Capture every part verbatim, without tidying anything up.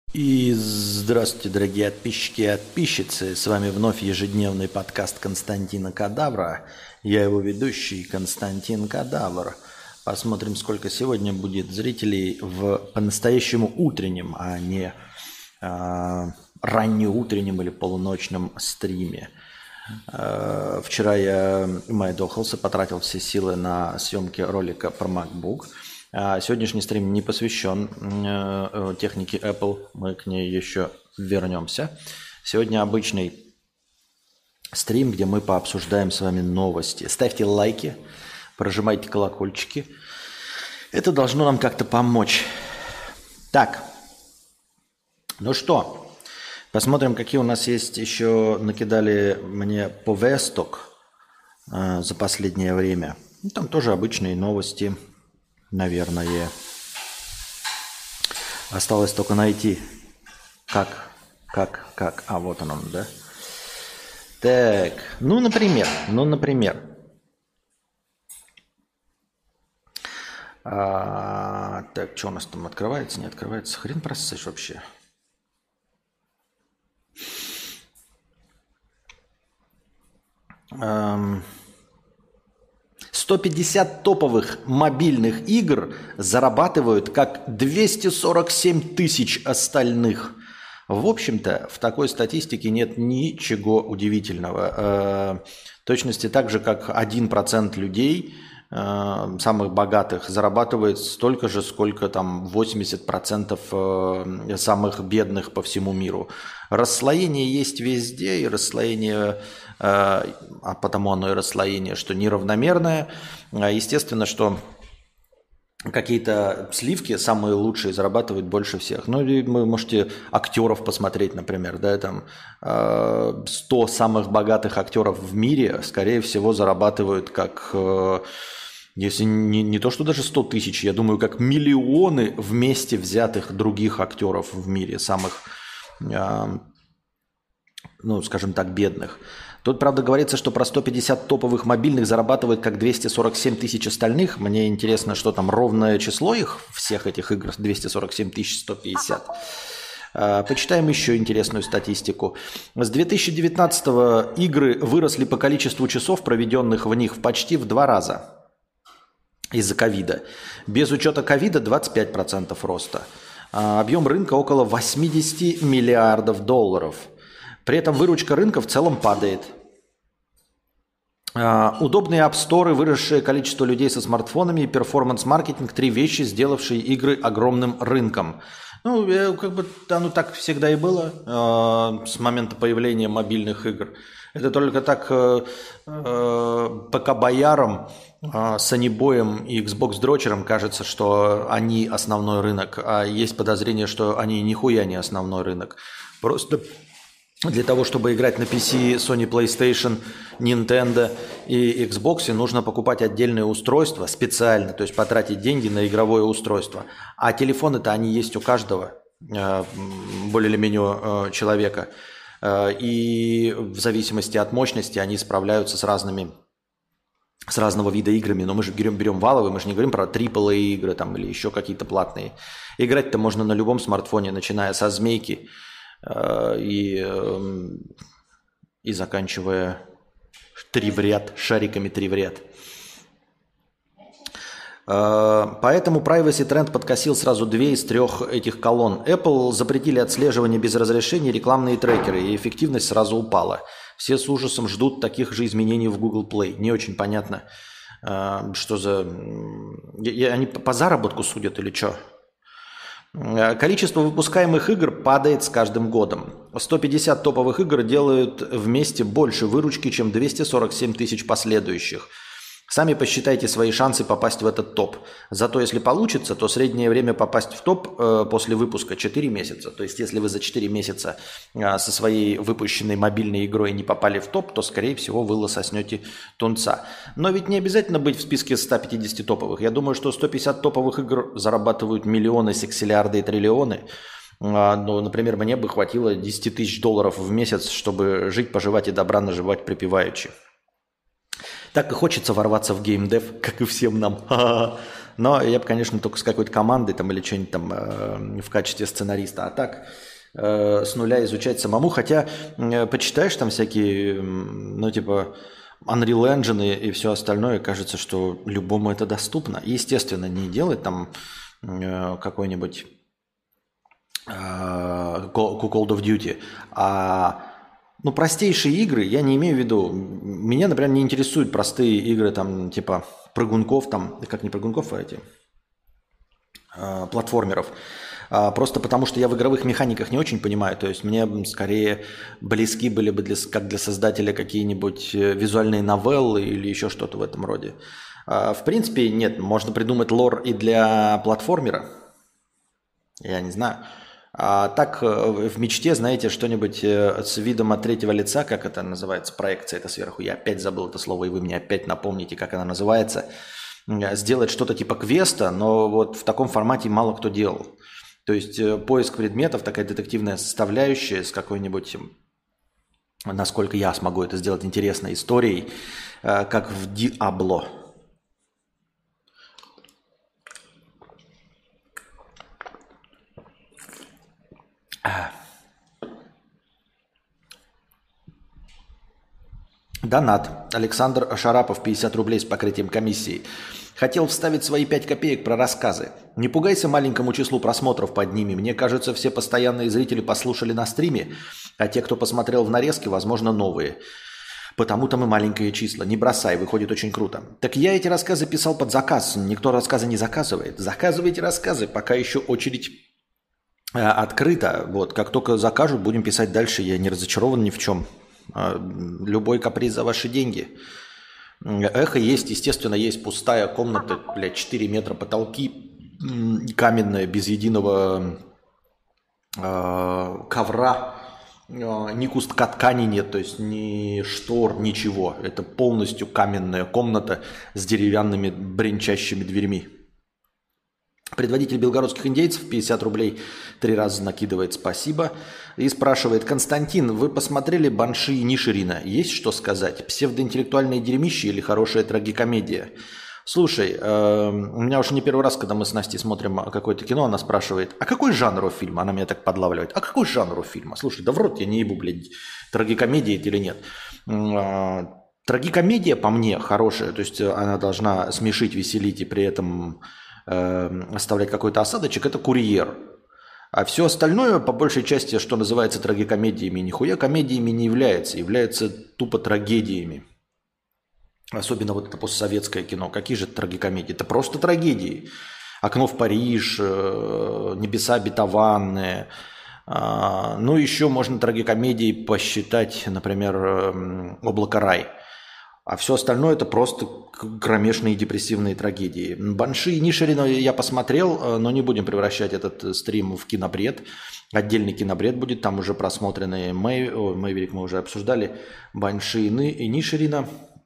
И здравствуйте, дорогие подписчики и подписчицы. С вами вновь ежедневный подкаст Константина Кадавра. Я его ведущий Константин Кадавр. Посмотрим, сколько сегодня будет зрителей в по-настоящему утреннем, а не а, раннеутреннем или полуночном стриме. А, вчера я майдохался, потратил все силы на съемки ролика про MacBook. А сегодняшний стрим не посвящен э, технике Apple, мы к ней еще вернемся. Сегодня обычный стрим, где мы пообсуждаем с вами новости. Ставьте лайки, прожимайте колокольчики. Это должно нам как-то помочь. Так, ну что, посмотрим, какие у нас есть еще, накидали мне повесток э, за последнее время. Ну, там тоже обычные новости. Наверное. Осталось только найти, как, как, как. А, вот он, он, да? Так, ну, например, ну, например. А, так, что у нас там открывается, не открывается? Хрен просышь вообще. Эм... сто пятьдесят топовых мобильных игр зарабатывают как двести сорок семь тысяч остальных. В общем-то, в такой статистике нет ничего удивительного. В точности так же, как один процент людей, самых богатых, зарабатывает столько же, сколько там восемьдесят процентов самых бедных по всему миру. Расслоение есть везде, и расслоение... а потому оно и расслоение, что неравномерное. Естественно, что какие-то сливки самые лучшие зарабатывают больше всех. Ну, или вы можете актеров посмотреть, например, да, там сто самых богатых актеров в мире, скорее всего, зарабатывают как, если не, не то, что даже сто тысяч, я думаю, как миллионы вместе взятых других актеров в мире, самых, ну, скажем так, бедных. Тут, правда, говорится, что про сто пятьдесят топовых мобильных зарабатывают как двести сорок семь тысяч остальных. Мне интересно, что там ровное число их, всех этих игр, двести сорок семь тысяч сто пятьдесят. Почитаем еще интересную статистику. С две тысячи девятнадцатого игры выросли по количеству часов, проведенных в них, почти в два раза из-за ковида. Без учета ковида двадцать пять процентов роста. Объем рынка около восемьдесят миллиардов долларов. При этом выручка рынка в целом падает. Удобные апсторы, выросшее количество людей со смартфонами и перформанс-маркетинг – три вещи, сделавшие игры огромным рынком. Ну, как бы оно так всегда и было э, с момента появления мобильных игр. Это только так э, э, ПК-боярам, э, Санибоем и Xbox-дрочерам кажется, что они основной рынок, а есть подозрение, что они нихуя не основной рынок. Просто... Для того, чтобы играть на пи си, Sony PlayStation, Nintendo и Xbox, нужно покупать отдельное устройство специально, то есть потратить деньги на игровое устройство. А телефоны-то они есть у каждого, более или менее человека. И в зависимости от мощности они справляются с разными, с разного вида играми. Но мы же берем, берем валовые, мы же не говорим про трипл эй игры там, или еще какие-то платные. Играть-то можно на любом смартфоне, начиная со змейки, И, и заканчивая три в ряд, шариками три в ряд. Поэтому Privacy Trend подкосил сразу две из трех этих колонн. Apple запретили отслеживание без разрешения, рекламные трекеры, и эффективность сразу упала. Все с ужасом ждут таких же изменений в Google Play. Не очень понятно, что за... Они по заработку судят или что? Количество выпускаемых игр падает с каждым годом. сто пятьдесят топовых игр делают вместе больше выручки, чем двести сорок семь тысяч последующих. Сами посчитайте свои шансы попасть в этот топ. Зато если получится, то среднее время попасть в топ э, после выпуска четыре месяца. То есть если вы за четыре месяца э, со своей выпущенной мобильной игрой не попали в топ, то, скорее всего, вы лососнете тунца. Но ведь не обязательно быть в списке ста пятидесяти топовых. Я думаю, что сто пятьдесят топовых игр зарабатывают миллионы, сексиллиарды и триллионы. Э, ну, например, мне бы хватило десять тысяч долларов в месяц, чтобы жить, поживать и добра наживать припеваючи. Так и хочется ворваться в геймдев, как и всем нам. Но я бы, конечно, только с какой-то командой там или что-нибудь там э, в качестве сценариста. А так э, с нуля изучать самому. Хотя э, почитаешь там всякие, м, ну типа Unreal Engine и, и все остальное, кажется, что любому это доступно. Естественно, не делать там э, какой-нибудь э, Call of Duty, а ну, простейшие игры, я не имею в виду, меня, например, не интересуют простые игры, там, типа прыгунков, там, как не прыгунков, а эти, э, платформеров. А, просто потому, что я в игровых механиках не очень понимаю, то есть мне скорее близки были бы, для, как для создателя, какие-нибудь визуальные новеллы или еще что-то в этом роде. А, в принципе, нет, можно придумать лор и для платформера, я не знаю. А так, в мечте, знаете, что-нибудь с видом от третьего лица, как это называется, проекция это сверху, я опять забыл это слово, и вы мне опять напомните, как она называется, сделать что-то типа квеста, но вот в таком формате мало кто делал. То есть поиск предметов, такая детективная составляющая с какой-нибудь, насколько я смогу это сделать, интересной историей, как в Диабло. Донат. Александр Шарапов, пятьдесят рублей с покрытием комиссии. Хотел вставить свои пять копеек про рассказы. Не пугайся маленькому числу просмотров под ними. Мне кажется, все постоянные зрители послушали на стриме, а те, кто посмотрел в нарезке, возможно, новые. Потому-то мы маленькие числа. Не бросай, выходит очень круто. Так я эти рассказы писал под заказ. Никто рассказы не заказывает. Заказывайте рассказы, пока еще очередь э, открыта. Вот, как только закажут, будем писать дальше. Я не разочарован ни в чем. Э, любой каприз за ваши деньги. Эхо есть, естественно, есть пустая комната, блядь, четыре метра потолки, каменная, без единого э, ковра, э, ни куска ткани нет, то есть ни штор, ничего. Это полностью каменная комната с деревянными бренчащими дверьми. Предводитель белгородских индейцев пятьдесят рублей три раза накидывает, спасибо. И спрашивает: Константин, вы посмотрели «Банши» и Ниширина? Есть что сказать? Псевдоинтеллектуальное дерьмище или хорошая трагикомедия? Слушай, э, у меня уже не первый раз, когда мы с Настей смотрим какое-то кино, она спрашивает: а какой жанр у фильма? Она меня так подлавливает. А какой жанр у фильма? Слушай, да в рот я не ебу, блядь, трагикомедия это или нет. Э, трагикомедия, по мне, хорошая, то есть она должна смешить, веселить и при этом оставлять какой-то осадочек, это «Курьер». А все остальное, по большей части, что называется трагикомедиями, нихуя комедиями не является, является тупо трагедиями. Особенно вот это постсоветское кино. Какие же трагикомедии? Это просто трагедии. «Окно в Париж», «Небеса обетованные». Ну, еще можно трагикомедией посчитать, например, «Облако рай». А все остальное это просто кромешные депрессивные трагедии. «Банши» и Ниширина я посмотрел, но не будем превращать этот стрим в кинобред. Отдельный кинобред будет, там уже просмотренные Мэй... О, «Мэйверик» мы уже обсуждали. «Банши» и Ниширина.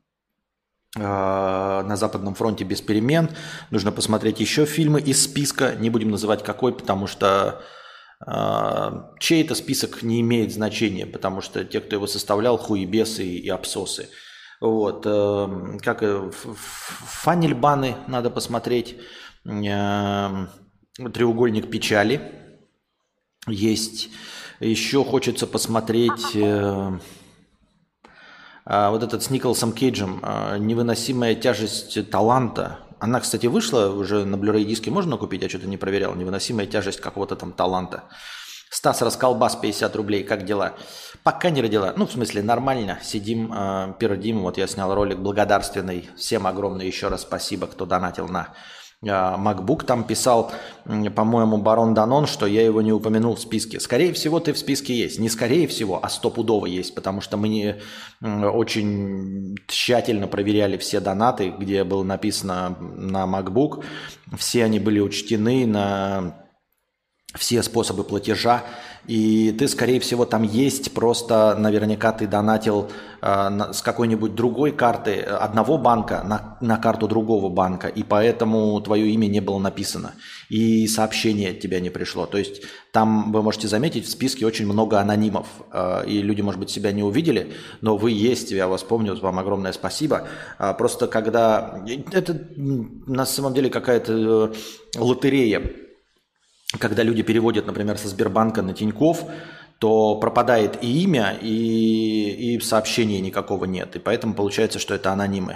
На Западном фронте без перемен. Нужно посмотреть еще фильмы из списка. Не будем называть какой, потому что чей это список не имеет значения, потому что те, кто его составлял, хуебесы и абсосы. Вот, э, как э, Фанельбаны надо посмотреть, э, «Треугольник печали» есть. Еще хочется посмотреть э, э, вот этот с Николасом Кейджем э, «Невыносимая тяжесть таланта». Она, кстати, вышла уже на Blu-ray диске, можно купить, я что-то не проверял. «Невыносимая тяжесть какого-то там таланта». Стас Расколбас, пятьдесят рублей, как дела? Пока не родила. Ну, в смысле, нормально. Сидим, э, пердим. Вот я снял ролик благодарственный. Всем огромное еще раз спасибо, кто донатил на э, MacBook. Там писал, э, по-моему, Барон Данон, что я его не упомянул в списке. Скорее всего, ты в списке есть. Не скорее всего, а стопудово есть. Потому что мы не, э, очень тщательно проверяли все донаты, где было написано на MacBook. Все они были учтены на все способы платежа, и ты, скорее всего, там есть, просто наверняка ты донатил э, на, с какой-нибудь другой карты одного банка на, на карту другого банка, и поэтому твое имя не было написано, и сообщение от тебя не пришло. То есть там, вы можете заметить, в списке очень много анонимов, э, и люди, может быть, себя не увидели, но вы есть, я вас помню, вам огромное спасибо. А просто когда... Это на самом деле какая-то э, лотерея. Когда люди переводят, например, со Сбербанка на Тинькофф, то пропадает и имя, и, и сообщения никакого нет. И поэтому получается, что это анонимы.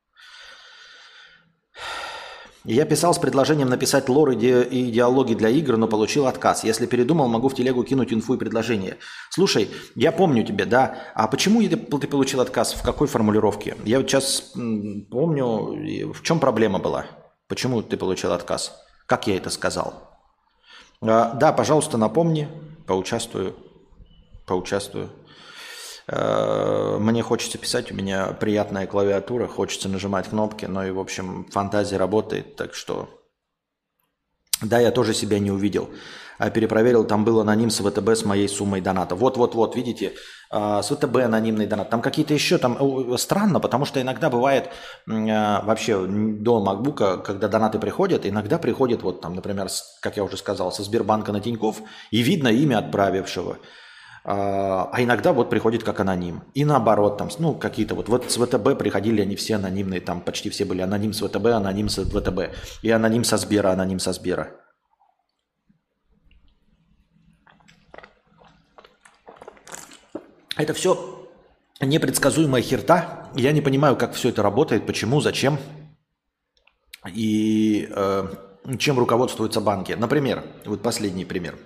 Я писал с предложением написать лор и диалоги для игр, но получил отказ. Если передумал, могу в телегу кинуть инфу и предложение. Слушай, я помню тебя, да. А почему ты получил отказ? В какой формулировке? Я вот сейчас помню, в чем проблема была? Почему ты получил отказ? Как я это сказал? Да, пожалуйста, напомни, поучаствую, поучаствую. Мне хочется писать, у меня приятная клавиатура, хочется нажимать кнопки, но и, в общем, фантазия работает, так что... Да, я тоже себя не увидел. Перепроверил, там был аноним с ВТБ с моей суммой доната. Вот-вот-вот, видите, с ВТБ анонимный донат. Там какие-то еще, там странно, потому что иногда бывает вообще до макбука, когда донаты приходят, иногда приходят, вот там, например, как я уже сказал, со Сбербанка на Тинькофф, и видно имя отправившего. А иногда вот приходит как аноним. И наоборот, там, ну, какие-то вот, вот с ВТБ приходили они все анонимные, там почти все были аноним с ВТБ, аноним с ВТБ. И аноним со Сбера, аноним со Сбера. Это все непредсказуемая херта. Я не понимаю, как все это работает, почему, зачем и э, чем руководствуются банки. Например, вот последний пример.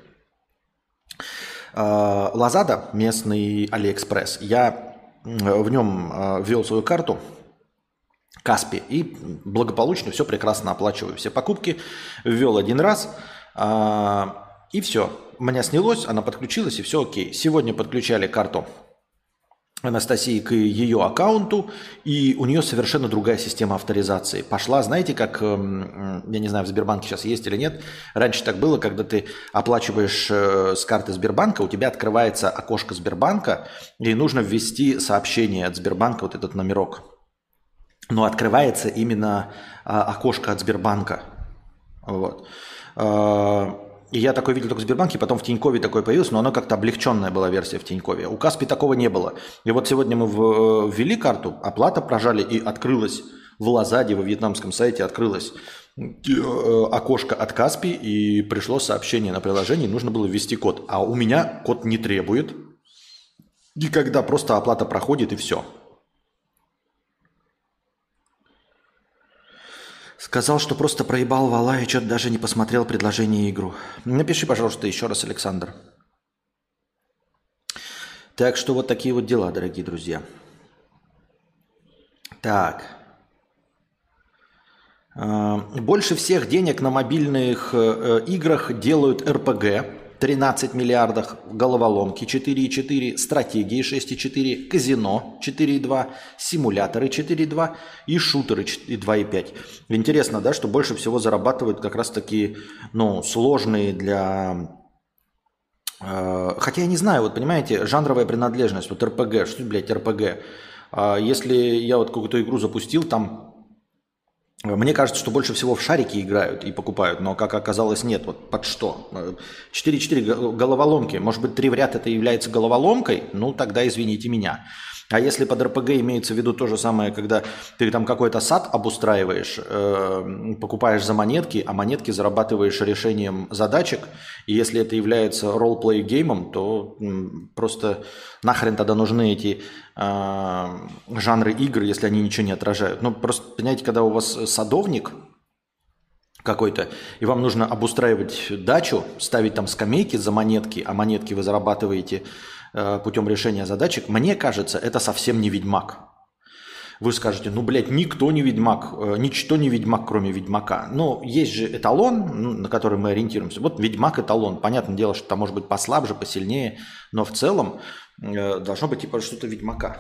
Лазада, местный Алиэкспресс, я в нем ввел свою карту Каспи и благополучно все прекрасно оплачиваю. Все покупки ввел один раз и все. У меня снялось, она подключилась и все окей. Сегодня подключали карту Анастасии к ее аккаунту, и у нее совершенно другая система авторизации. Пошла, знаете, как, я не знаю, в Сбербанке сейчас есть или нет, раньше так было, когда ты оплачиваешь с карты Сбербанка, у тебя открывается окошко Сбербанка, и нужно ввести сообщение от Сбербанка, вот этот номерок. Но открывается именно окошко от Сбербанка. Вот. И я такой видел только в Сбербанке, потом в Тинькове такое появилось, но оно как-то облегченная была версия в Тинькове. У Каспи такого не было. И вот сегодня мы ввели карту, оплата прожали, и открылась в Лазаде, во вьетнамском сайте, открылось окошко от Каспи, и пришло сообщение на приложении, нужно было ввести код. А у меня код не требует. И когда просто оплата проходит, и все. Сказал, что просто проебал вала и что-то даже не посмотрел предложение и игру. Напиши, пожалуйста, еще раз, Александр. Так что вот такие вот дела, дорогие друзья. Так. Больше всех денег на мобильных играх делают эр пэ гэ. тринадцать миллиардов, головоломки четыре и четыре, стратегии шесть и четыре, казино четыре и два, симуляторы четыре и два и шутеры два и пять. Интересно, да, что больше всего зарабатывают как раз такие, ну, сложные для... Э, хотя я не знаю, вот понимаете, жанровая принадлежность, вот эр пэ гэ, что, блядь, эр пэ гэ. А если я вот какую-то игру запустил, там... Мне кажется, что больше всего в шарики играют и покупают, но, как оказалось, нет. Вот под что? четыре четыре головоломки. Может быть, три в ряд это является головоломкой? Ну, тогда извините меня. А если под эр пэ гэ имеется в виду то же самое, когда ты там какой-то сад обустраиваешь, э, покупаешь за монетки, а монетки зарабатываешь решением задачек, и если это является ролл-плей геймом, то м, просто нахрен тогда нужны эти э, жанры игр, если они ничего не отражают. Ну, просто, понимаете, когда у вас садовник какой-то, и вам нужно обустраивать дачу, ставить там скамейки за монетки, а монетки вы зарабатываете путем решения задачек, мне кажется, это совсем не Ведьмак. Вы скажете, ну, блядь, никто не Ведьмак, ничто не Ведьмак, кроме Ведьмака. Но есть же эталон, на который мы ориентируемся. Вот Ведьмак эталон. Понятное дело, что там может быть послабже, посильнее, но в целом должно быть типа что-то Ведьмака.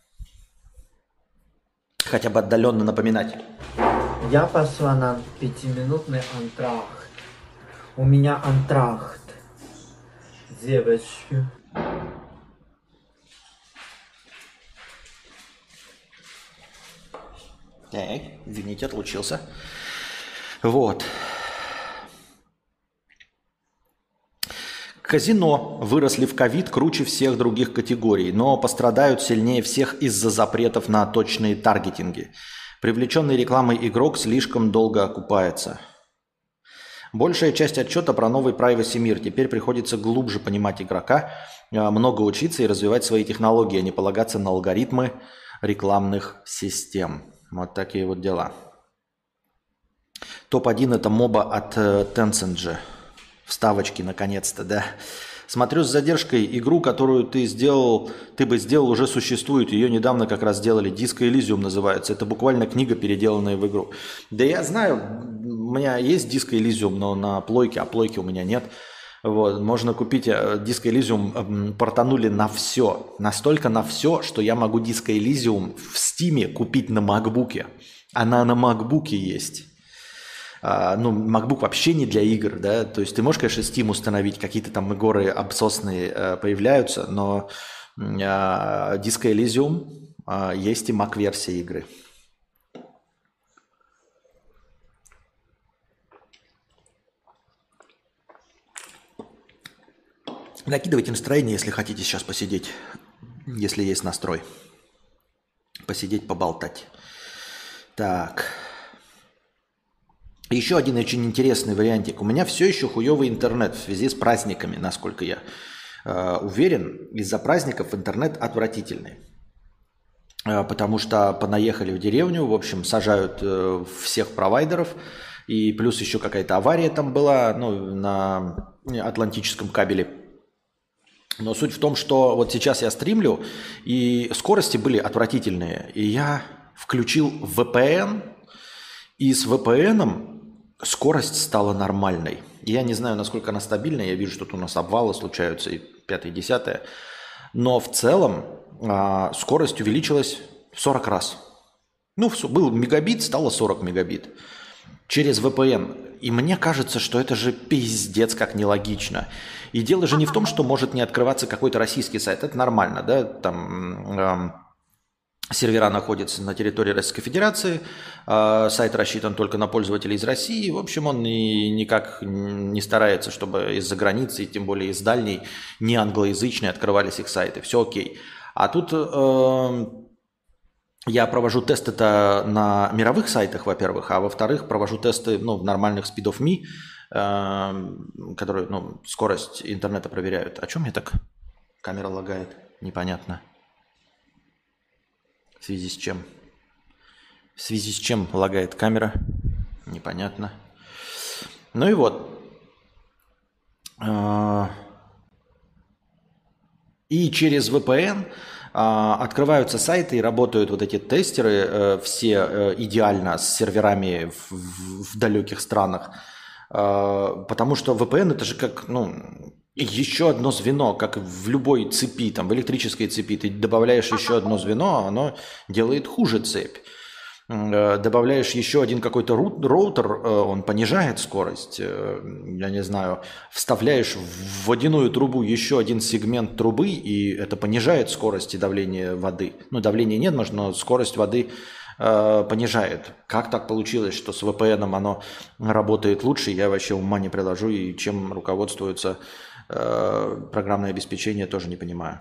Хотя бы отдаленно напоминать. Я пошла на пятиминутный антрахт. У меня антрахт. Девочки. Так, извините, отлучился. Вот. Казино выросли в ковид круче всех других категорий, но пострадают сильнее всех из-за запретов на точные таргетинги. Привлеченный рекламой игрок слишком долго окупается. Большая часть отчета про новый privacy мир. Теперь приходится глубже понимать игрока, много учиться и развивать свои технологии, а не полагаться на алгоритмы рекламных систем. Вот такие вот дела. топ один это моба от Tencent же. Вставочки, наконец-то, да. Смотрю с задержкой игру, которую ты сделал, ты бы сделал, уже существует. Ее недавно как раз сделали. Disco Elysium называется. Это буквально книга, переделанная в игру. Да я знаю, у меня есть Disco Elysium, но на плойке, а плойки у меня нет. Вот, можно купить Disco Elysium, портанули на все. Настолько на все, что я могу Disco Elysium в Steam купить на макбуке. Она на макбуке есть. Uh, ну, MacBook вообще не для игр, да, то есть ты можешь, конечно, Steam установить, какие-то там игры обсосные uh, появляются, но uh, Disco Elysium uh, есть и Mac-версия игры. Накидывайте настроение, если хотите сейчас посидеть, если есть настрой. Посидеть, поболтать. Так... Еще один очень интересный вариантик. У меня все еще хуевый интернет в связи с праздниками, насколько я э, уверен. Из-за праздников интернет отвратительный. Э, потому что понаехали в деревню, в общем, сажают э, всех провайдеров. И плюс еще какая-то авария там была, ну, на Атлантическом кабеле. Но суть в том, что вот сейчас я стримлю, и скорости были отвратительные. И я включил ви пи эн, и с ви пи эн скорость стала нормальной. Я не знаю, насколько она стабильная. Я вижу, что тут у нас обвалы случаются, и пятое-десятое. Но в целом а, скорость увеличилась в сорок раз. Ну, был мегабит, стало сорок мегабит. Через ви пи эн. И мне кажется, что это же пиздец как нелогично. И дело же не в том, что может не открываться какой-то российский сайт. Это нормально, да? Там... Эм, сервера находятся на территории Российской Федерации, сайт рассчитан только на пользователей из России. В общем, он и никак не старается, чтобы из-за границы, и тем более из дальней, не англоязычные открывались их сайты. Все окей. А тут э, я провожу тесты-то на мировых сайтах, во-первых, а во-вторых, провожу тесты ну, в нормальных Speed of Me, э, которые ну, скорость интернета проверяют. О чем мне так камера лагает? Непонятно. В связи с чем? В связи с чем лагает камера? Непонятно. Ну и вот. И через ви пи эн открываются сайты и работают вот эти тестеры все идеально с серверами в, в, в далеких странах. Потому что ви пи эн это же как, ну... еще одно звено, как в любой цепи, там, в электрической цепи, ты добавляешь еще одно звено, оно делает хуже цепь. Добавляешь еще один какой-то роутер, он понижает скорость. Я не знаю, вставляешь в водяную трубу еще один сегмент трубы, и это понижает скорость и давление воды. Ну, давления нет, может, но скорость воды понижает. Как так получилось, что с ви пи эн оно работает лучше, я вообще ума не приложу, и чем руководствуется программное обеспечение, тоже не понимаю.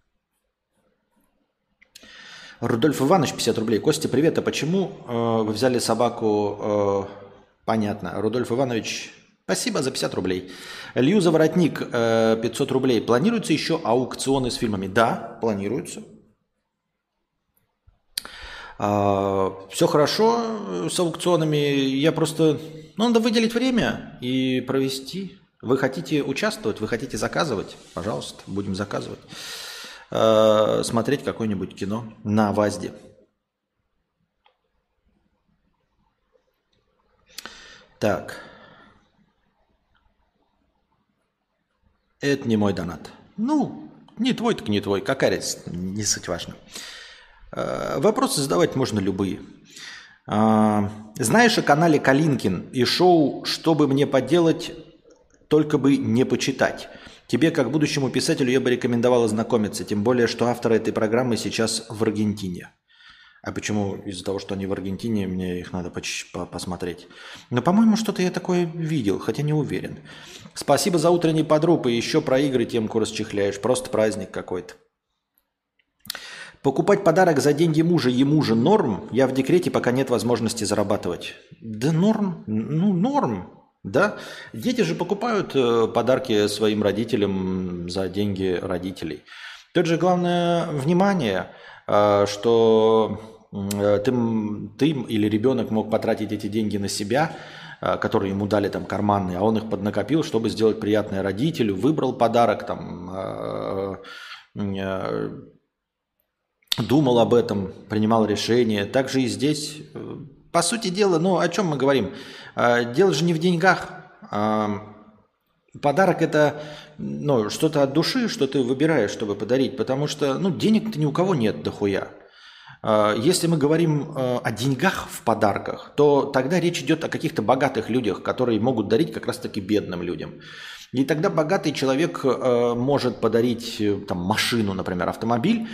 Рудольф Иванович, пятьдесят рублей. Костя, привет. А почему э, вы взяли собаку? Э, понятно. Рудольф Иванович, спасибо за пятьдесят рублей. Лью Заворотник, э, пятьсот рублей. Планируются еще аукционы с фильмами? Да, планируются. Э, все хорошо с аукционами. Я просто... Ну, надо выделить время и провести. Вы хотите участвовать? Вы хотите заказывать? Пожалуйста, будем заказывать. Смотреть какое-нибудь кино на ВАЗде. Так. Это не мой донат. Ну, не твой, так не твой. Какая разница? Не суть важно. Вопросы задавать можно любые. Знаешь о канале Калинкин и шоу «Что бы мне поделать, только бы не почитать»? Тебе, как будущему писателю, я бы рекомендовал ознакомиться, тем более, что авторы этой программы сейчас в Аргентине. А почему? Из-за того, что они в Аргентине, мне их надо поч- по- посмотреть. Но, по-моему, что-то я такое видел, хотя не уверен. Спасибо за утренний подруб, и еще про игры темку расчехляешь. Просто праздник какой-то. Покупать подарок за деньги мужа ему же норм? Я в декрете, пока нет возможности зарабатывать. Да норм, ну норм, да. Дети же покупают э, подарки своим родителям за деньги родителей. Тут же главное внимание, э, что э, ты, ты или ребенок мог потратить эти деньги на себя, э, которые ему дали там карманные, а он их поднакопил, чтобы сделать приятное родителю, выбрал подарок там. Э, э, Думал об этом, принимал решение. Также и здесь, по сути дела, ну о чем мы говорим? Дело же не в деньгах. Подарок – это ну, что-то от души, что ты выбираешь, чтобы подарить. Потому что ну, денег-то ни у кого нет дохуя. Если мы говорим о деньгах в подарках, то тогда речь идет о каких-то богатых людях, которые могут дарить как раз-таки бедным людям. И тогда богатый человек может подарить там, машину, например, автомобиль,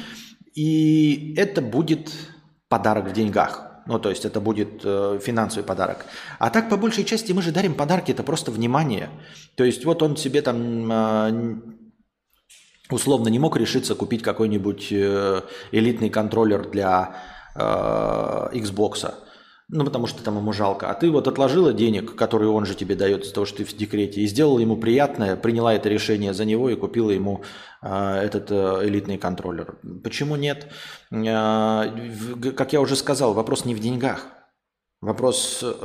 и это будет подарок в деньгах. Ну, то есть это будет э, финансовый подарок. А так, по большей части, мы же дарим подарки, это просто внимание. То есть вот он себе там э, условно не мог решиться купить какой-нибудь э, элитный контроллер для э, Xbox. Ну, потому что там ему жалко. А ты вот отложила денег, которые он же тебе дает из-за того, что ты в декрете, и сделала ему приятное, приняла это решение за него и купила ему э, этот э, элитный контроллер. Почему нет? Э, в, как я уже сказал, вопрос не в деньгах. Вопрос э,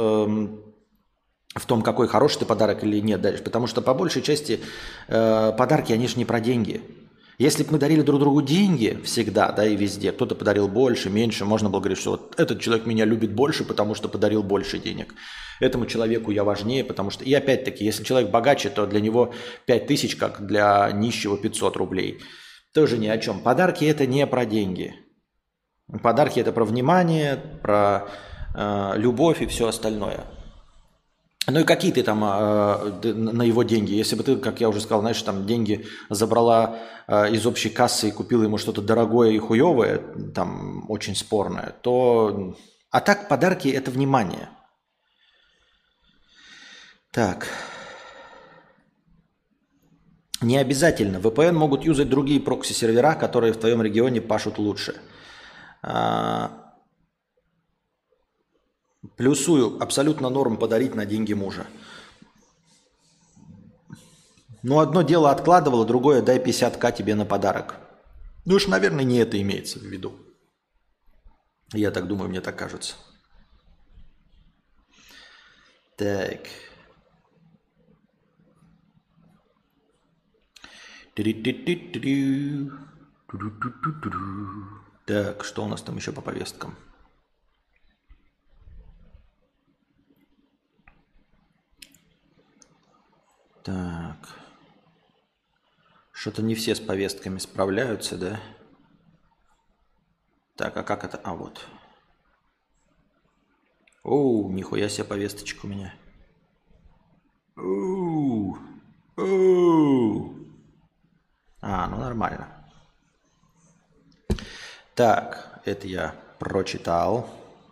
в том, какой хороший ты подарок или нет даришь. Потому что по большей части э, подарки, они же не про деньги. Если бы мы дарили друг другу деньги всегда, да, и везде, кто-то подарил больше, меньше, можно было говорить, что вот этот человек меня любит больше, потому что подарил больше денег. Этому человеку я важнее, потому что... И опять-таки, если человек богаче, то для него пять тысяч, как для нищего пятьсот рублей. Тоже ни о чем. Подарки – это не про деньги. Подарки – это про внимание, про э, любовь и все остальное. Ну и какие ты там э, на его деньги? Если бы ты, как я уже сказал, знаешь, там деньги забрала э, из общей кассы и купила ему что-то дорогое и хуевое, там очень спорное, то... А так подарки – это внимание. Так. Не обязательно. ви пи эн могут юзать другие прокси-сервера, которые в твоем регионе пашут лучше. А... Плюсую, абсолютно норм подарить на деньги мужа. Ну, одно дело откладывало, другое дай пятьдесят тысяч тебе на подарок. Ну уж, наверное, не это имеется в виду. Я так думаю, мне так кажется. Так. Так, что у нас там еще по повесткам? Так. Что-то не все с повестками справляются, да? Так, а как это? А, вот. Оу, нихуя себе повесточка у меня. Оу. Оу. А, ну нормально. Так, это я прочитал.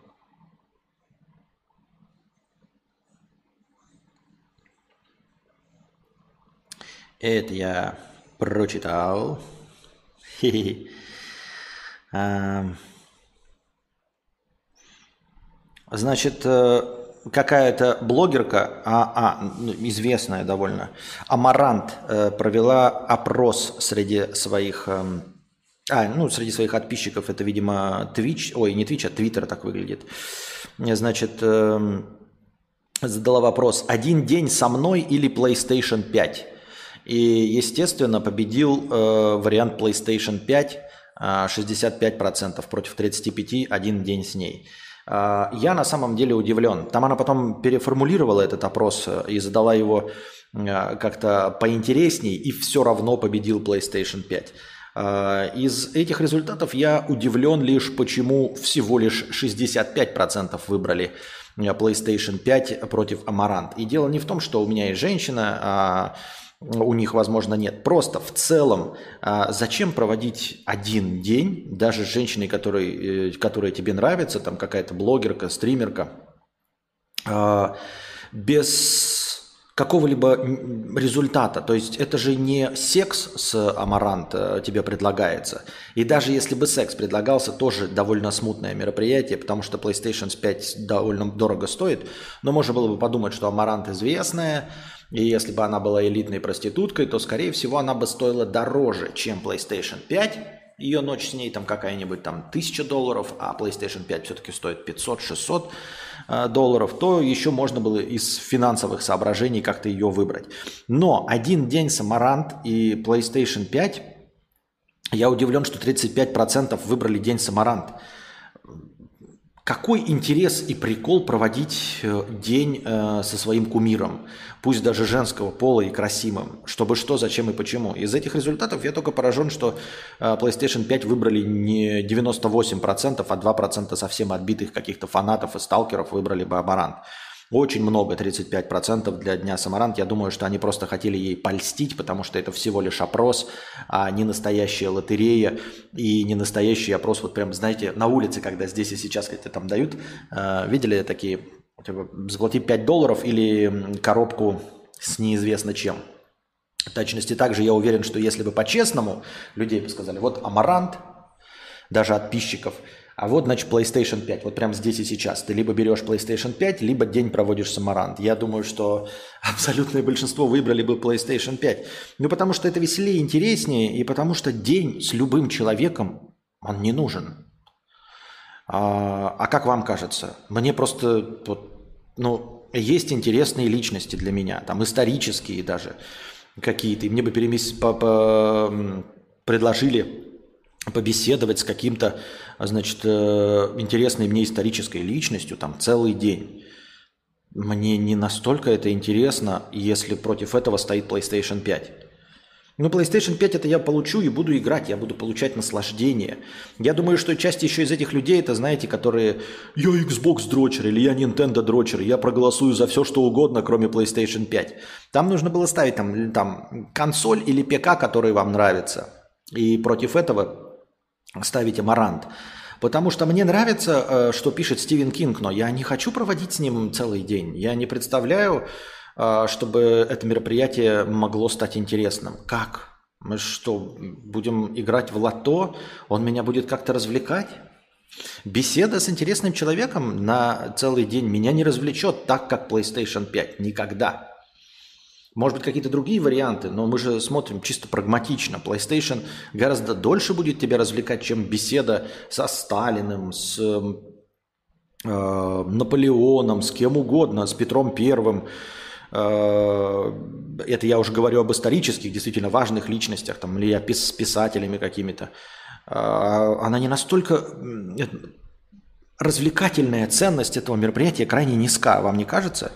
Это я прочитал. Хе-хе. А, значит, какая-то блогерка, а, а, известная довольно, Амарант, провела опрос среди своих, а, ну, среди своих подписчиков. Это, видимо, Twitch, ой, не Twitch, а Twitter так выглядит. Значит, задала вопрос: один день со мной или PlayStation пять? И, естественно, победил э, вариант PlayStation пять, э, шестьдесят пять процентов против тридцать пять процентов, один день с ней. Э, я на самом деле удивлен. Там она потом переформулировала этот опрос и задала его э, как-то поинтересней, и все равно победил PlayStation пять. А, Из этих результатов я удивлен лишь, почему всего лишь шестьдесят пять процентов выбрали э, PlayStation пять против Amaranth. И дело не в том, что у меня есть женщина, а у них, возможно, нет. Просто в целом, а, зачем проводить один день, даже с женщиной, которой, э, которая тебе нравится, там какая-то блогерка, стримерка, а, без какого-либо м, результата. То есть это же не секс с Амарант э, тебе предлагается. И даже если бы секс предлагался, тоже довольно смутное мероприятие, потому что PlayStation пять довольно дорого стоит. Но можно было бы подумать, что Амарант известная, и если бы она была элитной проституткой, то, скорее всего, она бы стоила дороже, чем PlayStation пять. Ее ночь с ней там какая-нибудь там тысяча долларов, а PlayStation пять все-таки стоит пятьсот-шестьсот э, долларов, то еще можно было из финансовых соображений как-то ее выбрать. Но один день с Amaranth и PlayStation пять, я удивлен, что тридцать пять процентов выбрали день с Amaranth. Какой интерес и прикол проводить э, день э, со своим кумиром, пусть даже женского пола и красивым, чтобы что, зачем и почему. Из этих результатов я только поражен, что э, PlayStation пять выбрали не девяносто восемь процентов, а два процента совсем отбитых каких-то фанатов и сталкеров выбрали бы Amaranth. Очень много, тридцать пять процентов для Дня с Amaranth. Я думаю, что они просто хотели ей польстить, потому что это всего лишь опрос, а не настоящая лотерея и не настоящий опрос. Вот прям, знаете, на улице, когда здесь и сейчас как-то там дают, э, видели такие, типа, заплати пять долларов или коробку с неизвестно чем. В точности также я уверен, что если бы по-честному людей бы сказали, вот Amaranth, даже подписчиков, а вот, значит, PlayStation пять, вот прямо здесь и сейчас. Ты либо берешь PlayStation пять, либо день проводишь с Amaranth. Я думаю, что абсолютное большинство выбрали бы PlayStation пять. Ну, потому что это веселее, интереснее, и потому что день с любым человеком, он не нужен. А, а как вам кажется? Мне просто, вот, ну, есть интересные личности для меня, там исторические даже какие-то. И мне бы перемес... по, по, м, предложили побеседовать с каким-то, значит, э, интересной мне исторической личностью там целый день. Мне не настолько это интересно, если против этого стоит PlayStation пять. Ну, PlayStation пять это я получу и буду играть, я буду получать наслаждение. Я думаю, что часть еще из этих людей, это, знаете, которые «Я Xbox дрочер» или «Я Nintendo дрочер», я проголосую за все, что угодно, кроме PlayStation пять. Там нужно было ставить там, там консоль или ПК, который вам нравится. И против этого ставить Amaranth. Потому что мне нравится, э, что пишет Стивен Кинг, но я не хочу проводить с ним целый день. Я не представляю, э, чтобы это мероприятие могло стать интересным. Как? Мы что, будем играть в лото? Он меня будет как-то развлекать? Беседа с интересным человеком на целый день меня не развлечет так, как PlayStation пять. Никогда. Может быть, какие-то другие варианты, но мы же смотрим чисто прагматично. PlayStation гораздо дольше будет тебя развлекать, чем беседа со Сталиным, с э, Наполеоном, с кем угодно, с Петром Первым. Э, это я уже говорю об исторических, действительно важных личностях, там, или пис- с писателями какими-то. Э, она не настолько... э, развлекательная ценность этого мероприятия крайне низка, вам не кажется?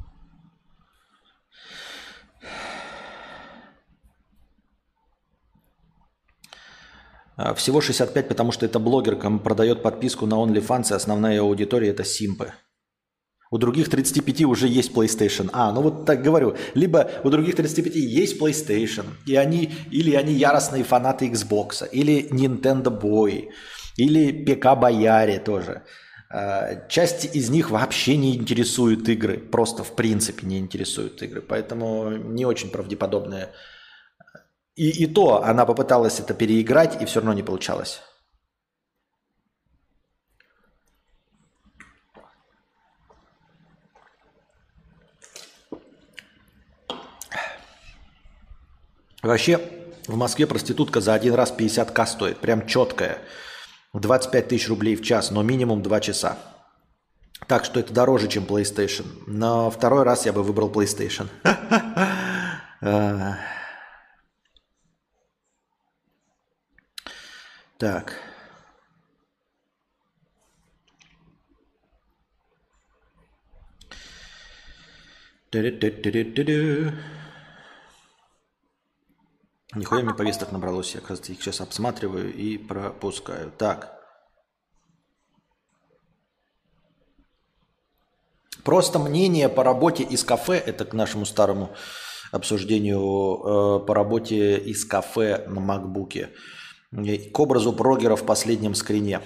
А, Всего шестьдесят пять, потому что это блогерка продает подписку на OnlyFans, и основная аудитория – это симпы. У других тридцати пяти уже есть PlayStation. А, ну вот так говорю. Либо у других тридцати пяти есть PlayStation, и они, или они яростные фанаты Xbox, или Nintendo Boy, или ПК-бояре тоже. А, Часть из них вообще не интересуют игры, просто в принципе не интересуют игры, поэтому не очень правдеподобная. И, и то она попыталась это переиграть, и все равно не получалось. Вообще, в Москве проститутка за один раз пятьдесят тысяч стоит. Прям четкая. двадцать пять тысяч рублей в час, но минимум два часа. Так что это дороже, чем PlayStation. Но второй раз я бы выбрал PlayStation. А, Так. Ту-ду-ду-ду-ду-ду. Нихуя мне повесток набралось, я, кажется, их сейчас обсматриваю и пропускаю. Так. Просто мнение по работе из кафе, это к нашему старому обсуждению э, по работе из кафе на макбуке, к образу прогера в последнем скрине.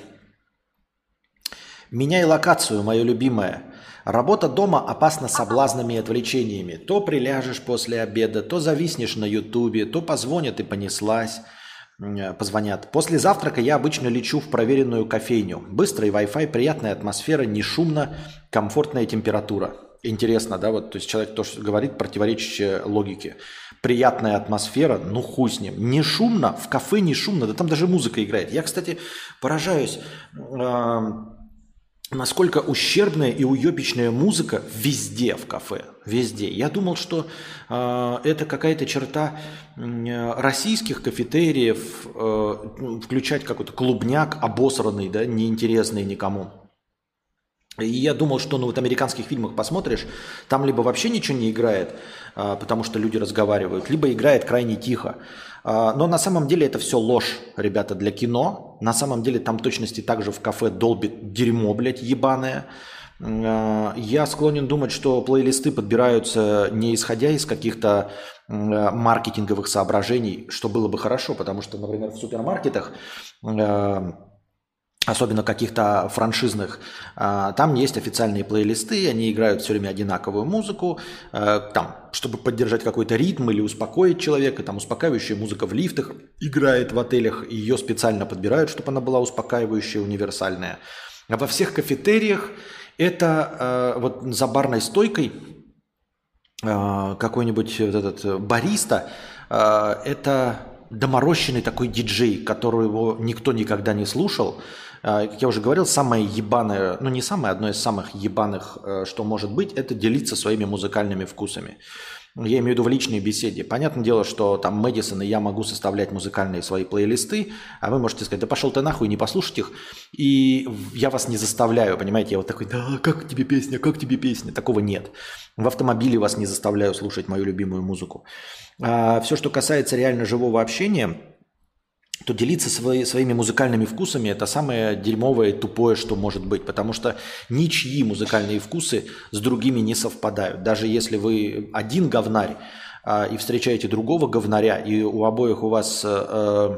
Меняй локацию, мое любимое. Работа дома опасна соблазнами и отвлечениями. То приляжешь после обеда, то зависнешь на ютубе, то позвонят и понеслась. Позвонят. После завтрака я обычно лечу в проверенную кофейню. Быстрый Wi-Fi, приятная атмосфера, не шумно, комфортная температура. Интересно, да, вот, то есть человек тоже говорит противоречащее логике. Приятная атмосфера, ну хуй с ним. Не шумно, в кафе не шумно, да там даже музыка играет. Я, кстати, поражаюсь, э, насколько ущербная и уебищная музыка везде в кафе, везде. Я думал, что э, это какая-то черта э, российских кафетериев, э, включать какой-то клубняк обосранный, да, неинтересный никому. И я думал, что ну, вот в американских фильмах посмотришь, там либо вообще ничего не играет, а, потому что люди разговаривают, либо играет крайне тихо. А, но на самом деле это все ложь, ребята, для кино. На самом деле там точности также в кафе долбит дерьмо, блядь, ебаное. А, я склонен думать, что плейлисты подбираются не исходя из каких-то а, маркетинговых соображений, что было бы хорошо, потому что, например, в супермаркетах... А, особенно каких-то франшизных, там есть официальные плейлисты, они играют все время одинаковую музыку, там, чтобы поддержать какой-то ритм или успокоить человека, там успокаивающая музыка в лифтах играет в отелях, ее специально подбирают, чтобы она была успокаивающая, универсальная. А во всех кафетериях это вот за барной стойкой какой-нибудь вот этот бариста, это доморощенный такой диджей, которого никто никогда не слушал. Как я уже говорил, самое ебаное, ну не самое, одно из самых ебаных, что может быть, это делиться своими музыкальными вкусами. Я имею в виду в личной беседе. Понятное дело, что там Мэдисон и я могу составлять музыкальные свои плейлисты, а вы можете сказать, да пошел ты нахуй, не послушать их. И я вас не заставляю, понимаете, я вот такой, да, как тебе песня, как тебе песня? Такого нет. В автомобиле вас не заставляю слушать мою любимую музыку. А все, что касается реально живого общения, то делиться свои, своими музыкальными вкусами – это самое дерьмовое и тупое, что может быть. Потому что ничьи музыкальные вкусы с другими не совпадают. Даже если вы один говнарь а, и встречаете другого говнаря, и у обоих у вас а,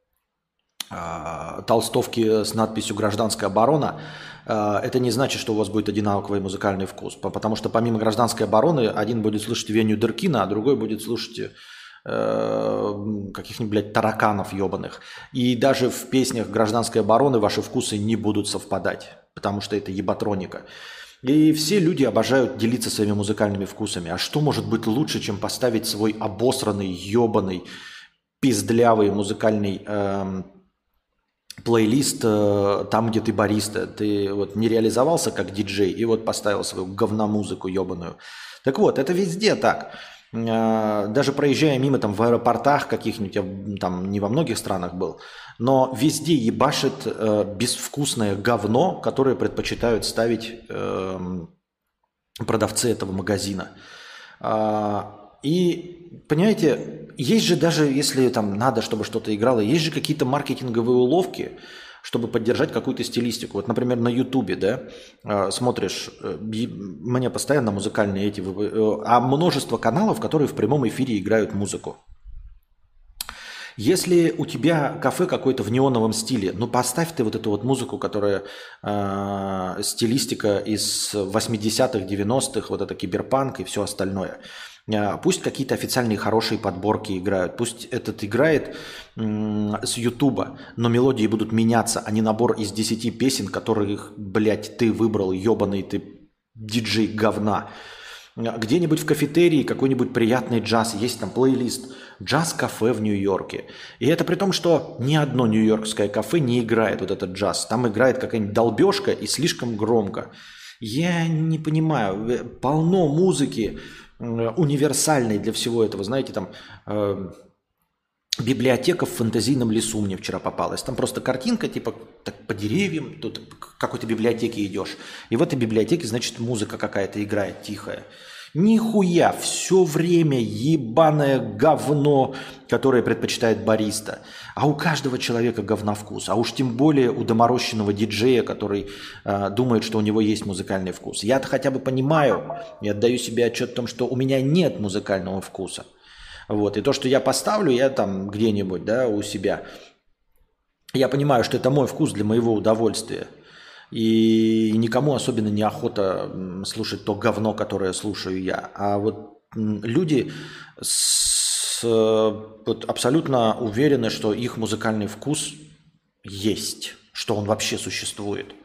а, толстовки с надписью «Гражданская оборона», а, это не значит, что у вас будет одинаковый музыкальный вкус. Потому что помимо «Гражданской обороны» один будет слушать Веню Деркина, а другой будет слушать... каких-нибудь, блядь, тараканов ебаных. И даже в песнях гражданской обороны ваши вкусы не будут совпадать, потому что это ебатроника. И все люди обожают делиться своими музыкальными вкусами. А что может быть лучше, чем поставить свой обосранный, ебаный, пиздлявый музыкальный эм, плейлист э, там, где ты бариста. Ты вот не реализовался как диджей и вот поставил свою говномузыку ебаную. Так вот, это везде так. Даже проезжая мимо там в аэропортах каких-нибудь, я там не во многих странах был, но везде ебашит э, безвкусное говно, которое предпочитают ставить э, продавцы этого магазина. А, и, понимаете, есть же даже, если там надо, чтобы что-то играло, есть же какие-то маркетинговые уловки, чтобы поддержать какую-то стилистику. Вот, например, на Ютубе, да, смотришь, мне постоянно музыкальные эти... А множество каналов, которые в прямом эфире играют музыку. Если у тебя кафе какое-то в неоновом стиле, ну поставь ты вот эту вот музыку, которая э, стилистика из восьмидесятых, девяностых, вот это киберпанк и все остальное. Пусть какие-то официальные хорошие подборки играют, пусть этот играет м- с Ютуба, но мелодии будут меняться, а не набор из десяти песен, которых, блядь, ты выбрал, ебаный ты диджей говна. Где-нибудь в кафетерии какой-нибудь приятный джаз, есть там плейлист «Джаз-кафе в Нью-Йорке». И это при том, что ни одно нью-йоркское кафе не играет вот этот джаз. Там играет какая-нибудь долбежка и слишком громко. Я не понимаю, полно музыки универсальной для всего этого. Знаете, там э, библиотека в фэнтезийном лесу мне вчера попалась. Там просто картинка, типа так, по деревьям, тут к какой-то библиотеке идешь. И в этой библиотеке, значит, музыка какая-то играет тихая. Нихуя, все время ебаное говно, которое предпочитает бариста. А у каждого человека говновкус. А уж тем более у доморощенного диджея, который э, думает, что у него есть музыкальный вкус. Я-то хотя бы понимаю и отдаю себе отчет в том, что у меня нет музыкального вкуса. Вот. И то, что я поставлю, я там где-нибудь, да, у себя, я понимаю, что это мой вкус для моего удовольствия. И никому особенно неохота слушать то говно, которое слушаю я. А вот люди с, вот абсолютно уверены, что их музыкальный вкус есть, что он вообще существует.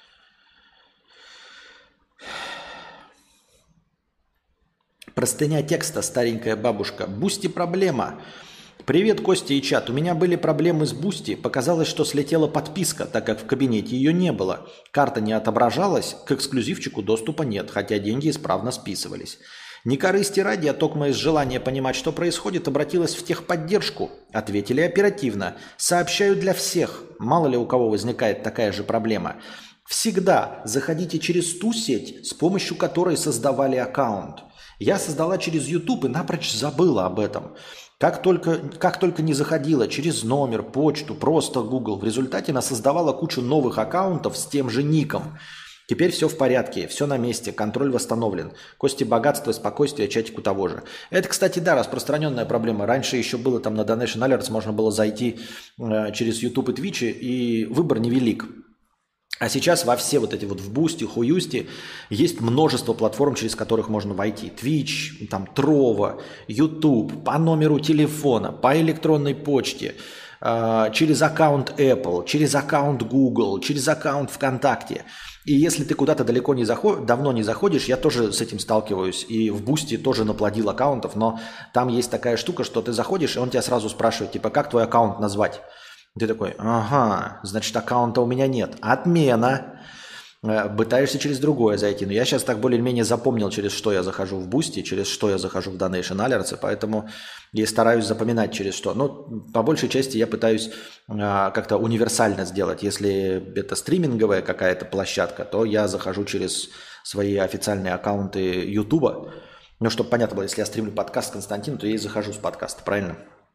Простыня текста, старенькая бабушка. Бусти проблема. Привет, Костя и чат. У меня были проблемы с Бусти. Показалось, что слетела подписка, так как в кабинете ее не было. Карта не отображалась, к эксклюзивчику доступа нет, хотя деньги исправно списывались. Не корысти ради, а только из желания понимать, что происходит, обратилась в техподдержку. Ответили оперативно. Сообщаю для всех. Мало ли у кого возникает такая же проблема. Всегда заходите через ту сеть, с помощью которой создавали аккаунт. Я создала через YouTube и напрочь забыла об этом. Как только, как только не заходила через номер, почту, просто Google, в результате она создавала кучу новых аккаунтов с тем же ником. Теперь все в порядке, все на месте, контроль восстановлен. Кости богатства, спокойствия, чатику того же. Это, кстати, да, распространенная проблема. Раньше еще было там на Donation Alerts, можно было зайти э, через YouTube и Twitch, и выбор невелик. А сейчас во все вот эти вот в Бусти, Хуюсти есть множество платформ, через которых можно войти. Twitch, там Trovo, YouTube, по номеру телефона, по электронной почте, э, через аккаунт Apple, через аккаунт Google, через аккаунт ВКонтакте. И если ты куда-то далеко не заходишь, давно не заходишь, я тоже с этим сталкиваюсь. И в Бусти тоже наплодил аккаунтов, но там есть такая штука, что ты заходишь, и он тебя сразу спрашивает, типа, как твой аккаунт назвать? Ты такой, ага, значит, аккаунта у меня нет. Отмена. Пытаешься через другое зайти. Но я сейчас так более-менее запомнил, через что я захожу в Бусти, через что я захожу в Donation Alerts, поэтому я стараюсь запоминать через что. Но по большей части я пытаюсь а, как-то универсально сделать. Если это стриминговая какая-то площадка, то я захожу через свои официальные аккаунты Ютуба. Ну, чтобы понятно было, если я стримлю подкаст Константин, то я и захожу с подкаста, правильно?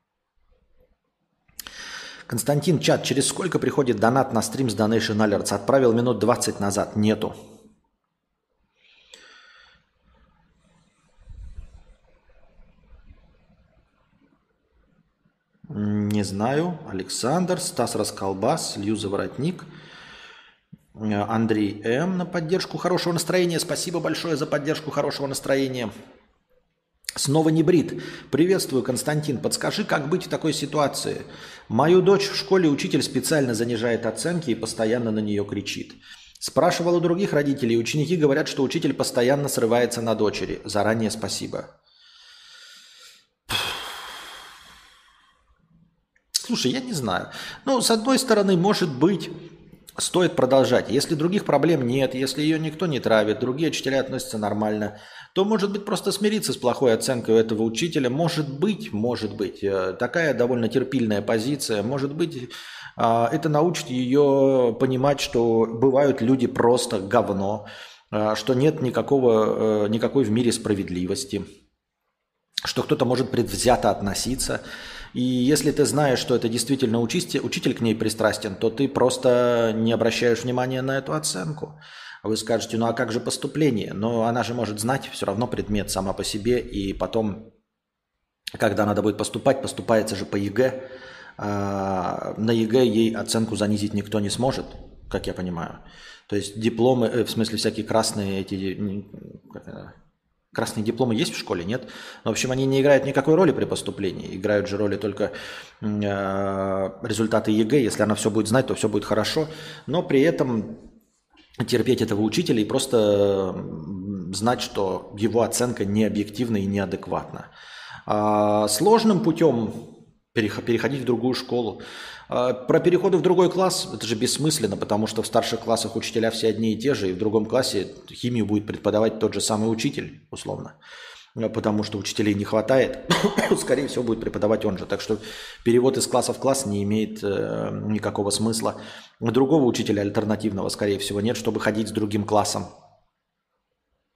Константин, чат, через сколько приходит донат на стрим с Donation Alerts? Отправил минут двадцать назад. Нету. Не знаю. Александр, Стас Расколбас, Лью Заворотник, Андрей М. на поддержку хорошего настроения. Спасибо большое за поддержку хорошего настроения. Снова не брит. Приветствую, Константин. Подскажи, как быть в такой ситуации? Мою дочь в школе учитель специально занижает оценки и постоянно на нее кричит. Спрашивал у других родителей, ученики говорят, что учитель постоянно срывается на дочери. Заранее спасибо. Слушай, я не знаю. Ну, с одной стороны, может быть, стоит продолжать. Если других проблем нет, если ее никто не травит, другие учителя относятся нормально, то, может быть, просто смириться с плохой оценкой у этого учителя. Может быть, может быть, такая довольно терпильная позиция. Может быть, это научит ее понимать, что бывают люди просто говно, что нет никакого, никакой в мире справедливости, что кто-то может предвзято относиться. И если ты знаешь, что это действительно учитель, учитель к ней пристрастен, то ты просто не обращаешь внимания на эту оценку. Вы скажете, ну а как же поступление? Но она же может знать все равно предмет сама по себе, и потом, когда надо будет поступать, поступается же по ЕГЭ. А на ЕГЭ ей оценку занизить никто не сможет, как я понимаю. То есть дипломы, в смысле всякие красные эти... Красные дипломы есть в школе, нет? Но, в общем, они не играют никакой роли при поступлении. Играют же роли только э, результаты ЕГЭ. Если она все будет знать, то все будет хорошо. Но при этом терпеть этого учителя и просто знать, что его оценка не объективна и неадекватна. А сложным путем переходить в другую школу. Про переходы в другой класс, это же бессмысленно, потому что в старших классах учителя все одни и те же, и в другом классе химию будет преподавать тот же самый учитель, условно. Потому что учителей не хватает, скорее всего, будет преподавать он же. Так что перевод из класса в класс не имеет э, никакого смысла. Другого учителя альтернативного, скорее всего, нет, чтобы ходить с другим классом.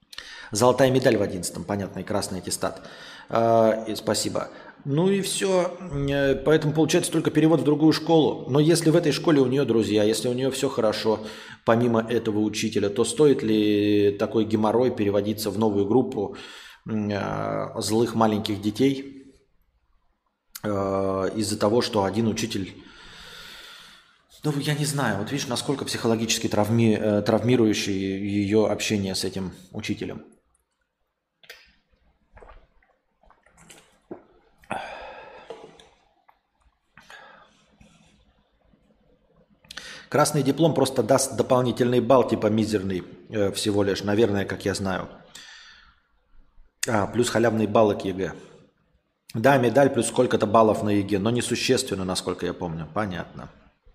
Золотая медаль в одиннадцатом, понятно, и красный аттестат. А, и спасибо. Ну и все. Поэтому получается только перевод в другую школу. Но если в этой школе у нее друзья, если у нее все хорошо, помимо этого учителя, то стоит ли такой геморрой переводиться в новую группу э, злых маленьких детей э, из-за того, что один учитель... Ну, я не знаю. Вот видишь, насколько психологически травми, э, травмирующее ее общение с этим учителем. Красный диплом просто даст дополнительный балл, типа мизерный э, всего лишь, наверное, как я знаю. А, плюс халявные баллы к ЕГЭ. Да, медаль плюс сколько-то баллов на ЕГЭ, но несущественно, насколько я помню. Понятно.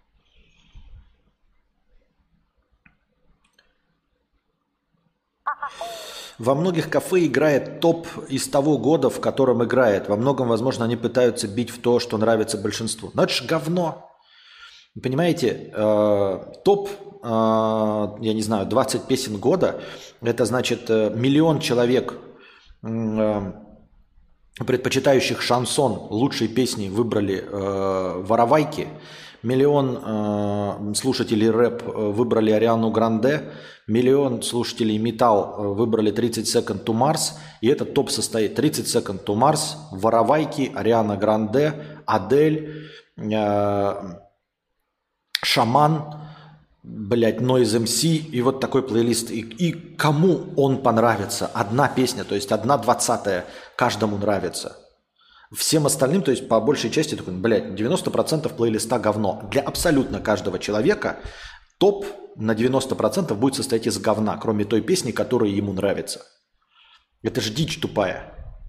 Во многих кафе играет топ из того года, в котором играет. Во многом, возможно, они пытаются бить в то, что нравится большинству. Но это ж говно. Понимаете, э, топ, э, я не знаю, двадцать песен года, это значит э, миллион человек, э, предпочитающих шансон, лучшие песни выбрали э, «Воровайки», миллион э, слушателей рэп выбрали Ариану Гранде, миллион слушателей металл выбрали тридцать секонд to Mars, и этот топ состоит тридцать секонд to Mars, «Воровайки», Ариана Гранде, Адель, э, Шаман, блядь, Noise эм си и вот такой плейлист. И, и кому он понравится? Одна песня, то есть одна двадцатая каждому нравится. Всем остальным, то есть по большей части, такой, блядь, девяносто процентов плейлиста говно. Для абсолютно каждого человека топ на девяносто процентов будет состоять из говна, кроме той песни, которая ему нравится. Это же дичь тупая.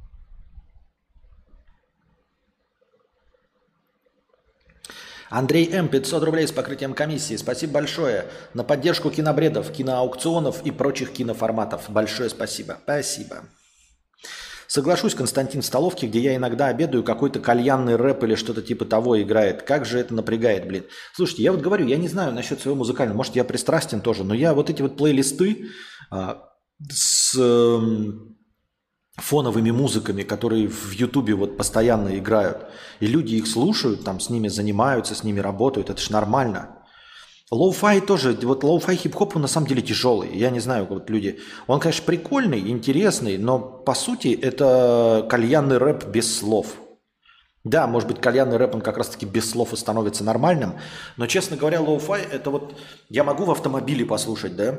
Андрей М. пятьсот рублей с покрытием комиссии. Спасибо большое. На поддержку кинобредов, киноаукционов и прочих киноформатов. Большое спасибо. Спасибо. Соглашусь, Константин, в столовке, где я иногда обедаю, какой-то кальянный рэп или что-то типа того играет. Как же это напрягает, блин. Слушайте, я вот говорю, я не знаю насчет своего музыкального. Может, я пристрастен тоже, но я вот эти вот плейлисты а, с... А, фоновыми музыками, которые в Ютубе вот постоянно играют. И люди их слушают, там с ними занимаются, с ними работают. Это ж нормально. Лоу-фай тоже, вот лоу-фай хип-хоп, он на самом деле тяжелый. Я не знаю, вот люди... Он, конечно, прикольный, интересный, но по сути это кальянный рэп без слов. Да, может быть, кальянный рэп, он как раз-таки без слов и становится нормальным. Но, честно говоря, лоу-фай, это вот... Я могу в автомобиле послушать, да?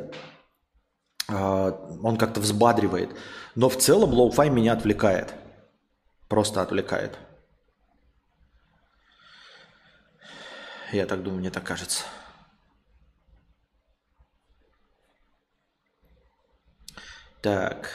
Он как-то взбадривает. Но в целом лоу-фай меня отвлекает. Просто отвлекает. Я так думаю, мне так кажется. Так.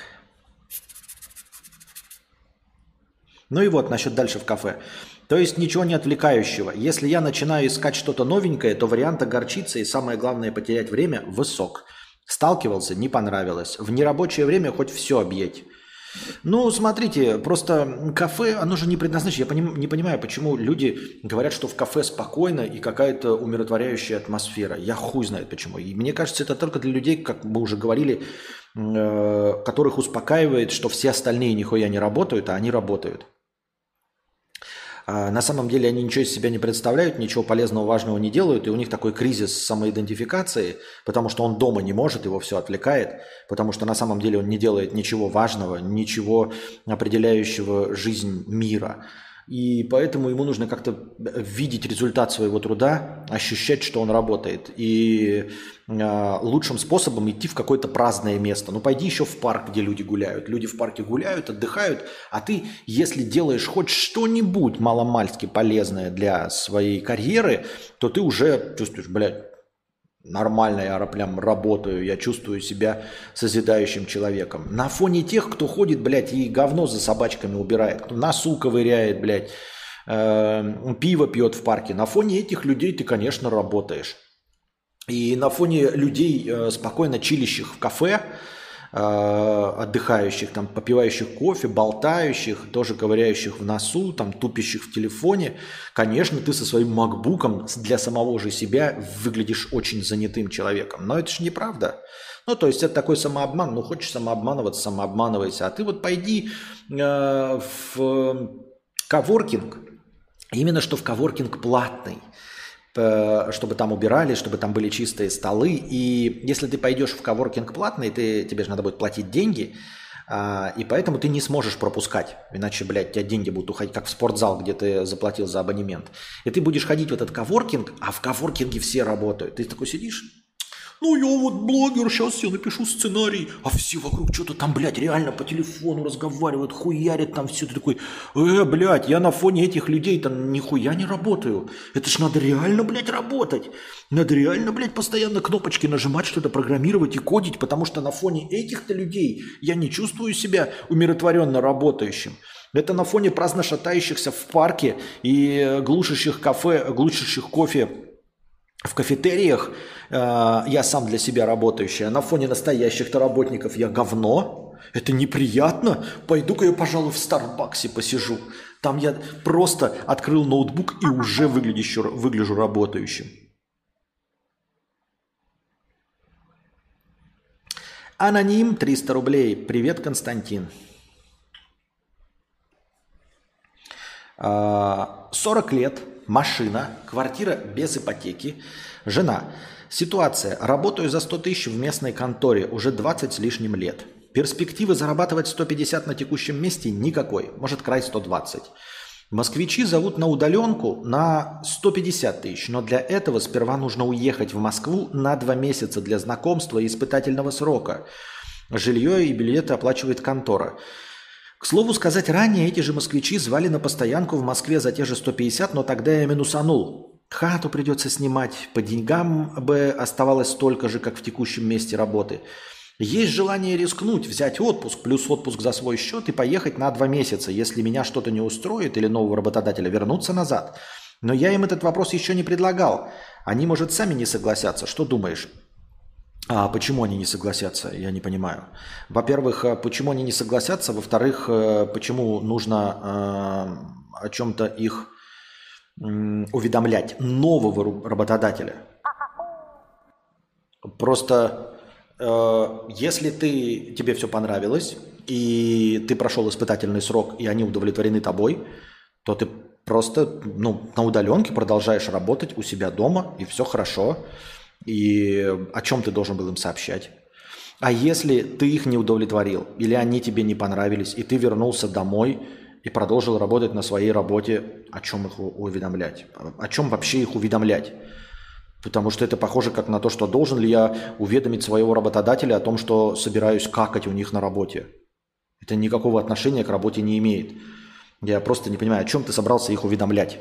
Ну и вот, насчет дальше в кафе. То есть ничего не отвлекающего. Если я начинаю искать что-то новенькое, то вариант огорчиться и, самое главное, потерять время высок. Сталкивался, не понравилось. В нерабочее время хоть все объять. Ну, смотрите, просто кафе, оно же не предназначено. Я поним, не понимаю, почему люди говорят, что в кафе спокойно и какая-то умиротворяющая атмосфера. Я хуй знает почему. И мне кажется, это только для людей, как мы уже говорили, э, которых успокаивает, что все остальные нихуя не работают, а они работают. На самом деле они ничего из себя не представляют, ничего полезного, важного не делают, и у них такой кризис самоидентификации, потому что он дома не может, его все отвлекает, потому что на самом деле он не делает ничего важного, ничего определяющего жизнь мира. И поэтому ему нужно как-то видеть результат своего труда, ощущать, что он работает. И э, лучшим способом идти в какое-то праздное место. Ну, пойди еще в парк, где люди гуляют. Люди в парке гуляют, отдыхают. А ты, если делаешь хоть что-нибудь маломальски полезное для своей карьеры, то ты уже чувствуешь, блядь, нормально, я прям работаю, я чувствую себя созидающим человеком. На фоне тех, кто ходит, блядь, и говно за собачками убирает, кто носу ковыряет, блядь, э, пиво пьет в парке, на фоне этих людей ты, конечно, работаешь. И на фоне людей, э, спокойно чилищих в кафе, э, отдыхающих, там, попивающих кофе, болтающих, тоже ковыряющих в носу, там, тупящих в телефоне, конечно, ты со своим макбуком для самого же себя выглядишь очень занятым человеком. Но это же неправда. Ну, то есть это такой самообман. Ну, хочешь самообманываться, самообманывайся. А ты вот пойди э, в коворкинг. Именно что в коворкинг платный. Э, чтобы там убирали, чтобы там были чистые столы. И если ты пойдешь в коворкинг платный, ты, тебе же надо будет платить деньги. А, и поэтому ты не сможешь пропускать. Иначе, блядь, у тебя деньги будут уходить, как в спортзал, где ты заплатил за абонемент. И ты будешь ходить в этот коворкинг, а в коворкинге все работают. Ты такой сидишь... Ну, я вот блогер, сейчас я напишу сценарий, а все вокруг что-то там, блядь, реально по телефону разговаривают, хуярят там все. Ты такой, э, блядь, я на фоне этих людей там нихуя не работаю. Это ж надо реально, блядь, работать. Надо реально, блядь, постоянно кнопочки нажимать, что-то программировать и кодить, потому что на фоне этих-то людей я не чувствую себя умиротворенно работающим. Это на фоне праздно шатающихся в парке и глушащих кафе, глушащих кофе в кафетериях э, я сам для себя работающий, а на фоне настоящих-то работников я говно. Это неприятно. Пойду-ка я, пожалуй, в Старбаксе посижу. Там я просто открыл ноутбук и уже выгляжу, выгляжу работающим. Аноним, триста рублей. Привет, Константин. сорок лет. Машина, квартира без ипотеки, жена. Ситуация. Работаю за сто тысяч в местной конторе уже двадцать с лишним лет. Перспективы зарабатывать сто пятьдесят на текущем месте никакой. Может, край сто двадцать. Москвичи зовут на удаленку на сто пятьдесят тысяч, но для этого сперва нужно уехать в Москву на два месяца для знакомства и испытательного срока. Жилье и билеты оплачивает контора. К слову сказать, ранее эти же москвичи звали на постоянку в Москве за те же сто пятьдесят, но тогда я минусанул. Хату придется снимать, по деньгам бы оставалось столько же, как в текущем месте работы. Есть желание рискнуть, взять отпуск, плюс отпуск за свой счет и поехать на два месяца, если меня что-то не устроит или нового работодателя, вернуться назад. Но я им этот вопрос еще не предлагал. Они, может, сами не согласятся. Что думаешь? А почему они не согласятся, я не понимаю. Во-первых, почему они не согласятся? Во-вторых, почему нужно э, о чем-то их э, уведомлять нового работодателя? Просто э, если ты, тебе все понравилось, и ты прошел испытательный срок, и они удовлетворены тобой, то ты просто ну, на удаленке продолжаешь работать у себя дома, и все хорошо. И о чем ты должен был им сообщать? А если ты их не удовлетворил, или они тебе не понравились, и ты вернулся домой и продолжил работать на своей работе, о чем их уведомлять? О чем вообще их уведомлять? Потому что это похоже как на то, что должен ли я уведомить своего работодателя о том, что собираюсь какать у них на работе. Это никакого отношения к работе не имеет. Я просто не понимаю, о чем ты собрался их уведомлять?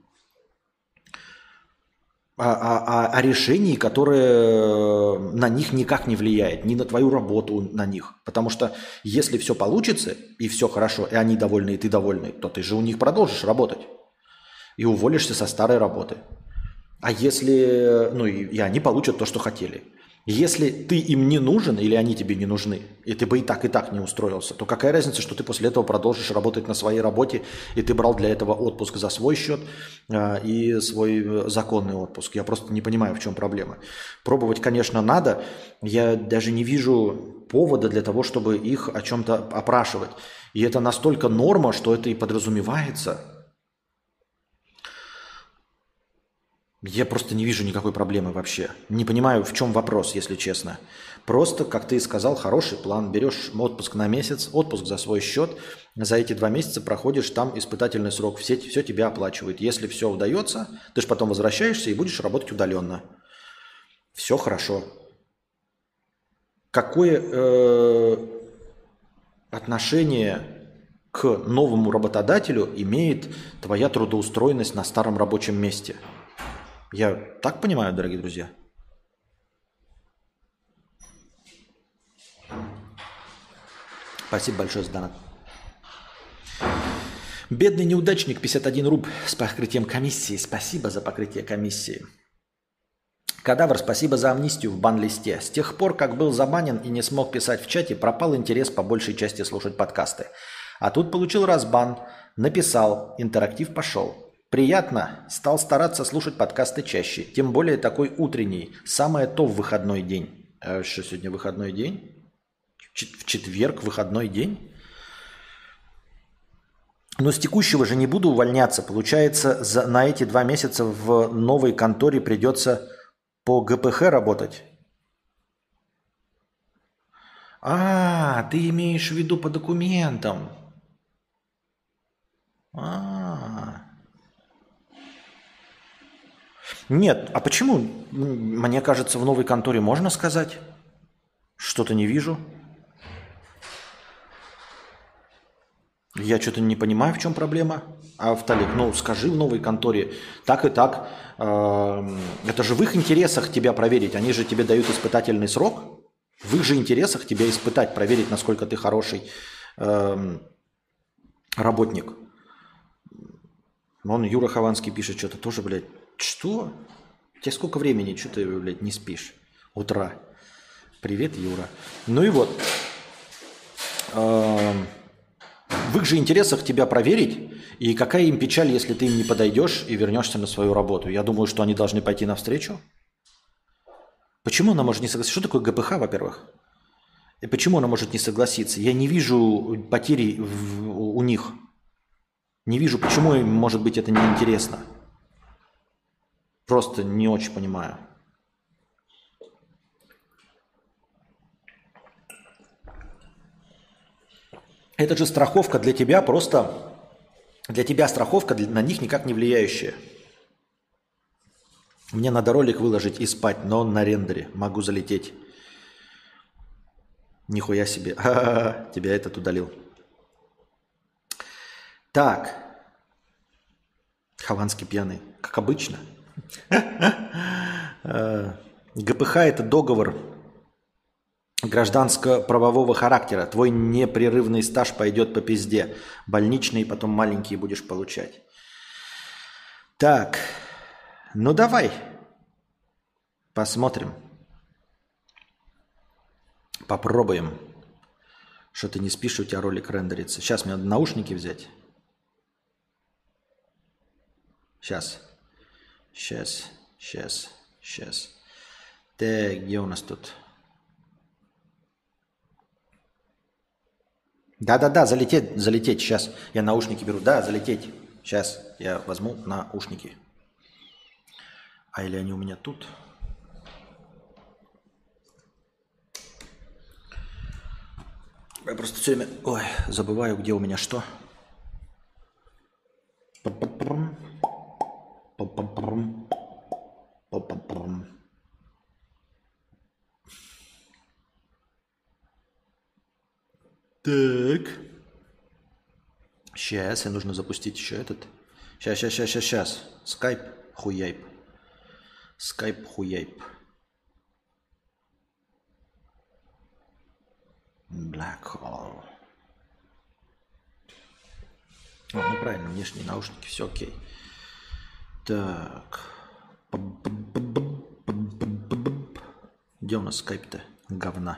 О, о, о решении, которое на них никак не влияет, ни на твою работу на них. Потому что если все получится, и все хорошо, и они довольны, и ты довольный, то ты же у них продолжишь работать. И уволишься со старой работы. А если, ну и, и они получат то, что хотели. Если ты им не нужен или они тебе не нужны, и ты бы и так, и так не устроился, то какая разница, что ты после этого продолжишь работать на своей работе, и ты брал для этого отпуск за свой счет э, и свой законный отпуск. Я просто не понимаю, в чем проблема. Пробовать, конечно, надо. Я даже не вижу повода для того, чтобы их о чем-то опрашивать. И это настолько норма, что это и подразумевается. Я просто не вижу никакой проблемы вообще. Не понимаю, в чем вопрос, если честно. Просто, как ты и сказал, хороший план. Берешь отпуск на месяц, отпуск за свой счет. За эти два месяца проходишь там испытательный срок. Все, все тебя оплачивают. Если все удается, ты же потом возвращаешься и будешь работать удаленно. Все хорошо. Какое э, отношение к новому работодателю имеет твоя трудоустроенность на старом рабочем месте? Я так понимаю, дорогие друзья? Спасибо большое за донат. Бедный неудачник, пятьдесят один руб с покрытием комиссии. Спасибо за покрытие комиссии. Кадавр, спасибо за амнистию в бан-листе. С тех пор, как был забанен и не смог писать в чате, пропал интерес по большей части слушать подкасты. А тут получил разбан, написал, интерактив пошел. Приятно, стал стараться слушать подкасты чаще, тем более такой утренний, самое то в выходной день. А что, сегодня выходной день? В четверг выходной день? Но с текущего же не буду увольняться. Получается, за, на эти два месяца в новой конторе придется по ГПХ работать. А, ты имеешь в виду по документам. А. Нет, а почему? Мне кажется, в новой конторе можно сказать. Что-то не вижу. Я что-то не понимаю, в чем проблема. А Автолик, ну скажи в новой конторе, так и так. э, Это же в их интересах тебя проверить. Они же тебе дают испытательный срок. В их же интересах тебя испытать, проверить, насколько ты хороший э, работник. Вон Юра Хованский пишет что-то тоже, блядь. Что? Тебе сколько времени? Что ты, блядь, не спишь? Утра. Привет, Юра. Ну и вот. Э, В их же интересах тебя проверить, и какая им печаль, если ты им не подойдешь и вернешься на свою работу. Я думаю, что они должны пойти навстречу. Почему она может не согласиться? Что такое ГПХ, во-первых? И почему она может не согласиться? Я не вижу потери в, у них. Не вижу, почему им, может быть, это неинтересно. Просто не очень понимаю. Это же страховка для тебя просто... Для тебя страховка для, на них никак не влияющая. Мне надо ролик выложить и спать, но он на рендере. Могу залететь. Нихуя себе. Ха-ха-ха, тебя этот удалил. Так. Хованский пьяный. Как обычно. ГПХ – это договор гражданско-правового характера. Твой непрерывный стаж пойдет по пизде. Больничные потом маленькие будешь получать. Так. Ну давай. Посмотрим. Попробуем. Что ты не спишь, у тебя ролик рендерится. Сейчас мне надо наушники взять. Сейчас. Сейчас. Сейчас. Сейчас. Так, где у нас тут? Да-да-да, залететь, залететь. Сейчас. Я наушники беру. Да, залететь. Сейчас я возьму наушники. А или они у меня тут? Я просто все время... Ой, забываю, где у меня что. Так. Сейчас, и нужно запустить еще этот. Сейчас, сейчас, сейчас, сейчас, сейчас. Скайп, хуяйп. Скайп, хуяйп. Black hole. О, ну правильно, внешние наушники, все окей. Так. Где у нас скайп-то? Говна.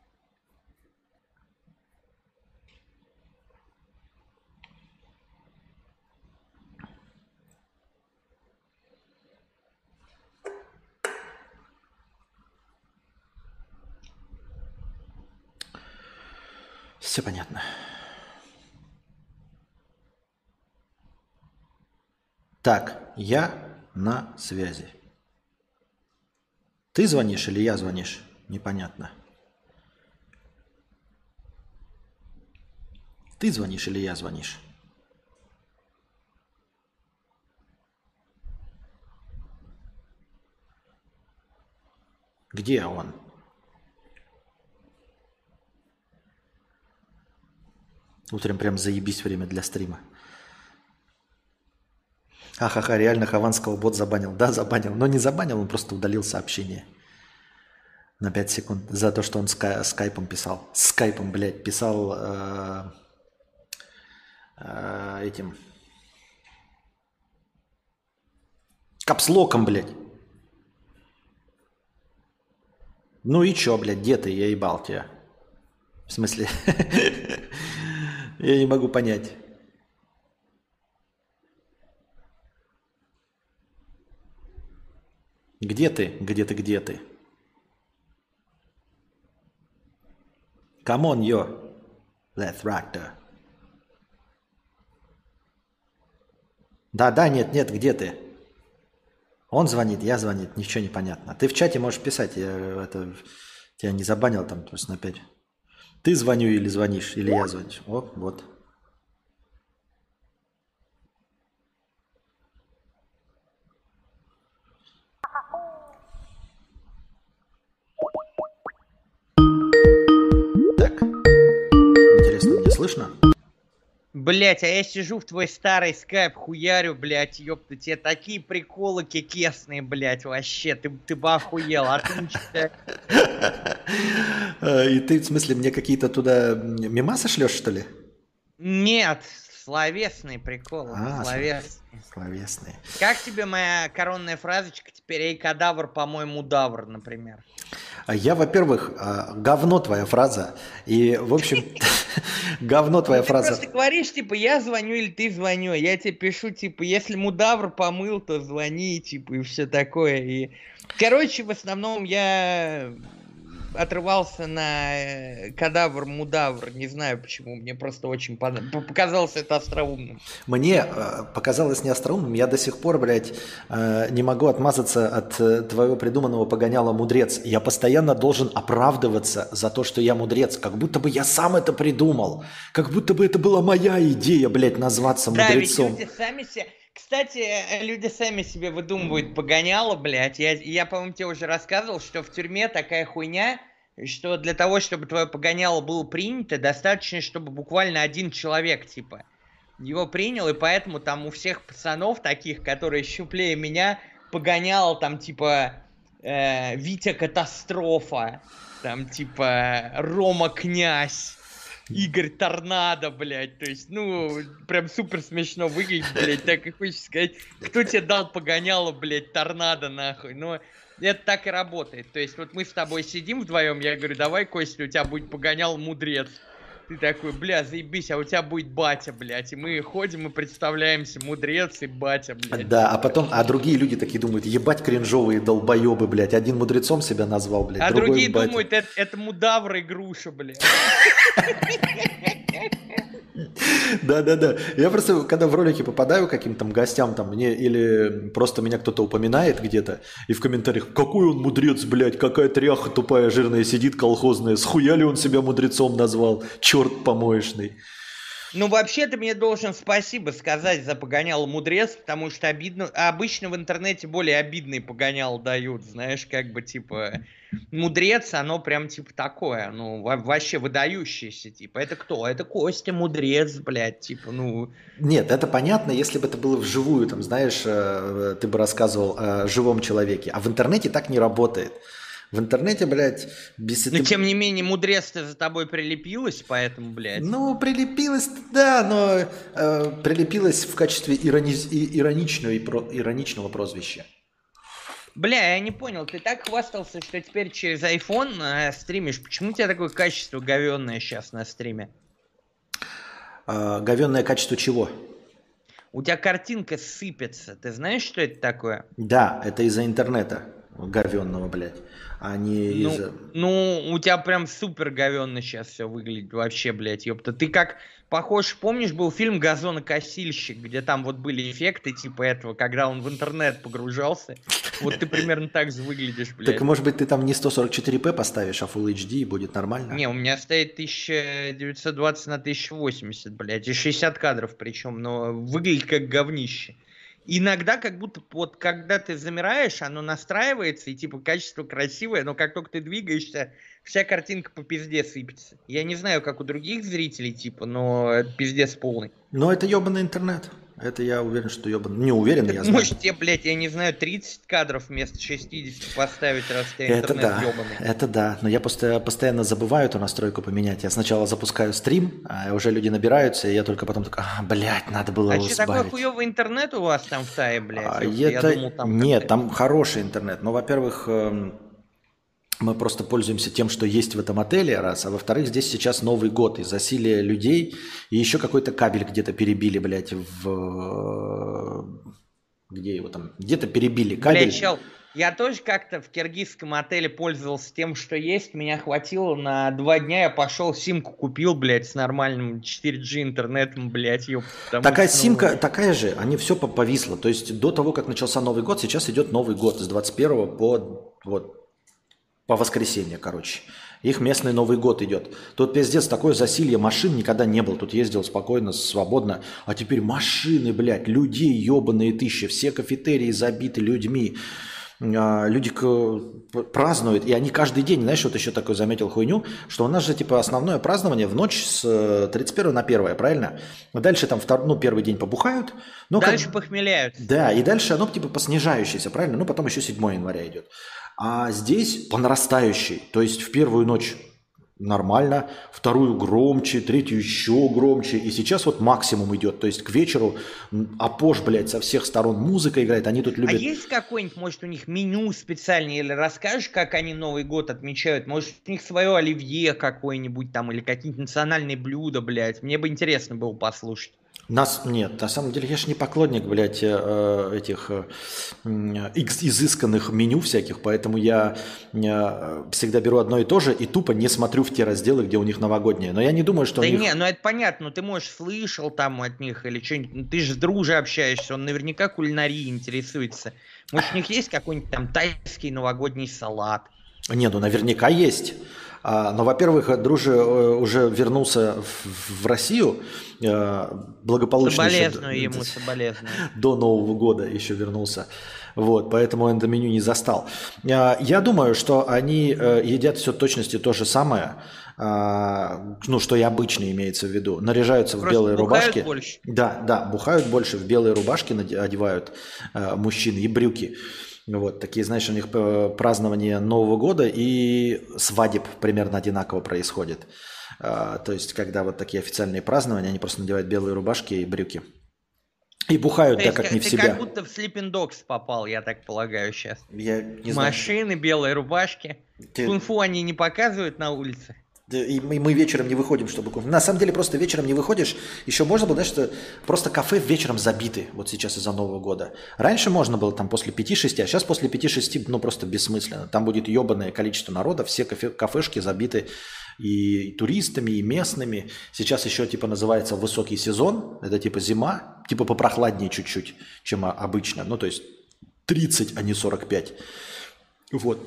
Все понятно. Так, я на связи. Ты звонишь или я звонишь? Непонятно. Ты звонишь или я звонишь? Где он? Утром прям заебись время для стрима. Ахаха, реально Хованского бот забанил. Да, забанил. Но не забанил, он просто удалил сообщение. На пять секунд. За то, что он ска- скайпом писал. Скайпом, блядь, писал э- э- этим... Капслоком, блядь. Ну и чё, блядь, где ты? Я ебал тебя. В смысле? Я не могу понять. Где ты? Где ты? Где ты? Come on, yo. Let's rock the... Да, да, нет, нет, где ты? Он звонит, я звонит, ничего не понятно. Ты в чате можешь писать, я это, тебя не забанил там просто на пять. Ты звоню или звонишь, или я звоню. О, вот. Так, интересно, мне слышно? Блять, а я сижу в твой старый скайп, хуярю, блять, ёпта, тебе такие приколы кекесные, блять, вообще, ты, ты бы охуел, а ты ничего. И ты, в смысле, мне какие-то туда мемасы шлешь, что ли? Нет, словесные приколы, А, словесные. словесные. Как тебе моя коронная фразочка теперь, эй, кадавр, по-моему, давр, например? Я, во-первых, говно твоя фраза. И, в общем, говно твоя Ты фраза. просто говоришь, типа, я звоню или ты звоню. Я тебе пишу, типа, если мудавр помыл, то звони, типа, и все такое. И, короче, в основном я отрывался на кадавр-мудавр. Не знаю почему. Мне просто очень пон- показалось это остроумным. Мне э, показалось не остроумным. Я до сих пор, блядь, э, не могу отмазаться от э, твоего придуманного погоняла мудрец. Я постоянно должен оправдываться за то, что я мудрец. Как будто бы я сам это придумал. Как будто бы это была моя идея, блядь, назваться Да, мудрецом. ведь люди сами себе... Кстати, люди сами себе выдумывают погоняло, блядь. Я, я, по-моему, тебе уже рассказывал, что в тюрьме такая хуйня, что для того, чтобы твое погоняло было принято, достаточно, чтобы буквально один человек, типа, его принял, и поэтому там у всех пацанов таких, которые щуплее меня, погоняло там, типа, э, Витя Катастрофа, там, типа, Рома Князь, Игорь Торнадо, блядь, то есть, ну, прям супер смешно выглядит, блядь, так и хочется сказать, кто тебе дал погоняло, блядь, Торнадо, нахуй, но это так и работает, то есть, вот мы с тобой сидим вдвоем, я говорю, давай, Костя, у тебя будет погоняло мудрец, ты такой, бля, заебись, а у тебя будет батя, блядь, и мы ходим и представляемся, мудрец и батя, блядь. Да, а потом, а другие люди такие думают, ебать кринжовые долбоебы, блядь, один мудрецом себя назвал, блядь, А другой другие батя. думают, это, это мудавр и груша, блядь. Да-да-да. Я просто, когда в ролики попадаю каким-то там гостям, там, мне, или просто меня кто-то упоминает где-то, и в комментариях, какой он мудрец, блядь, какая тряха тупая, жирная сидит, колхозная, схуя ли он себя мудрецом назвал, черт помоечный. Ну, вообще, ты мне должен спасибо сказать за погоняло мудрец, потому что обидно... А обычно в интернете более обидные погоняло дают, знаешь, как бы, типа, мудрец, оно прям, типа, такое, ну, во- вообще выдающееся, типа, это кто? Это Костя Мудрец, блядь, типа, ну... Нет, это понятно, если бы это было вживую, там, знаешь, э, ты бы рассказывал о живом человеке, а в интернете так не работает. В интернете, блядь, без... Но, тем не менее, мудрец-то за тобой прилепилась, поэтому, блядь... Ну, прилепилась, да, но э, прилепилась в качестве ирони... и- ироничного, и про... ироничного прозвища. Бля, я не понял, ты так хвастался, что теперь через iPhone э, стримишь. Почему у тебя такое качество говёное сейчас на стриме? Э, говенное качество чего? У тебя картинка сыпется. Ты знаешь, что это такое? Да, это из-за интернета говенного, блядь, а не Ну, из-за... ну, у тебя прям супер говенно сейчас все выглядит вообще, блядь, ёпта. Ты как похож, помнишь, был фильм «Газонокосильщик», где там вот были эффекты типа этого, когда он в интернет погружался. Вот ты примерно так же выглядишь, блядь. Так, может быть, ты там не сто сорок четыре пэ поставишь, а Full эйч ди и будет нормально? Не, у меня стоит тысяча девятьсот двадцать на тысяча восемьдесят, блядь, и шестьдесят кадров причем, но выглядит как говнище. Иногда как будто вот когда ты замираешь, оно настраивается, и типа качество красивое, но как только ты двигаешься, вся картинка по пизде сыпется. Я не знаю, как у других зрителей, типа, но это пиздец полный. Но это ебаный интернет. Это я уверен, что ебаный. Не уверен, Так я знаю. может тебе, блядь, я не знаю, тридцать кадров вместо шестидесяти поставить, раз у тебя Это интернет да, ебаный. это да. Но я просто постоянно забываю эту настройку поменять. Я сначала запускаю стрим, а уже люди набираются, и я только потом такой, а, блядь, надо было А его что, такой сбавить. хуёвый интернет у вас там в Тае, блядь? А, Ёпта, это... Я думал, там Нет, как-то- там хороший интернет. Но, во-первых, эм, мы просто пользуемся тем, что есть в этом отеле, раз. А во-вторых, здесь сейчас Новый год, и засилие людей, и еще какой-то кабель где-то перебили, блядь, в... Где его там? Где-то перебили кабель. Блядь, чел, Я тоже как-то в киргизском отеле пользовался тем, что есть. Меня хватило на два дня. Я пошел симку купил, блядь, с нормальным четыре джи интернетом, блядь, ёпта. Такая что, симка, ну... такая же, они все повисло. То есть до того, как начался Новый год, сейчас идет Новый год с двадцать первого по, вот, по воскресенье, короче. Их местный Новый год идет. Тут пиздец, такое засилье машин никогда не было. Тут ездил спокойно, свободно. А теперь машины, блядь, людей ебаные тысячи. Все кафетерии забиты людьми. Люди празднуют, и они каждый день, знаешь, вот еще такой заметил хуйню, что у нас же, типа, основное празднование в ночь с тридцать первого на первое, правильно? Дальше там втор... ну, первый день побухают. Но дальше как... похмеляют. Да, и дальше оно, типа, по снижающейся, правильно? Ну, потом еще седьмого января идет. А здесь по нарастающей, то есть в первую ночь нормально, вторую громче, третью еще громче. И сейчас вот максимум идет. То есть к вечеру опош, блядь, со всех сторон музыка играет. Они тут любят... А есть какой-нибудь, может, у них меню специальное? Или расскажешь, как они Новый год отмечают? Может, у них свое оливье какое-нибудь там? Или какие-нибудь национальные блюда, блядь? Мне бы интересно было послушать. Нас нет, на самом деле я же не поклонник, блядь, э, этих э, изысканных меню всяких, поэтому я э, всегда беру одно и то же и тупо не смотрю в те разделы, где у них новогодние. Но я не думаю, что да у них... не, ну это понятно, ну ты, может, слышал там от них или что-нибудь, ну, ты же с дружей общаешься, он наверняка кулинарией интересуется. Может, у них есть какой-нибудь там тайский новогодний салат? Не, ну наверняка есть. А, но, во-первых, Дружи уже вернулся в, в Россию э, благополучно. Соболезную еще, ему, соболезную. До Нового года еще вернулся. Вот, поэтому он это меню не застал. Э, я думаю, что они э, едят все точности то же самое, э, ну, что и обычно имеется в виду. Наряжаются Просто в белые рубашки. Больше. Да, да, бухают больше, в белые рубашки одевают э, мужчины и брюки. Вот, такие, знаешь, у них празднование Нового года и свадеб примерно одинаково происходит. А, то есть, когда вот такие официальные празднования, они просто надевают белые рубашки и брюки. И бухают, так как не в себя. Ты как будто в Sleeping Dogs попал, я так полагаю, сейчас. Я не Машины, знаю. белые рубашки. Ты... Кунг-фу они не показывают на улице? И мы вечером не выходим, чтобы... На самом деле, просто вечером не выходишь. Еще можно было, знаешь, что просто кафе вечером забиты. Вот сейчас из-за Нового года. Раньше можно было там после пяти-шести, а сейчас после пяти-шести, ну, просто бессмысленно. Там будет ебаное количество народа, все кафе, кафешки забиты и туристами, и местными. Сейчас еще, типа, называется высокий сезон. Это, типа, зима. Типа, попрохладнее чуть-чуть, чем обычно. Ну, то есть тридцать, а не сорок пять. Вот.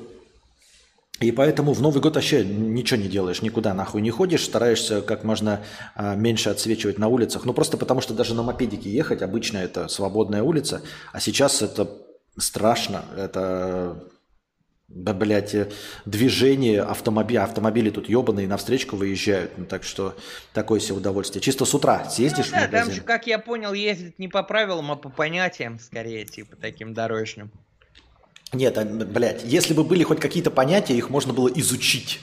И поэтому в Новый год вообще ничего не делаешь, никуда нахуй не ходишь, стараешься как можно а, меньше отсвечивать на улицах. Ну просто потому, что даже на мопедике ехать обычно это свободная улица, а сейчас это страшно, это, да, блядь, движение, автомобили, автомобили тут ебаные на встречку выезжают, ну, так что такое себе удовольствие. Чисто с утра съездишь ну, да, в магазин. Там же, как я понял, ездят не по правилам, а по понятиям, скорее, типа таким дорожным. Нет, блядь, если бы были хоть какие-то понятия, их можно было изучить.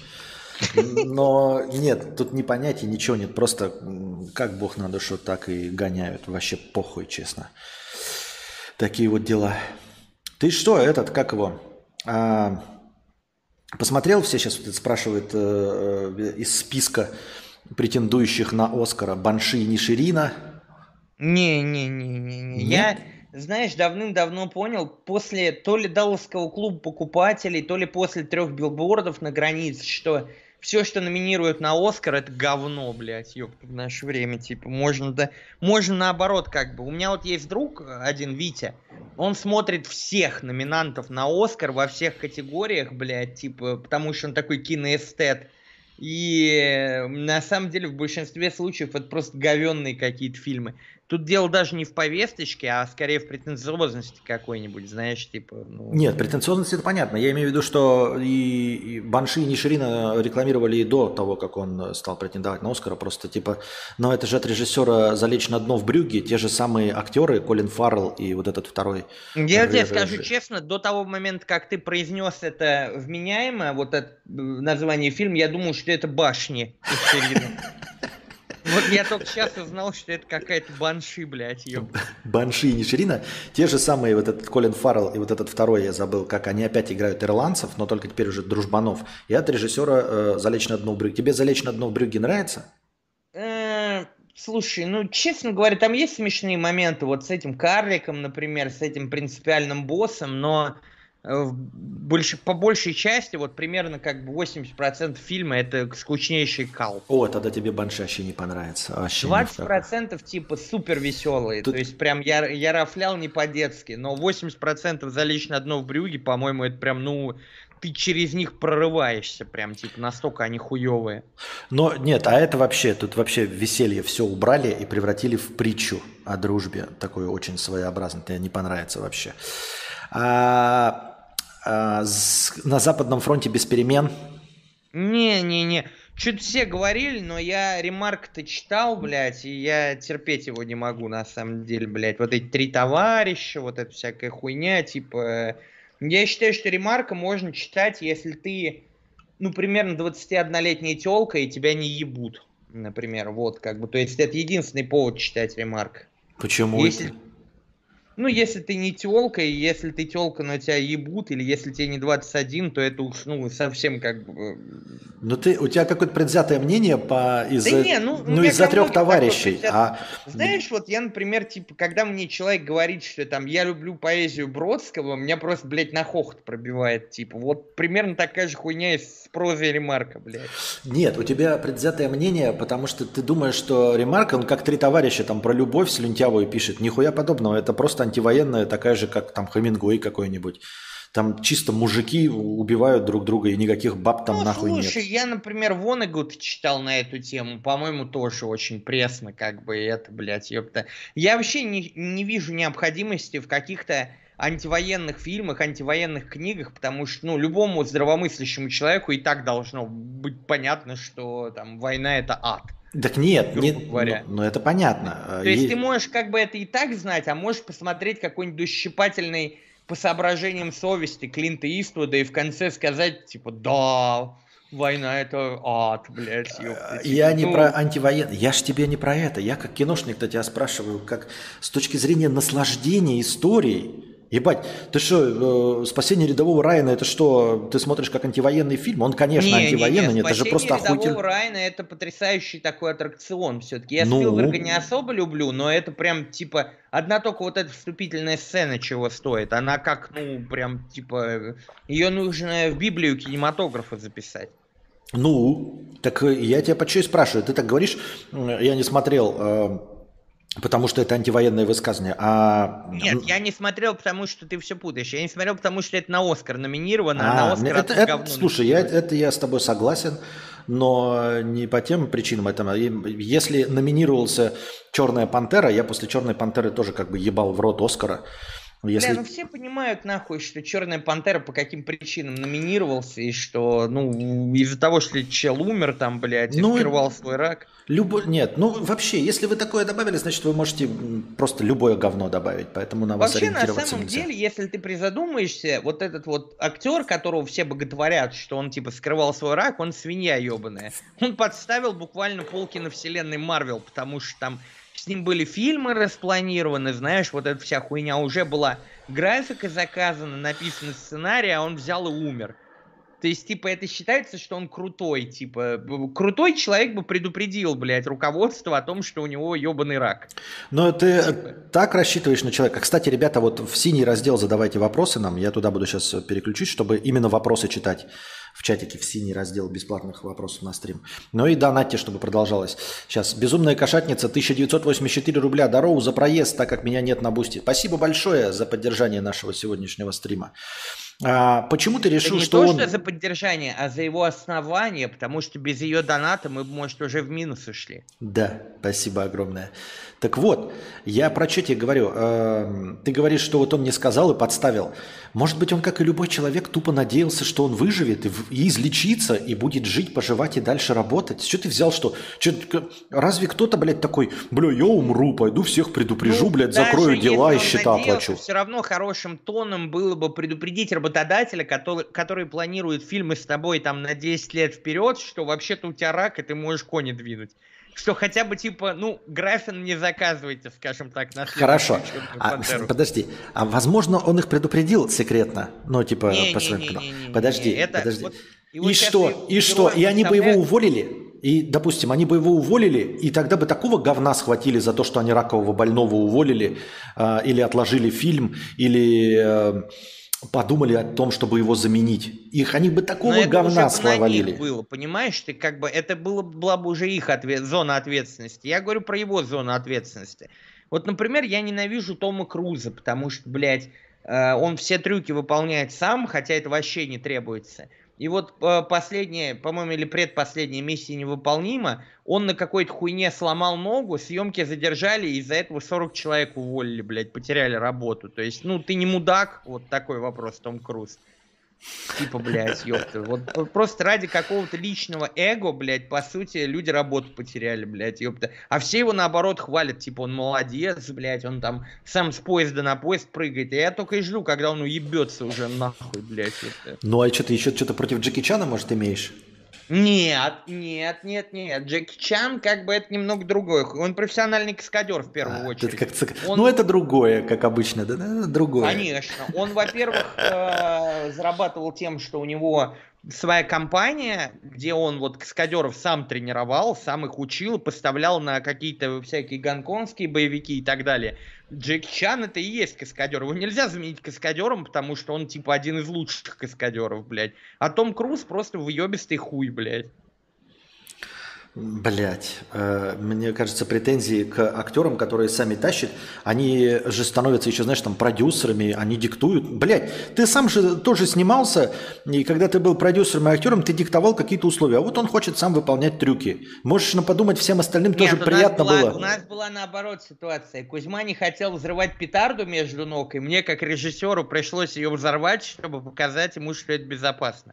Но нет, тут ни понятий, ничего нет. Просто как Бог на душу, так и гоняют. Вообще похуй, честно. Такие вот дела. Ты что, этот, как его? А, посмотрел все, сейчас вот спрашивают э, из списка претендующих на Оскара Банши и Ниширина? Не-не-не-не. Я... Знаешь, давным-давно понял, после то ли Далласского клуба покупателей, то ли после трех билбордов на границе, что все, что номинируют на Оскар, это говно, блядь, ёпта, в наше время, типа, можно, да, можно наоборот, как бы. У меня вот есть друг один, Витя, он смотрит всех номинантов на Оскар во всех категориях, блядь, типа, потому что он такой киноэстет. И на самом деле в большинстве случаев это просто говенные какие-то фильмы. Тут дело даже не в повесточке, а скорее в претенциозности какой-нибудь, знаешь, типа... Ну... Нет, претенциозность это понятно. Я имею в виду, что и, и Банши, и Ниширина рекламировали и до того, как он стал претендовать на Оскара. Просто типа, но это же от режиссера «Залечь на дно в брюгге», те же самые актеры, Колин Фаррелл и вот этот второй. Я тебе скажу честно, до того момента, как ты произнес это вменяемо, вот это название фильма, я думал, что это «Башни» Ниширина. Вот я только сейчас узнал, что это какая-то Банши, блядь, ёпта. Банши и Ниширина. Те же самые, вот этот Колин Фаррелл и вот этот второй, я забыл, как они опять играют ирландцев, но только теперь уже дружбанов. И от режиссера э, «Залечь на дно в брюгге». Тебе «Залечь на дно в брюгге» нравится? Э, слушай, ну, честно говоря, там есть смешные моменты вот с этим карликом, например, с этим принципиальным боссом, но в больше, по большей части, вот примерно как бы восемьдесят процентов фильма это скучнейший кал. О, тогда тебе банши не понравится. двадцать процентов типа супер веселые. Тут... То есть прям я, я рафлял не по-детски. Но восемьдесят процентов «Залечь на дно в брюге», по-моему, это прям, ну, ты через них прорываешься. Прям, типа, настолько они хуевые. Но нет, а это вообще, тут вообще веселье все убрали и превратили в притчу о дружбе. Такую очень своеобразную. Тебе не понравится вообще. А, а, с, на Западном фронте без перемен? Не-не-не. Что-то все говорили, но я ремарк-то читал, блядь, и я терпеть его не могу, на самом деле, блядь. Вот эти три товарища, вот эта всякая хуйня, типа... Я считаю, что ремарка можно читать, если ты, ну, примерно двадцатиоднолетняя тёлка, и тебя не ебут, например, вот, как бы. То есть это единственный повод читать ремарк. Почему если... это? Ну, если ты не тёлка, и если ты тёлка, но тебя ебут, или если тебе не двадцать один, то это уж, ну, совсем как бы... Ну, ты, у тебя какое-то предвзятое мнение по, из-за, да не, ну, ну, из-за трех товарищей. А... Знаешь, вот я, например, типа, когда мне человек говорит, что там я люблю поэзию Бродского, меня просто, блядь, на хохот пробивает, типа. Вот примерно такая же хуйня с прозой Ремарка, блядь. Нет, у тебя предвзятое мнение, потому что ты думаешь, что Ремарк, он как три товарища там про любовь слюнтявую пишет. Нихуя подобного, это просто антивоенная, такая же, как там Хемингуэй какой-нибудь. Там чисто мужики убивают друг друга, и никаких баб там ну, нахуй слушай, нет. Слушай, я, например, Вонегут читал на эту тему, по-моему, тоже очень пресно, как бы, это, блядь, ёпта. Я вообще не, не вижу необходимости в каких-то антивоенных фильмах, антивоенных книгах, потому что, ну, любому здравомыслящему человеку и так должно быть понятно, что там война — это ад. Так нет, нет, ну, ну это понятно. То есть и... ты можешь как бы это и так знать, а можешь посмотреть какой-нибудь дощипательный по соображениям совести Клинта Иствуда и в конце сказать, типа, да, война — это ад, блядь, ёпта. Типа, я ну... не про антивоенный, я ж тебе не про это. Я как киношник-то тебя спрашиваю, как с точки зрения наслаждения историей. Ебать, ты что, э, «Спасение рядового Райана» это что, ты смотришь как антивоенный фильм? Он, конечно, не, антивоенный, не, не. нет, это же просто охуительно. «Спасение рядового Райана» это потрясающий такой аттракцион все-таки. Я ну... Спилберга не особо люблю, но это прям, типа, одна только вот эта вступительная сцена чего стоит. Она как, ну, прям, типа, ее нужно в Библию кинематографа записать. Ну, так я тебя почему и спрашиваю. Ты так говоришь, я не смотрел... Э... Потому что это антивоенное высказывание. А... Нет, я не смотрел, потому что ты все путаешь. Я не смотрел, потому что это на Оскар номинировано, а, а на Оскар это, это, слушай, я, это я с тобой согласен, но не по тем причинам. Это, если номинировался «Черная пантера», я после «Черной пантеры» тоже как бы ебал в рот Оскара. Если... Бля, ну все понимают нахуй, что «Черная пантера» по каким причинам номинировался, и что, ну, из-за того, что чел умер там, блядь, и ну, вскрывал свой рак. Любо... Нет, ну вообще, если вы такое добавили, значит вы можете просто любое говно добавить, поэтому на вас вообще, ориентироваться на самом нельзя. деле, если ты призадумаешься, вот этот вот актер, которого все боготворят, что он типа скрывал свой рак, он свинья ебаная. Он подставил буквально полкиновселенной Марвел, потому что там с ним были фильмы распланированы, знаешь, вот эта вся хуйня, уже была графика заказана, написан сценарий, а он взял и умер. То есть, типа, это считается, что он крутой, типа, крутой человек бы предупредил, блядь, руководство о том, что у него ебаный рак. Но ты типа... так рассчитываешь на человека. Кстати, ребята, вот в синий раздел задавайте вопросы нам, я туда буду сейчас переключить, чтобы именно вопросы читать в чатике, в синий раздел бесплатных вопросов на стрим. Ну и донатьте, чтобы продолжалось. Сейчас, безумная кошатница, тысяча девятьсот восемьдесят четыре рубля, дароу за проезд, так как меня нет на бусте. Спасибо большое за поддержание нашего сегодняшнего стрима. А, почему ты решил, это не что то, он... что за поддержание, а за его основание, потому что без ее доната мы, может, уже в минус ушли. Да, спасибо огромное. Так вот, я про что тебе говорю. Э, ты говоришь, что вот он мне сказал и подставил. Может быть, он, как и любой человек, тупо надеялся, что он выживет и, и излечится, и будет жить, поживать и дальше работать. Что ты взял, что... Чё, разве кто-то, блядь, такой, бля, я умру, пойду всех предупрежу, ну, блядь, закрою дела и счета оплачу. Все равно хорошим тоном было бы предупредить работодателя, который, который планирует фильмы с тобой там на десять лет вперед, что вообще-то у тебя рак, и ты можешь кони двинуть. Что хотя бы типа, ну, Графин не заказывайте, скажем так, на Хорошо. А, подожди. А возможно, он их предупредил секретно? Ну, типа, не, по не, своим не, каналам. Не, не, не, подожди, не, это, подожди. Вот, и что? И что? И они бы его уволили? И, допустим, они бы его уволили, и тогда бы такого говна схватили за то, что они ракового больного уволили, э, или отложили фильм, или... Э, подумали о том, чтобы его заменить. Их, они бы такого Но это говна уже бы на них свалили. было, понимаешь? Ты как бы это было, была бы уже их ответ, зона ответственности. Я говорю про его зону ответственности. Вот, например, я ненавижу Тома Круза, потому что, блядь, э, он все трюки выполняет сам, хотя это вообще не требуется. И вот э, последняя, по-моему, или предпоследняя миссия невыполнима, он на какой-то хуйне сломал ногу, съемки задержали, и из-за этого сорок человек уволили, блядь, потеряли работу. То есть, ну, ты не мудак? Вот такой вопрос, Том Круз. Типа, блядь, ёпта. Вот просто ради какого-то личного эго, блядь, по сути, люди работу потеряли, блядь, ёпта. А все его, наоборот, хвалят, типа, он молодец, блядь, он там сам с поезда на поезд прыгает. И я только и жду, когда он уебется уже нахуй, блядь, ёпта. Ну, а что ты еще что-то против Джеки Чана, может, имеешь? Нет, нет, нет, нет. Джеки Чан, как бы, это немного другое. Он профессиональный каскадер, в первую А, очередь. это как цик- Он... Ну, это другое, как обычно, да? Это другое. Конечно. Он, во-первых, э, зарабатывал тем, что у него своя компания, где он вот каскадеров сам тренировал, сам их учил, поставлял на какие-то всякие гонконгские боевики и так далее. Джеки Чан это и есть каскадер. Его нельзя заменить каскадером, потому что он типа один из лучших каскадеров, блядь. А Том Круз просто въебистый хуй, блядь. Блять, мне кажется, претензии к актерам, которые сами тащат, они же становятся еще, знаешь, там продюсерами, они диктуют. Блять, ты сам же тоже снимался, и когда ты был продюсером и актером, ты диктовал какие-то условия. А вот он хочет сам выполнять трюки. Можешь ну, подумать, всем остальным Нет, тоже у приятно нас была, было. У нас была наоборот ситуация. Кузьма не хотел взрывать петарду между ног, и мне, как режиссеру, пришлось ее взорвать, чтобы показать ему, что это безопасно.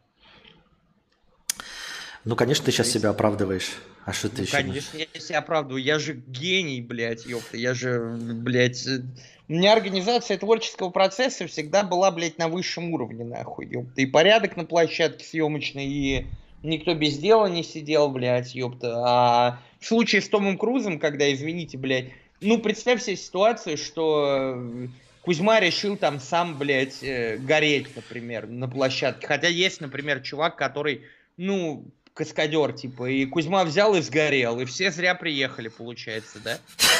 Ну, конечно, ты сейчас себя оправдываешь. А что ты Ну, еще? конечно, я себя оправдываю. Я же гений, блядь, ёпта. Я же, блядь... У меня организация творческого процесса всегда была, блядь, на высшем уровне, нахуй, ёпта. И порядок на площадке съемочной, и никто без дела не сидел, блядь, ёпта. А в случае с Томом Крузом, когда, извините, блядь, ну, представь себе ситуацию, что Кузьма решил там сам, блядь, гореть, например, на площадке. Хотя есть, например, чувак, который, ну... каскадер, типа, и Кузьма взял и сгорел, и все зря приехали, получается, да?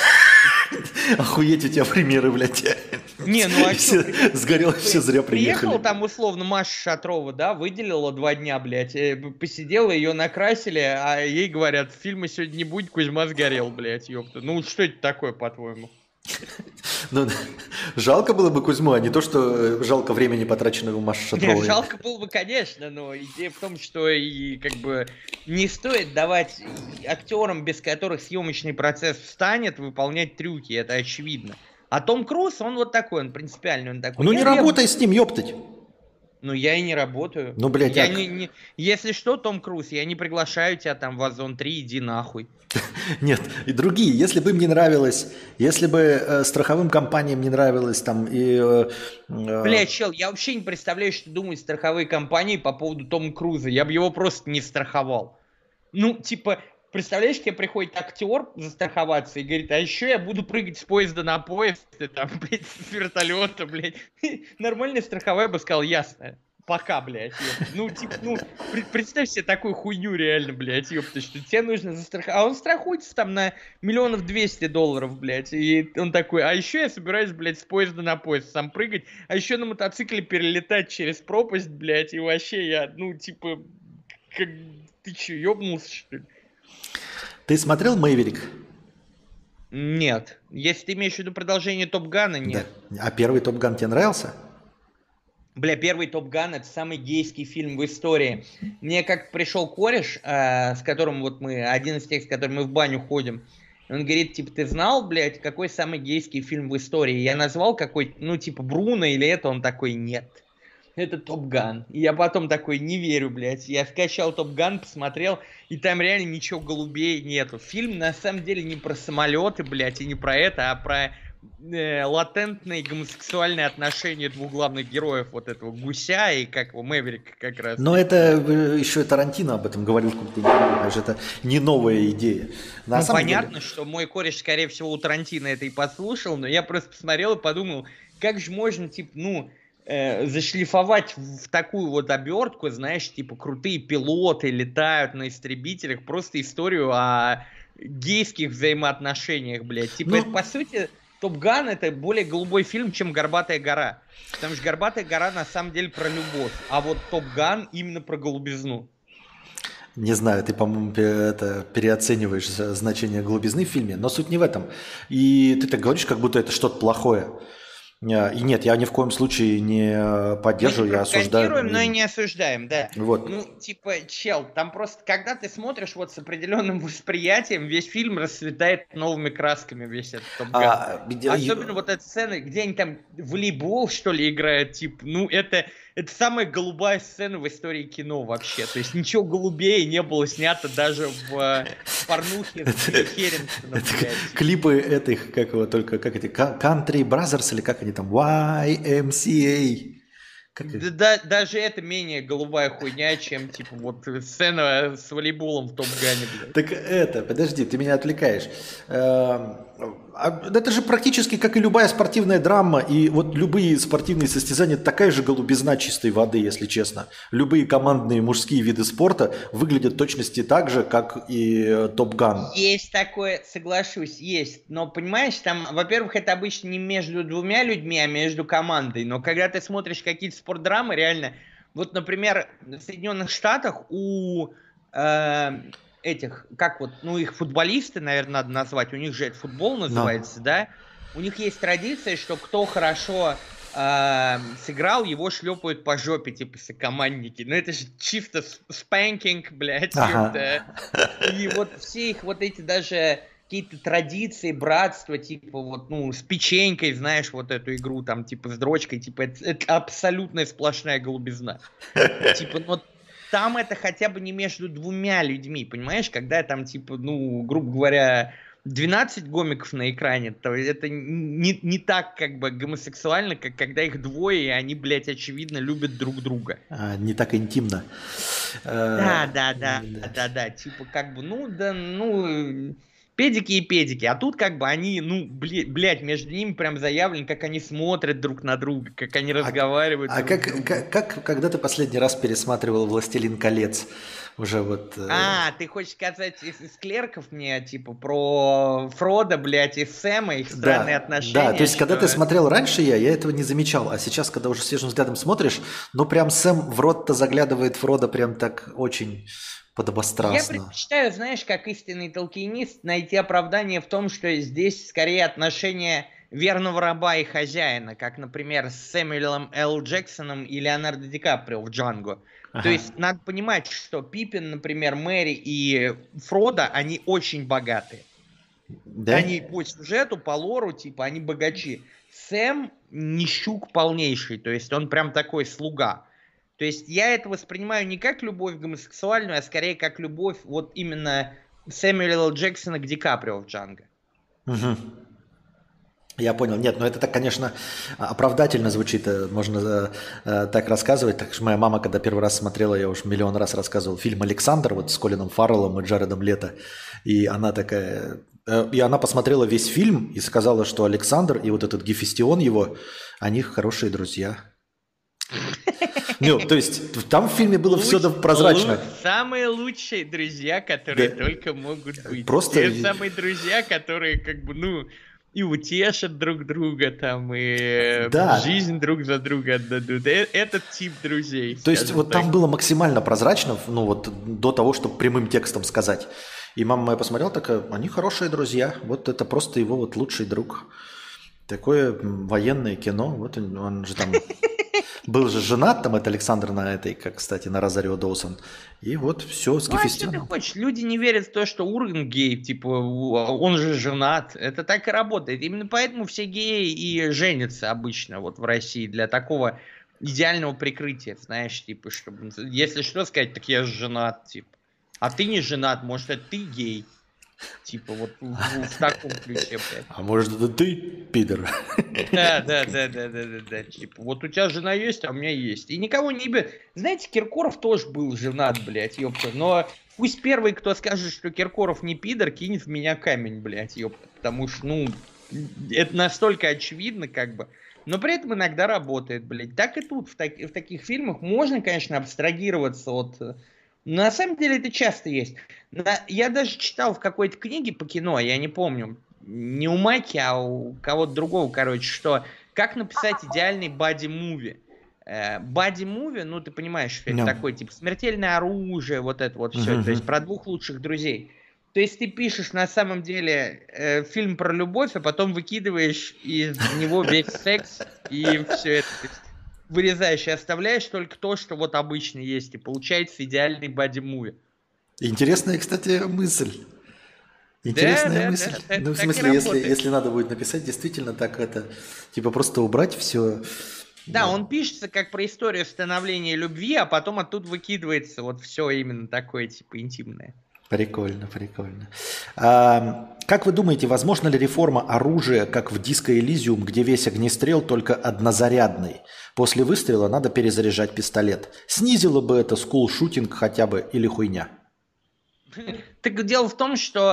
Охуеть у тебя примеры, блядь. Не, ну а все, что? Сгорел, все зря приехали. Приехала там, условно, Маша Шатрова, да, выделила два дня, блядь, посидела, ее накрасили, а ей говорят, фильма сегодня не будет, Кузьма сгорел, блядь, ёпта. Ну, что это такое, по-твоему? Ну, жалко было бы Кузьму, а не то, что жалко времени, потраченного у Маши Шатровой. Нет, жалко было бы, конечно, но идея в том, что и как бы не стоит давать актерам, без которых съемочный процесс встанет, выполнять трюки, это очевидно. А Том Круз, он вот такой, он принципиальный, он такой. Ну не я, работай я... с ним, ёптать. Ну я и не работаю. Ну, блядь, я як... не, не... Если что, Том Круз, я не приглашаю тебя там в Озон три, иди нахуй. Нет, и другие. Если бы им не нравилось, если бы э, страховым компаниям не нравилось там и... Э, э... Бля, чел, я вообще не представляю, что думают страховые компании по поводу Тома Круза. Я бы его просто не страховал. Ну, типа, представляешь, тебе приходит актер застраховаться и говорит, а еще я буду прыгать с поезда на поезд, и там, блядь, с вертолета, блядь. Нормальная страховая бы сказал, ясно. Пока, блядь, ёпта. Ну, типа, ну, представь себе такую хуйню реально, блядь, ёпта, что тебе нужно застраховать. А он страхуется там на миллионов двести долларов, блядь, и он такой, а еще я собираюсь, блядь, с поезда на поезд сам прыгать, а еще на мотоцикле перелетать через пропасть, блядь, и вообще я, ну, типа, как, ты че, ёбнулся, что ли? Ты смотрел «Мэйверик»? Нет. Если ты имеешь в виду продолжение Топ Гана, нет. Да. А первый Топ Ган тебе нравился? Бля, первый Топ Ган это самый гейский фильм в истории. Мне как пришел кореш, э, с которым вот мы, один из тех, с которым мы в баню ходим, он говорит, типа, ты знал, блядь, какой самый гейский фильм в истории? Я назвал какой-то, ну, типа, Бруно или это, он такой, нет. Это Топ Ган. И я потом такой, не верю, блядь. Я скачал Топ Ган, посмотрел, и там реально ничего голубей нету. Фильм на самом деле не про самолеты, блядь, и не про это, а про э, латентные гомосексуальные отношения двух главных героев, вот этого Гуся и как его, Мэверик как раз. Но это еще и Тарантино об этом говорил в каком-то интервью, это не новая идея. На ну, самом понятно, деле... что мой кореш, скорее всего, у Тарантино это и послушал, но я просто посмотрел и подумал, как же можно, типа, ну... зашлифовать в такую вот обертку, знаешь, типа крутые пилоты летают на истребителях, просто историю о гейских взаимоотношениях, блядь. Типа ну... это, по сути, Топ Ган это более голубой фильм, чем Горбатая гора. Потому что Горбатая гора на самом деле про любовь, а вот Топ Ган именно про голубизну. Не знаю, ты, по-моему, это переоцениваешь значение голубизны в фильме, но суть не в этом. И ты так говоришь, как будто это что-то плохое. И нет, я ни в коем случае не поддерживаю, я осуждаю. Мы но и не осуждаем, да. Вот. Ну, типа, чел, там просто, когда ты смотришь вот с определенным восприятием, весь фильм расцветает новыми красками, весь этот Топ Ган. А, Особенно я... вот эта сцена, где они там в волейбол, что ли, играют, типа, ну, это... Это самая голубая сцена в истории кино вообще. То есть ничего голубее не было снято даже в э, порнухе с Херрингтоном. Клипы этих, как его только, как эти, Country Brothers или как они там, уай эм си эй. Да, да, даже это менее голубая хуйня, чем типа вот сцена с волейболом в Топ Гане, блядь. Так это, подожди, ты меня отвлекаешь. Это же практически как и любая спортивная драма, и вот любые спортивные состязания такая же голубизна чистой воды, если честно. Любые командные мужские виды спорта выглядят точности так же, как и Топ Ган. Есть такое, соглашусь, есть. Но понимаешь, там, во-первых, это обычно не между двумя людьми, а между командой. Но когда ты смотришь какие-то спортдрамы, реально, вот, например, в Соединенных Штатах у э, этих, как вот, ну, их футболисты, наверное, надо назвать, у них же это футбол называется, no. да? У них есть традиция, что кто хорошо э, сыграл, его шлепают по жопе, типа, сокомандники. Ну, это же чисто спэнкинг, блядь, ага. И вот все их вот эти даже... какие-то традиции, братства, типа вот, ну, с печенькой, знаешь, вот эту игру, там, типа, с дрочкой, типа, это, это абсолютная сплошная голубизна. Типа, ну, там это хотя бы не между двумя людьми, понимаешь, когда там, типа, ну, грубо говоря, двенадцать гомиков на экране, то это не, не так, как бы, гомосексуально, как когда их двое, и они, блядь, очевидно, любят друг друга. А, не так интимно. Да, да, да, да, да, да, типа, как бы, ну, да, ну... Педики и педики. А тут как бы они, ну, блядь, между ними прям заявлено, как они смотрят друг на друга, как они разговаривают. А, а как, как, как, когда ты последний раз пересматривал «Властелин колец»? Уже вот... А, ты хочешь сказать из, из клерков мне, типа, про Фрода, блядь, и Сэма, их странные да, отношения? Да, то есть, что... когда ты смотрел раньше я, я этого не замечал. А сейчас, когда уже свежим взглядом смотришь, ну, прям Сэм в рот-то заглядывает Фрода прям так очень... подобострастно. Я предпочитаю, знаешь, как истинный толкинист, найти оправдание в том, что здесь скорее отношения верного раба и хозяина, как, например, с Сэмюэлем Л. Джексоном и Леонардо Ди Каприо в «Джанго». Ага. То есть надо понимать, что Пиппин, например, Мэри и Фродо, они очень богатые. Да? Они по сюжету, по лору, типа, они богачи. Сэм нищук полнейший, то есть он прям такой слуга. То есть я это воспринимаю не как любовь гомосексуальную, а скорее как любовь вот именно Сэмюэла Л. Джексона к Ди Каприо в «Джанго». Угу. Я понял. Нет, ну это так, конечно, оправдательно звучит. Можно э, так рассказывать. Так что моя мама, когда первый раз смотрела, я уже миллион раз рассказывал, фильм «Александр» вот с Колином Фарреллом и Джаредом Лето. И она такая... Э, и она посмотрела весь фильм и сказала, что Александр и вот этот Гефестион его, они хорошие друзья. Ну, то есть там в фильме было все прозрачно. Самые лучшие друзья, которые да. только могут быть. Просто... Те самые друзья, которые как бы, ну, и утешат друг друга, там, и да. жизнь друг за друга отдадут. Этот тип друзей. То есть вот так. Там было максимально прозрачно, ну вот до того, чтобы прямым текстом сказать. И мама моя посмотрела, такая, они хорошие друзья. Вот это просто его вот лучший друг. Такое военное кино. Вот он, он же там... Был же женат, там, это Александр на этой, как, кстати, на Розарио Доусон. И вот все с Гефестионом. Ну, а что ты хочешь? Люди не верят в то, что Урган гей, типа, он же женат. Это так и работает. Именно поэтому все геи и женятся обычно вот в России для такого идеального прикрытия, знаешь, типа, чтобы, если что сказать, так я же женат, типа. А ты не женат, может, это ты гей. Типа вот в, в таком ключе, блядь. А может, это ты, пидор? Да, да, да, да, да, да, да. Типа, вот у тебя жена есть, а у меня есть. И никого не бьет. Знаете, Киркоров тоже был женат, блядь, ёпта. Но пусть первый, кто скажет, что Киркоров не пидор, кинет в меня камень, блядь, ёпта. Потому что, ну, это настолько очевидно, как бы. Но при этом иногда работает, блядь. Так и тут, в, так, в таких фильмах можно, конечно, абстрагироваться от... Но на самом деле это часто есть. Я даже читал в какой-то книге по кино, я не помню, не у Маки, а у кого-то другого, короче, что как написать идеальный бади-муви. Бади-муви, ну ты понимаешь, что это No. такое, типа смертельное оружие, вот это вот все, Мгм. то есть про двух лучших друзей. То есть ты пишешь на самом деле э, фильм про любовь, а потом выкидываешь из него весь секс и все это. То есть вырезаешь и оставляешь только то, что вот обычно есть, и получается идеальный бади-муви. Интересная, кстати, мысль. Да, Интересная да, мысль. да, так, Ну, в так и смысле, если, работает. если надо будет написать, действительно так это, типа просто убрать все. Да, он пишется как про историю становления любви, а потом оттуда выкидывается вот все именно такое, типа, интимное. Прикольно, прикольно. А, как вы думаете, возможно ли реформа оружия, как в Disco Elysium, где весь огнестрел только однозарядный? После выстрела надо перезаряжать пистолет. Снизило бы это скул-шутинг хотя бы или хуйня? Так дело в том, что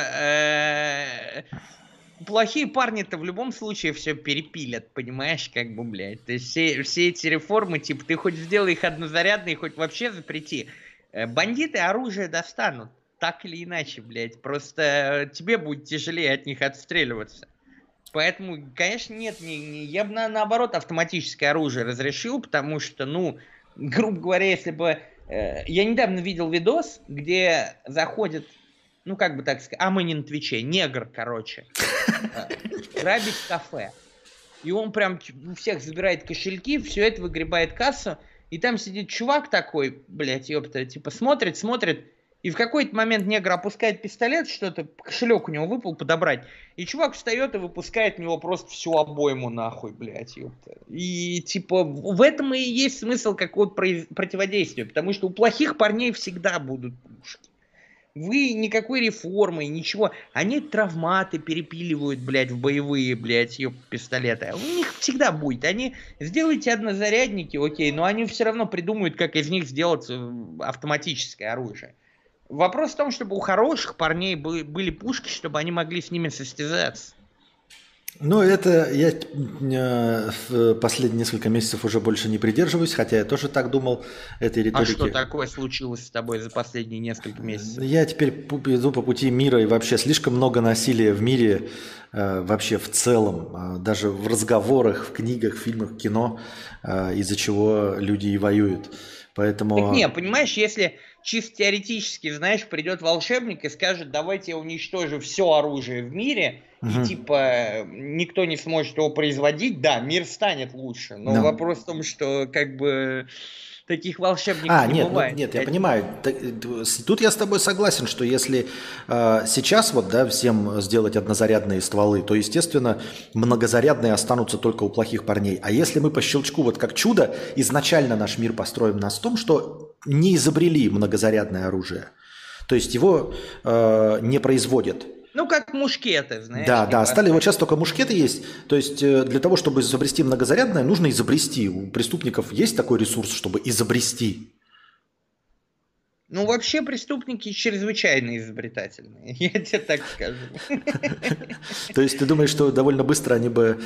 э, плохие парни-то в любом случае все перепилят, понимаешь, как бы, блядь. То есть все, все эти реформы, типа, ты хоть сделай их однозарядные, хоть вообще запрети. Э, Бандиты оружие достанут, так или иначе, блядь. Просто тебе будет тяжелее от них отстреливаться. Поэтому, конечно, нет, не, не, я бы на, наоборот автоматическое оружие разрешил, потому что, ну, грубо говоря, если бы... Э, я недавно видел видос, где заходит, ну, как бы так сказать, а мы не на Твиче, негр, короче, э, грабить кафе. И он прям у всех забирает кошельки, все это выгребает кассу, и там сидит чувак такой, блядь, ёпта, типа смотрит, смотрит, и в какой-то момент негр опускает пистолет, что-то, кошелек у него выпал подобрать, и чувак встает и выпускает в него просто всю обойму нахуй, блядь, ёпта. И типа в этом и есть смысл какого-то противодействия, потому что у плохих парней всегда будут пушки. Вы никакой реформы, ничего. Они травматы перепиливают, блядь, в боевые, блядь, ёп, пистолеты. У них всегда будет. Они сделайте однозарядники, окей, но они все равно придумают, как из них сделать автоматическое оружие. Вопрос в том, чтобы у хороших парней были, были пушки, чтобы они могли с ними состязаться. Ну, это я э, в последние несколько месяцев уже больше не придерживаюсь, хотя я тоже так думал этой риторики. А что такое случилось с тобой за последние несколько месяцев? Я теперь иду по пути мира, и вообще слишком много насилия в мире, э, вообще в целом, э, даже в разговорах, в книгах, в фильмах, кино, э, из-за чего люди и воюют. Поэтому... Так не, понимаешь, если чисто теоретически, знаешь, придет волшебник и скажет, давайте я уничтожу все оружие в мире, угу. и типа никто не сможет его производить, да, мир станет лучше. Но no. вопрос в том, что как бы таких волшебников а, не нет, бывает. Ну, нет, я понимаю. Тут я с тобой согласен, что если э, сейчас вот, да, всем сделать однозарядные стволы, то, естественно, многозарядные останутся только у плохих парней. А если мы по щелчку, вот как чудо, изначально наш мир построим на том, что не изобрели многозарядное оружие, то есть его э, не производят. Ну, как мушкеты, знаешь. Да, да, стали, вот сейчас только мушкеты есть. То есть для того, чтобы изобрести многозарядное, нужно изобрести. У преступников есть такой ресурс, чтобы изобрести? Ну, вообще преступники чрезвычайно изобретательные, я тебе так скажу. То есть ты думаешь, что довольно быстро они бы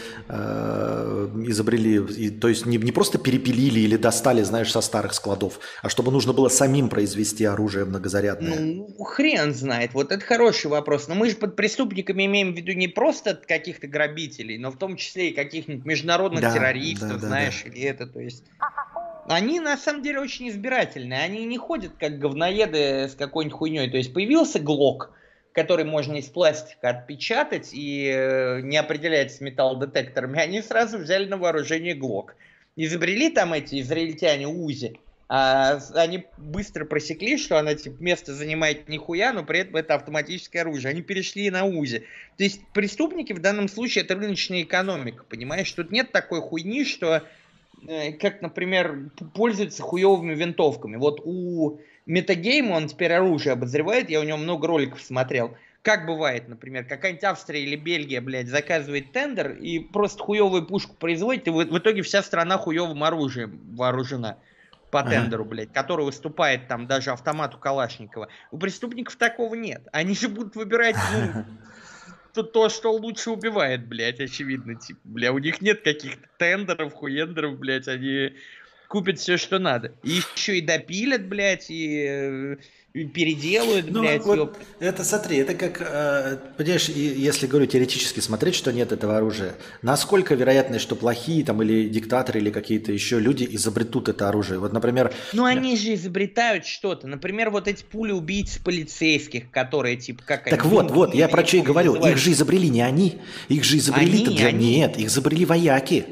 изобрели, то есть не просто перепилили или достали, знаешь, со старых складов, а чтобы нужно было самим произвести оружие многозарядное? Ну, хрен знает, вот это хороший вопрос. Но мы же под преступниками имеем в виду не просто каких-то грабителей, но в том числе и каких-нибудь международных да, террористов, да, знаешь, да. или это, то есть... Они на самом деле очень избирательные, они не ходят как говноеды с какой-нибудь хуйней. То есть появился глок, который можно из пластика отпечатать и э, не определяется с металлодетекторами, они сразу взяли на вооружение глок. Изобрели там эти израильтяне УЗИ, а они быстро просекли, что она типа место занимает нихуя, но при этом это автоматическое оружие. Они перешли на УЗИ. То есть преступники в данном случае это рыночная экономика, понимаешь? Тут нет такой хуйни, что... как, например, пользуются хуевыми винтовками. Вот у Метагейма он теперь оружие обозревает, я у него много роликов смотрел. Как бывает, например, какая-нибудь Австрия или Бельгия, блядь, заказывает тендер и просто хуевую пушку производит, и в, в итоге вся страна хуевым оружием вооружена по тендеру, блядь, который выступает там даже автомату Калашникова. У преступников такого нет. Они же будут выбирать, ну... То, то, что лучше убивает, блядь, очевидно, типа, бля, у них нет каких-то тендеров, хуендеров, блядь, они купят все, что надо. И еще и допилят, блядь, и, э, и переделают, Ну, блядь. вот ёп. это, смотри, это как, э, понимаешь, и если, говорю, теоретически смотреть, что нет этого оружия, насколько вероятность, что плохие там или диктаторы, или какие-то еще люди изобретут это оружие? Вот, например... Ну, они же изобретают что-то. Например, вот эти пули убийц полицейских, которые, типа, как Так они... вот, ну, вот, я про что и хуй говорю. называют. Их же изобрели не они. Их же изобрели-то Они, для... они. Нет, их изобрели вояки.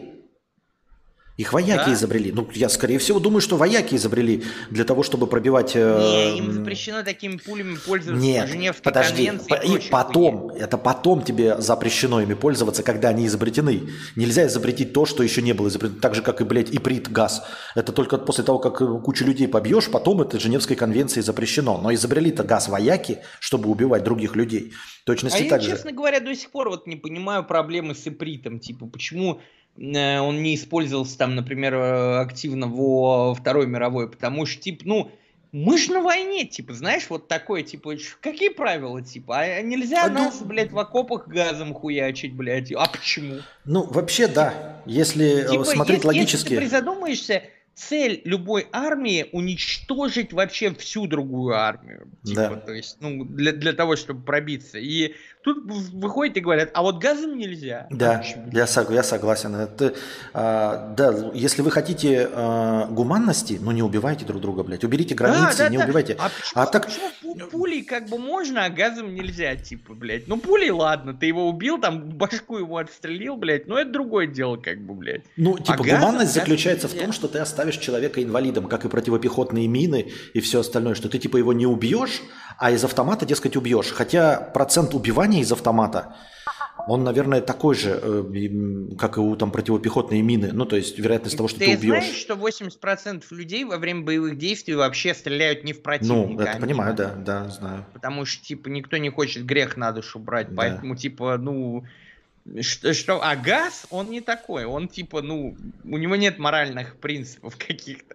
Их вояки Да? изобрели. Ну, я, скорее всего, думаю, что вояки изобрели для того, чтобы пробивать... э, Не, им запрещено такими пулями пользоваться Нет, по Женевской подожди. конвенции По- и И прочей потом, хуйне. это потом тебе запрещено ими пользоваться, когда они изобретены. Нельзя изобретить то, что еще не было изобретено. Так же, как и, блядь, иприт газ. Это только после того, как э, кучу людей побьешь, потом это Женевской конвенцией запрещено. Но изобрели-то газ вояки, чтобы убивать других людей. В точности А я, так же. честно говоря, до сих пор вот не понимаю проблемы с ипритом. Типа, почему э, он не использовался там, например, э, активно во Второй мировой? Потому что, типа, ну, мы же на войне, типа, знаешь, вот такое, типа, ч- какие правила, типа? А нельзя А, ну, нас, блядь, в окопах газом хуячить, блядь. А почему? Ну, вообще, да. Если э, Типа, смотреть если, если логически... ты призадумаешься, цель любой армии уничтожить вообще всю другую армию. Типа, Да. то есть, ну, для, для того, чтобы пробиться. И тут в- выходят и говорят, а вот газом нельзя. А Да, почему? я, сог- я согласен. Это, а, да, если вы хотите а, гуманности, ну не убивайте друг друга, блядь. Уберите границы, Да, да, не да. убивайте. А почему, А так, почему пу- пулей как бы можно, а газом нельзя, типа, блядь? Ну, пулей ладно, ты его убил, там башку ему отстрелил, блядь, но это другое дело, как бы, блядь. ну, А типа, газом- гуманность газом заключается в нельзя. том, что ты оставишь человека инвалидом, как и противопехотные мины и все остальное, что ты типа его не убьешь, а из автомата, дескать, убьешь. Хотя процент убивания из автомата, он, наверное, такой же, э, м, как и у там противопехотные мины. Ну, то есть вероятность того, что ты, Ты убьешь. знаешь, что восемьдесят процентов людей во время боевых действий вообще стреляют не в противника? Ну, это а понимаю, мимо. да, да, знаю. Потому что, типа, никто не хочет грех на душу брать. Да. Поэтому, типа, ну... Что, что, а газ, он не такой. Он, типа, ну... У него нет моральных принципов каких-то.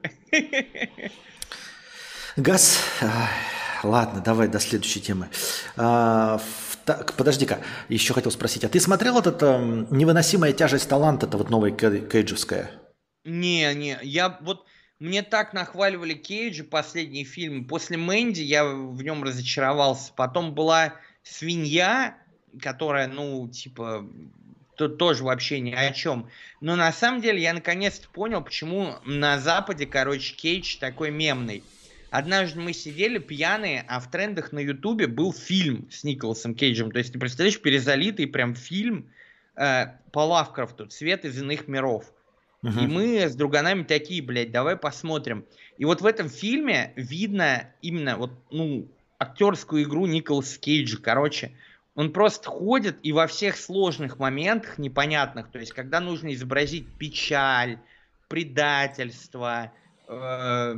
Газ. ай, Ладно, давай до следующей темы. А, в- так, подожди-ка, еще хотел спросить, а ты смотрел этот эм, «Невыносимая тяжесть таланта», это вот новая кей- кейджевская? Не, не, я вот... Мне так нахваливали Кейджа, последний фильм. После Мэнди я в нем разочаровался. Потом была «Свинья», которая, ну, типа... то тоже вообще ни о чем. Но на самом деле я наконец-то понял, почему на Западе, короче, Кейдж такой мемный. Однажды мы сидели пьяные, а в трендах на Ютубе был фильм с Николасом Кейджем. То есть, ты представляешь, перезалитый прям фильм э, по Лавкрафту «Цвет из иных миров». И Мгм. мы с друганами такие, блядь, давай посмотрим. И вот в этом фильме видно именно вот, ну, актерскую игру Николаса Кейджа. Короче, он просто ходит и во всех сложных моментах непонятных, то есть когда нужно изобразить печаль, предательство, э,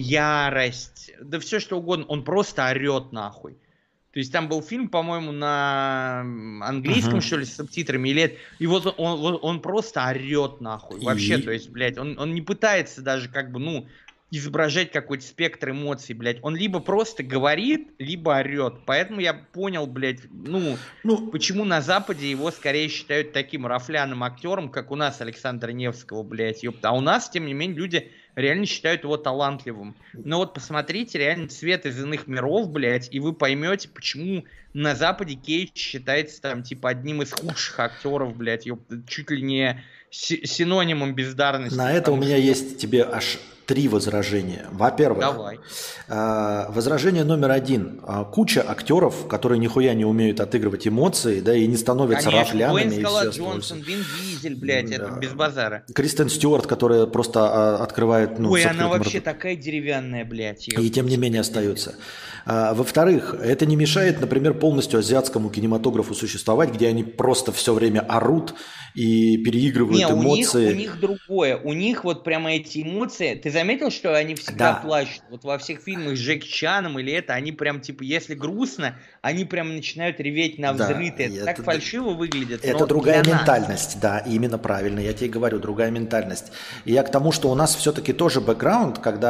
ярость, да все что угодно, он просто орет нахуй. То есть там был фильм, по-моему, на английском, Мгм. что ли, с субтитрами, или это- и вот он, он, он просто орет нахуй. Вообще, И? то есть, блядь, он, он не пытается даже как бы, ну, изображать какой-то спектр эмоций, блядь. Он либо просто говорит, либо орет. Поэтому я понял, блядь, ну, Ну, почему на Западе его скорее считают таким рафляным актером, как у нас Александра Невского, блядь, ёпта. А у нас, тем не менее, люди реально считают его талантливым. Но вот посмотрите реально «Цвет из иных миров», блядь, и вы поймете, почему на Западе Кейдж считается там, типа, одним из худших актеров, блядь, ёпта, чуть ли не си- синонимом бездарности. на это у потому меня что- есть тебе аж три возражения. Во-первых, Давай. а, возражение номер один. А, Куча актеров, которые нихуя не умеют отыгрывать эмоции, да, и не становятся Конечно, рафлянами Дуэйн и Скала все Джонсон, Вин Дизель, блядь, это Да. без базара. Кристен Стюарт, которая просто а, открывает... Ну, Ой, с она открытым вообще ртом. такая деревянная, блядь. И ёпта. тем не менее остается. А, во-вторых, это не мешает, например, полностью азиатскому кинематографу существовать, где они просто все время орут и переигрывают Не, у них, эмоции. у них другое. У них вот прямо эти эмоции. Ты заметил, что они всегда Да. плачут? Вот во всех фильмах с Джеки Чаном или это, они прям типа, если грустно, они прям начинают реветь на Да, взрыты. и Это это так д- фальшиво выглядит. Это но другая для нас- ментальность, да, именно правильно, я тебе говорю, другая ментальность. И я к тому, что у нас все-таки тоже бэкграунд, когда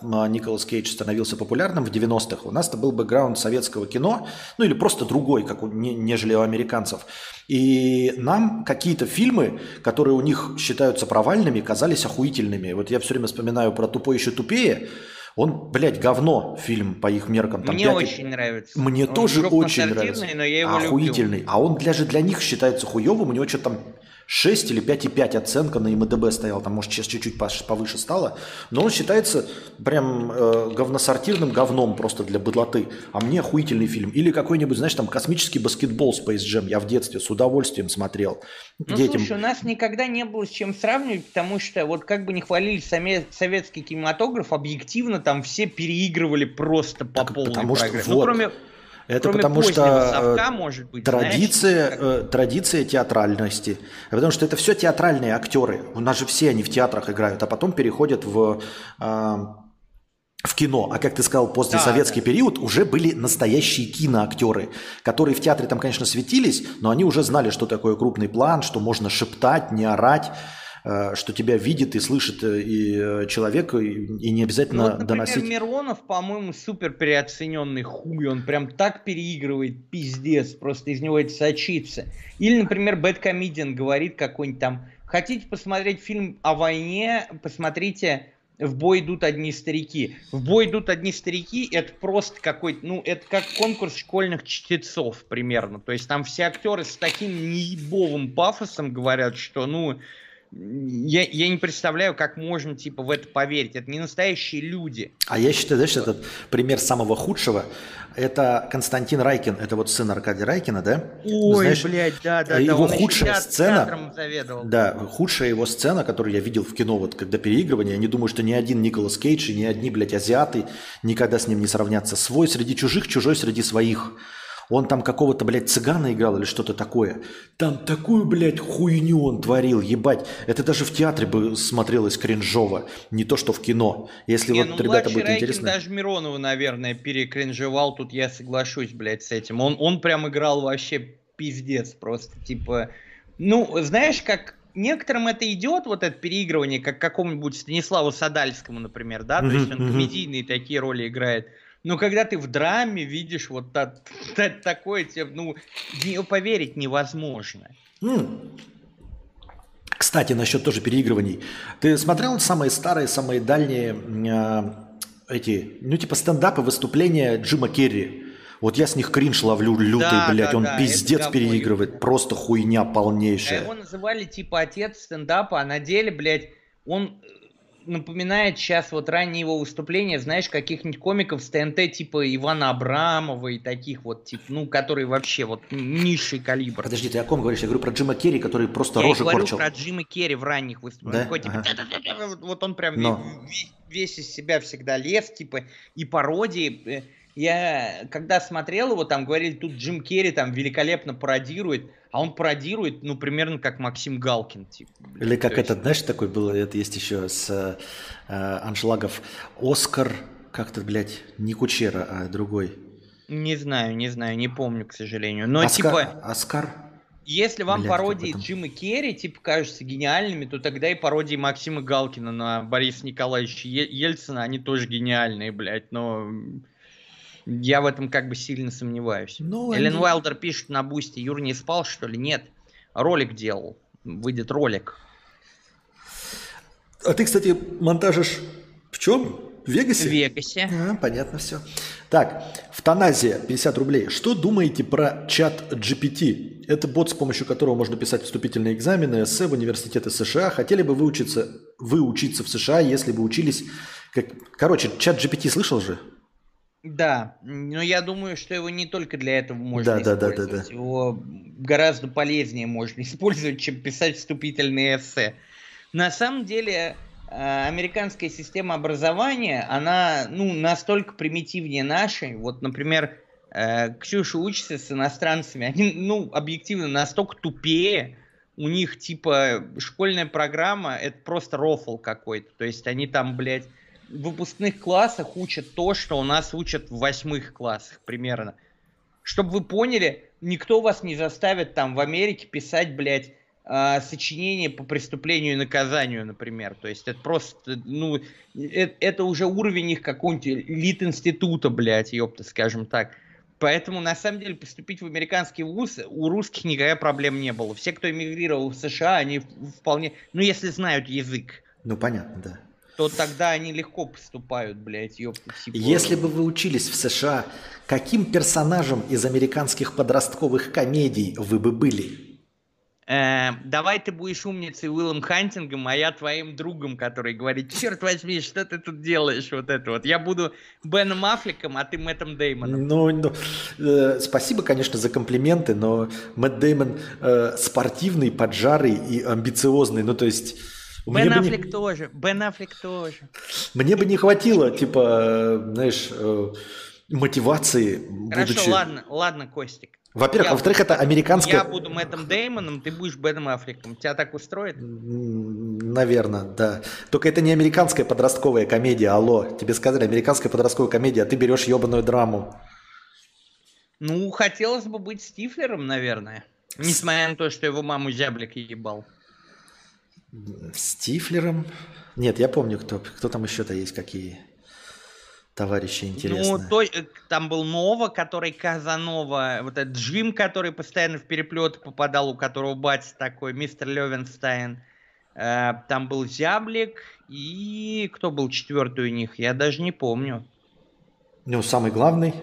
а, Николас Кейдж становился популярным в девяностых, у нас это был бэкграунд советского кино, ну или просто другой, как у, не, нежели у американцев. И нам какие-то фильмы, которые у них считаются провальными, казались охуительными. Вот я все время вспоминаю про «Тупой еще тупее». Он, блядь, говно фильм по их меркам. Там Мне пять... очень нравится. Мне Он тоже очень нравится. Но я его охуительный. люблю. А он даже для них считается хуевым. У него что-то там шесть или пять и пять оценка на эм дэ бэ стояла. Там, может, сейчас чуть-чуть повыше стало. Но он считается прям э, говносортирным говном просто для быдлоты. А мне охуительный фильм. Или какой-нибудь, знаешь, там космический баскетбол Space Jam. Я в детстве с удовольствием смотрел. Ну, Детям... слушай, у нас никогда не было с чем сравнивать, потому что вот как бы не хвалили сами советский кинематограф, объективно там все переигрывали просто по Так, полной потому что программе. вот, ну, кроме, это кроме потому позднего что совка, э, может быть, традиция, знаешь, э, традиция театральности. Потому что это все театральные актеры. У нас же все они в театрах играют, а потом переходят в... Э, в кино, а как ты сказал, постсоветский да, да. период уже были настоящие киноактеры, которые в театре там, конечно, светились, но они уже знали, что такое крупный план, что можно шептать, не орать, что тебя видит и слышит и человек, и не обязательно ну, вот, например, доносить. Миронов, по-моему, супер переоцененный хуй, он прям так переигрывает, пиздец, просто из него это сочится. Или, например, Бэдкомедиан говорит какой-нибудь там, хотите посмотреть фильм о войне, посмотрите... В бой идут одни старики. В бой идут одни старики, это просто какой-то, ну, это как конкурс школьных чтецов примерно. То есть там все актеры с таким неебовым пафосом говорят, что, ну, я, я не представляю, как можно, типа, в это поверить. Это не настоящие люди. А я считаю, знаешь, этот пример самого худшего, это Константин Райкин, это вот сын Аркадия Райкина, да? Ой, знаешь, блядь, да, да, его да. Он худшая еще сцена, заведовал. да, худшая его сцена, которую я видел в кино, вот когда переигрывание, я не думаю, что ни один Николас Кейдж и ни одни, блядь, азиаты никогда с ним не сравнятся. Свой среди чужих, чужой среди своих. Он там какого-то, блядь, цыгана играл или что-то такое. Там такую, блядь, хуйню он творил, ебать. Это даже в театре бы смотрелось кринжово, не то что в кино. Если не, вот, ну, ребята, будет Райкин интересно... даже Миронова, наверное, перекринжевал, тут я соглашусь, блядь, с этим. Он, он прям играл вообще пиздец просто, типа... Ну, знаешь, как... Некоторым это идет, вот это переигрывание, как какому-нибудь Станиславу Садальскому, например, да? То есть он комедийные такие роли играет. Но когда ты в драме видишь вот так, так, такое, тебе, ну, в нее поверить невозможно. Mm. Кстати, насчет тоже переигрываний. Ты смотрел самые старые, самые дальние э, эти, ну, типа стендапы, выступления Джима Керри? Вот я с них кринж ловлю лютый, да, блядь, да, он да, пиздец переигрывает, просто хуйня полнейшая. А его называли типа отец стендапа, а на деле, блядь, он... напоминает сейчас вот ранние его выступления, знаешь, каких-нибудь комиков с ТНТ, типа Ивана Абрамова и таких вот, типа, ну, которые вообще вот низший калибр. Подожди, ты о ком говоришь? Я говорю про Джима Керри, который просто Я рожи говорю корчил. про Джима Керри в ранних выступлениях. Да? Типа, ага. вот он прям Но. весь, весь из себя всегда лез, типа, и пародии. Я, когда смотрел его, там говорили, тут Джим Керри там великолепно пародирует, а он пародирует, ну, примерно как Максим Галкин. Типа, или как есть... этот, знаешь, такой был, это есть еще с э, аншлагов, Оскар, как-то, блядь, не Кучера, а другой. Не знаю, не знаю, не помню, к сожалению. Но, Оскар, типа... Оскар? Если вам Блядь, пародии этом... Джима Керри, типа, кажутся гениальными, то тогда и пародии Максима Галкина на Бориса Николаевича Ельцина, они тоже гениальные, блядь, но... Я в этом как бы сильно сомневаюсь. Ну, Эллен они... Уайлдер пишет на Бусти: Юр не спал, что ли? Нет. Ролик делал. Выйдет ролик. А ты, кстати, монтажишь в чем? В Вегасе? В Вегасе. А, понятно все. Так, Фтаназия, пятьдесят рублей. Что думаете про чат джи пи ти? Это бот, с помощью которого можно писать вступительные экзамены, эссе в университеты США. Хотели бы вы учиться, вы учиться в США, если бы учились... Как... Короче, чат джи пи ти слышал же? Да, но я думаю, что его не только для этого можно да, использовать. Да, да, да, да. Его гораздо полезнее можно использовать, чем писать вступительные эссе. На самом деле, американская система образования, она, ну, настолько примитивнее нашей. Вот, например, Ксюша учится с иностранцами, они, ну, объективно настолько тупее. У них, типа, школьная программа, это просто рофл какой-то. То есть они там, блядь, в выпускных классах учат то, что у нас учат в восьмых классах примерно. Чтобы вы поняли, никто вас не заставит там в Америке писать, блядь, а, сочинение по преступлению и наказанию, например. То есть это просто, ну, это, это уже уровень их какого-нибудь элит-института, блядь, ёпта, скажем так. Поэтому, на самом деле, поступить в американский вуз у русских никакая проблем не было. Все, кто эмигрировал в США, они вполне... Ну, если знают язык. Ну, понятно, да. То тогда они легко поступают, блядь, ёпта. Типа... Если бы вы учились в США, каким персонажем из американских подростковых комедий вы бы были? Э, давай ты будешь умницей Уиллом Хантингом, а я твоим другом, который говорит: черт возьми, что ты тут делаешь, вот это вот. Я буду Беном Аффлеком, а ты Мэттом Деймоном. Ну, ну э, спасибо, конечно, за комплименты, но Мэтт Деймон э, спортивный, поджарый и амбициозный. Ну, то есть... Бен Аффлек не... тоже, Бен Аффлек тоже. Мне бы не хватило, типа, знаешь, э, мотивации. Хорошо, будучи... ладно, ладно, Костик. Во-первых, а во-вторых, это американская... Я буду Мэттом Деймоном, ты будешь Беном Аффлеком. Тебя так устроит? Наверное, да. Только это не американская подростковая комедия, алло. Тебе сказали, американская подростковая комедия, а ты берешь ебаную драму. Ну, хотелось бы быть Стифлером, наверное. Несмотря на то, что его маму зяблик ебал. Стифлером? Нет, я помню, кто, кто там еще-то есть, какие... Товарищи интересные. Ну, то, там был Нова, который Казанова, вот этот Джим, который постоянно в переплет попадал, у которого батя такой, мистер Левенстайн. Э, там был Зяблик, и кто был четвертый у них, я даже не помню. Ну, самый главный?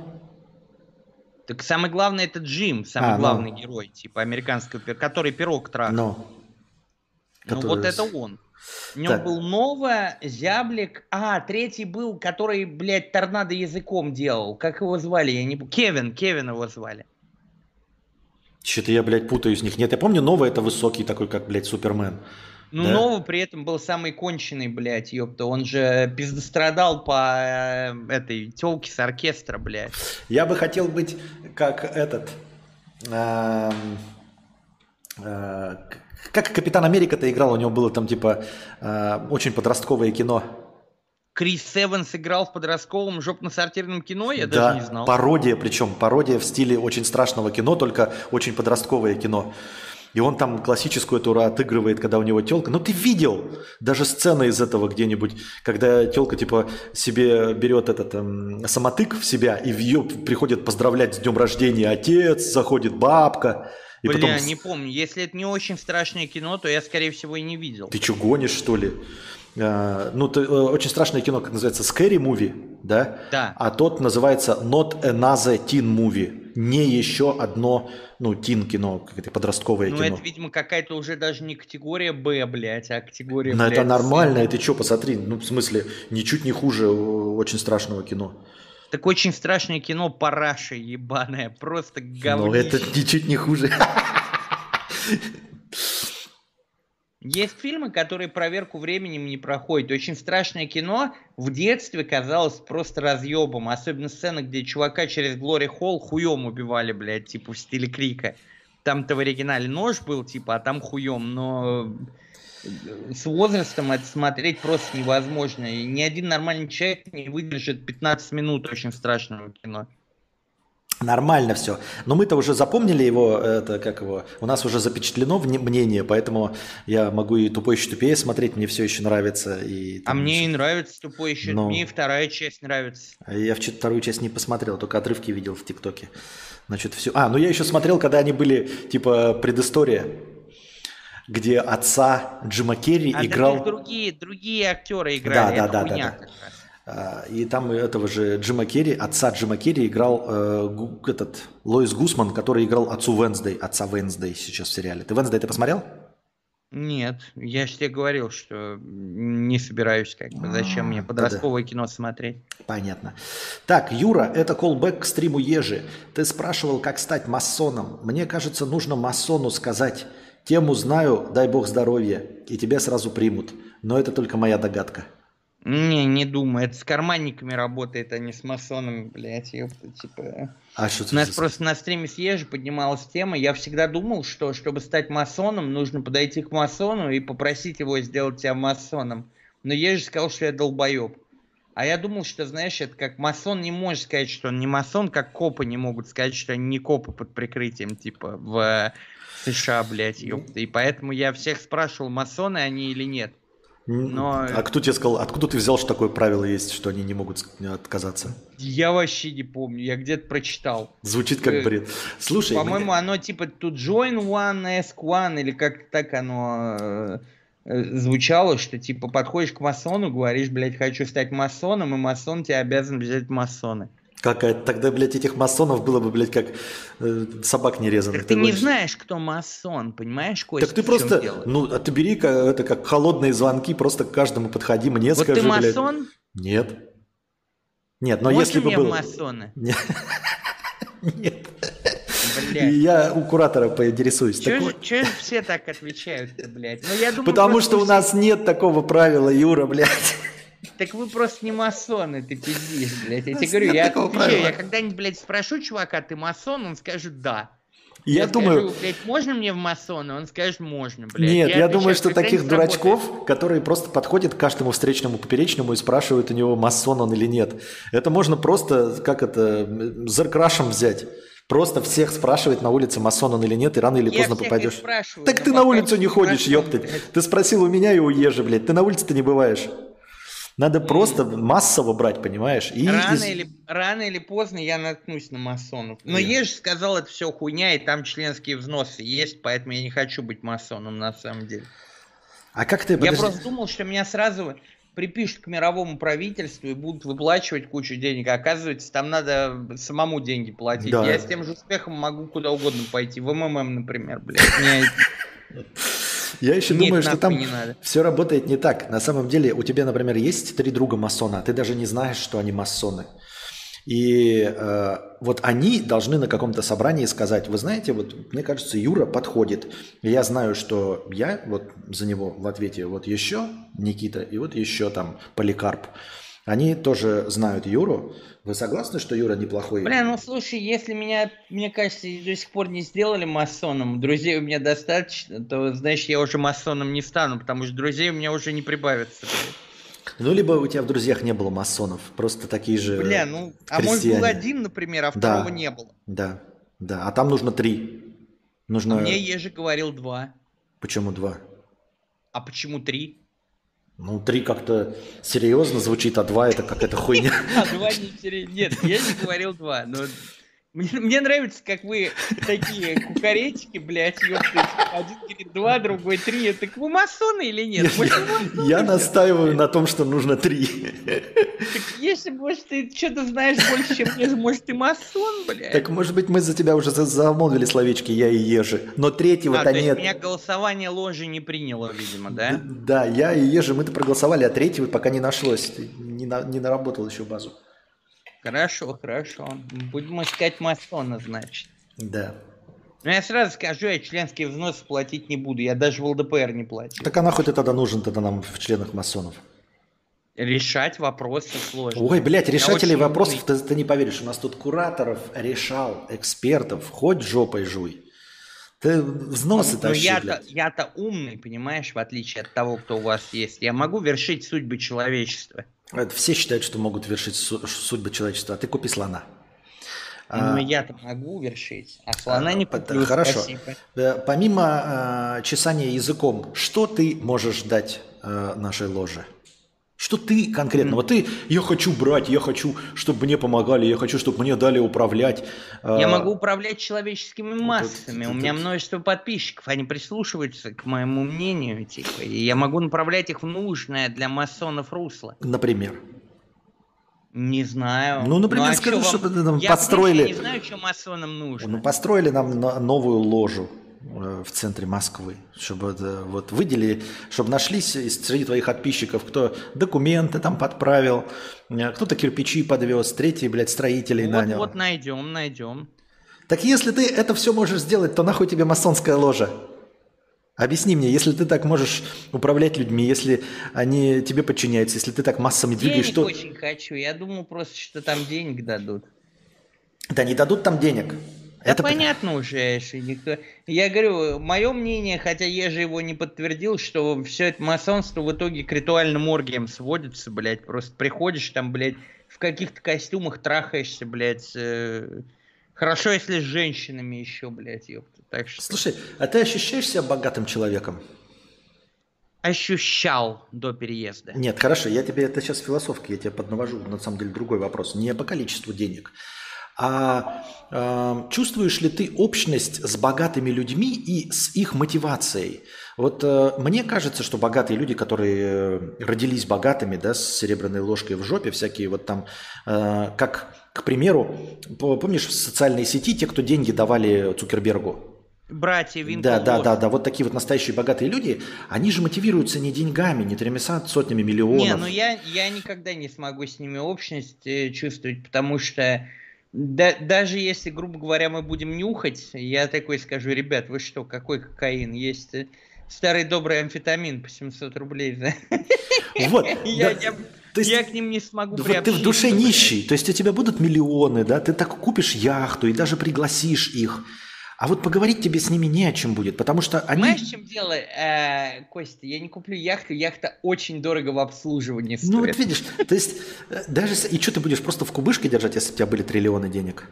Так самый главный это Джим, самый а, главный ну. герой, типа американского, который пирог трахал. Ну, ну который... вот это он. У него так. был Нова, Зяблик. А, третий был, который, блядь, торнадо языком делал. Как его звали? Я не помню. Кевин, Кевин его звали. Что-то я, блядь, путаю с них. Нет, я помню, Нова это высокий такой, как, блядь, Супермен. Ну, да? Нова при этом был самый конченый, блядь, ёпта. Он же пиздострадал по э, этой тёлке с оркестра, блядь. Я бы хотел быть как этот... Э, э, Как Капитан Америка-то играл, у него было там типа э, очень подростковое кино. Крис Эванс играл в подростковом жопно-сортирном кино, я да, даже не знал. Пародия, причем пародия в стиле очень страшного кино, только очень подростковое кино. И он там классическую эту отыгрывает, когда у него телка. Ну ты видел даже сцены из этого где-нибудь, когда телка типа себе берет этот эм, самотык в себя, и в ее приходит поздравлять с днем рождения отец, заходит бабка. И Бля, потом... не помню. Если это не очень страшное кино, то я, скорее всего, и не видел. Ты что, гонишь, что ли? А, ну, ты, очень страшное кино, как называется, Scary Movie, да? Да. А тот называется Not Another Teen Movie. Не еще одно, ну, тин кино, какое-то подростковое ну, кино. Ну, это, видимо, какая-то уже даже не категория Б, блядь, а категория, Но блядь, это нормально, С. и ты что, посмотри, ну, в смысле, ничуть не хуже очень страшного кино. Так очень страшное кино «Параша» ебаное, просто говнище. Но это ничуть не хуже. Есть фильмы, которые проверку временем не проходят. Очень страшное кино в детстве казалось просто разъебом. Особенно сцена, где чувака через Глори Холл хуем убивали, блядь, типа в стиле Крика. Там-то в оригинале нож был, типа, а там хуем. Но с возрастом это смотреть просто невозможно. И ни один нормальный человек не выдержит пятнадцать минут очень страшного кино. Нормально все. Но мы-то уже запомнили его, это как его, у нас уже запечатлено мнение, поэтому я могу и «Тупой еще тупее» смотреть, мне все еще нравится. И, а мне еще... и нравится «Тупой еще», но... мне и вторая часть нравится. Я вторую часть не посмотрел, только отрывки видел в ТикТоке. Значит, все. А, ну я еще смотрел, когда они были, типа, предыстория, где отца Джима Керри а играл... А другие, другие актеры играли, да, это да, хуйня да, да, да. И там этого же Джима Керри, отца Джима Керри играл э, этот Лоис Гусман, который играл отцу Венсдей, отца Венсдей сейчас в сериале. Ты Венсдей ты посмотрел? Нет, я же тебе говорил, что не собираюсь, как бы, зачем мне подростковое кино смотреть. Понятно. Так, Юра, это колбэк к стриму Ежи. Ты спрашивал, как стать масоном. Мне кажется, нужно масону сказать: тему знаю, дай бог здоровья, и тебя сразу примут. Но это только моя догадка. Не, не думаю. Это с карманниками работает, а не с масонами, блядь. Ёпта, типа... А что У нас за... просто на стриме с Ежи поднималась тема. Я всегда думал, что чтобы стать масоном, нужно подойти к масону и попросить его сделать тебя масоном. Но Ежи сказал, что я долбоеб. А А я думал, что, знаешь, это как масон не может сказать, что он не масон, как копы не могут сказать, что они не копы под прикрытием, типа, в США, блядь, ёпта. И поэтому я всех спрашивал, масоны они или нет. Но А кто тебе сказал, откуда ты взял, что такое правило есть, что они не могут ск- отказаться? я вообще не помню, я где-то прочитал. Звучит как Э, бред. Слушай, По-моему, мне- оно типа to join one, ask one, или как так оно э, э, звучало, что типа подходишь к масону, говоришь, блядь, хочу стать масоном, и масон тебя обязан взять в масоны. какая тогда, блядь, этих масонов было бы, блядь, как э, собак нерезанных. Так ты не гонишь? знаешь, кто масон, понимаешь, Костя, Так ты в чем просто, дело? ну, а ты бери ка- это как холодные звонки, просто к каждому подходи, мне Вот скажи, ты блядь. масон? Нет. Нет, но Можно если бы мне в был... масоны? Нет. Нет. И Блядь. я у куратора поинтересуюсь. Так Чё вот, же, чё же все так отвечают-то, блядь? Ну, я думаю, потому просто что у всех- нас нет такого правила, Юра, блядь. Так вы просто не масоны, ты пиздишь, блядь. Я У тебе нас говорю, нет я такого отвечаю, правила. я когда-нибудь, блядь, спрошу чувака, ты масон, он скажет да. Я скажу, думаю, блядь, можно мне в масоны? Он скажет, можно, блядь. нет, я отвечаю, думаю, что когда-нибудь таких сработает. дурачков, которые просто подходят к каждому встречному поперечному и спрашивают у него, масон он или нет. Это можно просто, как это, м, зеркрашем взять. Просто всех спрашивать на улице, масон он или нет, и рано или Я поздно всех и попадешь. спрашиваю, Так но ты на пока улицу не не ходишь, масон, ёптать. блядь. Ты спросил у меня и у Ежи, блядь. Ты на улице-то не бываешь. Надо просто массово брать, понимаешь? И Рано, из- или, рано или поздно я наткнусь на масонов. Но Я- Еж сказал, это все хуйня, и там членские взносы есть, поэтому я не хочу быть масоном на самом деле. А как ты... Я подожди. просто думал, что меня сразу припишут к мировому правительству и будут выплачивать кучу денег. А оказывается, там надо самому деньги платить. Да. Я с тем же успехом могу куда угодно пойти. В МММ, например, блядь. Мне Я еще Нет, думаю, что нахуй там не надо. все работает не так. На самом деле у тебя, например, есть три друга масона, а ты даже не знаешь, что они масоны. И э, вот они должны на каком-то собрании сказать, вы знаете, вот мне кажется, Юра подходит. И я знаю, что я вот за него в ответе вот еще Никита и вот еще там Поликарп. Они тоже знают Юру. Вы согласны, что Юра неплохой? Бля, ну слушай, если меня, мне кажется, до сих пор не сделали масоном, друзей у меня достаточно, то, значит, я уже масоном не стану, потому что друзей у меня уже не прибавится. Блядь. Ну, либо у тебя в друзьях не было масонов, просто такие же Бля, ну, а может крестьяне. был один, например, а Да. второго не было. Да, да. А там нужно три. Нужно... Мне Ежи говорил два. Почему два? А почему три? Ну, три как-то серьезно звучит, а два это какая-то хуйня. А, два не серьезно. Нет, я не говорил два, но... Мне, мне нравится, как вы такие кукаретики, блядь, ёпты. Один говорит два, другой три. Так вы масоны или нет? Может, вы масоны, Я блядь? настаиваю на том, что нужно три. Так если, может, ты что-то знаешь больше, чем я, может, ты масон, блядь? Так, может быть, мы за тебя уже за- замолвили словечки «я» и «ежи», но а, третьего-то то есть нет. меня голосование ложи не приняло, видимо, да? Да, «я» и «ежи» мы-то проголосовали, а третьего пока не нашлось. Ты не, на- не наработал еще базу. Хорошо, хорошо. Будем искать масона, значит. Да. Но я сразу скажу, я членские взносы платить не буду. Я даже в ЛДПР не плачу. Так а нахуй ты тогда нужен тогда нам в членах масонов? Решать вопросы сложно. Ой, блядь, решателей очень вопросов, ты, ты не поверишь, у нас тут кураторов, решал, экспертов, хоть жопой жуй. Ты взносы Но тащи, я-то, блядь. я-то умный, понимаешь, в отличие от того, кто у вас есть. Я могу вершить судьбы человечества. Это все считают, что могут вершить су- судьбы человечества, а ты купи слона. Но А, я-то могу вершить, а слона не а, куплю, Хорошо. спасибо. Э, Помимо а, чесания языком, что ты можешь дать а, нашей ложе? Что ты конкретно? Вот ты, я хочу брать, я хочу, чтобы мне помогали, я хочу, чтобы мне дали управлять. Я А, могу управлять человеческими массами. это- У меня это- множество подписчиков, они прислушиваются к моему мнению, типа, и я могу направлять их в нужное для масонов русло. Например. Не знаю. Ну, например, а скажи, чё вам- чтобы ты там я, построили- понимаешь, Я не знаю, что масонам нужно. Ну, построили нам но- новую ложу э, в центре Москвы, чтобы это, вот выделили, чтобы нашлись из- среди твоих подписчиков, кто документы там подправил, э, кто-то кирпичи подвез, третий, блядь, строителей вот, нанял. вот найдем, найдем. Так если ты это все можешь сделать, то нахуй тебе масонская ложа? Объясни мне, если ты так можешь управлять людьми, если они тебе подчиняются, если ты так массами двигаешь, Денег то... очень хочу. Я думал просто, что там денег дадут. Да не дадут там денег. Да Это... понятно уже, что никто... Я говорю, мое мнение, хотя я же его не подтвердил, что все это масонство в итоге к ритуальным оргиям сводится, блядь. Просто приходишь там, блядь, в каких-то костюмах трахаешься, блядь. Э... Хорошо, если с женщинами еще, блядь, ёпта. Так что... Слушай, а ты ощущаешь себя богатым человеком? Ощущал до переезда. Нет, хорошо, я тебе это сейчас философски, я тебе поднавожу, на самом деле, другой вопрос. Не по количеству денег, а э, чувствуешь ли ты общность с богатыми людьми и с их мотивацией? Вот э, мне кажется, что богатые люди, которые родились богатыми, да, с серебряной ложкой в жопе, всякие вот там, э, как, к примеру, помнишь в социальной сети те, кто деньги давали Цукербергу? Братья Винкл. Да, да, да, да, вот такие вот настоящие богатые люди, они же мотивируются не деньгами, не тремя сотнями миллионов. Не, ну я, я никогда не смогу с ними общность э, чувствовать, потому что да, даже если, грубо говоря, мы будем нюхать, я такой скажу: ребят, вы что, какой кокаин? Есть э, старый добрый амфетамин по семьсот рублей. Да? Вот, я, да, я, то есть, я к ним не смогу вот приобщиться. ты в душе нищий, то есть у тебя будут миллионы, да, ты так купишь яхту и даже пригласишь их. А вот поговорить тебе с ними не о чем будет, потому что они... Знаешь, в чем дело, э, Костя? Я не куплю яхту, яхта очень дорого в обслуживании стоит. Ну вот видишь, то есть даже... И что ты будешь просто в кубышке держать, если у тебя были триллионы денег?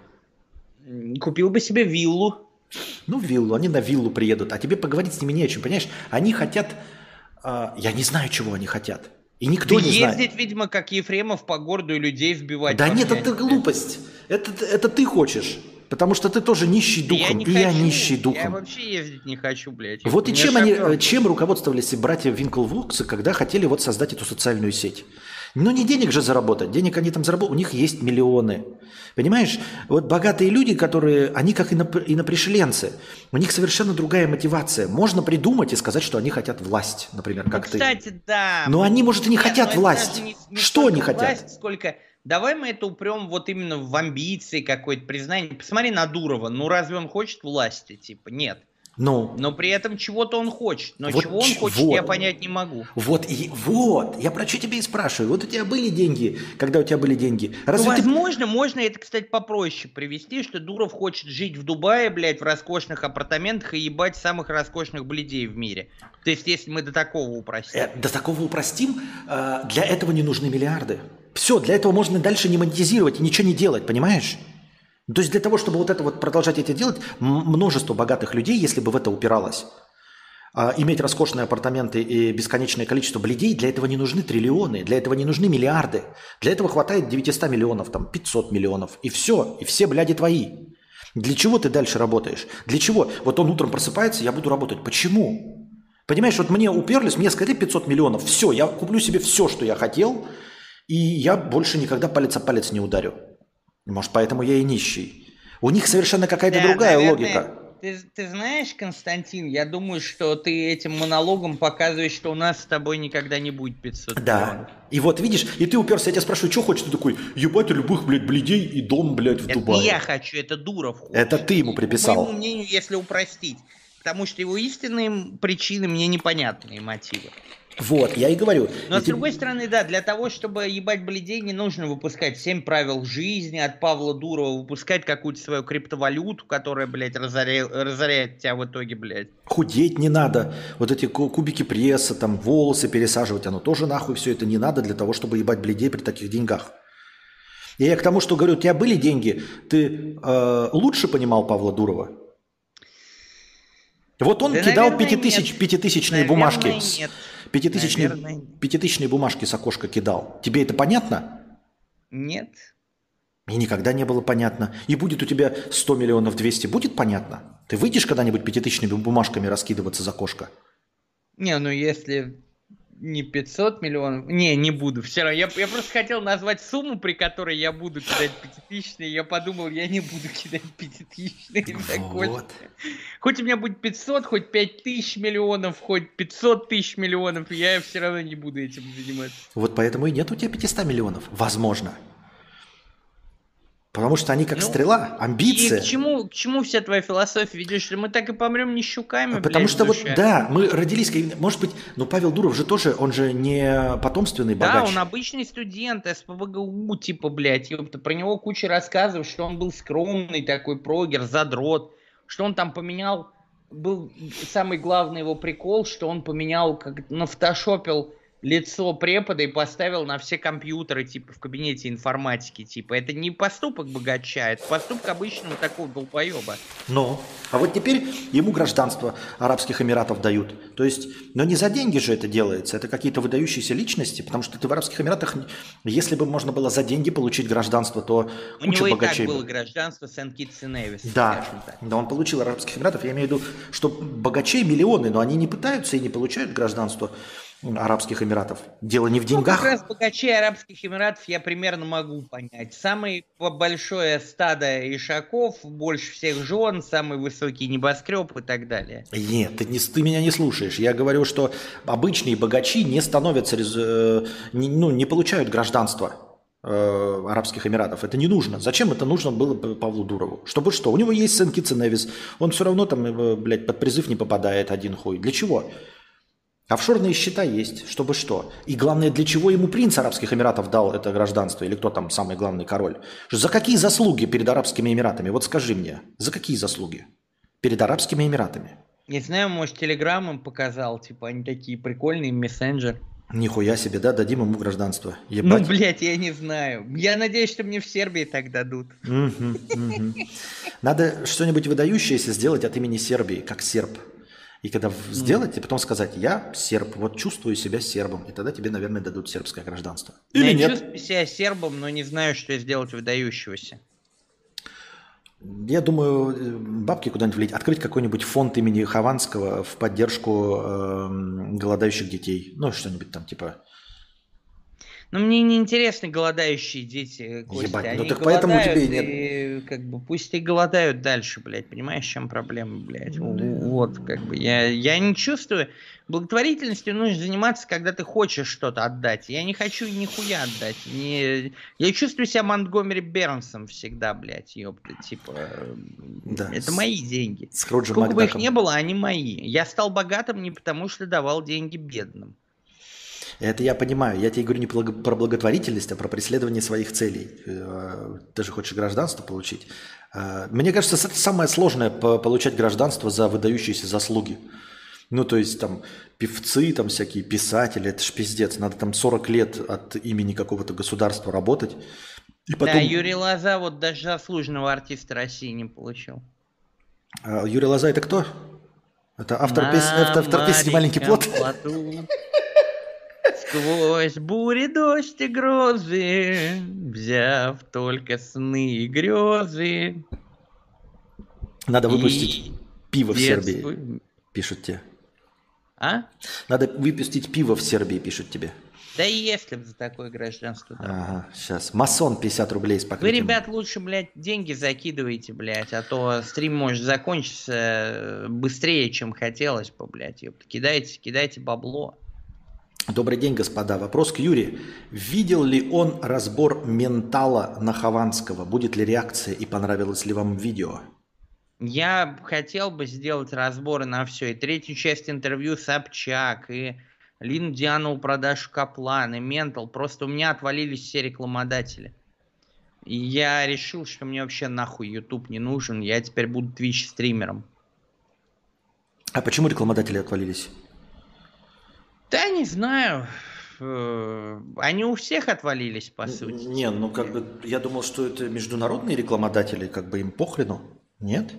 Купил бы себе виллу. Ну, виллу, они на виллу приедут, а тебе поговорить с ними не о чем, понимаешь? Они хотят... Э, я не знаю, чего они хотят. И никто да не ездить, знает. видимо, как Ефремов по городу и людей вбивать. Да нет, это глупость. Это, это ты хочешь. Потому что ты тоже нищий духом, я не и хочу, я нищий духом. Я вообще ездить не хочу, блядь. Вот и чем, они, шофер. чем руководствовались братья Винклвоксы, когда хотели вот создать эту социальную сеть? Ну не денег же заработать, денег они там заработают, у них есть миллионы. Понимаешь, вот богатые люди, которые, они как инопришеленцы, у них совершенно другая мотивация. Можно придумать и сказать, что они хотят власть, например, как ну, ты. Кстати, да. Но они, может, и не Нет, хотят власть. Не, не что они хотят? Власть, сколько... Давай мы это упрем вот именно в амбиции какой-то, признание. Посмотри на Дурова. Ну разве он хочет власти? Типа нет. Ну, но при этом чего-то он хочет. Но вот чего он хочет, вот, я понять не могу. Вот, и, вот, я про что тебя и спрашиваю. Вот у тебя были деньги, когда у тебя были деньги? Разве ну, ты... возможно, можно это, кстати, попроще привести, что Дуров хочет жить в Дубае, блядь, в роскошных апартаментах и ебать самых роскошных блядей в мире. То есть, если мы до такого упростим. Э, до такого упростим, э, для этого не нужны миллиарды. Все, для этого можно дальше не монетизировать и ничего не делать, понимаешь? То есть для того, чтобы вот это вот продолжать это делать, множество богатых людей, если бы в это упиралось, а, иметь роскошные апартаменты и бесконечное количество блядей, для этого не нужны триллионы, для этого не нужны миллиарды. Для этого хватает девятьсот миллионов, там, пятьсот миллионов, и все, и все бляди твои. Для чего ты дальше работаешь? Для чего? Вот он утром просыпается, я буду работать. Почему? Понимаешь, вот мне уперлись, мне сказали пятьсот миллионов, все, я куплю себе все, что я хотел, и я больше никогда палец о палец не ударю. Может, поэтому я и нищий. У них совершенно какая-то да, другая наверное, логика. Ты, ты знаешь, Константин, я думаю, что ты этим монологом показываешь, что у нас с тобой никогда не будет пятьсот да. миллионов. И вот, видишь, и ты уперся, я тебя спрашиваю, что хочешь? Ты такой, ебать любых, блядь, блядей и дом, блядь, в это Дубае. Не я хочу, это Дуров хочет. Это ты ему приписал. По моему мнению, если упростить. Потому что его истинные причины мне непонятны и мотивы. Вот, я и говорю. Но и с ты... другой стороны, да, для того, чтобы ебать блядей, не нужно выпускать семь правил жизни от Павла Дурова, выпускать какую-то свою криптовалюту, которая, блядь, разоряет, разоряет тебя в итоге, блядь. Худеть не надо. Вот эти кубики пресса, там, волосы пересаживать, оно тоже нахуй все это не надо для того, чтобы ебать блядей при таких деньгах. И я к тому, что говорю, у тебя были деньги, ты э, лучше понимал Павла Дурова? Вот он да, кидал наверное, пятитысяч, пятитысячные наверное, бумажки. Нет. Пятитысячные, пятитысячные бумажки с окошка кидал. Тебе это понятно? Нет. И никогда не было понятно. И будет у тебя сто миллионов двести, будет понятно? Ты выйдешь когда-нибудь пятитысячными бумажками раскидываться за окошко? Не, ну если не пятьсот миллионов... Не, не буду. Все равно. Я, я просто хотел назвать сумму, при которой я буду кидать пятитысячные. Я подумал, я не буду кидать пятитысячные. Вот. Хоть у меня будет пятьсот, хоть пять тысяч миллионов, хоть пятьсот тысяч миллионов, я все равно не буду этим заниматься. Вот поэтому и нет у тебя пятьсот миллионов. Возможно. Потому что они как Ну, стрела, и к амбиция. чему, к чему вся твоя философия ведешь? Что мы так и помрем нищуками, Потому блядь, в что вот, душе? да, мы родились, как- может быть, но Павел Дуров же тоже, он же не потомственный Да, богач. он обычный студент эс пэ вэ гэ у, типа, блядь, ёпта, про него куча рассказов, что он был скромный такой прогер, задрот, что он там поменял, был самый главный его прикол, что он поменял, как нафтошопил лицо препода и поставил на все компьютеры, типа, в кабинете информатики, типа. Это не поступок богача, это поступок обычного такого долбоеба. Ну, а вот теперь ему гражданство Арабских Эмиратов дают. То есть, но не за деньги же это делается, это какие-то выдающиеся личности, потому что ты в Арабских Эмиратах, если бы можно было за деньги получить гражданство, то У куча него и так богачей было бы. гражданство Сент-Китс и Невис, Да, скажем так. да, он получил Арабских Эмиратов. Я имею в виду, что богачей миллионы, но они не пытаются и не получают гражданство Арабских Эмиратов. Дело не в Ну, как раз деньгах. богачей Арабских Эмиратов я примерно могу понять. Самое большое стадо ишаков, больше всех жен, самый высокий небоскреб и так далее. Нет, ты, не, ты меня не слушаешь. Я говорю, что обычные богачи не становятся, рез- э, не, ну, не получают гражданство э, Арабских Эмиратов. Это не нужно. Зачем это нужно было П- Павлу Дурову? Чтобы что? У него есть Сен-Китс и Невис. Он все равно там, э, блядь, под призыв не попадает один хуй. Для чего? Офшорные счета есть, чтобы что. И главное, для чего ему принц Арабских Эмиратов дал это гражданство, или кто там самый главный король? За какие заслуги перед Арабскими Эмиратами? Вот скажи мне, за какие заслуги перед Арабскими Эмиратами? Не знаю, может, телеграм им показал, типа, они такие прикольные, мессенджер. Нихуя себе, да, дадим ему гражданство. Ну, Ебать. блядь, я не знаю. Я надеюсь, что мне в Сербии так дадут. Мгм, мгм. Надо что-нибудь выдающееся сделать от имени Сербии, как серб. И когда в- сделать, и потом сказать, я серб, вот чувствую себя сербом. И тогда тебе, наверное, дадут сербское гражданство. Но Или я нет. чувствую себя сербом, но не знаю, что сделать выдающегося. Я думаю, э, бабки куда-нибудь влить, открыть какой-нибудь фонд имени Хованского в поддержку эм, голодающих детей. Ну, что-нибудь там типа. Но мне не интересны голодающие дети, Костя. Ебать, ну Они так поэтому у тебя голодают, и нет. и как бы пусть и голодают дальше, блядь. Понимаешь, в чем проблема, блядь? Вот, как бы я, я не чувствую. Благотворительностью нужно заниматься, когда ты хочешь что-то отдать. Я не хочу нихуя отдать. Не... Я чувствую себя Монтгомери Бернсом всегда, блядь, ёпта. Типа, э, Да, это с- мои деньги. Скруджем Сколько бы их Макдаком. ни было, они мои. Я стал богатым не потому, что давал деньги бедным. Это я понимаю. Я тебе говорю не благо- про благотворительность, а про преследование своих целей. Э, Ты же хочешь гражданство получить. Э, Мне кажется, это самое сложное по- получать гражданство за выдающиеся заслуги. Ну, то есть там певцы, там всякие писатели, это ж пиздец. Надо там сорок лет от имени какого-то государства работать. И потом... Да, Юрий Лоза вот даже заслуженного артиста России не получил. А Юрий Лоза это кто? Это автор, На пес... это автор песни «Маленький плод». маленьком плоту, сквозь бури, дождь и грозы, взяв только сны и грезы. Надо И выпустить пиво в Сербии, детству- пишут тебе. А? Надо выпустить пиво в Сербии, пишут тебе. Да если бы за такое гражданство дал. Ага, сейчас. Масон пятьдесят рублей с Вы, покрытием. ребят, лучше, блядь, деньги закидываете, блядь, а то стрим может закончиться быстрее, чем хотелось бы, блядь. Ёпта. Кидайте, кидайте бабло. Добрый день, господа. Вопрос к Юре. Видел ли он разбор ментала на Хованского? Будет ли реакция и понравилось ли вам видео? Я хотел бы сделать разборы на все. И третью часть интервью Собчак, и Лину Дианову продажу Каплан, и Ментал. Просто у меня отвалились все рекламодатели. И я решил, что мне вообще нахуй YouTube не нужен. Я теперь буду Twitch стримером. А почему рекламодатели отвалились? Да не знаю. Э, Они у всех отвалились, по сути. Не, ну как бы я думал, что это международные рекламодатели, как бы им похрену. Нет?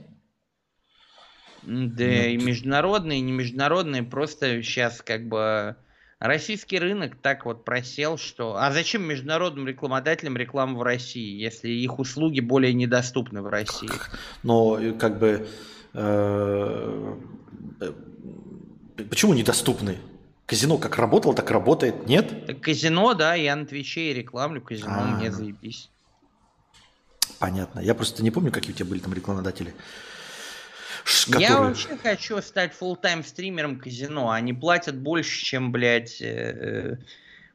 М, Да Нет. и международные, и не международные. Просто сейчас как бы российский рынок так вот просел, что... А зачем международным рекламодателям реклама в России, если их услуги более недоступны в России? Но э, как бы э, э, почему недоступны? Казино как работало, так работает, нет? Так казино, да, я на Твиче и рекламлю казино, А. мне заебись. Понятно. Я просто не помню, какие у тебя были там рекламодатели. Ш- Я которые- вообще хочу стать фулл-тайм стримером казино. Они платят больше, чем, блядь, э,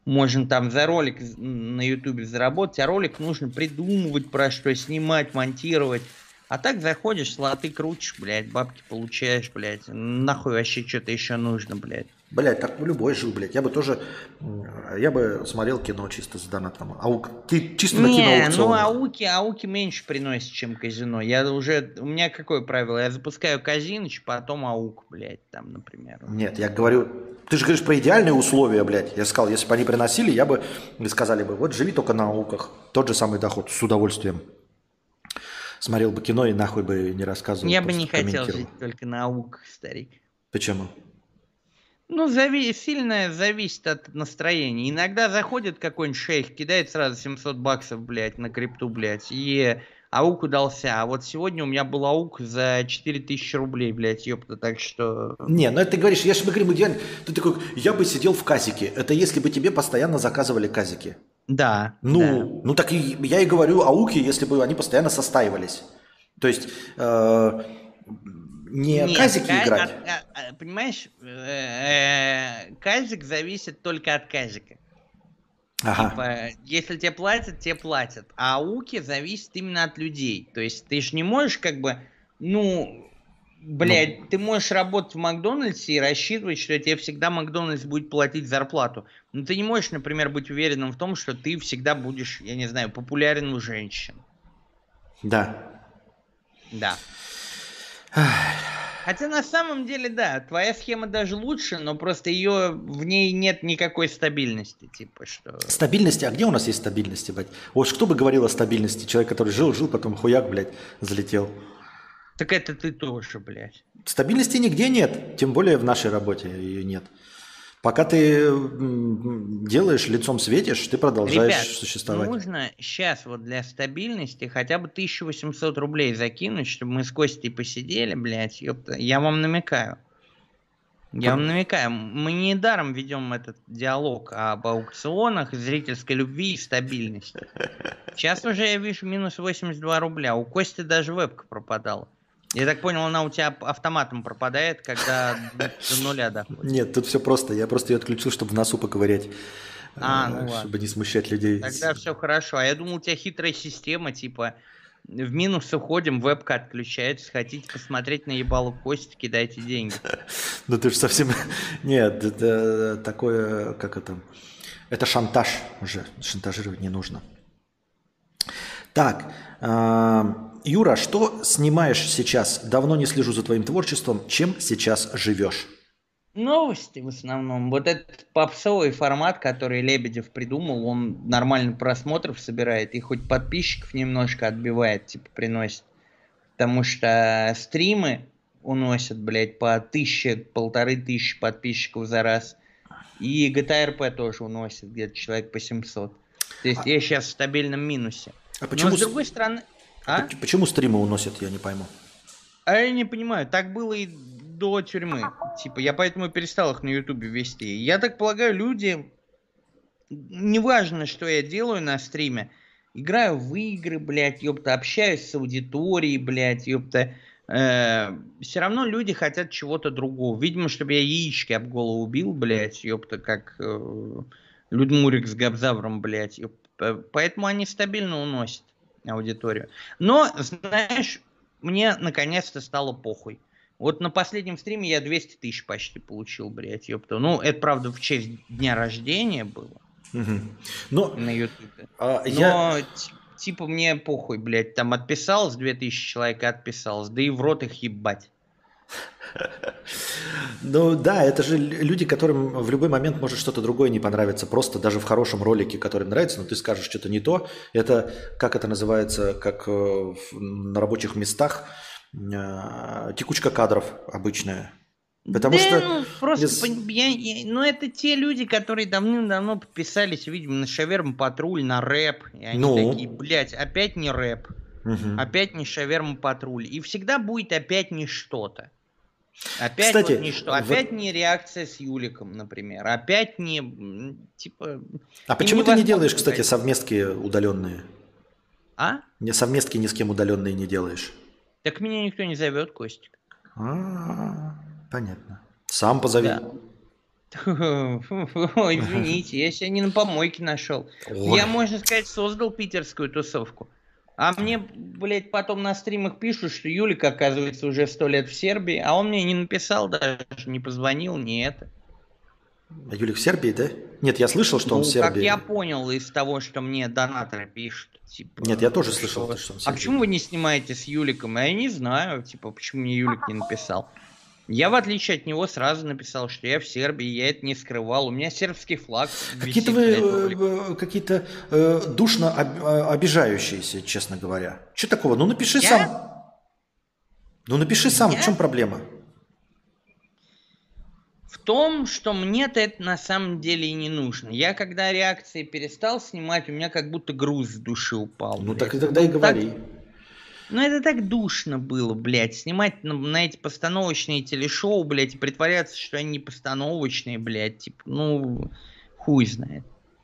можно там за ролик на ютубе заработать, а ролик нужно придумывать, про что снимать, монтировать. А так заходишь, слоты крутишь, блядь, бабки получаешь, блядь. Нахуй вообще что-то еще нужно, блядь. Блядь, так бы любой жил, блядь. Я бы тоже, я бы смотрел кино чисто с донатом. Аук, ты чисто на Не, ну киноаукционах. ауки, ауки меньше приносят, чем казино. Я уже, у меня какое правило? Я запускаю казиноч, потом аук, блядь, там, например. Нет, я говорю, ты же говоришь про идеальные условия, блядь. Я сказал, если бы они приносили, я бы, и сказали бы, вот живи только на ауках. Тот же самый доход, с удовольствием. Смотрел бы кино и нахуй бы не рассказывал. Я бы не хотел жить только на ауках, старик. Почему? Ну, зави- сильно зависит от настроения. Иногда заходит какой-нибудь шейх, кидает сразу семьсот баксов, блядь, на крипту, блядь, и аук удался. А вот сегодня у меня был аук за четыре тысячи рублей, блядь, ёпта, так что... Не, ну это ты говоришь, я же говорю, идеально. Ты такой, я бы сидел в казике. Это если бы тебе постоянно заказывали казики. Да, Ну, да. ну так и я и говорю ауки, если бы они постоянно состаивались. То есть э, не Нет, казики ка- играть. от- а- а, понимаешь, э, казик зависит только от казика. Ага. Типа, если тебе платят, тебе платят. А ауки зависит именно от людей. То есть ты же не можешь как бы, ну, блядь, Ну. ты можешь работать в Макдональдсе и рассчитывать, что тебе всегда Макдональдс будет платить зарплату. Но ты не можешь, например, быть уверенным в том, что ты всегда будешь, я не знаю, популярен у женщин. Да. Да. Хотя на самом деле, да, твоя схема даже лучше, но просто ее в ней нет никакой стабильности, типа что. Стабильности, а где у нас есть стабильности, блядь? Вот кто бы говорил о стабильности? Человек, который жил, жил, потом хуяк, блядь, залетел. Так это ты тоже, блядь. Стабильности нигде нет, тем более в нашей работе ее нет. Пока ты м, делаешь, лицом светишь, ты продолжаешь Ребят, существовать. нужно сейчас вот для стабильности хотя бы тысячу восемьсот рублей закинуть, чтобы мы с Костей посидели, блядь, ёпта. Я вам намекаю. Я вам намекаю, мы не даром ведем этот диалог об аукционах, зрительской любви и стабильности. Сейчас уже я вижу минус восемьдесят два рубля. У Кости даже вебка пропадала. Я так понял, она у тебя автоматом пропадает, когда до нуля доходит. Нет, тут все просто. Я просто ее отключил, чтобы в носу поковырять. А, э, ну ладно. Чтобы не смущать людей. Тогда все хорошо. А я думал, у тебя хитрая система, типа в минус уходим, вебка отключается, хотите посмотреть на ебалу Кости, кидайте деньги. Ну ты же совсем... Нет, это такое, как это... Это шантаж уже. Шантажировать не нужно. Так, э, Юра, что снимаешь сейчас? Давно не слежу за твоим творчеством. Чем сейчас живешь? Новости в основном. Вот этот попсовый формат, который Лебедев придумал, он нормально просмотров собирает и хоть подписчиков немножко отбивает, типа приносит. Потому что стримы уносят, блядь, по тысяче, полторы тысячи подписчиков за раз. И джи ти эй ар пи тоже уносит где-то человек по семьсот. То есть я сейчас в стабильном минусе. А почему, Но с с- другой стороны... А? поч- почему стримы уносят, я не пойму. А я не понимаю, так было и до тюрьмы. Типа, я поэтому и перестал их на Ютубе вести. Я так полагаю, люди... Неважно, что я делаю на стриме. Играю в игры, блядь, ёпта, общаюсь с аудиторией, блядь, ёпта. Э, все равно люди хотят чего-то другого. Видимо, чтобы я яички об голову убил, блядь, ёпта, как э, Людмурик с Габзавром, блядь. Ёпта. Поэтому они стабильно уносят аудиторию. Но, знаешь, мне наконец-то стало похуй. Вот на последнем стриме я двести тысяч почти получил, блядь, ёпта. Ну, это, правда, в честь дня рождения было Мгм. Но на ютубе. а, Но, я... ти- типа, мне похуй, блядь, там отписалось две тысячи человек, отписалось, да и в рот их ебать. Ну да, это же лю- люди, которым в любой момент может что-то другое не понравиться. Просто даже в хорошем ролике, который им нравится, но ты скажешь что-то не то. Это, как это называется, как э, в- на рабочих местах, э, текучка кадров обычная. Потому да, что... ну, просто, без- пон- я- я- ну, это те люди, которые давным-давно подписались, видимо, на Шаверм Патруль, на рэп, и они Ну? такие, блядь, опять не рэп, Мгм. опять не Шаверм Патруль, и всегда будет опять не что-то. Опять Кстати, вот не что, в- опять не реакция с Юликом, например, опять не, м, типа... А им почему ты не невозможно делаешь, кстати, сказать. совместки удаленные? А? Не совместки ни с кем удаленные не делаешь? Так меня никто не зовет, Костик. А, понятно. Сам позови. Да. Извините, я себя не на помойке нашел. Ой. Я, можно сказать, создал питерскую тусовку. А мне, блядь, потом на стримах пишут, что Юлик, оказывается, уже сто лет в Сербии, а он мне не написал даже, не позвонил, не это. А Юлик в Сербии, да? Нет, я слышал, что ну, он в Сербии. Как я понял из того, что мне донаторы пишут. Типа, Нет, я тоже что... слышал, что он в А Сербии. почему вы не снимаете с Юликом? Я не знаю, типа, почему мне Юлик не написал. Я, в отличие от него, сразу написал, что я в Сербии, я это не скрывал. У меня сербский флаг. Какие-то вы, какие-то э, душно об, обижающиеся, честно говоря. Что такого? Ну напиши я? сам. Ну напиши сам, я? В чем проблема? В том, что мне-то это на самом деле и не нужно. Я когда реакции перестал снимать, у меня как будто груз с души упал. Ну блядь. так и тогда и говори. Так... Ну это так душно было, блядь, снимать на, на эти постановочные телешоу, блядь, и притворяться, что они не постановочные, блядь, типа, ну, хуй знает.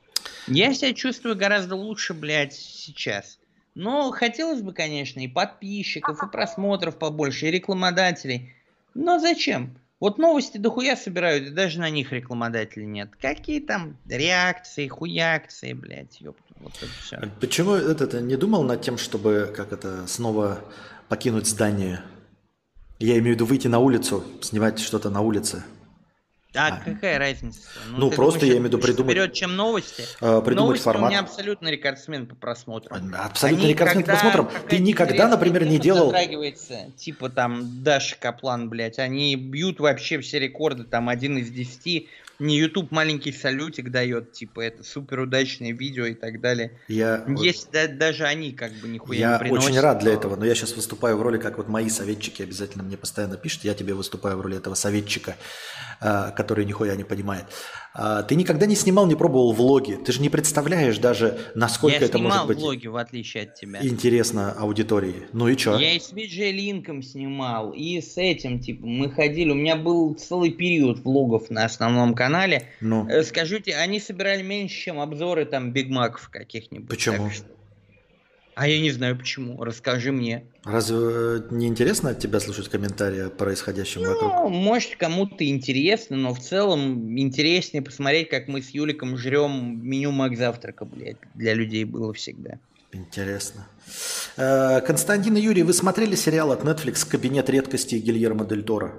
Я себя чувствую гораздо лучше, блядь, сейчас. Но хотелось бы, конечно, и подписчиков, и просмотров побольше, и рекламодателей. Но зачем? Вот новости дохуя собирают, и даже на них рекламодателей нет. Какие там реакции, хуякции, блядь, ёпта. Вот это все. Почему это не думал над тем, чтобы как это снова покинуть здание? Я имею в виду выйти на улицу, снимать что-то на улице. А, а. какая разница? Ну, ну просто думаешь, я имею в виду придумать... Вперед, чем новости? Э, придумать новости формат. у меня абсолютно рекордсмен по просмотрам. Абсолютно рекордсмен по просмотрам. Ты никогда, например, не делал... Затрагивается, типа там Даша Каплан, блядь, они бьют вообще все рекорды, там один из десяти. Не YouTube маленький салютик дает, типа это супер удачное видео и так далее. Я... Есть да, даже они как бы нихуя я не приносят. Я очень рад для этого, но я сейчас выступаю в роли, как вот мои советчики обязательно мне постоянно пишут, я тебе выступаю в роли этого советчика, который нихуя не понимает. Ты никогда не снимал, не пробовал влоги, ты же не представляешь даже, насколько я это может быть влоги, в отличие от тебя. Интересно аудитории. Ну и что? Я и с Виджей Линком снимал, и с этим, типа, мы ходили, у меня был целый период влогов на основном канале. Ну. Скажите, они собирали меньше, чем обзоры там Биг Маков каких-нибудь. Почему? Что... А я не знаю почему, расскажи мне. Разве не интересно от тебя слушать комментарии о происходящем ну, вокруг? Может, кому-то интересно, но в целом интереснее посмотреть, как мы с Юликом жрем меню Мак завтрака, блядь. Для людей было всегда. Интересно. Константин и Юрий, вы смотрели сериал от Netflix «Кабинет редкостей» Гильермо Дель Торо?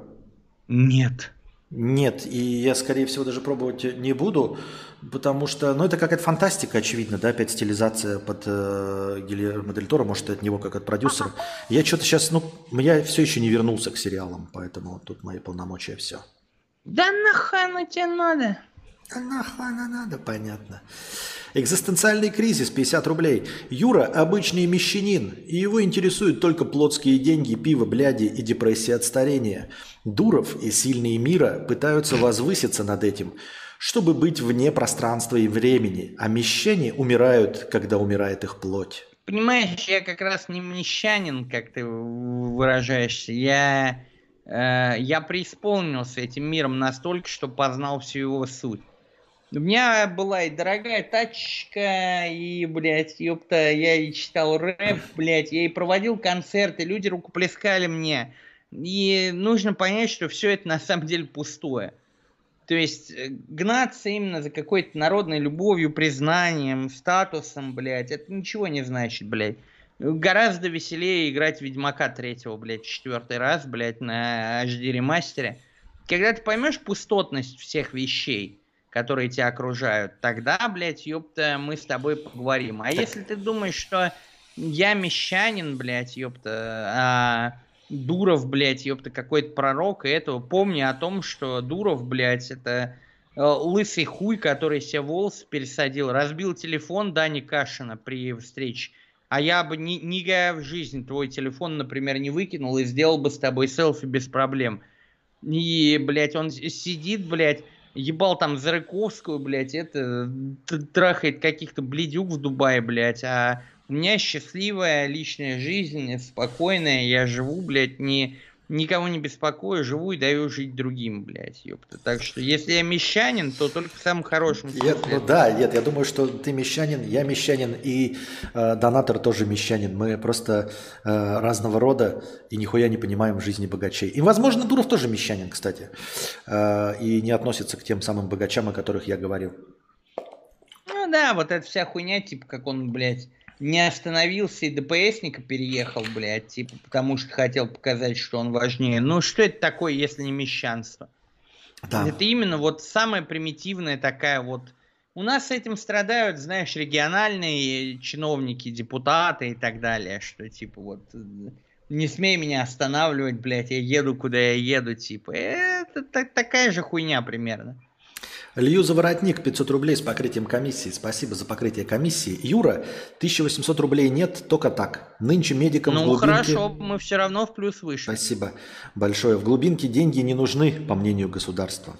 Нет. Нет, и я, скорее всего, даже пробовать не буду, потому что, ну, это какая-то фантастика, очевидно, да, опять стилизация под э, Гильермо Дель Торо, может, от него, как от продюсера. Я что-то сейчас, ну, я все еще не вернулся к сериалам, поэтому тут мои полномочия, все. Да нахуй тебе надо? Да нахуй надо, понятно. Экзистенциальный кризис, пятьдесят рублей. Юра – обычный мещанин, и его интересуют только плотские деньги, пиво, бляди и депрессия от старения. Дуров и сильные мира пытаются возвыситься над этим, чтобы быть вне пространства и времени, а мещане умирают, когда умирает их плоть. Понимаешь, я как раз не мещанин, как ты выражаешься. Я, э, я преисполнился этим миром настолько, что познал всю его суть. У меня была и дорогая тачка, и, блядь, ёпта, я и читал рэп, блядь, я и проводил концерты, люди рукоплескали мне. И нужно понять, что все это на самом деле пустое. То есть гнаться именно за какой-то народной любовью, признанием, статусом, блядь, это ничего не значит, блядь. Гораздо веселее играть Ведьмака третьего, блядь, четвертый раз, блядь, на эйч ди ремастере. Когда ты поймешь пустотность всех вещей, которые тебя окружают, тогда, блядь, ёпта, мы с тобой поговорим. А если ты думаешь, что я мещанин, блядь, ёпта, а Дуров, блядь, ёпта, какой-то пророк, и этого помни о том, что Дуров, блядь, это э, лысый хуй, который себе волосы пересадил, разбил телефон Дани Кашина при встрече, а я бы ни, никогда в жизни твой телефон, например, не выкинул и сделал бы с тобой селфи без проблем. И, блядь, он сидит, блядь, ебал там Зарыковскую, блядь, это, трахает каких-то блядюк в Дубае, блядь, а у меня счастливая личная жизнь, спокойная, я живу, блядь, не, никого не беспокою, живу и даю жить другим, блядь, ёпта. Так что, если я мещанин, то только в самом хорошем смысле. Нет, ну да, нет, я думаю, что ты мещанин, я мещанин, и э, донатор тоже мещанин. Мы просто э, разного рода и нихуя не понимаем жизни богачей. И, возможно, Дуров тоже мещанин, кстати, э, и не относится к тем самым богачам, о которых я говорил. Ну да, вот эта вся хуйня, типа, как он, блядь, не остановился и ДПСника переехал, блядь, типа, потому что хотел показать, что он важнее. Ну, что это такое, если не мещанство? Да. Это именно вот самая примитивная такая вот... У нас с этим страдают, знаешь, региональные чиновники, депутаты и так далее, что, типа, вот... Не смей меня останавливать, блядь, я еду, куда я еду, типа. Это так, такая же хуйня примерно. Лью за воротник пятьсот рублей с покрытием комиссии. Спасибо за покрытие комиссии. Юра, тысяча восемьсот рублей нет, только так. Нынче медикам ну, в глубинке... хорошо, мы все равно в плюс вышли. Спасибо большое. В глубинке деньги не нужны, по мнению государства.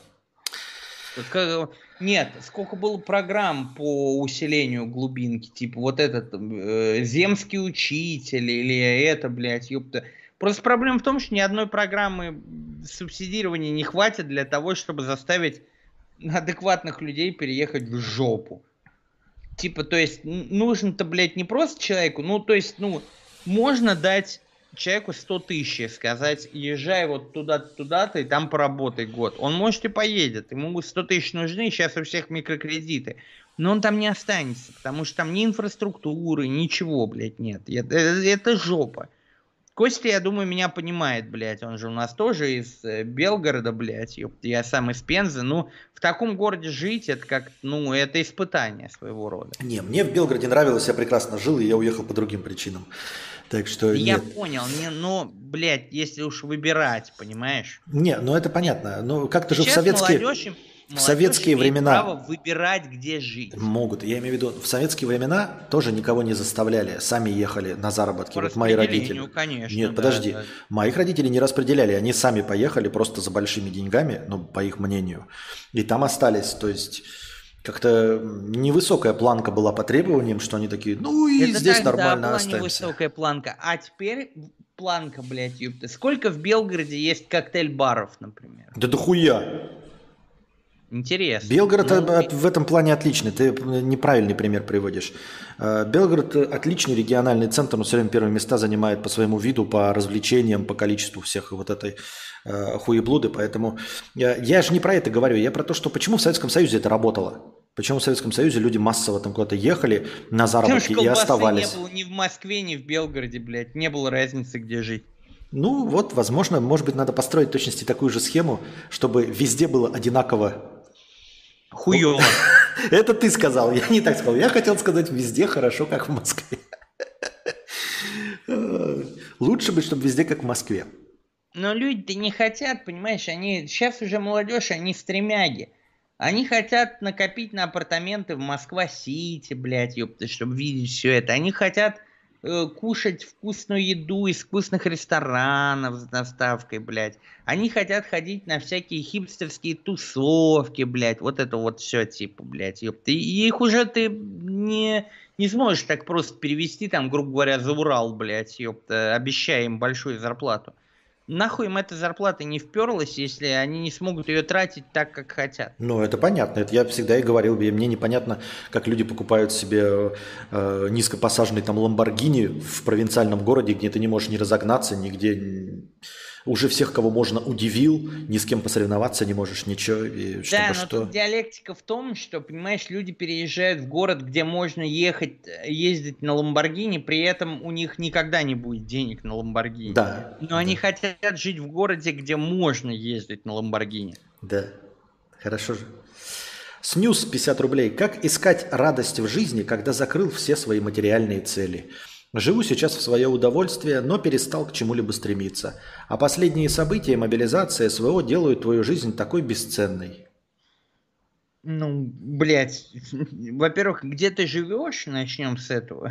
Нет, сколько было программ по усилению глубинки, типа вот этот э, земский учитель или это, блядь, ёпта. Просто проблема в том, что ни одной программы субсидирования не хватит для того, чтобы заставить адекватных людей переехать в жопу. Типа, то есть, нужно-то, блядь, не просто человеку, ну, то есть, ну, можно дать человеку сто тысяч, сказать, езжай вот туда-то, туда-то, и там поработай год. Он, может, и поедет, ему сто тысяч нужны, сейчас у всех микрокредиты. Но он там не останется, потому что там ни инфраструктуры, ничего, блядь, нет. Это, это жопа. Костя, я думаю, меня понимает, блядь, он же у нас тоже из э, Белгорода, блядь, ёпта, я сам из Пензы, ну, в таком городе жить, это как, ну, это испытание своего рода. Не, мне в Белгороде нравилось, я прекрасно жил, и я уехал по другим причинам. Так что я нет. понял, не, но, блядь, если уж выбирать, понимаешь? Не, ну это понятно, ну как-то же в Сейчас советские... молодежь им- В советские молодежь имеет времена право выбирать, где жить. могут. Я имею в виду, в советские времена тоже никого не заставляли. Сами ехали на заработки. По Вот мои родители. распределению, конечно, Нет, да, подожди. да. Моих родителей не распределяли. Они сами поехали просто за большими деньгами, ну, по их мнению. И там остались. То есть как-то невысокая планка была по требованиям, что они такие, ну и Это здесь тогда нормально была останемся. невысокая планка. А теперь планка, блядь, ёпта. Сколько в Белгороде есть коктейль-баров, например? Да дохуя. Интересно. Белгород Ну, э, в этом плане отличный. Ты неправильный пример приводишь. Э, Белгород отличный региональный центр, но все время первые места занимает по своему виду, по развлечениям, по количеству всех вот этой э, хуеблуды. Поэтому я, я же не про это говорю. Я про то, что почему в Советском Союзе это работало. Почему в Советском Союзе люди массово там куда-то ехали на заработки и оставались. Не было ни в Москве, ни в Белгороде, блядь. Не было разницы, где жить. Ну вот, возможно, может быть, надо построить в точности такую же схему, чтобы везде было одинаково. Хуёво. Это ты сказал, я не так сказал. Я хотел сказать, везде хорошо, как в Москве. Лучше бы, чтобы везде, как в Москве. Но люди-то не хотят, понимаешь, они сейчас уже молодежь, они стремяги. Они хотят накопить на апартаменты в Москва-Сити, блядь, ёпта, чтобы видеть все это. Они хотят э, кушать вкусную еду из вкусных ресторанов с доставкой, блядь. Они хотят ходить на всякие хипстерские тусовки, блядь. Вот это вот все, типа, блядь, ёпта. И их уже ты не, не сможешь так просто перевести, там, грубо говоря, за Урал, блядь, ёпта, обещая им большую зарплату. Нахуй им эта зарплата не вперлась, если они не смогут ее тратить так, как хотят. Ну, это понятно. Это я всегда и говорил. Мне непонятно, как люди покупают себе э, низкопассажный там Ламборгини в провинциальном городе, где ты не можешь ни разогнаться, нигде... Уже всех, кого можно, удивил, ни с кем посоревноваться не можешь, ничего. И да, но что... тут диалектика в том, что, понимаешь, люди переезжают в город, где можно ехать, ездить на Ламборгини, при этом у них никогда не будет денег на Ламборгини. Да. Но да. они хотят жить в городе, где можно ездить на Ламборгини. Да, хорошо же. Снюс пятьдесят рублей. Как искать радость в жизни, когда закрыл все свои материальные цели? Живу сейчас в свое удовольствие, но перестал к чему-либо стремиться. А последние события, мобилизация, СВО делают твою жизнь такой бесценной. Ну, блядь, во-первых, где ты живешь, начнем с этого.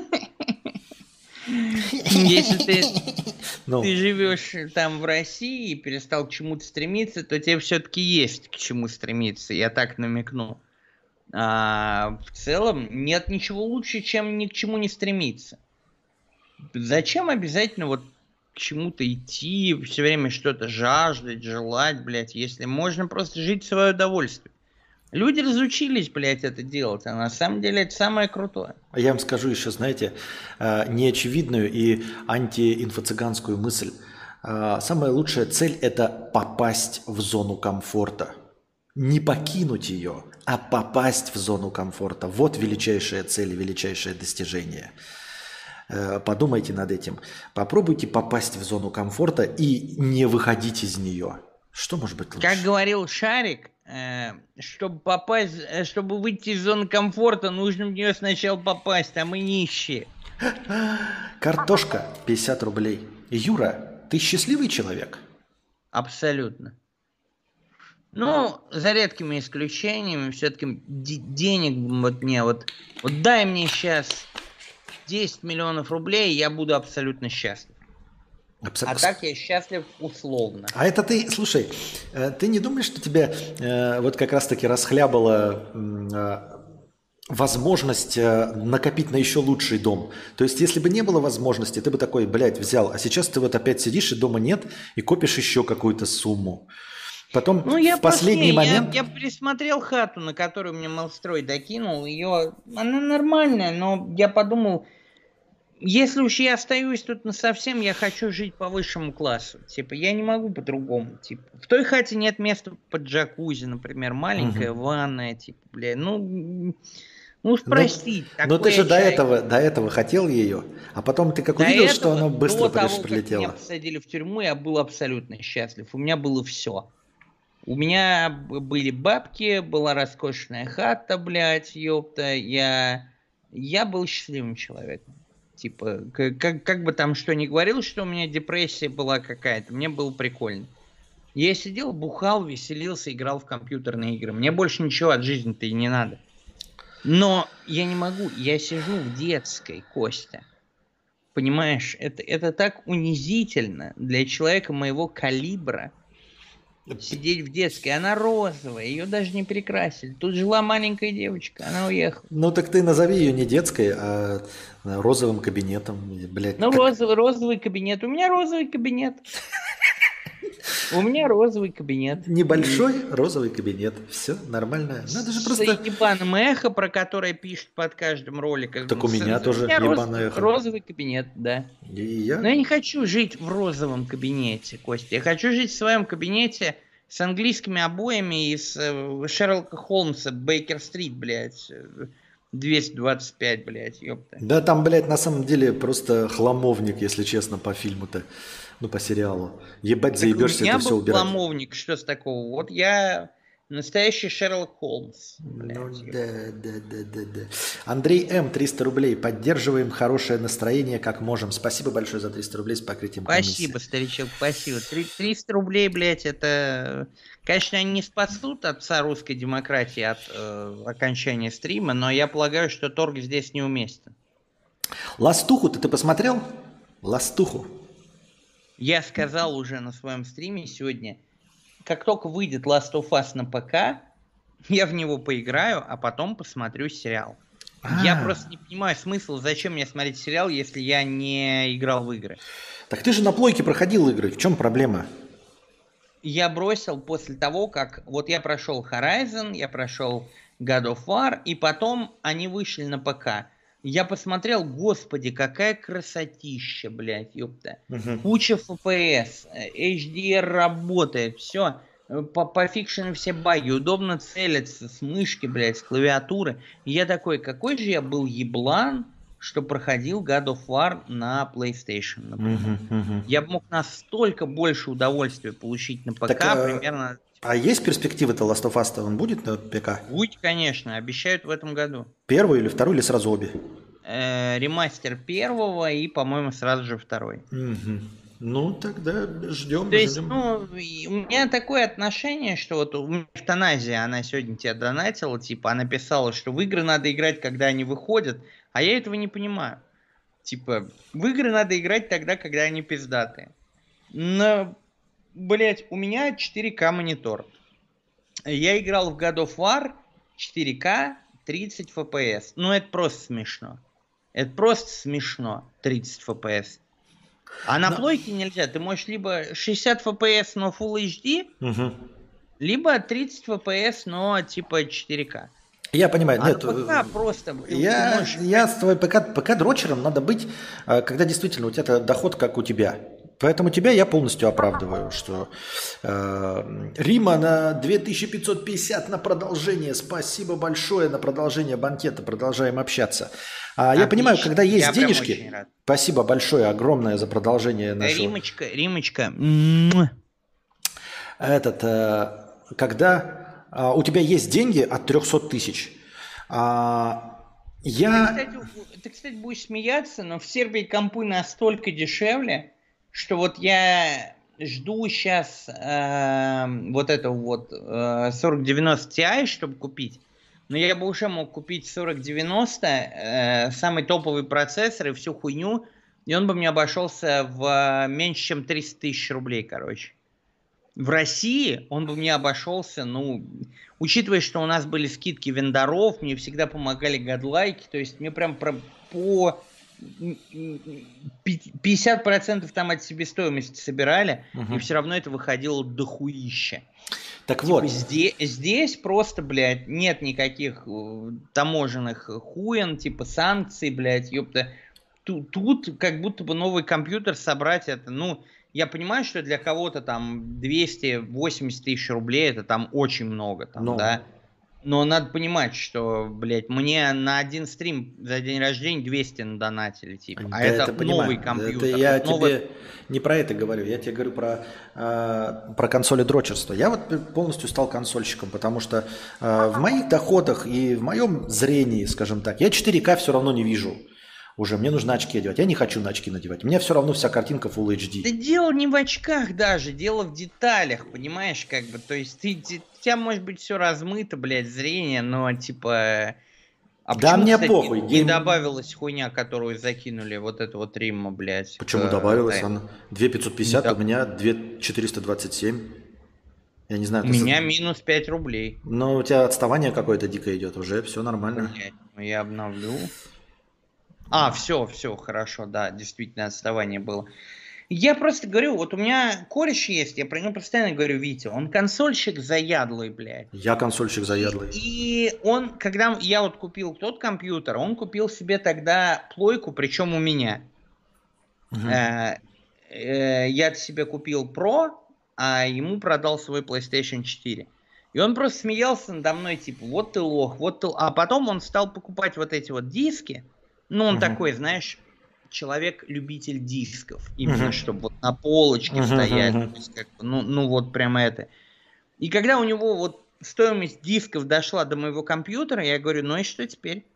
Если ты, ну. ты живешь там в России и перестал к чему-то стремиться, то тебе все-таки есть к чему стремиться, я так намекну. А в целом нет ничего лучше, чем ни к чему не стремиться. Зачем обязательно вот к чему-то идти, все время что-то жаждать, желать, блядь, если можно просто жить в свое удовольствие. Люди разучились, блядь, это делать, а на самом деле это самое крутое. А я вам скажу еще, знаете, неочевидную и антиинфо-цыганскую мысль. Самая лучшая цель – это попасть в зону комфорта. Не покинуть ее, а попасть в зону комфорта. Вот величайшая цель и величайшее достижение. Подумайте над этим. Попробуйте попасть в зону комфорта и не выходить из нее. Что может быть лучше? Как говорил Шарик, чтобы попасть, чтобы выйти из зоны комфорта, нужно в нее сначала попасть, а мы нищие. Картошка пятьдесят рублей. Юра, ты счастливый человек? Абсолютно. Ну, за редкими исключениями, все-таки денег вот мне, вот, вот дай мне сейчас десять миллионов рублей, я буду абсолютно счастлив. Абсо... А так я счастлив условно. А это ты, слушай, ты не думаешь, что тебя э, вот как раз-таки расхлябала э, возможность э, накопить на еще лучший дом? То есть, если бы не было возможности, ты бы такой, блядь, взял, а сейчас ты вот опять сидишь, и дома нет, и копишь еще какую-то сумму. Потом ну, я в последний просто, момент... Я, я пересмотрел хату, на которую мне Малстрой докинул, ее, она нормальная, но я подумал... Если уж я остаюсь тут насовсем, я хочу жить по высшему классу. Типа, я не могу по-другому. Типа, в той хате нет места под джакузи, например, маленькая угу. ванная, типа, бля, ну, ну уж прости. Но, но ты же до этого, до этого хотел ее, а потом ты как до увидел, этого, что она быстро до того, прилетела. Как меня посадили в тюрьму, я был абсолютно счастлив. У меня было все. У меня были бабки, была роскошная хата, блядь, ёпта. Я, я был счастливым человеком. Типа, как, как бы там что ни говорил, что у меня депрессия была какая-то, мне было прикольно. Я сидел, бухал, веселился, играл в компьютерные игры. Мне больше ничего от жизни-то и не надо. Но я не могу, я сижу в детской, Костя. Понимаешь, это, это так унизительно для человека моего калибра. Сидеть в детской, она розовая, ее даже не перекрасили. Тут жила маленькая девочка, она уехала. Ну так ты назови ее не детской, а розовым кабинетом, блядь. Ну как... розовый, розовый кабинет. У меня розовый кабинет. У меня розовый кабинет. Небольшой розовый кабинет. Все нормально. Надо же просто... С ебаным эхо, про которое пишут под каждым роликом. Так у меня тоже ебаное эхо. Розовый кабинет, да. И я... Но я не хочу жить в розовом кабинете, Костя. Я хочу жить в своем кабинете с английскими обоями из Шерлока Холмса, Бейкер-стрит, блядь. двести двадцать пять, блядь, ёпта. Да там, блядь, на самом деле просто хламовник, если честно, по фильму-то. Ну, по сериалу. Ебать, заебешься это все убирать. Хламовник, что с такого? Вот я настоящий Шерлок Холмс. Блядь, ну, да, да, да, да, да. Андрей М. триста рублей. Поддерживаем хорошее настроение, как можем. Спасибо большое за триста рублей с покрытием комиссии. Спасибо, старичок, спасибо. триста рублей, блядь, это... Конечно, они не спасут отца русской демократии от э, окончания стрима, но я полагаю, что торг здесь неуместен. Ластуху-то ты посмотрел? Ластуху. Я сказал уже на своем стриме сегодня, как только выйдет Last of Us на ПК, я в него поиграю, а потом посмотрю сериал. А-а-а. Я просто не понимаю смысла, зачем мне смотреть сериал, если я не играл в игры. Так ты же на плойке проходил игры, в чем проблема? Я бросил после того, как... Вот я прошел Horizon, я прошел God of War, и потом они вышли на ПК. Я посмотрел, господи, какая красотища, блядь, ёпта. Угу. Куча эф пи эс, эйч ди ар работает, все. По, по фикшену все баги, удобно целиться с мышки, блядь, с клавиатуры. И я такой, какой же я был еблан, что проходил God of War на PlayStation, например. Угу, угу. Я бы мог настолько больше удовольствия получить на ПК, так, примерно... А есть перспективы-то Last of Us-то? Он будет на ПК? Будет, конечно. Обещают в этом году. Первый или второй, или сразу обе? Э-э, ремастер первого и, по-моему, сразу же второй. Угу. Ну, тогда ждем. То есть, ну, у меня такое отношение, что вот у меня эвтаназия, она сегодня тебя донатила, типа, она писала, что в игры надо играть, когда они выходят, а я этого не понимаю. Типа, в игры надо играть тогда, когда они пиздатые. Но... Блять, у меня четыре ка монитор. Я играл в God of War четыре ка тридцать эф пи эс. Ну, это просто смешно. Это просто смешно. тридцать эф пи эс. А на Но... плойке нельзя. Ты можешь либо шестьдесят эф пи эс, но Full эйч ди, Угу. либо тридцать эф пи эс, но типа четыре ка. Я понимаю, А нет, на ПК просто ты, ты я, можешь... я с твоей ПК, ПК-дрочером надо быть, э, когда действительно у тебя доход как у тебя. Поэтому тебя я полностью оправдываю, что э, Рима на две тысячи пятьсот пятьдесят на продолжение. Спасибо большое на продолжение банкета. Продолжаем общаться. А, я понимаю, когда есть я прям очень денежки, рад. спасибо большое, огромное за продолжение нашего... Римочка, Римочка. М-м-м. Этот, э, когда э, у тебя есть деньги от триста тысяч, а, я... Ты, кстати, у- ты, кстати, будешь смеяться, но в Сербии компы настолько дешевле, что вот я жду сейчас вот эту вот э, сорок девяносто Ti, чтобы купить. Но я бы уже мог купить сорок девяносто, э, самый топовый процессор и всю хуйню, и он бы мне обошелся в меньше, чем триста тысяч рублей, короче. В России он бы мне обошелся, ну, учитывая, что у нас были скидки вендоров, мне всегда помогали гадлайки, то есть мне прям про, по пятьдесят процентов там от себестоимости собирали, Угу. и все равно это выходило дохуища. Так Типа вот. Здесь, здесь просто, блядь, нет никаких э, таможенных хуен, типа санкций, блядь, ёпта. Тут, тут как будто бы новый компьютер собрать это, ну, я понимаю, что для кого-то там двести восемьдесят тысяч рублей это там очень много, там, Ну. да. Но надо понимать, что, блядь, мне на один стрим за день рождения двести надонатили, типа. А Да, это, это новый понимаю. компьютер. Это я вот новый... тебе не про это говорю, я тебе говорю про, э, про консоли дрочерства. Я вот полностью стал консольщиком, потому что э, в моих доходах и в моем зрении, скажем так, я четыре ка все равно не вижу. Уже мне нужно очки одевать. Я не хочу на очки надевать. У меня все равно вся картинка Full эйч ди. Да дело не в очках даже, дело в деталях, понимаешь, как бы, то есть ты, ты, у тебя может быть все размыто, блядь, зрение, но типа... А да почему, мне кстати, похуй. не Гейм... добавилась хуйня, которую закинули, вот это вот Римма, блядь. Почему к, добавилась да. она? две тысячи пятьсот пятьдесят, Да. у меня две тысячи четыреста двадцать семь. Я не знаю. У меня за... минус пять рублей. Но у тебя отставание какое-то дикое идет, уже все нормально. Блядь, ну я обновлю. А, все, все, хорошо, да, действительно отставание было. Я просто говорю, вот у меня кореш есть, я про него постоянно говорю, Витя, он консольщик заядлый, блядь. Я консольщик заядлый. И, и он, когда я вот купил тот компьютер, он купил себе тогда плойку, причем у меня. Угу. Э, э, я себе купил Pro, а ему продал свой PlayStation четыре. И он просто смеялся надо мной, типа, вот ты лох, вот ты... А потом он стал покупать вот эти вот диски. Ну, он uh-huh. такой, знаешь, человек-любитель дисков. Именно, uh-huh. чтобы вот на полочке uh-huh. стоять. Uh-huh. То есть, как, ну, ну, вот прям это. И когда у него вот стоимость дисков дошла до моего компьютера, я говорю, ну и что теперь?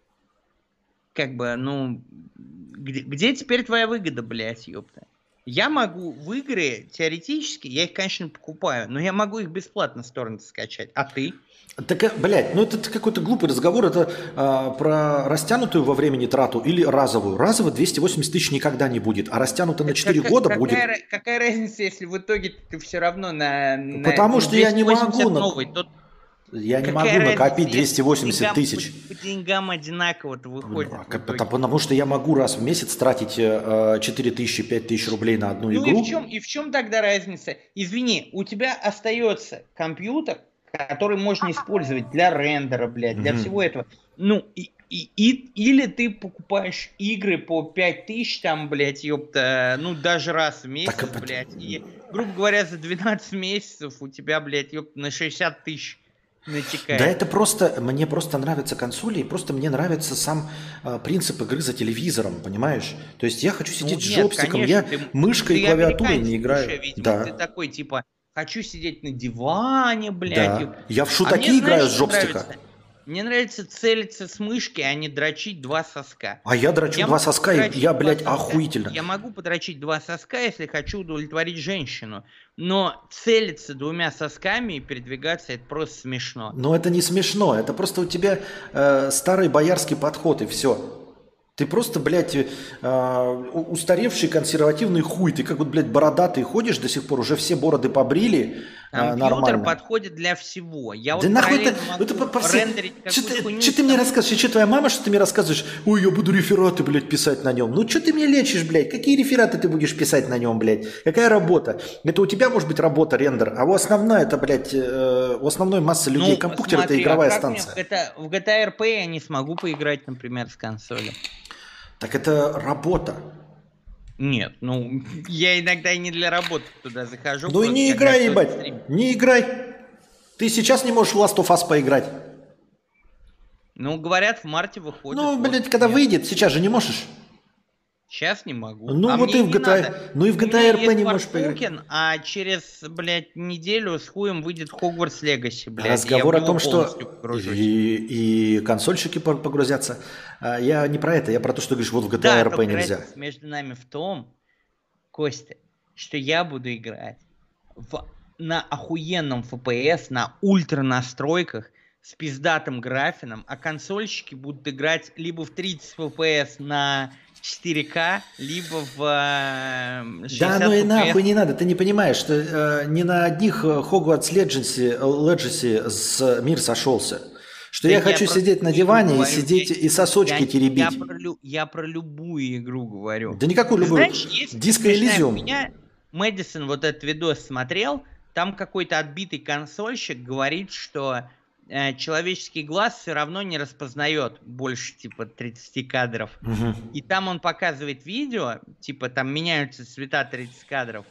Как бы, ну, где, где теперь твоя выгода, блядь, ёпта? Я могу в игры, теоретически, я их, конечно, покупаю, но я могу их бесплатно с торрента скачать. А ты? Так, блядь, ну это какой-то глупый разговор. Это а, про растянутую во времени трату или разовую. Разово двести восемьдесят тысяч никогда не будет, а растянуто на четыре как, года какая, будет. Какая разница, если в итоге ты все равно на... Потому на что я не могу... Новый, тот... Я не могу накопить двести восемьдесят тысяч. По, по деньгам одинаково-то выходит. Ну, потому, потому что я могу раз в месяц тратить четыре тысячи, пять тысяч рублей на одну ну игру. И в, чем, и в чем тогда разница? Извини, у тебя остается компьютер, который можно использовать для рендера, блядь, для mm-hmm. всего этого. Ну, и, и, и, или ты покупаешь игры по пять тысяч, там, блядь, ёпта, ну, даже раз в месяц, так, блядь, и, грубо говоря, за двенадцать месяцев у тебя, блядь, ёпта, на шестьдесят тысяч натекает. Да это просто, мне просто нравятся консоли, и просто мне нравится сам э, принцип игры за телевизором, понимаешь? То есть я хочу сидеть ну, с нет, джойстиком, конечно, я ты, мышкой ты и клавиатурой не играю. Душе, видимо, да. Ты такой, типа, хочу сидеть на диване, блядь. Да. Я в шутаки а играю знаешь, с джойстика. Нравится? Мне нравится целиться с мышки, а не дрочить два соска. А я дрочу я два соска, и я, блядь, соска. охуительно. Я могу подрочить два соска, если хочу удовлетворить женщину. Но целиться двумя сосками и передвигаться, это просто смешно. Но это не смешно, это просто у тебя э, старый боярский подход, и все. Ты просто, блядь, э, устаревший консервативный хуй. Ты как вот, блядь, бородатый ходишь до сих пор, уже все бороды побрили, а, Компьютер нормально. подходит для всего. Я Да вот нахуй ты, параллельно ну ты по, могу по всей... рендерить Что какую-то ты, хуйню. чё ты мне рассказываешь? Что твоя мама, что ты мне рассказываешь? Ой, я буду рефераты, блядь, писать на нем. Ну что ты мне лечишь, блядь? Какие рефераты ты будешь писать на нем, блядь? Какая работа? Это у тебя может быть работа, рендер, а у основная это, блядь, э, у основной массы людей Ну, компьютер это смотри, игровая а как мне станция. в GTA, в джи ти эй ар пи я не смогу поиграть, например, с консоли? Так это работа. Нет, ну, я иногда и не для работы туда захожу. Ну и просто не когда играй, кто-то ебать. стримит. Не играй. Ты сейчас не можешь в Last of Us поиграть. Ну, говорят, в марте выходит. Ну, вот, блядь, когда нет. выйдет, сейчас же не можешь. Сейчас не могу. Ну а вот мне и в не джи ти эй, надо. ну и в У джи ти меня эй ар пи есть не можешь поиграть. Forspoken, а через, блядь, неделю с хуем выйдет Хогвартс Легаси, блядь. Разговор и о я в том, него что полностью погружусь. и, и консольщики по- погрузятся. А Я не про это, я про то, что говоришь, вот в джи ти эй Да, ар пи только нельзя. разница между нами в том, Костя, что я буду играть в, на охуенном эф пи эс, на ультра настройках, с пиздатым графином, а консольщики будут играть либо в тридцать эф пи эс на четыре ка, либо в э, шестьдесят Да, ну и эф пи эс. нахуй не надо, ты не понимаешь, что э, не на одних Хогвартс Legacy, Legacy с мир сошелся. Что Да я я хочу про сидеть на любую диване и говорю, сидеть я- и сосочки я, теребить. Я про, лю- я про любую игру говорю. Да никакую Ты любую. знаешь, есть Диско смешная Элизиум. хуйня. Мэдисон вот этот видос смотрел, там какой-то отбитый консольщик говорит, что э, человеческий глаз все равно не распознает больше типа тридцать кадров. Мгм. И там он показывает видео, типа там меняются цвета тридцать кадров.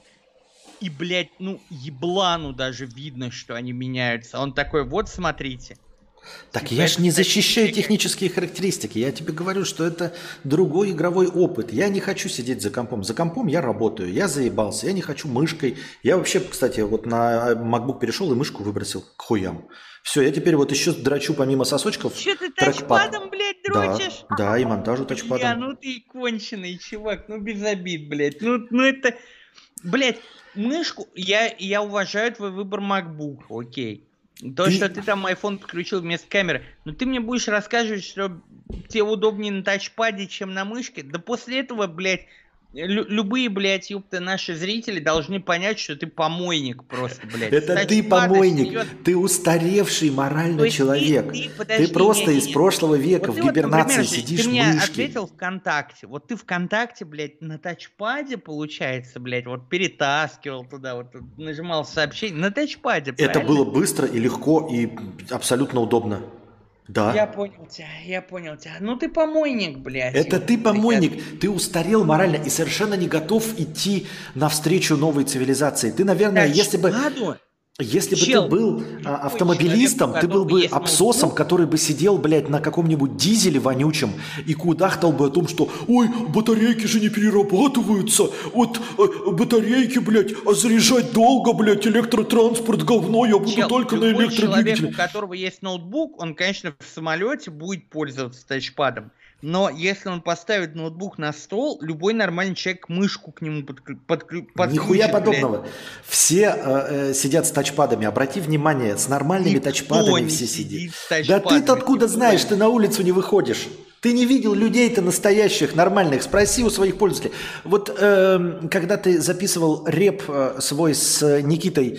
И, блядь, ну, еблану даже видно, что они меняются. Он такой, вот смотрите. Так Типа, я это ж не защищаю статистика. технические характеристики. Я тебе говорю, что это другой игровой опыт. Я не хочу сидеть за компом. За компом я работаю. Я заебался. Я не хочу мышкой. Я вообще, кстати, вот на MacBook перешел и мышку выбросил к хуям. Все, я теперь вот еще дрочу помимо сосочков Че ты трекпад. тачпадом, блядь, Да, дрочишь? да, и монтажу Бля, тачпадом. ну ты конченый, чувак, ну без обид, блядь. Ну, ну это, блядь, мышку, я, я уважаю твой выбор MacBook, окей. То, Ты- что ты там iPhone подключил вместо камеры, но ты мне будешь рассказывать, что тебе удобнее на тачпаде, чем на мышке. Да после этого, блядь, лю- любые, блядь, ёпта, наши зрители должны понять, что ты помойник просто, блядь. Это С ты тачпада, помойник. серьёзно. Ты устаревший То моральный есть ты- человек. ты, Ты, подожди, просто не, не, из не. прошлого века Вот в ты вот, гибернации например, Жень, сидишь ты в мне мышке. ответил ВКонтакте. Вот ты ВКонтакте, блядь, на тачпаде, получается, блядь, вот перетаскивал туда, вот тут нажимал сообщение. На тачпаде, Это правильно? было быстро и легко и абсолютно удобно. Да. Я понял тебя, я понял тебя. Ну ты помойник, блядь. Это ёпта, ты блядь. помойник, ты устарел морально и совершенно не готов идти навстречу новой цивилизации. Ты, наверное, если бы, Тачпаду? если бы Чел, ты был любой а, автомобилистом, человек, ты у был которого бы есть абсосом, ноутбук. который бы сидел, блядь, на каком-нибудь дизеле вонючем и кудахтал бы о том, что «Ой, батарейки же не перерабатываются, вот э, батарейки, блядь, а заряжать долго, блядь, электротранспорт говно, я буду Чел, только на любой человек, у электродвигателе». которого есть ноутбук, он, конечно, в самолете будет пользоваться тачпадом. Но если он поставит ноутбук на стол, любой нормальный человек мышку к нему подклю- подклю- подключит. Нихуя блядь. подобного. Все э, э, сидят с тачпадами. Обрати внимание, с нормальными Никто тачпадами не все сидит сидят. с Да тачпадами, ты-то откуда никто знаешь, не- ты на улицу не выходишь. Ты не видел людей-то настоящих, нормальных. Спроси у своих пользователей. Вот э, когда ты записывал реп э, свой с Никитой,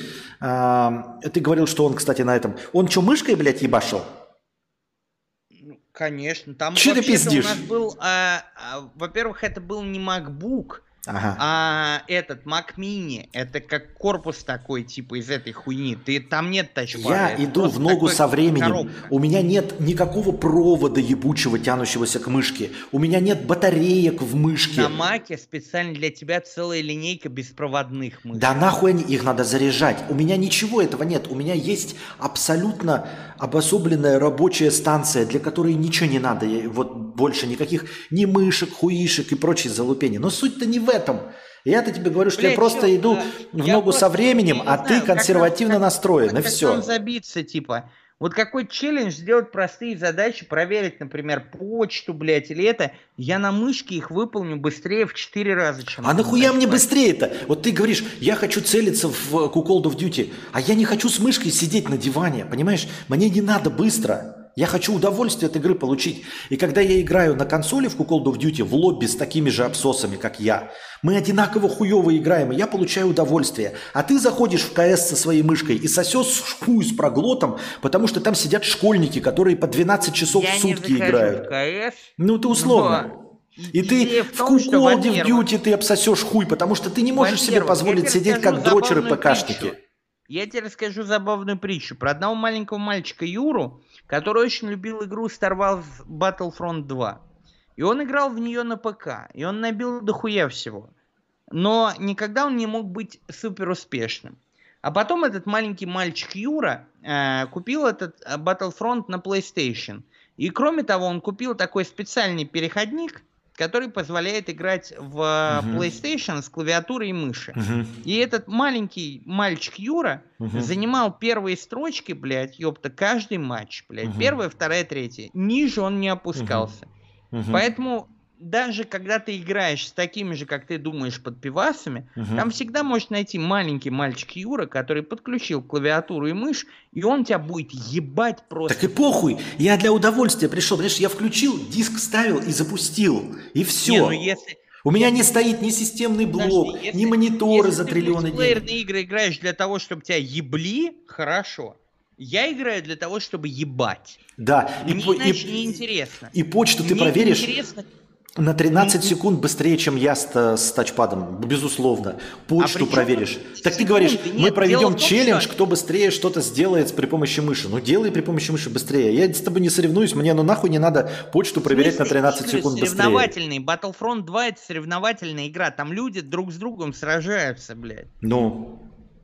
э, ты говорил, что он, кстати, на этом... Он что, мышкой, блядь, ебашил? Ну, конечно, там Чё ты вообще-то пиздишь? у нас был, а, а, во-первых, это был не MacBook, Ага. а этот Mac Mini. Это как корпус такой, типа из этой хуйни. Ты там нет тачпада. Я это иду просто в ногу такой со временем. коробка. У меня нет никакого провода ебучего, тянущегося к мышке. У меня нет батареек в мышке. На Маке специально для тебя целая линейка беспроводных мышек. Да нахуй они, их надо заряжать. У меня ничего этого нет. У меня есть абсолютно обособленная рабочая станция, для которой ничего не надо. Я- Вот больше никаких ни мышек, хуишек и прочей залупени. Но суть-то не в этом. Я-то тебе говорю, что Блядь, я просто чё, иду да, в я ногу просто, со временем, я не а знаю, ты как нам- консервативно как- настроен, и как все. нам забиться, типа, вот какой челлендж сделать простые задачи, проверить, например, почту, блядь, или это, я на мышке их выполню быстрее в четыре раза, чем... А на нахуя мне тачпаде. быстрее-то? Вот ты говоришь, я хочу целиться в Call of Duty, а я не хочу с мышкой сидеть на диване, понимаешь? Мне не надо быстро. Я хочу удовольствие от игры получить. И когда я играю на консоли в Call of Duty в лобби с такими же абсосами, как я, мы одинаково хуево играем, и я получаю удовольствие. А ты заходишь в КС со своей мышкой и сосешь хуй с проглотом, потому что там сидят школьники, которые по двенадцать часов я в сутки не играют. В КС, ну ты условно. но... И ты в Call of Duty ты обсосешь хуй, потому что ты не можешь себе позволить сидеть как дрочеры ПКшники. Я тебе расскажу забавную притчу про одного маленького мальчика Юру, который очень любил игру Star Wars Battlefront два. И он играл в нее на ПК, и он набил дохуя всего. Но никогда он не мог быть супер успешным. А потом этот маленький мальчик Юра э, купил этот Battlefront на PlayStation. И кроме того, он купил такой специальный переходник, который позволяет играть в uh-huh. PlayStation с клавиатурой и мыши. Uh-huh. И этот маленький мальчик Юра uh-huh. занимал первые строчки, блядь, ёпта, каждый матч, блядь. Uh-huh. Первая, вторая, третья. Ниже он не опускался. Uh-huh. Uh-huh. Поэтому даже когда ты играешь с такими же, как ты думаешь, подпивасами, uh-huh. там всегда можешь найти маленький мальчик Юра, который подключил клавиатуру и мышь, и он тебя будет ебать просто. Так и похуй, я для удовольствия пришел, понимаешь, я включил, диск ставил и запустил, и все. Не, ну если... У меня не стоит ни системный блок, Подожди, если, ни мониторы если за триллионы денег. Если ты в мультиплеерные игры играешь для того, чтобы тебя ебли, хорошо. Я играю для того, чтобы ебать. Да. И, мне иначе и, неинтересно. И почту ты мне проверишь... Интересно... На тринадцать секунд быстрее, чем я с, с тачпадом, безусловно. Почту а проверишь. Так ты говоришь, нет, мы проведем том, челлендж, что... кто быстрее что-то сделает при помощи мыши. Ну делай при помощи мыши быстрее. Я с тобой не соревнуюсь, мне ну нахуй не надо почту проверять на тринадцать секунд быстрее. Соревновательный. Battlefront два это соревновательная игра. Там люди друг с другом сражаются, блядь. Ну?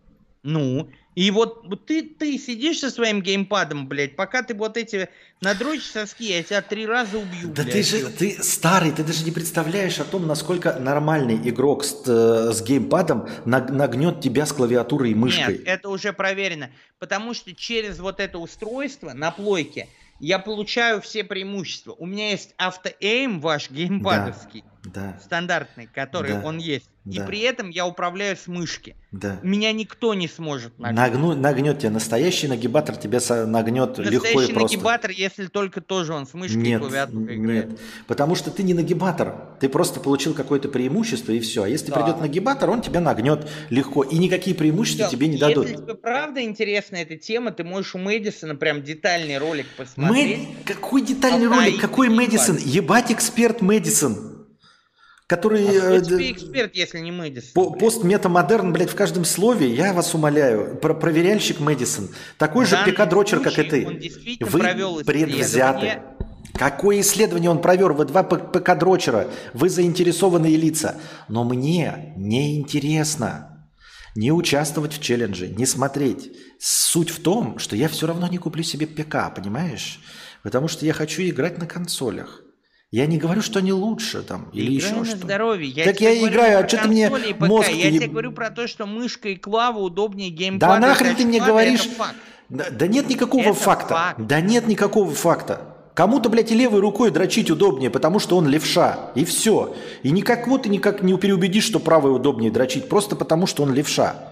Ну? И вот, вот ты, ты сидишь со своим геймпадом, блядь, пока ты вот эти надрочишь соски, я тебя три раза убью, да блядь. ты же, ты старый, ты даже не представляешь о том, насколько нормальный игрок с, с геймпадом нагнет тебя с клавиатурой и мышкой. Нет, это уже проверено, потому что через вот это устройство на плойке я получаю все преимущества. У меня есть автоэйм ваш геймпадовский, да, да, стандартный, который да, он есть. Да. И при этом я управляю с мышки. Да. Меня никто не сможет нагнуть. Нагну, нагнет тебя. Настоящий нагибатор тебя нагнет легко и просто. Настоящий нагибатор, если только тоже он с мышкой нет, и клавиатурой играет. Нет, потому что ты не нагибатор. Ты просто получил какое-то преимущество и все. А если да. придет нагибатор, он тебя нагнет легко. И никакие преимущества все. тебе не дадут. Если тебе правда интересна эта тема, ты можешь у Мэдисона прям детальный ролик посмотреть. Мэд... Какой детальный а ролик? Какой Мэдисон? Ебать эксперт Мэдисон. Который... А кто тебе эксперт, если не Мэдисон? Пост-метамодерн, блядь, в каждом слове, я вас умоляю. Про проверяльщик Мэдисон. Такой же ПК-дрочер, как и ты. Он действительно Вы провел предвзяты. Какое исследование он провел? Вы два ПК-дрочера. Вы заинтересованные лица. Но мне не интересно не участвовать в челлендже, не смотреть. Суть в том, что я все равно не куплю себе ПК, понимаешь? Потому что я хочу играть на консолях. Я не говорю, что они лучше там или еще на что. Здоровье. Я так я играю, а что ты мне мозг... Я тебе говорю про то, что мышка и клава удобнее Да геймпада. нахрен ты мне говоришь... Да, да нет никакого это факта. Факт. Да нет никакого факта. Кому-то, блядь, и левой рукой дрочить удобнее, потому что он левша. И все. И никого ты никак не переубедишь, что правой удобнее дрочить, просто потому что он левша.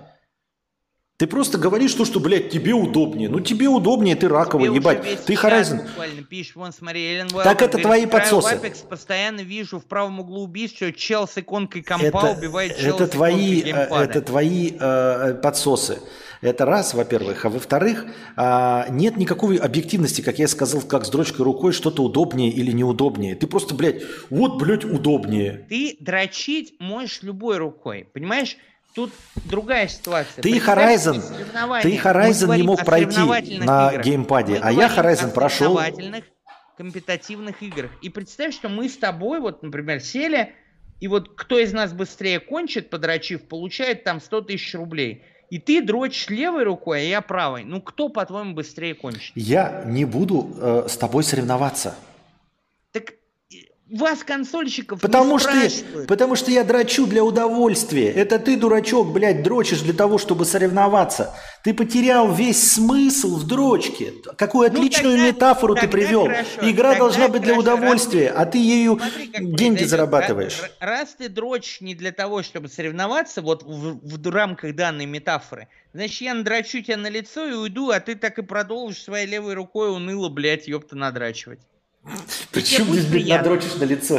Ты просто говоришь то, что, блядь, тебе удобнее. Ну, тебе удобнее, ты раковый, тебе ебать. Ты Horizon. Пишешь, вон, смотри, Эллен Уэлл, так это твои подсосы. Apex, постоянно вижу в правом углу убийств, что чел с иконкой компа это, убивает чел это с твои, иконкой геймпада. Это твои э, подсосы. Это раз, во-первых. А во-вторых, э, нет никакой объективности, как я сказал, как с дрочкой рукой, что-то удобнее или неудобнее. Ты просто, блядь, вот, блядь, удобнее. Ты дрочить можешь любой рукой, понимаешь? Тут другая ситуация. Ты Horizon, ты Horizon не мог пройти на играх. геймпаде, Мы а я Horizon прошел. В компетитивных играх. И представь, что мы с тобой, вот, например, сели, и вот кто из нас быстрее кончит, подрочив, получает там сто тысяч рублей. И ты дрочишь левой рукой, а я правой. Ну, кто, по-твоему, быстрее кончит? Я не буду э, с тобой соревноваться. Так вас, консольщиков, Потому не что, спрашивают. потому что я дрочу для удовольствия. Это ты, дурачок, блядь, дрочишь для того, чтобы соревноваться. Ты потерял весь смысл в дрочке. Какую Ну, отличную тогда- метафору ты тогда привел. хорошо, Игра тогда должна быть для хорошо. удовольствия, а ты ею Смотри, как деньги произойдет. зарабатываешь. Ра- Раз ты дрочишь не для того, чтобы соревноваться, вот в, в рамках данной метафоры, значит, я надрачу тебя на лицо и уйду, а ты так и продолжишь своей левой рукой уныло, блядь, ёпта, надрачивать. Почему будет здесь, блядь, приятно. надрочишь на лицо?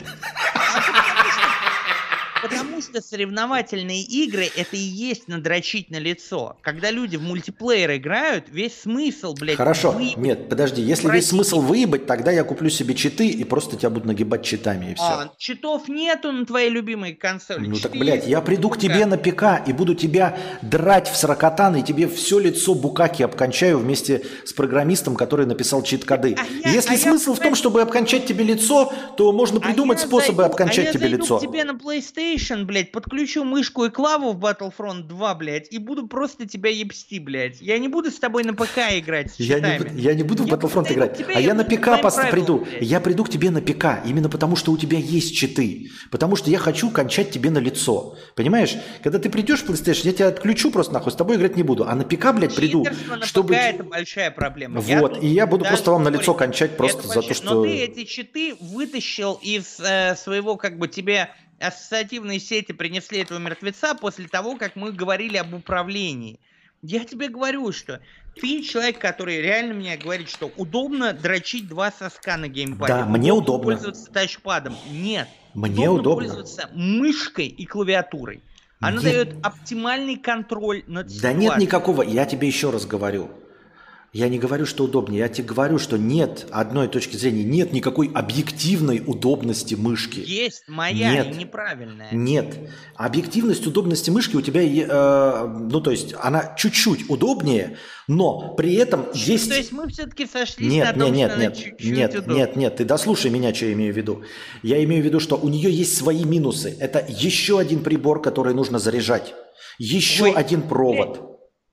Потому что соревновательные игры это и есть надрочить на лицо. Когда люди в мультиплеер играют, весь смысл, блядь, Хорошо, выебать. нет, подожди, если весь смысл выебать, тогда я куплю себе читы и просто тебя буду нагибать читами, и все. А, читов нету на твоей любимой консоли. Ну так, Читы блядь, есть я только приду к в тебе ПК. на ПК и буду тебя драть в сорокотан, и тебе все лицо букаки обкончаю вместе с программистом, который написал чит-коды. А я- Если а я смысл в том, пойду- чтобы обкончать тебе лицо, то можно А придумать я способы зайду- обкончать а я тебе зайду лицо. к тебе на PlayStation, блядь, подключу мышку и клаву в Battlefront два, блядь, и буду просто тебя ебсти, блядь. Я не буду с тобой на ПК играть с Я не, читами. бу- я не буду в Я Battlefront подойду играть, к тебе, а я я на буду ПК твоим пос- правилам, приду. блядь. Я приду к тебе на ПК, именно потому что у тебя есть читы. Потому что я хочу кончать тебе на лицо. Понимаешь? Когда ты придешь в PlayStation, я тебя отключу просто нахуй, с тобой играть не буду. А на ПК, блядь, приду, Читерство на чтобы... ПК это большая проблема. Вот, тут и я буду даже просто вам на спорить. лицо кончать просто Это за то, вообще- что... Но ты эти читы вытащил из э, своего, как бы, тебе ассоциативные сети принесли этого мертвеца после того, как мы говорили об управлении. Я тебе говорю, что ты человек, который реально мне говорит, что удобно дрочить два соска на геймпаде. Да, мне удобно. Пользоваться тачпадом. Нет. Мне удобно удобно. пользоваться мышкой и клавиатурой. Она Нет. дает оптимальный контроль над Да ситуацией. нет никакого, я тебе еще раз говорю. Я не говорю, что удобнее, я тебе говорю, что нет одной точки зрения, нет никакой объективной удобности мышки. Есть моя Нет. и неправильная. Нет. Объективность удобности мышки у тебя, э, ну то есть она чуть-чуть удобнее, но при этом есть... То есть мы все-таки сошлись Нет, на том, нет, что нет, она нет, чуть-чуть нет, удобнее. нет, нет, ты дослушай меня, что я имею в виду. Я имею в виду, что у нее есть свои минусы. Это еще один прибор, который нужно заряжать. Еще Ой, один провод.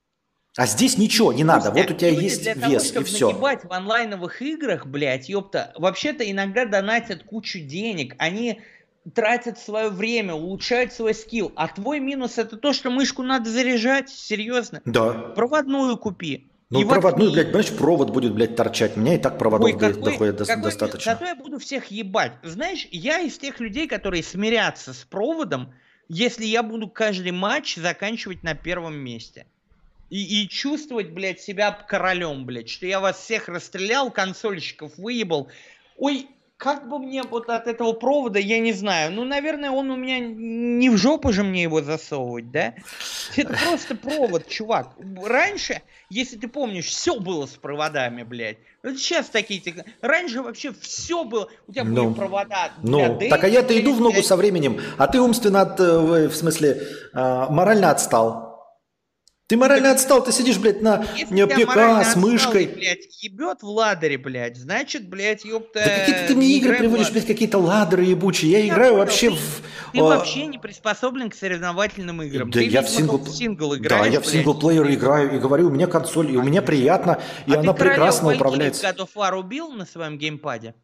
А здесь ничего не надо. Слушайте, Вот у тебя люди есть для того, вес, и чтобы все. нагибать в онлайновых играх, блядь, ёпта, вообще-то иногда донатят кучу денег, они тратят свое время, улучшают свой скилл, а твой минус это то, что мышку надо заряжать, серьезно. Да. Проводную купи. Ну, И проводную, воткни. блядь, понимаешь, провод будет, блядь, торчать. У меня и так проводов Ой, до- какой- доходит до- какой- достаточно. Зато я буду всех ебать. Знаешь, я из тех людей, которые смирятся с проводом, если я буду каждый матч заканчивать на первом месте. И, и чувствовать, блядь, себя королем, блядь, что я вас всех расстрелял, консольщиков выебал. Ой, как бы мне вот от этого провода, я не знаю. Ну, наверное, он у меня не в жопу же мне его засовывать, да? Это просто провод, чувак. Раньше, если ты помнишь, все было с проводами, блядь. Вот сейчас такие... тек- Раньше вообще все было. У тебя Ну, были провода для Ну, дейта, так а я-то иду в ногу блядь. со временем, а ты умственно, от, э, в в смысле, э, морально отстал. Ты морально отстал, ты сидишь, блядь, на Если не, тебя ПК морально с отсталый, мышкой. блядь, ебет в ладере, блядь, значит, блядь, ёпта... Да какие-то ты мне не игры играй в приводишь, ладер. блядь, какие-то ладеры ебучие. Я, Я играю понял, вообще ты- в... Ты э, вообще не приспособлен к соревновательным играм. Да ты, я видимо, в сингл... только в сингл Да, играешь, я в блядь. синглплеер играю и говорю, у меня консоль, и у меня приятно, и А она ты королеву прекрасно Валькирию управляется. в God of War убил на своем геймпаде?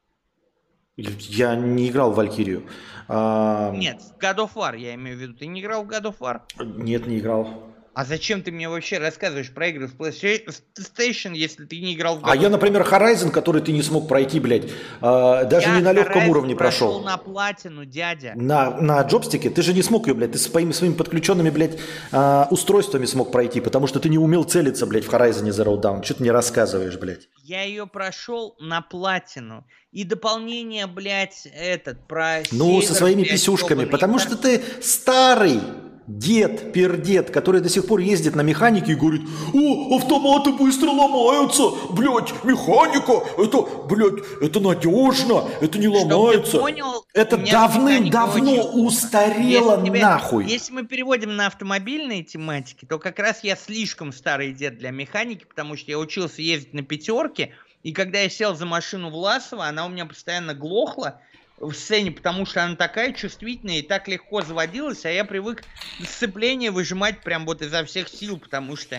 Я не играл в Валькирию. А, Нет, в God of War я имею в виду. Ты не играл в God of War? Нет, не играл. А зачем ты мне вообще рассказываешь про игры в PlayStation, если ты не играл в God А of я, War? например, Horizon, который ты не смог пройти, блядь, а, даже Я не на легком Horizon уровне прошел. на платину, дядя. На, на джобстике ты же не смог ее, блядь, ты с своими, своими подключенными, блядь, а, устройствами смог пройти, потому что ты не умел целиться, блядь, в Horizon Zero Dawn. Что ты мне рассказываешь, блядь? Я ее прошел на платину. И дополнение, блядь, этот, про Ну, со север, своими блядь, писюшками, ёбаный, потому кар- что ты старый дед, пердед, который до сих пор ездит на механике и говорит: о, автоматы быстро ломаются, блядь, механика, это, блядь, это надежно, это не Чтоб ты ломается. понял, Это у меня давным-давно механика очень- устарело Если тебе- нахуй. Если мы переводим на автомобильные тематики, то как раз я слишком старый дед для механики, потому что я учился ездить на пятерке, и когда я сел за машину Власова, она у меня постоянно глохла в сцене, потому что она такая чувствительная и так легко заводилась, а я привык сцепление выжимать прям вот изо всех сил, потому что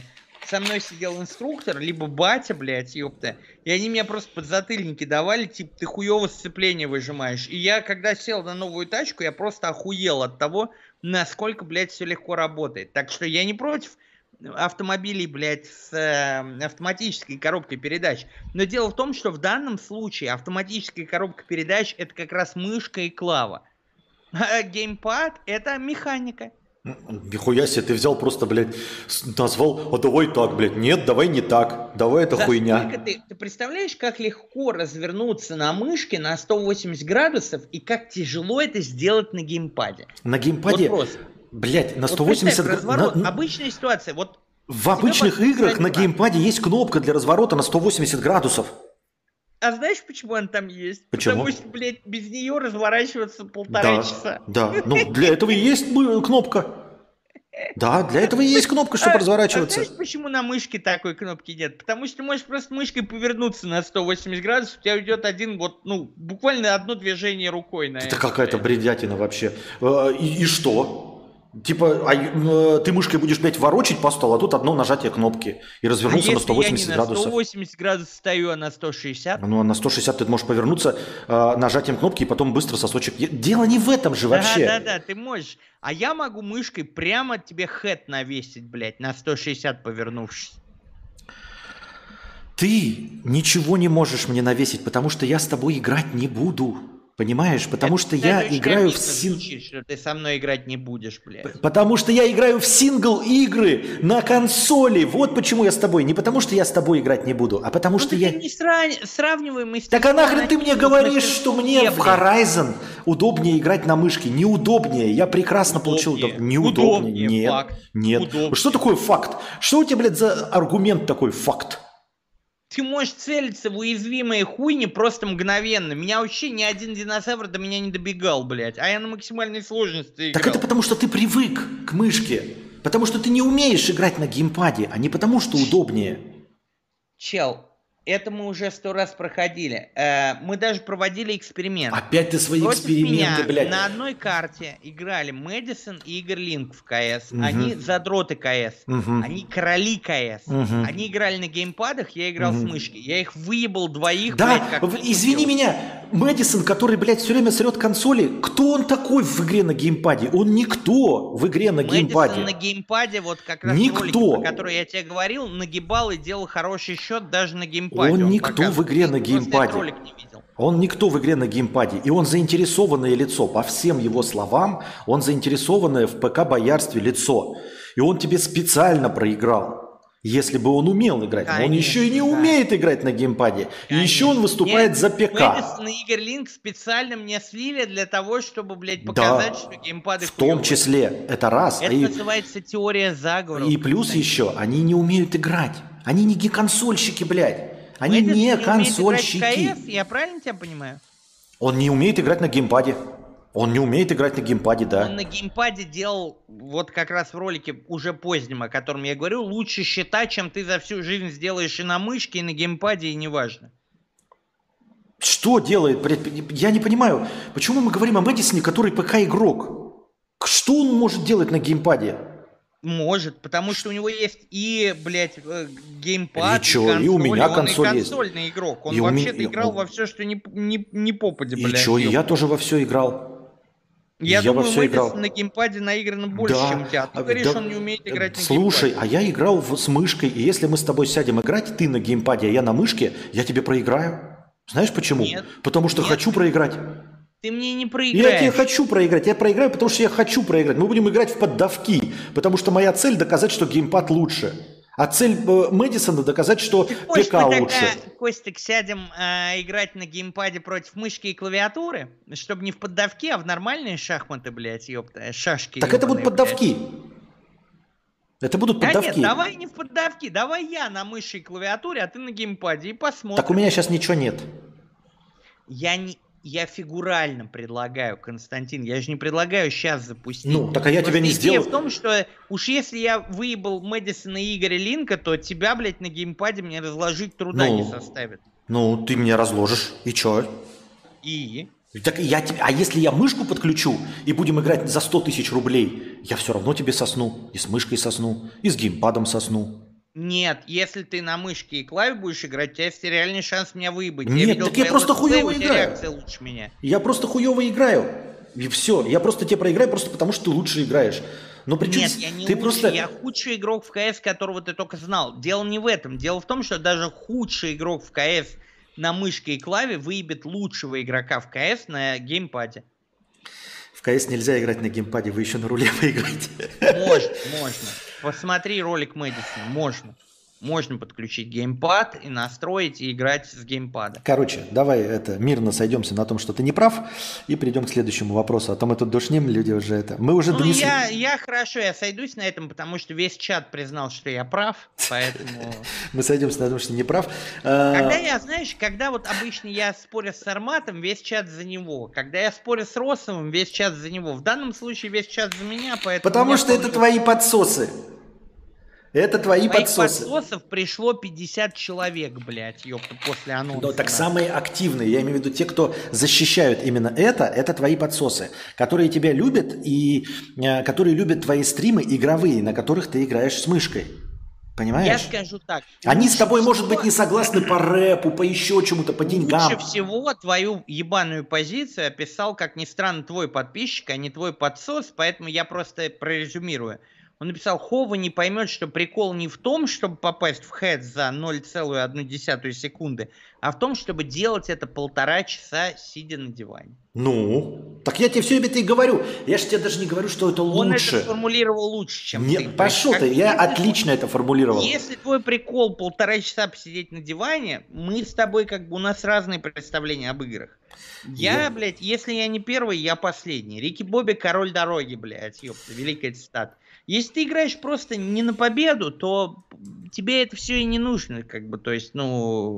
со мной сидел инструктор, либо батя, блядь, ёпта, и они мне просто подзатыльники давали, типа, ты хуёво сцепление выжимаешь. И я, когда сел на новую тачку, я просто охуел от того, насколько, блядь, все легко работает. Так что я не против автомобилей, блядь, с э, автоматической коробкой передач. Но дело в том, что в данном случае автоматическая коробка передач это как раз мышка и клава. А геймпад это механика. Нихуя себе, ты взял просто, блядь, назвал, а давай так, блядь. Нет, давай не так. Давай это За хуйня. Ты, ты представляешь, как легко развернуться на мышке на сто восемьдесят градусов и как тяжело это сделать на геймпаде? На геймпаде, вот блядь, на сто вот восемьдесят градусов. На... Обычная ситуация. Вот в обычных играх на геймпаде есть кнопка для разворота на сто восемьдесят градусов. А знаешь, почему она там есть? Почему? Потому что, блядь, без нее разворачиваться полтора да, часа. Да, ну для этого и есть кнопка. Да, для этого и есть кнопка, чтобы а, разворачиваться. А знаешь, почему на мышке такой кнопки нет? Потому что ты можешь просто мышкой повернуться на сто восемьдесят градусов, у тебя уйдет один вот, ну, буквально одно движение рукой на это. Это какая-то бредятина вообще. И, и что? Типа, а, ты мышкой будешь, блядь, ворочить по столу, а тут одно нажатие кнопки. И развернуться а на сто восемьдесят я не градусов. на сто восемьдесят градусов стою, а на сто шестьдесят. Ну, а на сто шестьдесят ты можешь повернуться э, нажатием кнопки и потом быстро сосочек. Дело не в этом же вообще. Да-да-да, ты можешь. А я могу мышкой прямо тебе хэт навесить, блядь, на сто шестьдесят повернувшись. Ты ничего не можешь мне навесить, потому что я с тобой играть не буду. Понимаешь? Потому это, что я играю в син... что ты со мной играть не будешь, блядь. Потому что я играю в сингл-игры на консоли. Вот почему я с тобой. Не потому что я с тобой играть не буду, а потому ну, что я... не сра... сравниваем. Так а нахрен ты мне говоришь, что мне в Horizon удобнее играть на мышке? Неудобнее. Я прекрасно удобнее. получил удобнее. Неудобнее. Удобнее. Нет. Факт. Нет. Удобнее. Что такое факт? Что у тебя, блядь, за аргумент такой факт? Ты можешь целиться в уязвимые хуйни просто мгновенно. Меня вообще ни один динозавр до меня не добегал, блядь. А я на максимальной сложности играл. Так это потому, что ты привык к мышке. Потому что ты не умеешь играть на геймпаде, а не потому, что удобнее. Чел, это мы уже сто раз проходили. Э, мы даже проводили эксперимент. Опять ты свои Против эксперименты, меня блядь. На одной карте играли Мэдисон и Игорь Линк в КС. Угу. Они задроты КС. Угу. Они короли КС. Угу. Они играли на геймпадах, я играл угу. с мышки. Я их выебал двоих, да, блядь, как извини меня, Мэдисон, который, блядь, все время срет консоли, кто он такой в игре на геймпаде? Он никто в игре на Мэдисон геймпаде. на геймпаде, вот как раз никто. ролики, про которые я тебе говорил, нагибал и делал хороший счет даже на геймпаде. Он, он никто показывает. в игре на геймпаде. Он никто в игре на геймпаде. И он заинтересованное лицо. По всем его словам, он заинтересованное в ПК-боярстве лицо. И он тебе специально проиграл. Если бы он умел играть. Конечно, но он еще и не да. умеет играть на геймпаде. Конечно. И еще он выступает Нет, за ПК. Мэдисон и Игорь Линк специально мне слили для того, чтобы, блядь, показать, да, что геймпады в том числе. Это раз. Это и... называется теория заговора. И плюс кстати. еще, они не умеют играть. Они не консольщики, блядь. Они Мэдисон не не консольщики. Играть в КС? Я правильно тебя понимаю? Он не умеет играть на геймпаде. Он не умеет играть на геймпаде, да. Он на геймпаде делал, вот как раз в ролике уже позднем, о котором я говорю, лучше счета, чем ты за всю жизнь сделаешь и на мышке, и на геймпаде, и неважно. Что делает? Я не понимаю, почему мы говорим о Мэдисоне, который ПК-игрок? Что он может делать на геймпаде? Может, потому что у него есть и, блядь, геймпад, Ничего, и, консоль, и у меня он консоль и консольный есть. Игрок. Он и вообще-то ми... играл он... во все, что не, не, не попади, блядь. И что, и я тоже во все играл. Я, я думаю, во все играл. на геймпаде наиграно больше, да, чем у тебя. Ты говоришь, да, он не умеет играть на слушай, геймпаде. А я играл в, с мышкой, и если мы с тобой сядем играть, ты на геймпаде, а я на мышке, я тебе проиграю. Знаешь почему? Нет, потому что нет, хочу проиграть. Ты мне не проиграешь. Я тебе хочу проиграть. Я проиграю, потому что я хочу проиграть. Мы будем играть в поддавки, потому что моя цель доказать, что геймпад лучше. А цель э, Мэдисона доказать, что ты ПК мы лучше. Тогда, Костик, сядем э, играть на геймпаде против мышки и клавиатуры, чтобы не в поддавки, а в нормальные шахматы, блядь, ёпта, шашки. Так это будут поддавки. Блядь. Это будут поддавки. Да нет, давай не в поддавки, давай я на мыши и клавиатуре, а ты на геймпаде и посмотрим. Так у меня сейчас ничего нет. Я не... Я фигурально предлагаю, Константин, я же не предлагаю сейчас запустить. Ну, так а я тебя не сделал. Идея в том, что уж если я выебал Мэдисона и Игоря Линка, то тебя, блядь, на геймпаде мне разложить труда ну, не составит. Ну, ты мне разложишь, и чё? И? Так я тебе... А если я мышку подключу и будем играть за сто тысяч рублей, я все равно тебе сосну. И с мышкой сосну, и с геймпадом сосну. Нет, если ты на мышке и клаве будешь играть, у тебя есть реальный шанс меня выебать. Нет, я видел так я просто хуёво играю. Реакция лучше меня. Я просто хуёво играю. И все. Я просто тебе проиграю просто потому, что ты лучше играешь. Но причем Нет, я не ты лучший, просто... я худший игрок в КС, которого ты только знал. Дело не в этом. Дело в том, что даже худший игрок в КС на мышке и клаве выебет лучшего игрока в КС на геймпаде. В КС нельзя играть на геймпаде, вы еще на руле поиграете. Можно, можно. Посмотри ролик Мэдисона, можно. Можно подключить геймпад и настроить, и играть с геймпада. Короче, давай это мирно сойдемся на том, что ты не прав, и перейдем к следующему вопросу. А то мы тут душним, люди уже это... Мы уже ну, донесли... я, я хорошо, я сойдусь на этом, потому что весь чат признал, что я прав, поэтому... Мы сойдемся на том, что не прав. Когда я, знаешь, когда вот обычно я спорю с Арматом, весь чат за него. Когда я спорю с Росовым, весь чат за него. В данном случае весь чат за меня, поэтому... Потому что это твои подсосы. Это твои Моих подсосы. подсосов пришло пятьдесят человек, блядь, ёпта, после анонса. Ну, так самые активные, я имею в виду те, кто защищают именно это, это твои подсосы, которые тебя любят и э, которые любят твои стримы игровые, на которых ты играешь с мышкой. Понимаешь? Я скажу так. Они с тобой, всего, может быть, не согласны по рэпу, по еще чему-то, по деньгам. Лучше всего твою ебаную позицию описал, как ни странно, твой подписчик, а не твой подсос, поэтому я просто прорезюмирую. Он написал: Хова не поймет, что прикол не в том, чтобы попасть в хэт за ноль целых одну десятую секунды, а в том, чтобы делать это полтора часа, сидя на диване. Ну, так я тебе все это и говорю. Я же тебе даже не говорю, что это лучше. Он это сформулировал лучше, чем Нет, ты. пошел ты, я отлично это формулировал. Если твой прикол полтора часа посидеть на диване, мы с тобой как бы, у нас разные представления об играх. Я, я... блядь, если я не первый, я последний. Рики Бобби король дороги, блядь, ёпта, великая цитата. Если ты играешь просто не на победу, то тебе это все и не нужно, как бы, то есть, ну,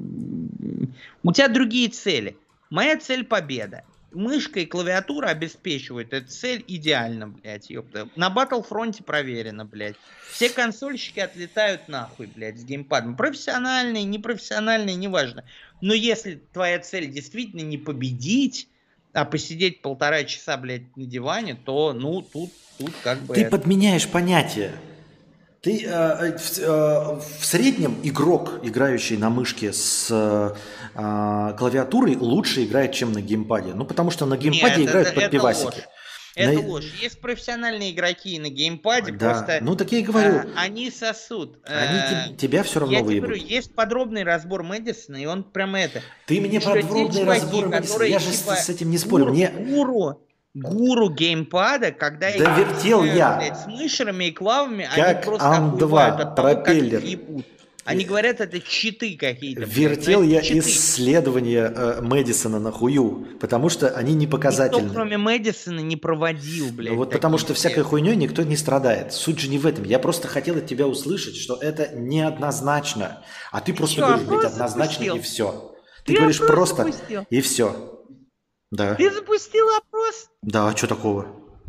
у тебя другие цели. Моя цель победа. Мышка и клавиатура обеспечивают эту цель идеально, блядь, ёпта. На Battlefront проверено, блядь. Все консольщики отлетают нахуй, блядь, с геймпадом. Профессиональные, непрофессиональные, неважно. Но если твоя цель действительно не победить, а посидеть полтора часа, блядь, на диване, то, ну, тут, тут как бы... Ты это... подменяешь понятие. Ты э, в, э, в среднем игрок, играющий на мышке с э, клавиатурой, лучше играет, чем на геймпаде. Ну, потому что на геймпаде Нет, играют это, под это пивасики. Ложь. Это на... ложь. Есть профессиональные игроки на геймпаде, да. просто ну, так я и говорю. А, они сосут. Они а, тебя все равно я выебут. Я тебе говорю, есть подробный разбор Мэдисона, и он прям это... Ты мне подробный разбор Мэдисона, я же типа, с этим не спорю. Гуру, мне... гуру, гуру геймпада, когда да их вертел я. Блядь, с мышерами и клавами, как они просто ам два, от того, пропеллер. как ебут. Они говорят, это читы какие-то. Вертел блядь, я читы. исследования э, Мэдисона на хую, потому что они не показательны. Никто, кроме Мэдисона, не проводил, блядь. Ну, вот потому что всякой хуйней никто не страдает. Суть же не в этом. Я просто хотел от тебя услышать, что это неоднозначно. А ты, ты просто что, говоришь, блядь, однозначно запустил? И все. Ты я говоришь просто, просто запустил. И все. Да. Ты запустил опрос? Да, а что такого?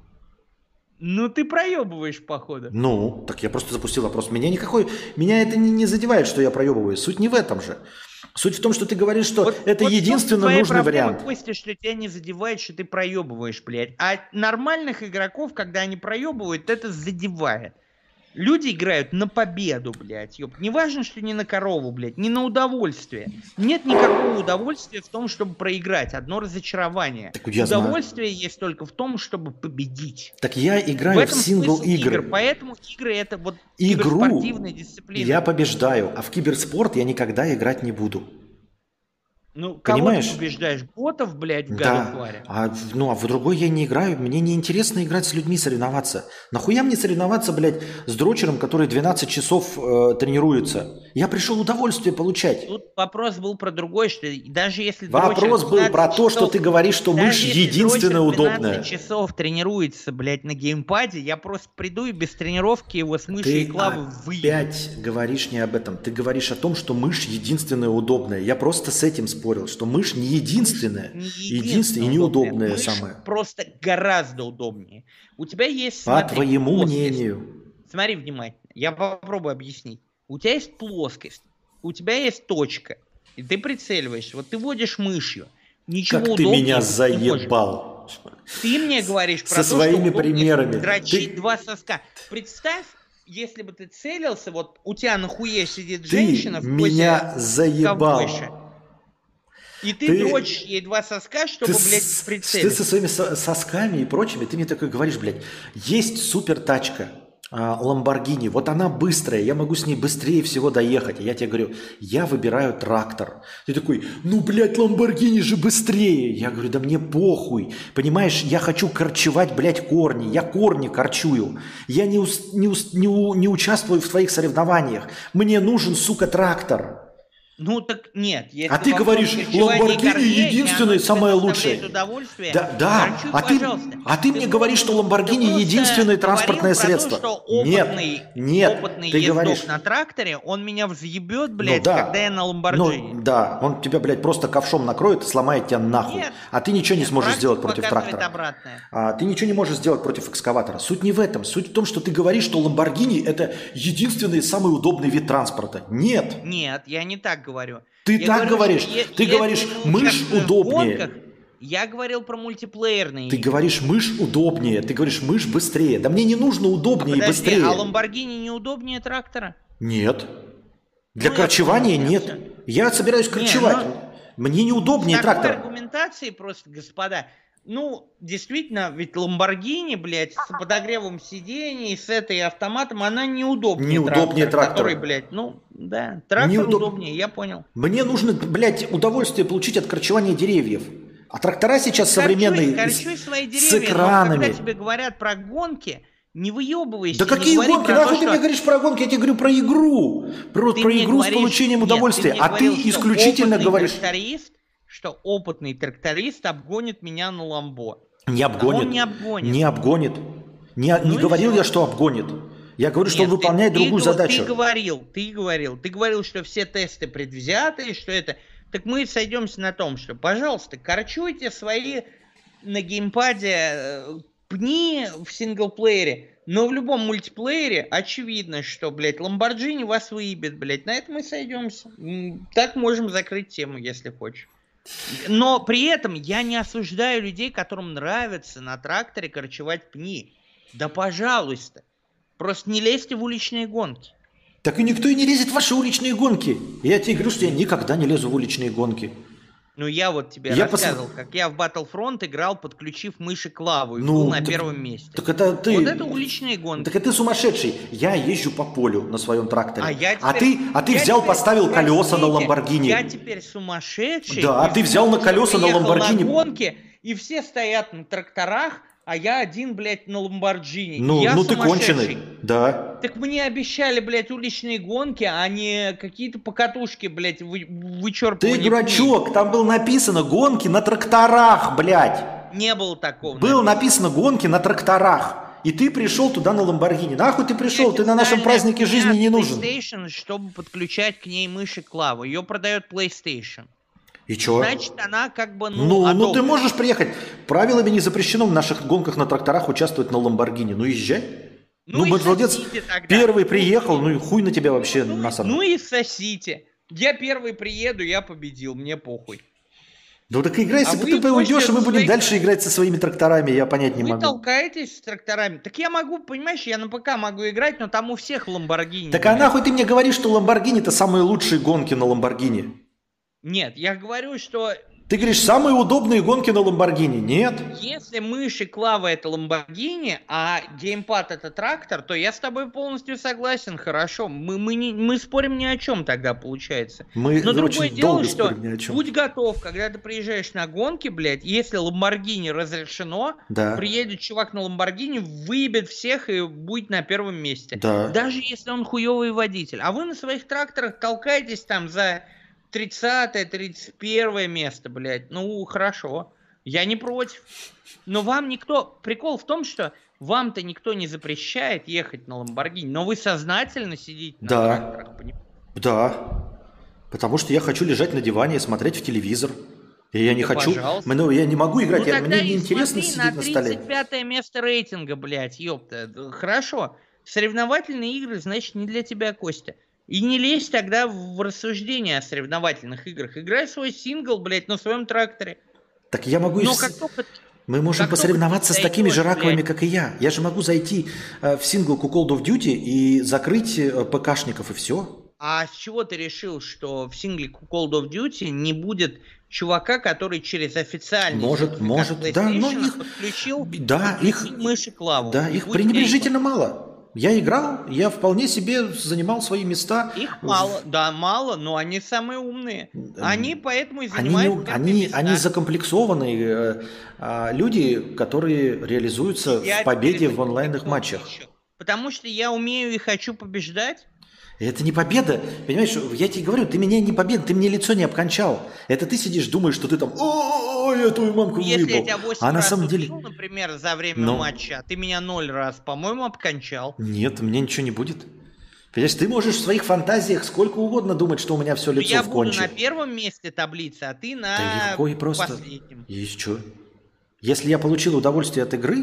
Ну, ты проебываешь, походу. Ну, так я просто запустил опрос. Меня никакой... Меня это не, не задевает, что я проебываю. Суть не в этом же. Суть в том, что ты говоришь, что вот, это вот единственно нужный вариант. Костя, что тебя не задевает, что ты проебываешь, блядь. А нормальных игроков, когда они проебывают, это задевает. Люди играют на победу, блядь, ёп. Не важно, что не на корову, блядь, не на удовольствие. Нет никакого удовольствия в том, чтобы проиграть. Одно разочарование. Удовольствие знаю. Есть только в том, чтобы победить. Так я играю в, этом в сингл игры. игр. Поэтому игры это вот игру киберспортивная дисциплина. Я побеждаю, а в киберспорт я никогда играть не буду. Ну, понимаешь? Кого ты побеждаешь? Ботов, блядь, в да. God а, ну, а в другой я не играю. Мне не интересно играть с людьми, соревноваться. Нахуя мне соревноваться, блядь, с дрочером, который двенадцать часов э, тренируется? Я пришел удовольствие получать. Тут вопрос был про другое, что даже если вопрос был про то, что ты говоришь, что мышь единственная удобная. двенадцать часов тренируется, блядь, на геймпаде, я просто приду и без тренировки его с мышей и клавы выебу. Ты опять говоришь не об этом. Ты говоришь о том, что мышь единственная удобная. Я просто с этим спорю. Что мышь не единственная, мышь не единственная и неудобная мышь самая. Просто гораздо удобнее. У тебя есть... По смотри, твоему плоскость. мнению. Смотри внимательно, я попробую объяснить. У тебя есть плоскость, у тебя есть точка, и ты прицеливаешься. Вот ты водишь мышью. Ничего как ты меня заебал. Ты мне говоришь про Со то, своими что примерами. дрочить ты... два соска. Представь, если бы ты целился, вот у тебя на хуе сидит Ты женщина в меня позе заебал. ковбойши, и ты, Ты, дрочишь ей два соска, чтобы, ты, блядь, с- ты прицелиться. со своими со- сосками и прочими, ты мне такой говоришь, блядь, есть супер тачка, Ламборгини, вот она быстрая, я могу с ней быстрее всего доехать. И я тебе говорю, я выбираю трактор. Ты такой, ну, блядь, Ламборгини же быстрее. Я говорю, да мне похуй. Понимаешь, я хочу корчевать, блядь, корни. Я корни корчую. Я не, ус- не, ус- не, у- не участвую в твоих соревнованиях. Мне нужен, сука, трактор. Ну так нет, если А ты вопрос говоришь, корчевания Ламборгини корней, и оно единственное, тебе самое доставляет лучшее. удовольствие, Да, да. корчуй, А ты, пожалуйста. а ты мне говоришь, что просто- Ламборгини ты просто единственное транспортное говорил про средство. То, что Нет, опытный, нет, опытный ты ездок говоришь. на тракторе, он меня взъебет, Ну блядь, да. когда я на Ламборджини. Ну да, он тебя, блядь, просто ковшом накроет и сломает тебя нахуй. Нет, а ты ничего не нет, сможешь практика сделать против показывает трактора. обратное. А ты ничего не можешь сделать против экскаватора. Суть не в этом. Суть в том, что ты говоришь, что Ламборгини это единственный и самый удобный вид транспорта. Нет. Нет, я не так говорю. Ты Я так говорю, говоришь. что е- Ты если говоришь, мы мышь участвуем в удобнее. гонках, я говорил про мультиплеерные Ты игры. говоришь, мышь удобнее. Ты говоришь, мышь быстрее. Да мне не нужно удобнее и Подожди, быстрее. а Ламборгини не удобнее трактора? Нет. Для Ну, я корчевания понял, нет. всё. Я собираюсь Не, корчевать. ну, Мне неудобнее С такой трактор. аргументацией просто, господа, ну, действительно, ведь Ламборгини, блядь, с подогревом сидений, с этой автоматом, она неудобнее, Неудобнее трактора, трактора. который, блядь, ну, да, трактор Неудоб- удобнее, я понял. Мне нужно, блядь, удовольствие получить от корчевания деревьев. А трактора сейчас Корчуй- современные корчуй с, свои с деревья, но экранами. когда тебе говорят про гонки, не выебывайся. Да не какие говори гонки? про Нахуй то, ты что мне говоришь про гонки? Я тебе говорю про игру. Про, ты про мне игру говоришь- с получением нет, удовольствия. мне а говорил, ты что исключительно опытный говоришь... тракторист, что опытный тракторист обгонит меня на Ламбо. Не А обгонит. он не обгонит. Не обгонит. Не, Ну не и говорил всё. я, что обгонит. Я говорю, что он Нет, ты- выполняет ты другую го- задачу. Ты говорил, ты говорил, ты говорил, что все тесты предвзятые, что это... Так мы сойдемся на том, что, пожалуйста, корчуйте свои на геймпаде э, пни в синглплеере, но в любом мультиплеере очевидно, что, блядь, Ламборджини вас выебет, блядь. На этом мы сойдемся. М, Так можем закрыть тему, если хочешь. Но при этом я не осуждаю людей, которым нравится на тракторе корчевать пни. Да пожалуйста. Просто не лезьте в уличные гонки. Так и никто и не лезет в ваши уличные гонки. Я тебе говорю, что я никогда не лезу в уличные гонки. Ну, я вот тебе Я рассказывал, посмо- как я в Battlefront играл, подключив мыши Клаву, и Ну, был на так- первом месте. Так это ты... Вот это уличные гонки. Так это ты сумасшедший. Я езжу по полю на своем тракторе. А, я а теперь- ты, а ты я взял, теперь- поставил колеса на простите, Ламборгини. Я теперь сумасшедший. Да, а и ты взял на вдруг колеса на приехал Ламборгини. на гонки, и все стоят на тракторах, а я один, блядь, на Ламборджини. Ну, я ну ты сумасшедший. конченый. Да. Так мне обещали, блядь, уличные гонки, а не какие-то покатушки, блядь, вы, Ты вычерпывание пней. дурачок, там было написано гонки на тракторах, блядь. Не было такого. Было написано. написано гонки на тракторах. И ты пришел туда на Ламборгини. Нахуй ты пришел? Ты на нашем Официальная празднике хуйня жизни не от нужен. PlayStation, чтобы подключать к ней мыши Клаву. Ее продает PlayStation. И чё? Значит, она как бы, ну, Ну, ну, одобрена. ты можешь приехать. Правилами не запрещено в наших гонках на тракторах участвовать на Ламборгини. Ну езжай. Ну Ну, и молодец. сосите тогда. Первый приехал, ну и хуй на тебя вообще Ну, насрал. ну и сосите. Я первый приеду, я победил, мне похуй. Ну так играй, А если вы ты уйдешь, и после мы будем своих- дальше играть со своими тракторами, я понять не Вы могу. толкаетесь с тракторами. Так я могу, понимаешь, я на ПК могу играть, но там у всех Ламборгини. Так а нахуй ты мне говоришь, что Ламборгини это самые лучшие гонки на Ламборгини? Нет, я говорю, что Ты говоришь, самые удобные гонки на Ламборгини. Нет. если мыши Клава это Ламборгини, а геймпад это трактор, то я с тобой полностью согласен. Хорошо, мы, мы, не, мы спорим ни о чем тогда, получается. Мы Но другое очень дело, долго что спорим ни о чем. будь готов, когда ты приезжаешь на гонки, блядь, если Ламборгини разрешено, Да. приедет чувак на Ламборгини, выебет всех и будет на первом месте. Да. Даже если он хуёвый водитель. А вы на своих тракторах толкаетесь там за тридцатое, тридцать первое место, блядь. Ну, хорошо. Я не против. Но вам никто... Прикол в том, что вам-то никто не запрещает ехать на Ламборгини, но вы сознательно сидите на Да. тракторах, понимаете? Да. Потому что я хочу лежать на диване и смотреть в телевизор. И я не Да, хочу... пожалуйста. Ну, я не могу играть, Ну я, тогда мне и неинтересно смотри сидеть на столе. тридцать пятое место рейтинга, блядь, ёпта. Хорошо. Соревновательные игры, значит, не для тебя, Костя. И не лезь тогда в рассуждения о соревновательных играх. Играй свой сингл, блядь, на своем тракторе. Так я могу... Но и с- как только... Мы можем Как только посоревноваться ты с такими же зайдешь, раковыми, блядь, как и я. Я же могу зайти э, в синглку Call of Duty и закрыть э, ПКшников, и все. а с чего ты решил, что в сингле Call of Duty не будет чувака, который через официальный Может, сертификат может, да, но PlayStation их, подключил, да, их, подключил мышь и клаву? да, И их будь третьим. пренебрежительно мало. Я играл, я вполне себе занимал свои места. Их в- мало, да, мало, но они самые умные. Они эм, поэтому и Они, занимают не, первые они, места. они закомплексованные э, а, люди, которые реализуются Я в победе теперь в онлайнных закомплексован матчах. еще. Потому что я умею и хочу побеждать. Это не победа, понимаешь, я тебе говорю, ты меня не победа, ты мне лицо не обкончал. Это ты сидишь, думаешь, что ты там, о, я твою мамку Если я выебал. тебя восемь А на раз самом убил, деле, например, за время ну, матча, а ты меня ноль раз, по-моему, обкончал. нет, мне ничего не будет. Понимаешь, ты можешь в своих фантазиях сколько угодно думать, что у меня все Но лицо я в буду конче. на первом месте таблицы, а ты Да на легко и просто. последнем. Есть что. Если я получил удовольствие от игры,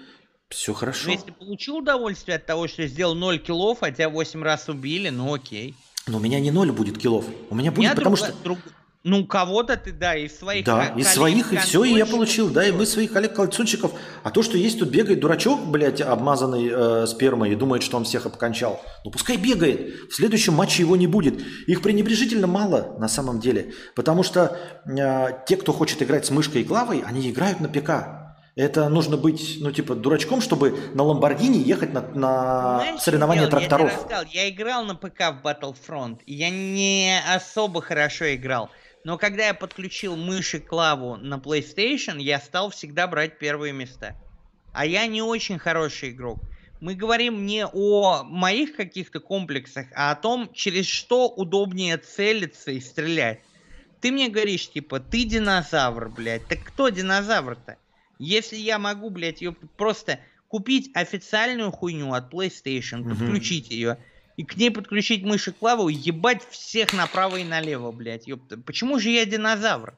все Но хорошо. если получил удовольствие от того, что сделал ноль киллов, а тебя восемь раз убили, ну окей. Но у меня не ноль будет киллов. У меня У будет, меня потому друга- что... друг- Ну, кого-то ты, да, из своих Да, ко- из коллег, своих, и все, и я консольщиков получил. Да, и убил. мы своих коллег-коллекционщиков. А то, что есть тут бегает дурачок, блядь, обмазанный э, спермой, и думает, что он всех обкончал. Ну, пускай бегает. В следующем матче его не будет. Их пренебрежительно мало, на самом деле. Потому что э, те, кто хочет играть с мышкой и клавой, они играют на ПК. Это нужно быть, ну, типа, дурачком, чтобы на Ламборгини ехать на, на Знаешь, соревнования что делать? тракторов. Я тебе рассказал, я играл на ПК в Battlefront, и я не особо хорошо играл. Но когда я подключил мышь и клаву на PlayStation, я стал всегда брать первые места. А я не очень хороший игрок. Мы говорим не о моих каких-то комплексах, а о том, через что удобнее целиться и стрелять. Ты мне говоришь, типа, ты динозавр, блядь. Так кто динозавр-то? Если я могу, блядь, ее просто купить официальную хуйню от PlayStation, Мгм. подключить ее, и к ней подключить мышь и клаву, ебать всех направо и налево, блядь. Ёпта. Почему же я динозавр?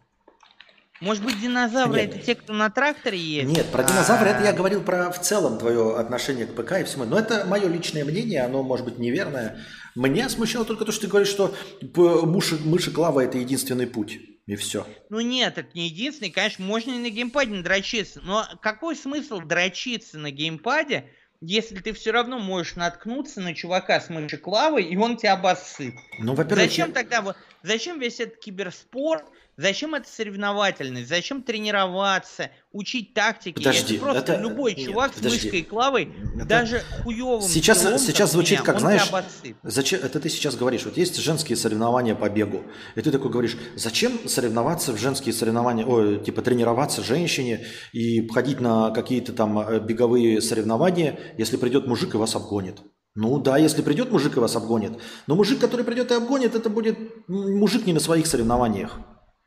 Может быть, динозавры Нет. это те, кто на тракторе ездит? Нет, про динозавры это я А, говорил про в целом твое отношение к ПК и всему. Но это мое личное мнение, оно может быть неверное. Меня смущало только то, что ты говоришь, что п- мыши, мыши клава это единственный путь. И все. Ну нет, это не единственный. Конечно, можно и на геймпаде надрочиться. Но какой смысл дрочиться на геймпаде, если ты все равно можешь наткнуться на чувака с мышей клавой, и он тебя обоссыт? Ну, во-первых, Зачем я- тогда вот, зачем весь этот киберспорт? Зачем эта соревновательность? Зачем тренироваться, учить тактики? Подожди, если просто это- любой нет, чувак подожди. с мышкой и клавой, Это- даже хуёвым Сейчас, скиллом, сейчас как у звучит, меня, как, он знаешь, тебя обоссыт. зачем, это ты сейчас говоришь, вот есть женские соревнования по бегу, и ты такой говоришь, зачем соревноваться в женские соревнования, ой, типа тренироваться женщине и ходить на какие-то там э, беговые соревнования, если придет мужик и вас обгонит. Ну да, если придет мужик и вас обгонит, но мужик, который придет и обгонит, это будет м, мужик не на своих соревнованиях.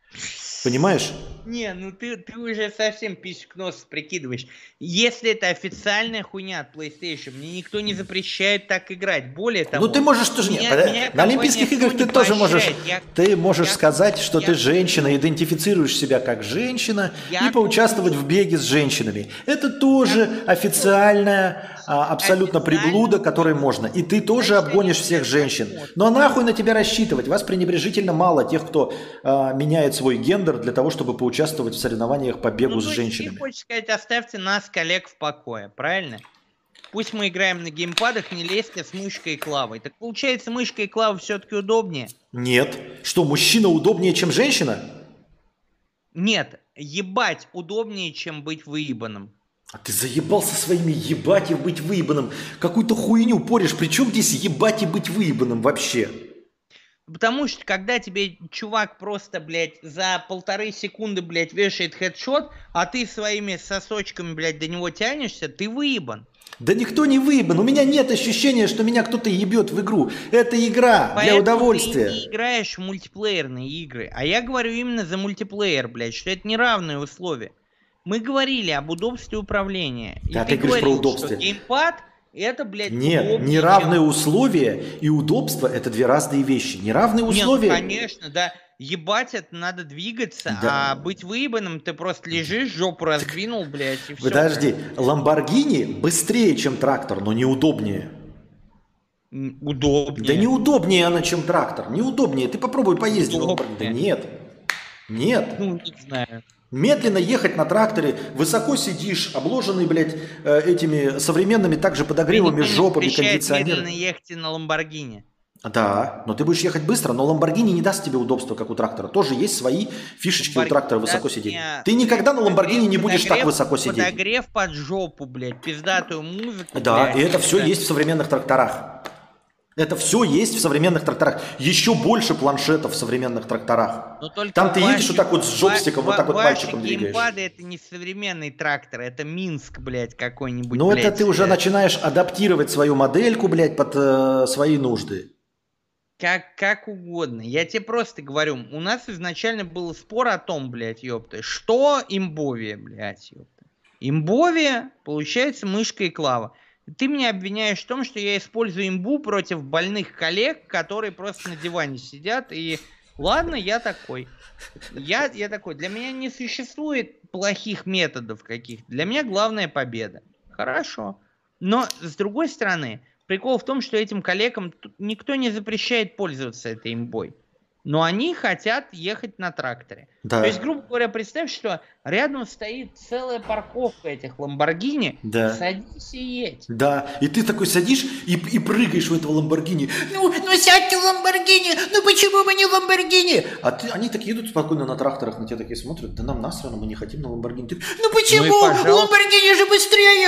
Понимаешь? Не, ну ты, ты уже совсем писек нос прикидываешь. Если это официальная хуйня от PlayStation, мне никто не запрещает так играть. Более того... Ну ты можешь тоже... меня- Нет, подо- меня на Олимпийских компания играх ты Sony тоже можешь... поощряет. Я- Ты можешь я- сказать, что я- ты женщина, идентифицируешь себя как женщина Я и поучаствовать в беге с женщинами. Это тоже официальная, а, абсолютно Официально. приблуда, которой можно. И ты тоже Значит, обгонишь они всех так женщин. можно. Но нахуй на тебя рассчитывать? Вас пренебрежительно мало тех, кто а, меняет свой гендер для того, чтобы поучаствовать в соревнованиях по бегу Ну, с то есть женщинами. Ты хочешь сказать, оставьте нас, коллег, в покое, правильно? Пусть мы играем на геймпадах, не лезьте с мышкой и клавой. Так получается, мышка и клава все-таки удобнее? Нет. Что, мужчина удобнее, чем женщина? Нет, ебать удобнее, чем быть выебанным. А ты заебался своими ебать и быть выебанным. Какую-то хуйню порешь. Причем здесь ебать и быть выебанным вообще? Потому что, когда тебе чувак просто, блядь, за полторы секунды, блядь, вешает хедшот, а ты своими сосочками, блядь, до него тянешься, ты выебан. Да никто не выебан. У меня нет ощущения, что меня кто-то ебет в игру. Это игра Поэтому для удовольствия. ты не играешь в мультиплеерные игры. А я говорю именно за мультиплеер, блядь, что это неравные условия. Мы говорили об удобстве управления. И Да, ты говоришь про говорил, удобствие. что геймпад это, блядь, Нет, удобнее, неравные чем- условия и удобство – это две разные вещи. Неравные Не, ну, условия… конечно, да. Ебать, это надо двигаться, Да. а быть выебанным ты просто лежишь, жопу раздвинул, блядь, и все. Подожди, Ламборгини быстрее, чем трактор, но неудобнее. Удобнее. Да неудобнее она, чем трактор. Неудобнее. Ты попробуй поездить в Удобнее. Ламборгини. Да нет. Нет. Ну, не знаю. Медленно ехать на тракторе, высоко сидишь, обложенный, блядь, этими современными также подогревами, жопами, кондиционерами. Медленно ехать на Ламборгини. Да, но ты будешь ехать быстро, но Ламборгини не даст тебе удобства, как у трактора. Тоже есть свои фишечки у трактора высоко сидеть. Ты никогда на Ламборгини не будешь так высоко сидеть. Подогрев под жопу, блядь, пиздатую музыку. Да, и это все есть в современных тракторах. Это все есть в современных тракторах. Еще больше планшетов в современных тракторах. Там ты едешь вот так вот с жопстиком, вот так вот пальчиком двигаешь. Геймпады — это не современный трактор, это Минск, блядь, какой-нибудь. Ну это ты уже начинаешь адаптировать свою модельку, блядь, под э, свои нужды. Как, как угодно. Я тебе просто говорю, у нас изначально был спор о том, блядь, ёпта, что имбовия, блядь, ёпта. Имбовия, получается, мышка и клава. Ты меня обвиняешь в том, что я использую имбу против больных коллег, которые просто на диване сидят, и ладно, я такой. Я, я такой. Для меня не существует плохих методов каких-то. Для меня главная победа. Хорошо. Но, с другой стороны, прикол в том, что этим коллегам никто не запрещает пользоваться этой имбой. Но они хотят ехать на тракторе. Да. То есть, грубо говоря, представь, что рядом стоит целая парковка этих Ламборгини. Да. Садись и едь. Да. И ты такой садишь и, и прыгаешь в этого Ламборгини. Ну, ну сядьте в Ламборгини, ну почему бы не Ламборгини? А ты, они так едут спокойно на тракторах, на тебя такие смотрят, да нам насрано, мы не хотим на Ламборгини. Ты, ну почему? Ну Ламборгини же быстрее!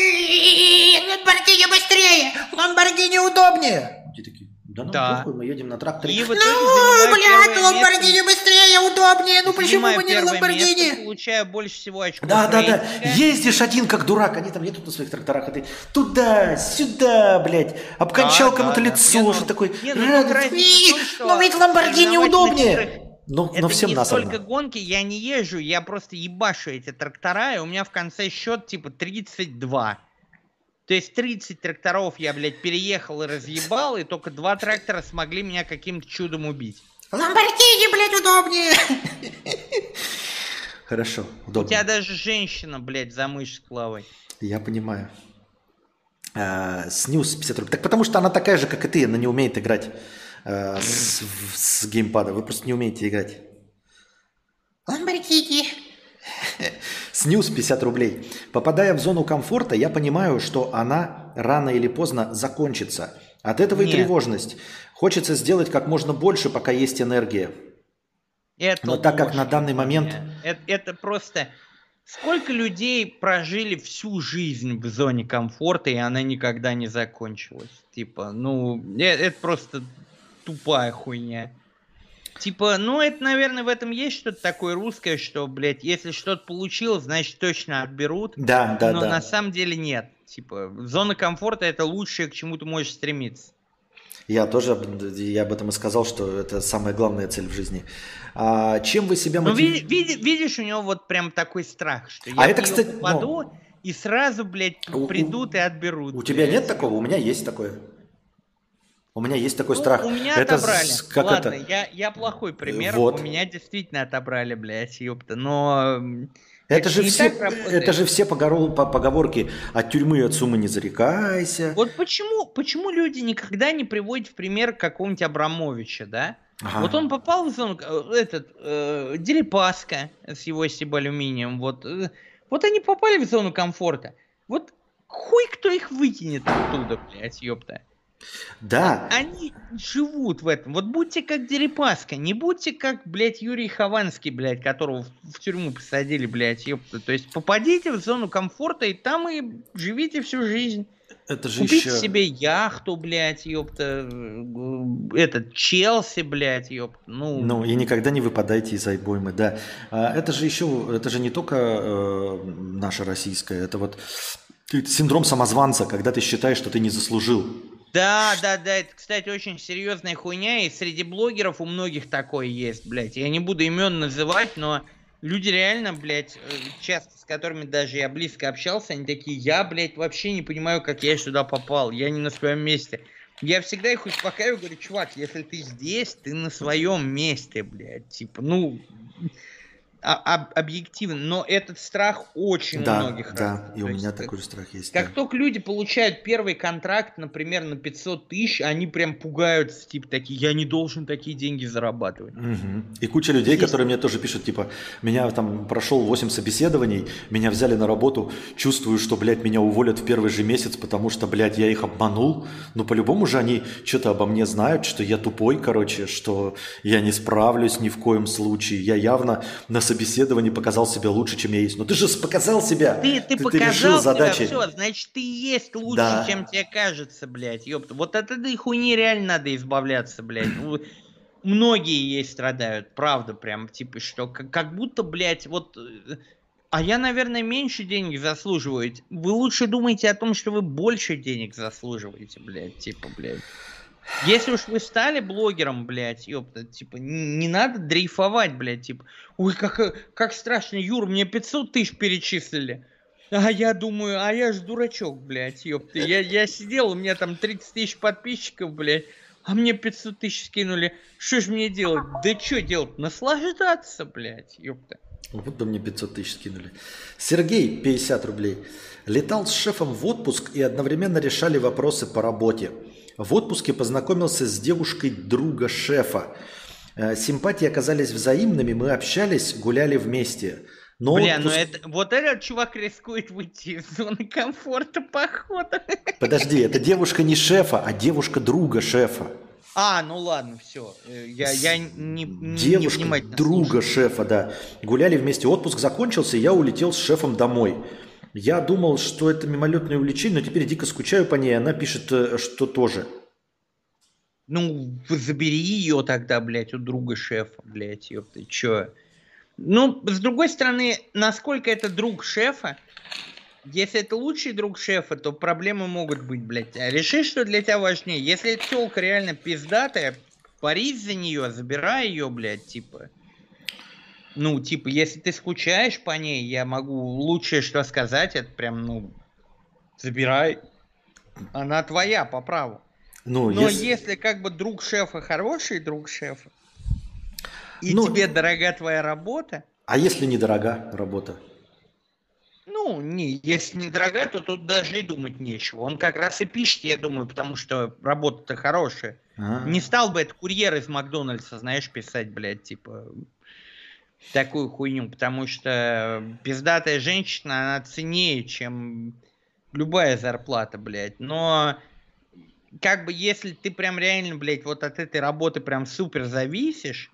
Ламборгини быстрее! Ламборгини удобнее! Те такие, да нам Да. похуй, мы едем на тракторе. И в итоге Ну, занимаю блядь, первое Ламборгини место. быстрее, удобнее, ну почему Занимаю бы не первое Ламборгини? место, получаю больше всего очков Да, да, да. рейтинга. Ездишь один как дурак, они там едут на своих тракторах, а ты туда, сюда, блядь, обкончал Да, кому-то да, да. лицо, Не, ну, что такой. не, ну, радость. тут разница в том, что Ну ведь Ламборгини соревновать на удобнее. четверых Но, Это но всем не насрано. столько гонки, я не езжу, я просто ебашу эти трактора, и у меня в конце счет типа тридцать два. То есть тридцать тракторов я, блядь, переехал и разъебал, и только два трактора смогли меня каким-то чудом убить. Ламборгини, блядь, удобнее. Хорошо, У удобно. тебя даже женщина, блядь, за мышь с клавой. Я понимаю. А, снюс пятьдесят рублей. Так потому что она такая же, как и ты, она не умеет играть а, с, в- с геймпада. Вы просто не умеете играть. Ламборгини. Снюс пятьдесят рублей. Попадая в зону комфорта, я понимаю, что она рано или поздно закончится. От этого и Нет. тревожность. Хочется сделать как можно больше, пока есть энергия. Это Но так как на ложь, данный момент... Это, это просто... Сколько людей прожили всю жизнь в зоне комфорта, и она никогда не закончилась? Типа, ну, э- это просто тупая хуйня. Типа, ну, это, наверное, в этом есть что-то такое русское, что, блядь, если что-то получилось, значит, точно отберут. Да, да, но да. на самом деле нет. Типа, зона комфорта — это лучшее, к чему ты можешь стремиться. Я тоже об- я об этом и сказал, что это самая главная цель в жизни. А чем вы себя Ну, мотивируете? види- види- видишь, у него вот прям такой страх, что я А в это, неё кстати, попаду, ну, и сразу, блядь, у- у- придут и отберут. У тебя блядь. нет такого? У меня есть такое. У меня есть такой Ну, страх. у меня это отобрали. с- как Ладно, это? Я, я плохой пример. Вот. У меня действительно отобрали, блядь, ёпта. Но м, Это же, не все, так работает. это же все погорол- по- поговорки от тюрьмы и от суммы не зарекайся. Вот почему, почему люди никогда не приводят в пример какого-нибудь Абрамовича, да? Ага. Вот он попал в зону, э, этот, э, Дерипаска с его сибалюминием, вот, э, вот они попали в зону комфорта. Вот хуй кто их выкинет оттуда, блядь, ёпта. Да, Они живут в этом. Вот будьте как Дерипаска, не будьте как, блядь, Юрий Хованский, блядь, которого в, в тюрьму посадили, блядь, ёпта. То есть попадите в зону комфорта и там и живите всю жизнь. это же Купите еще... себе яхту, блядь, ёпта, э, этот, Челси, блядь, ёпта. Ну, Ну, и никогда не выпадайте из обоймы, да. А это же еще, это же не только э, наша российская, это вот синдром самозванца, когда ты считаешь, что ты не заслужил. Да, да, да, это, кстати, очень серьезная хуйня, и среди блогеров у многих такое есть, блядь. Я не буду имен называть, но люди реально, блядь, э, часто с которыми даже я близко общался, они такие, я, блядь, вообще не понимаю, как я сюда попал, я не на своем месте. Я всегда их успокаиваю, говорю, чувак, если ты здесь, ты на своем месте, блядь, типа, ну... а, об- объективно, но этот страх очень у Да, многих да, развит. и у То меня есть, как, такой же страх есть. как Да. только люди получают первый контракт, например, на пятьсот тысяч, они прям пугаются, типа такие, я не должен такие деньги зарабатывать. Мгм. И куча людей, Здесь которые мне тоже пишут, типа, меня там прошел восемь собеседований, меня взяли на работу, чувствую, что, блядь, меня уволят в первый же месяц, потому что, блядь, я их обманул. Но по-любому же они что-то обо мне знают, что я тупой, короче, что я не справлюсь ни в коем случае. Я явно на собеседовании показал себя лучше, чем я есть. Но ты же показал себя, Ты, ты ты, ты решил показал себя, задачи. все, значит, ты и есть лучше, Да. чем тебе кажется, блядь, ёпта. Вот от этой хуйни реально надо избавляться, блядь. Ну, многие ей страдают, правда, прям, типа, что как, как будто, блядь, вот... э, А я, наверное, меньше денег заслуживаю. Вы лучше думайте о том, что вы больше денег заслуживаете, блядь, типа, блядь. Если уж вы стали блогером, блядь, ёпта, типа, не, не надо дрейфовать, блядь, типа, ой, как, э, как страшно, Юр, мне пятьсот тысяч перечислили. А я думаю, а я ж дурачок, блядь, ёпта. Я, я сидел, у меня там тридцать тысяч подписчиков, блядь, а мне пятьсот тысяч скинули. Что ж мне делать? Да что делать? Наслаждаться, блядь, ёпта. Вот бы мне пятьсот тысяч скинули. Сергей, пятьдесят рублей. Летал с шефом в отпуск и одновременно решали вопросы по работе. В отпуске познакомился с девушкой друга шефа. Э, Симпатии оказались взаимными, мы общались, гуляли вместе. Но Бля, ну отпуск- это, вот этот чувак рискует выйти из зоны комфорта, походу. Подожди, это девушка не шефа, а девушка друга шефа. А, ну ладно, все. Я, я не, не, Девушка невнимательно друга слушал. шефа, да. Гуляли вместе, отпуск закончился, и я улетел с шефом домой. Я думал, что это мимолетное увлечение, но теперь дико скучаю по ней. Она пишет, э, что тоже. Ну, забери ее тогда, блядь, у друга шефа, блядь, ёпта, чё? Ну, с другой стороны, насколько это друг шефа, если это лучший друг шефа, то проблемы могут быть, блядь. А реши, что для тебя важнее. Если тёлка реально пиздатая, парись за нее, забирай ее, блядь, типа. Ну, типа, если ты скучаешь по ней, я могу лучшее, что сказать, это прям, ну, забирай. Она твоя по праву. Ну, Но если... если как бы друг шефа хороший друг шефа, и Ну, тебе дорога твоя работа, А если недорога работа? ну, не, если не дорога, то тут даже и думать нечего. Он как раз и пишет, я думаю, потому что работа-то хорошая. А. Не стал бы это курьер из Макдональдса, знаешь, писать, блядь, типа, такую хуйню, потому что пиздатая женщина, она ценнее, чем любая зарплата, блядь. Но как бы если ты прям реально, блядь, вот от этой работы прям супер зависишь,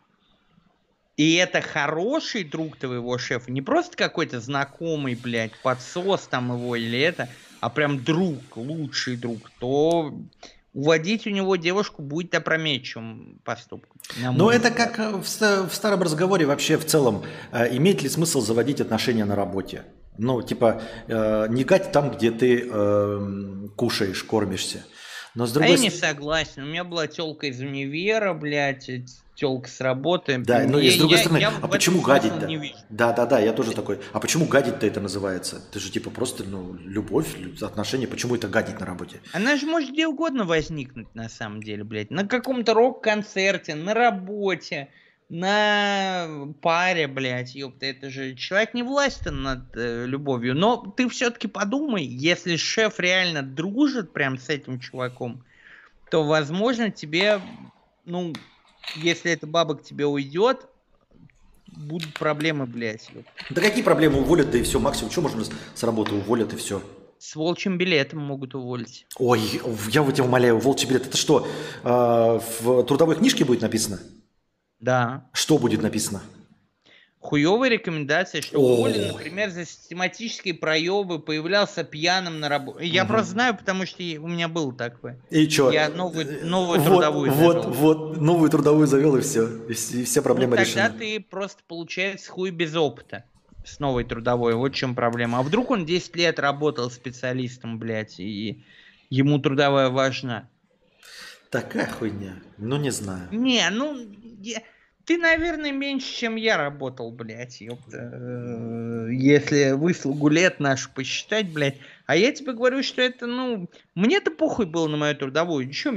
и это хороший друг твоего шефа, не просто какой-то знакомый, блядь, подсос там его или это, а прям друг, лучший друг, то уводить у него девушку будет опрометчивым поступком. на Но мой это взгляд. как э, в, ста- в старом разговоре вообще в целом. Э, имеет ли смысл заводить отношения на работе? Ну, типа, э, не гать там, где ты э, кушаешь, кормишься. Но с А другой я не с- согласен. У меня была телка из универа, блядь, телка с работы. Да, но и Я- с другой я- стороны, я а в этом почему смысла гадить-то? не вижу. Да, да, да, я тоже такой. А почему гадить-то это называется? Ты же типа просто, ну, любовь, лю- отношения. Почему это гадить на работе? Она же может где угодно возникнуть, на самом деле, блядь. На каком-то рок-концерте, на работе, на паре, блядь, ёпта. Это же человек не властен над э, любовью. Но ты все-таки подумай, если шеф реально дружит прям с этим чуваком, то, возможно, тебе, ну, если эта баба к тебе уйдет, будут проблемы, блядь, ёпта. Да какие проблемы уволят, да и все, максимум, что можно с, с работы уволят и все. С волчьим билетом могут уволить. Ой, я вот тебя умоляю, волчий билет, это что, э, в трудовой книжке будет написано? Да. Что будет написано? Хуевые рекомендации, что О. уволен, например, за систематические проебы, появлялся пьяным на работе. Я Мгм. просто знаю, потому что и- у меня было такое. И что? Я новую, новую вот, трудовую вот, завел. вот, новую трудовую завел и все, и, вс- и вся проблема Ну, тогда решена. ты просто, получается, хуй без опыта с новой трудовой. Вот в чем проблема. А вдруг он десять лет работал специалистом, блядь, и ему трудовая важна? Такая хуйня, ну не знаю. Не, ну, я- ты, наверное, меньше, чем я работал, блядь, ёпта. Э, Если выслугу лет нашу посчитать, блядь. А я тебе говорю, что это, ну, мне-то похуй было на мою трудовую. Чё мне,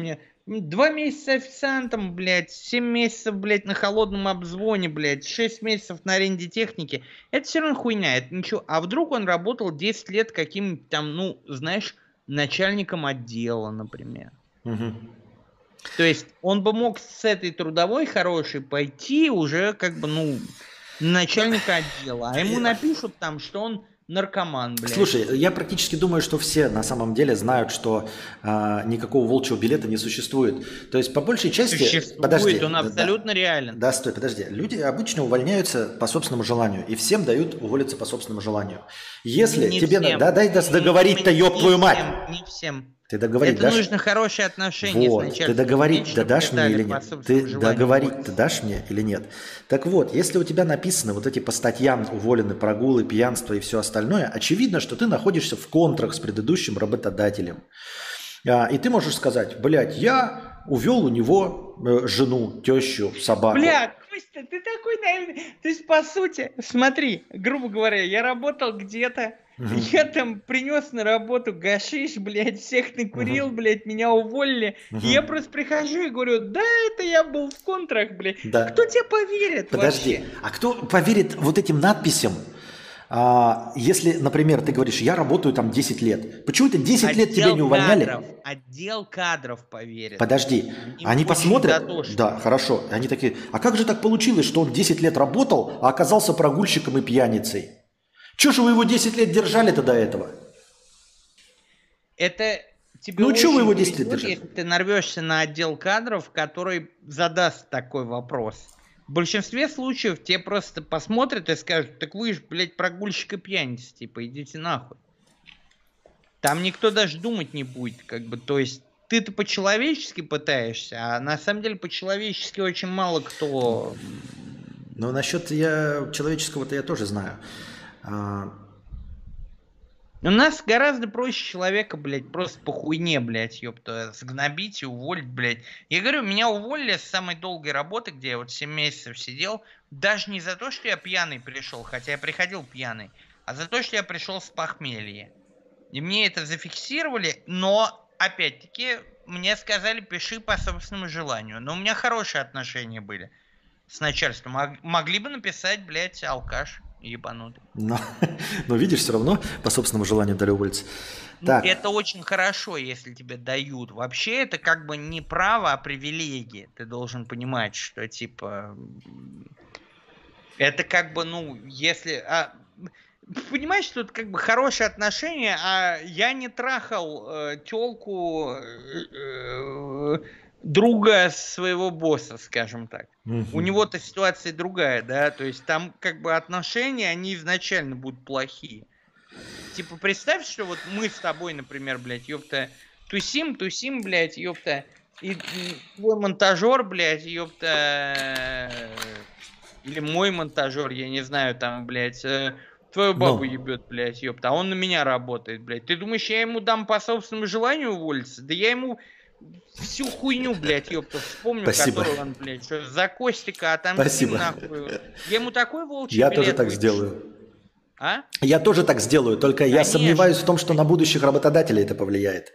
Два месяца официантом, блядь, семь месяцев, блядь, на холодном обзвоне, блядь, шесть месяцев на аренде техники. Это все равно хуйня, это ничего. А вдруг он работал десять лет каким-нибудь там, ну, знаешь, начальником отдела, например. Угу. То есть он бы мог с этой трудовой хорошей пойти уже как бы, ну, начальника отдела. А ему напишут там, что он наркоман, блядь. Слушай, я практически думаю, что все на самом деле знают, что а, никакого волчьего билета не существует. То есть по большей части... Существует, подожди, он абсолютно да, реален. Да, стой, подожди. Люди обычно увольняются по собственному желанию. И всем дают уволиться по собственному желанию. Если не тебе... Всем. Да дай договорить-то, ёб не твою всем, мать! Не всем. Ты договорить Это дашь? нужно хорошие отношения Вот, с начальством. ты договорить Вечно дашь мне или по нет? собственному Ты желанию договорить уволиться. ты дашь мне или нет? Так вот, если у тебя написаны вот эти по статьям уволены прогулы, пьянство и все остальное, очевидно, что ты находишься в контрах с предыдущим работодателем. А, и ты можешь сказать, блядь, я увел у него э, жену, тещу, собаку. Бля, Костя, ты такой наивный. То есть, по сути, смотри, грубо говоря, я работал где-то, Угу. я там принес на работу гашиш, блядь, всех накурил, Угу. блядь, меня уволили. Угу. И я просто прихожу и говорю, да, это я был в контрах, блядь. Да. Кто тебе поверит Подожди, вообще? а кто поверит вот этим надписям, а, если, например, ты говоришь, я работаю там десять лет. Почему-то десять лет тебя не увольняли? Кадров, отдел кадров поверит. Подожди, Им они очень посмотрят, дотошно. да, хорошо, они такие, а как же так получилось, что он десять лет работал, а оказался прогульщиком и пьяницей? Чего же вы его десять лет держали-то до этого? Это тебе Ну, чё вы очень его десять лет повезёт, держали? если ты нарвешься на отдел кадров, который задаст такой вопрос. В большинстве случаев тебе просто посмотрят и скажут, так вы же, блядь, прогульщик и пьяница, типа, идите нахуй. Там никто даже думать не будет, как бы, то есть ты-то по-человечески пытаешься, а на самом деле по-человечески очень мало кто... Ну, насчет я, человеческого-то я тоже знаю. А, У нас гораздо проще человека, блядь, просто по хуйне, блядь, ёпта, сгнобить и уволить, блядь. Я говорю, меня уволили с самой долгой работы, где я вот семь месяцев сидел, даже не за то, что я пьяный пришел, хотя я приходил пьяный, а за то, что я пришел с похмелья. И мне это зафиксировали, но, опять-таки, мне сказали, пиши по собственному желанию. Но у меня хорошие отношения были с начальством. Мог- Могли бы написать, блядь, алкаш ебанутый. но, но видишь, все равно по собственному желанию дали уволиться. Ну, Так, это очень хорошо, если тебе дают. Вообще это как бы не право, а привилегия. Ты должен понимать, что типа м, это как бы, ну, если... а, понимаешь, что это как бы хорошие отношения, а я не трахал э, тёлку э, друга своего босса, скажем так. мгм. У него-то ситуация другая, да, то есть там как бы отношения, они изначально будут плохие. Типа, представь, что вот мы с тобой, например, блядь, ёпта, тусим, тусим, блядь, ёпта, и м, твой монтажер, блядь, ёпта, э, или мой монтажер, я не знаю, там, блядь, э, твою бабу Ну. ебет, блядь, ёпта, а он на меня работает, блядь. Ты думаешь, я ему дам по собственному желанию уволиться? Да я ему всю хуйню, блядь, ёпта, вспомню, Спасибо. которую он, блядь, что за Костика, а там с ним, Спасибо. нахуй. Я ему такой волчий Я билет тоже так выпишу. сделаю. А? Я тоже так сделаю, только я Конечно. сомневаюсь в том, что на будущих работодателей это повлияет.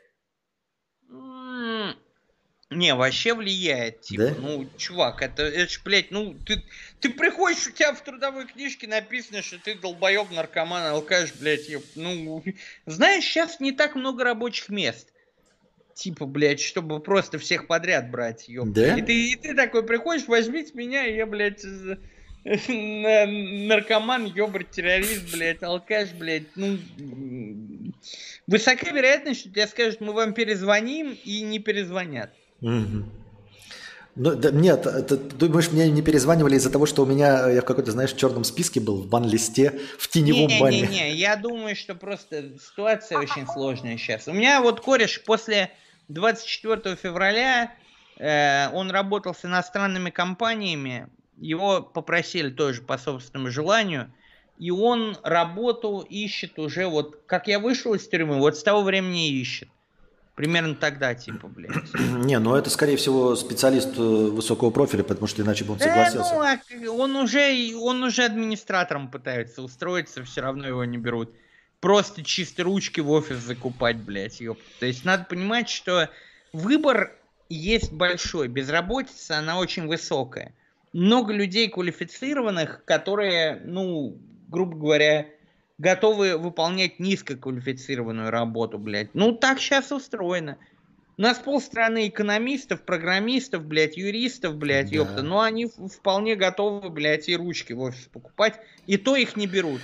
М, Не, вообще влияет, типа, Да? ну, чувак, это, это ж, блядь, ну, ты, ты приходишь, у тебя в трудовой книжке написано, что ты долбоеб, наркоман, алкаш, блядь, ёп, ну, знаешь, сейчас не так много рабочих мест, типа, блядь, чтобы просто всех подряд брать, ёп. Да? И ты, и ты такой приходишь, возьмите меня, и я, блядь, з- на- наркоман, ёбарь, террорист, блядь, алкаш, блядь, ну, м, высока вероятность, что тебе скажут, мы вам перезвоним, и не перезвонят. Мгм. Ну, да, нет, ты думаешь, мне не перезванивали из-за того, что у меня, я в какой-то, знаешь, черном списке был, в бан-листе, в теневом бане? Не-не-не, я думаю, что просто ситуация очень сложная сейчас. У меня вот кореш после двадцать четвёртого февраля, э, он работал с иностранными компаниями, его попросили тоже по собственному желанию, и он работу ищет уже вот, как я вышел из тюрьмы, вот с того времени и ищет. Примерно тогда, типа, блядь. Не, ну это, скорее всего, специалист э, высокого профиля, потому что иначе бы он Да, согласился. ну, а к- он уже, он уже администратором пытается устроиться, все равно его не берут. Просто чисто ручки в офис закупать, блядь, ёп. То есть надо понимать, что выбор есть большой. Безработица, она очень высокая. Много людей квалифицированных, которые, ну, грубо говоря, готовы выполнять низкоквалифицированную работу, блядь. Ну, так сейчас устроено. У нас полстраны экономистов, программистов, блядь, юристов, блядь, Да. ёпта. Но они в- вполне готовы, блядь, и ручки в офис покупать. И то их не берут.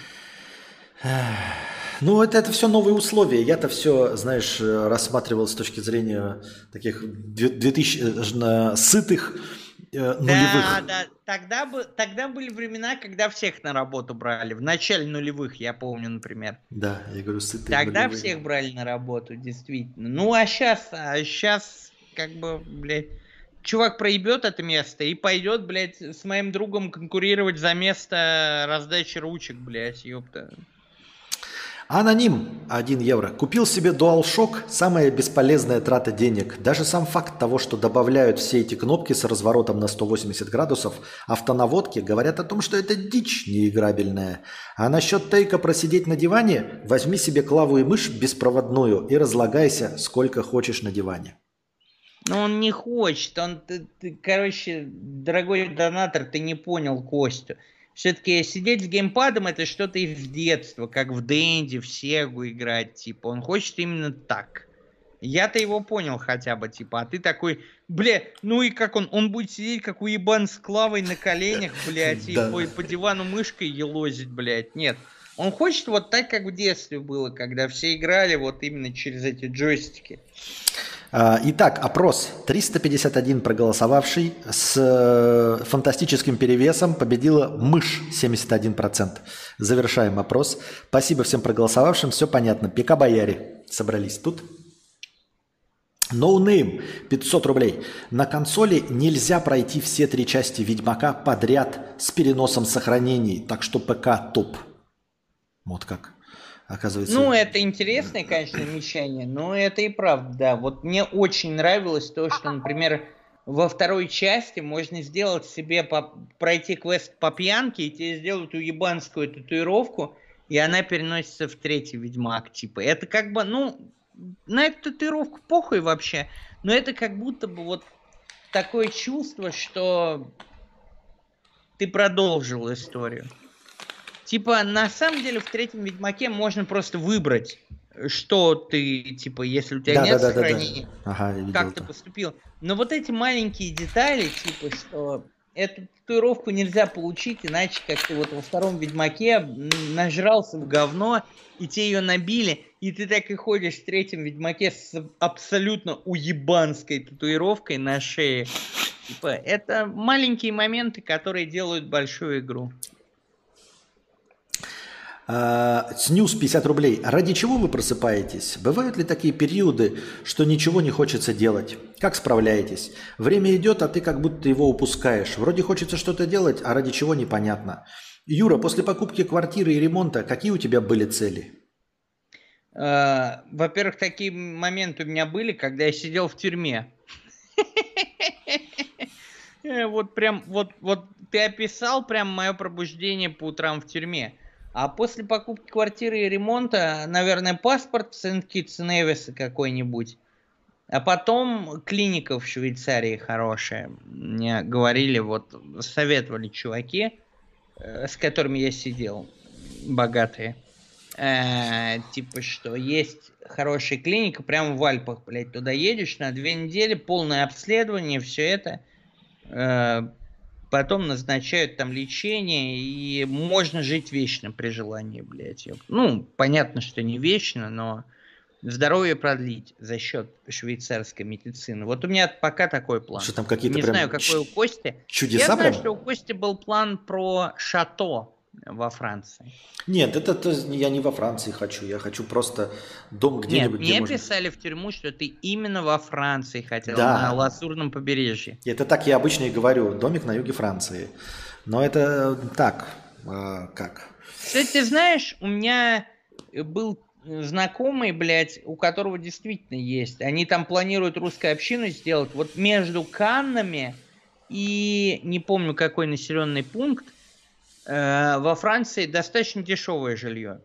Ну, это, это все новые условия. Я-то все, знаешь, э, рассматривал с точки зрения таких две- две тысячи э, сытых э, Да, нулевых. да. Тогда, бы, тогда были времена, когда всех на работу брали. В начале нулевых, я помню, например. Да, я говорю, сытые Тогда нулевые. всех брали на работу, действительно. Ну, а сейчас, а сейчас, как бы, блядь, чувак проебет это место и пойдет, блядь, с моим другом конкурировать за место раздачи ручек, блядь, ёпта. Аноним один евро. Купил себе DualShock, самая бесполезная трата денег. Даже сам факт того, что добавляют все эти кнопки с разворотом на сто восемьдесят градусов автонаводки, говорят о том, что это дичь неиграбельная. А насчет тейка просидеть на диване, возьми себе клаву и мышь беспроводную и разлагайся сколько хочешь на диване. Но он не хочет, он, ты, ты, короче, дорогой донатор, ты не понял Костю. Все-таки сидеть с геймпадом это что-то из детства, как в Дэнди, в Сегу играть, типа. Он хочет именно так. Я-то его понял хотя бы, типа, а ты такой, бля, ну и как он, он будет сидеть как уебан с клавой на коленях, блядь, и Да. по, по дивану мышкой елозить, блядь, нет. Он хочет вот так, как в детстве было, когда все играли вот именно через эти джойстики. А, Итак, опрос. триста пятьдесят один проголосовавший с э, фантастическим перевесом победила мышь семьдесят один процент. Завершаем опрос. Спасибо всем проголосовавшим. Все понятно. Пика-бояре собрались тут. Ноунейм пятьсот рублей. На консоли нельзя пройти все три части Ведьмака подряд с переносом сохранений, так что ПК топ. Вот как. Оказывается. Ну, это интересное, конечно, вещание, но это и правда, да. Вот мне очень нравилось то, что, например, во второй части можно сделать себе, по, пройти квест по пьянке, и тебе сделают уебанскую татуировку, и она переносится в третий Ведьмак, типа. Это как бы, ну, на эту татуировку похуй вообще, но это как будто бы вот такое чувство, что ты продолжил историю. Типа, на самом деле, в третьем Ведьмаке можно просто выбрать, что ты, типа, если у тебя Да, нет да, да, да, да. сохранения, Ага, я видел как ты это. поступил. Но вот эти маленькие детали, типа, что эту татуировку нельзя получить, иначе как ты вот во втором Ведьмаке м, нажрался в говно, и тебе ее набили, и ты так и ходишь в третьем Ведьмаке с абсолютно уебанской татуировкой на шее. Типа, это маленькие моменты, которые делают большую игру. А, Снюс пятьдесят рублей. Ради чего вы просыпаетесь? Бывают ли такие периоды, что ничего не хочется делать? Как справляетесь? Время идет, а ты как будто его упускаешь. Вроде хочется что-то делать, а ради чего непонятно. Юра, после покупки квартиры и ремонта какие у тебя были цели? Э, Во-первых, такие моменты у меня были, когда я сидел в тюрьме. Э, Вот прям, вот, вот ты описал прям мое пробуждение по утрам в тюрьме. А после покупки квартиры и ремонта, наверное, паспорт Сент-Китс и Невиса какой-нибудь. А потом клиника в Швейцарии хорошая. Мне говорили, вот советовали чуваки, э, с которыми я сидел, богатые. Э, типа, что есть хорошая клиника прямо в Альпах, блядь, туда едешь на две недели, полное обследование, все это. Э, Потом назначают там лечение, и можно жить вечно при желании, блядь. ёп. Ну, понятно, что не вечно, но здоровье продлить за счет швейцарской медицины. Вот у меня пока такой план. Что там какие-то Не прям знаю, какой у Кости. чудеса Я знаю, прям? что у Кости был план про шато во Франции. Нет, это, это я не во Франции хочу. Я хочу просто дом Нет, где-нибудь, где мне можно... писали в тюрьму, что ты именно во Франции хотел, Да. на Лазурном побережье. Это так я обычно и говорю. Домик на юге Франции. Но это так. а, как? Кстати, ты знаешь, у меня был знакомый, блядь, у которого действительно есть. Они там планируют русскую общину сделать. Вот между Каннами и не помню какой населенный пункт, э, во Франции достаточно дешевое жилье.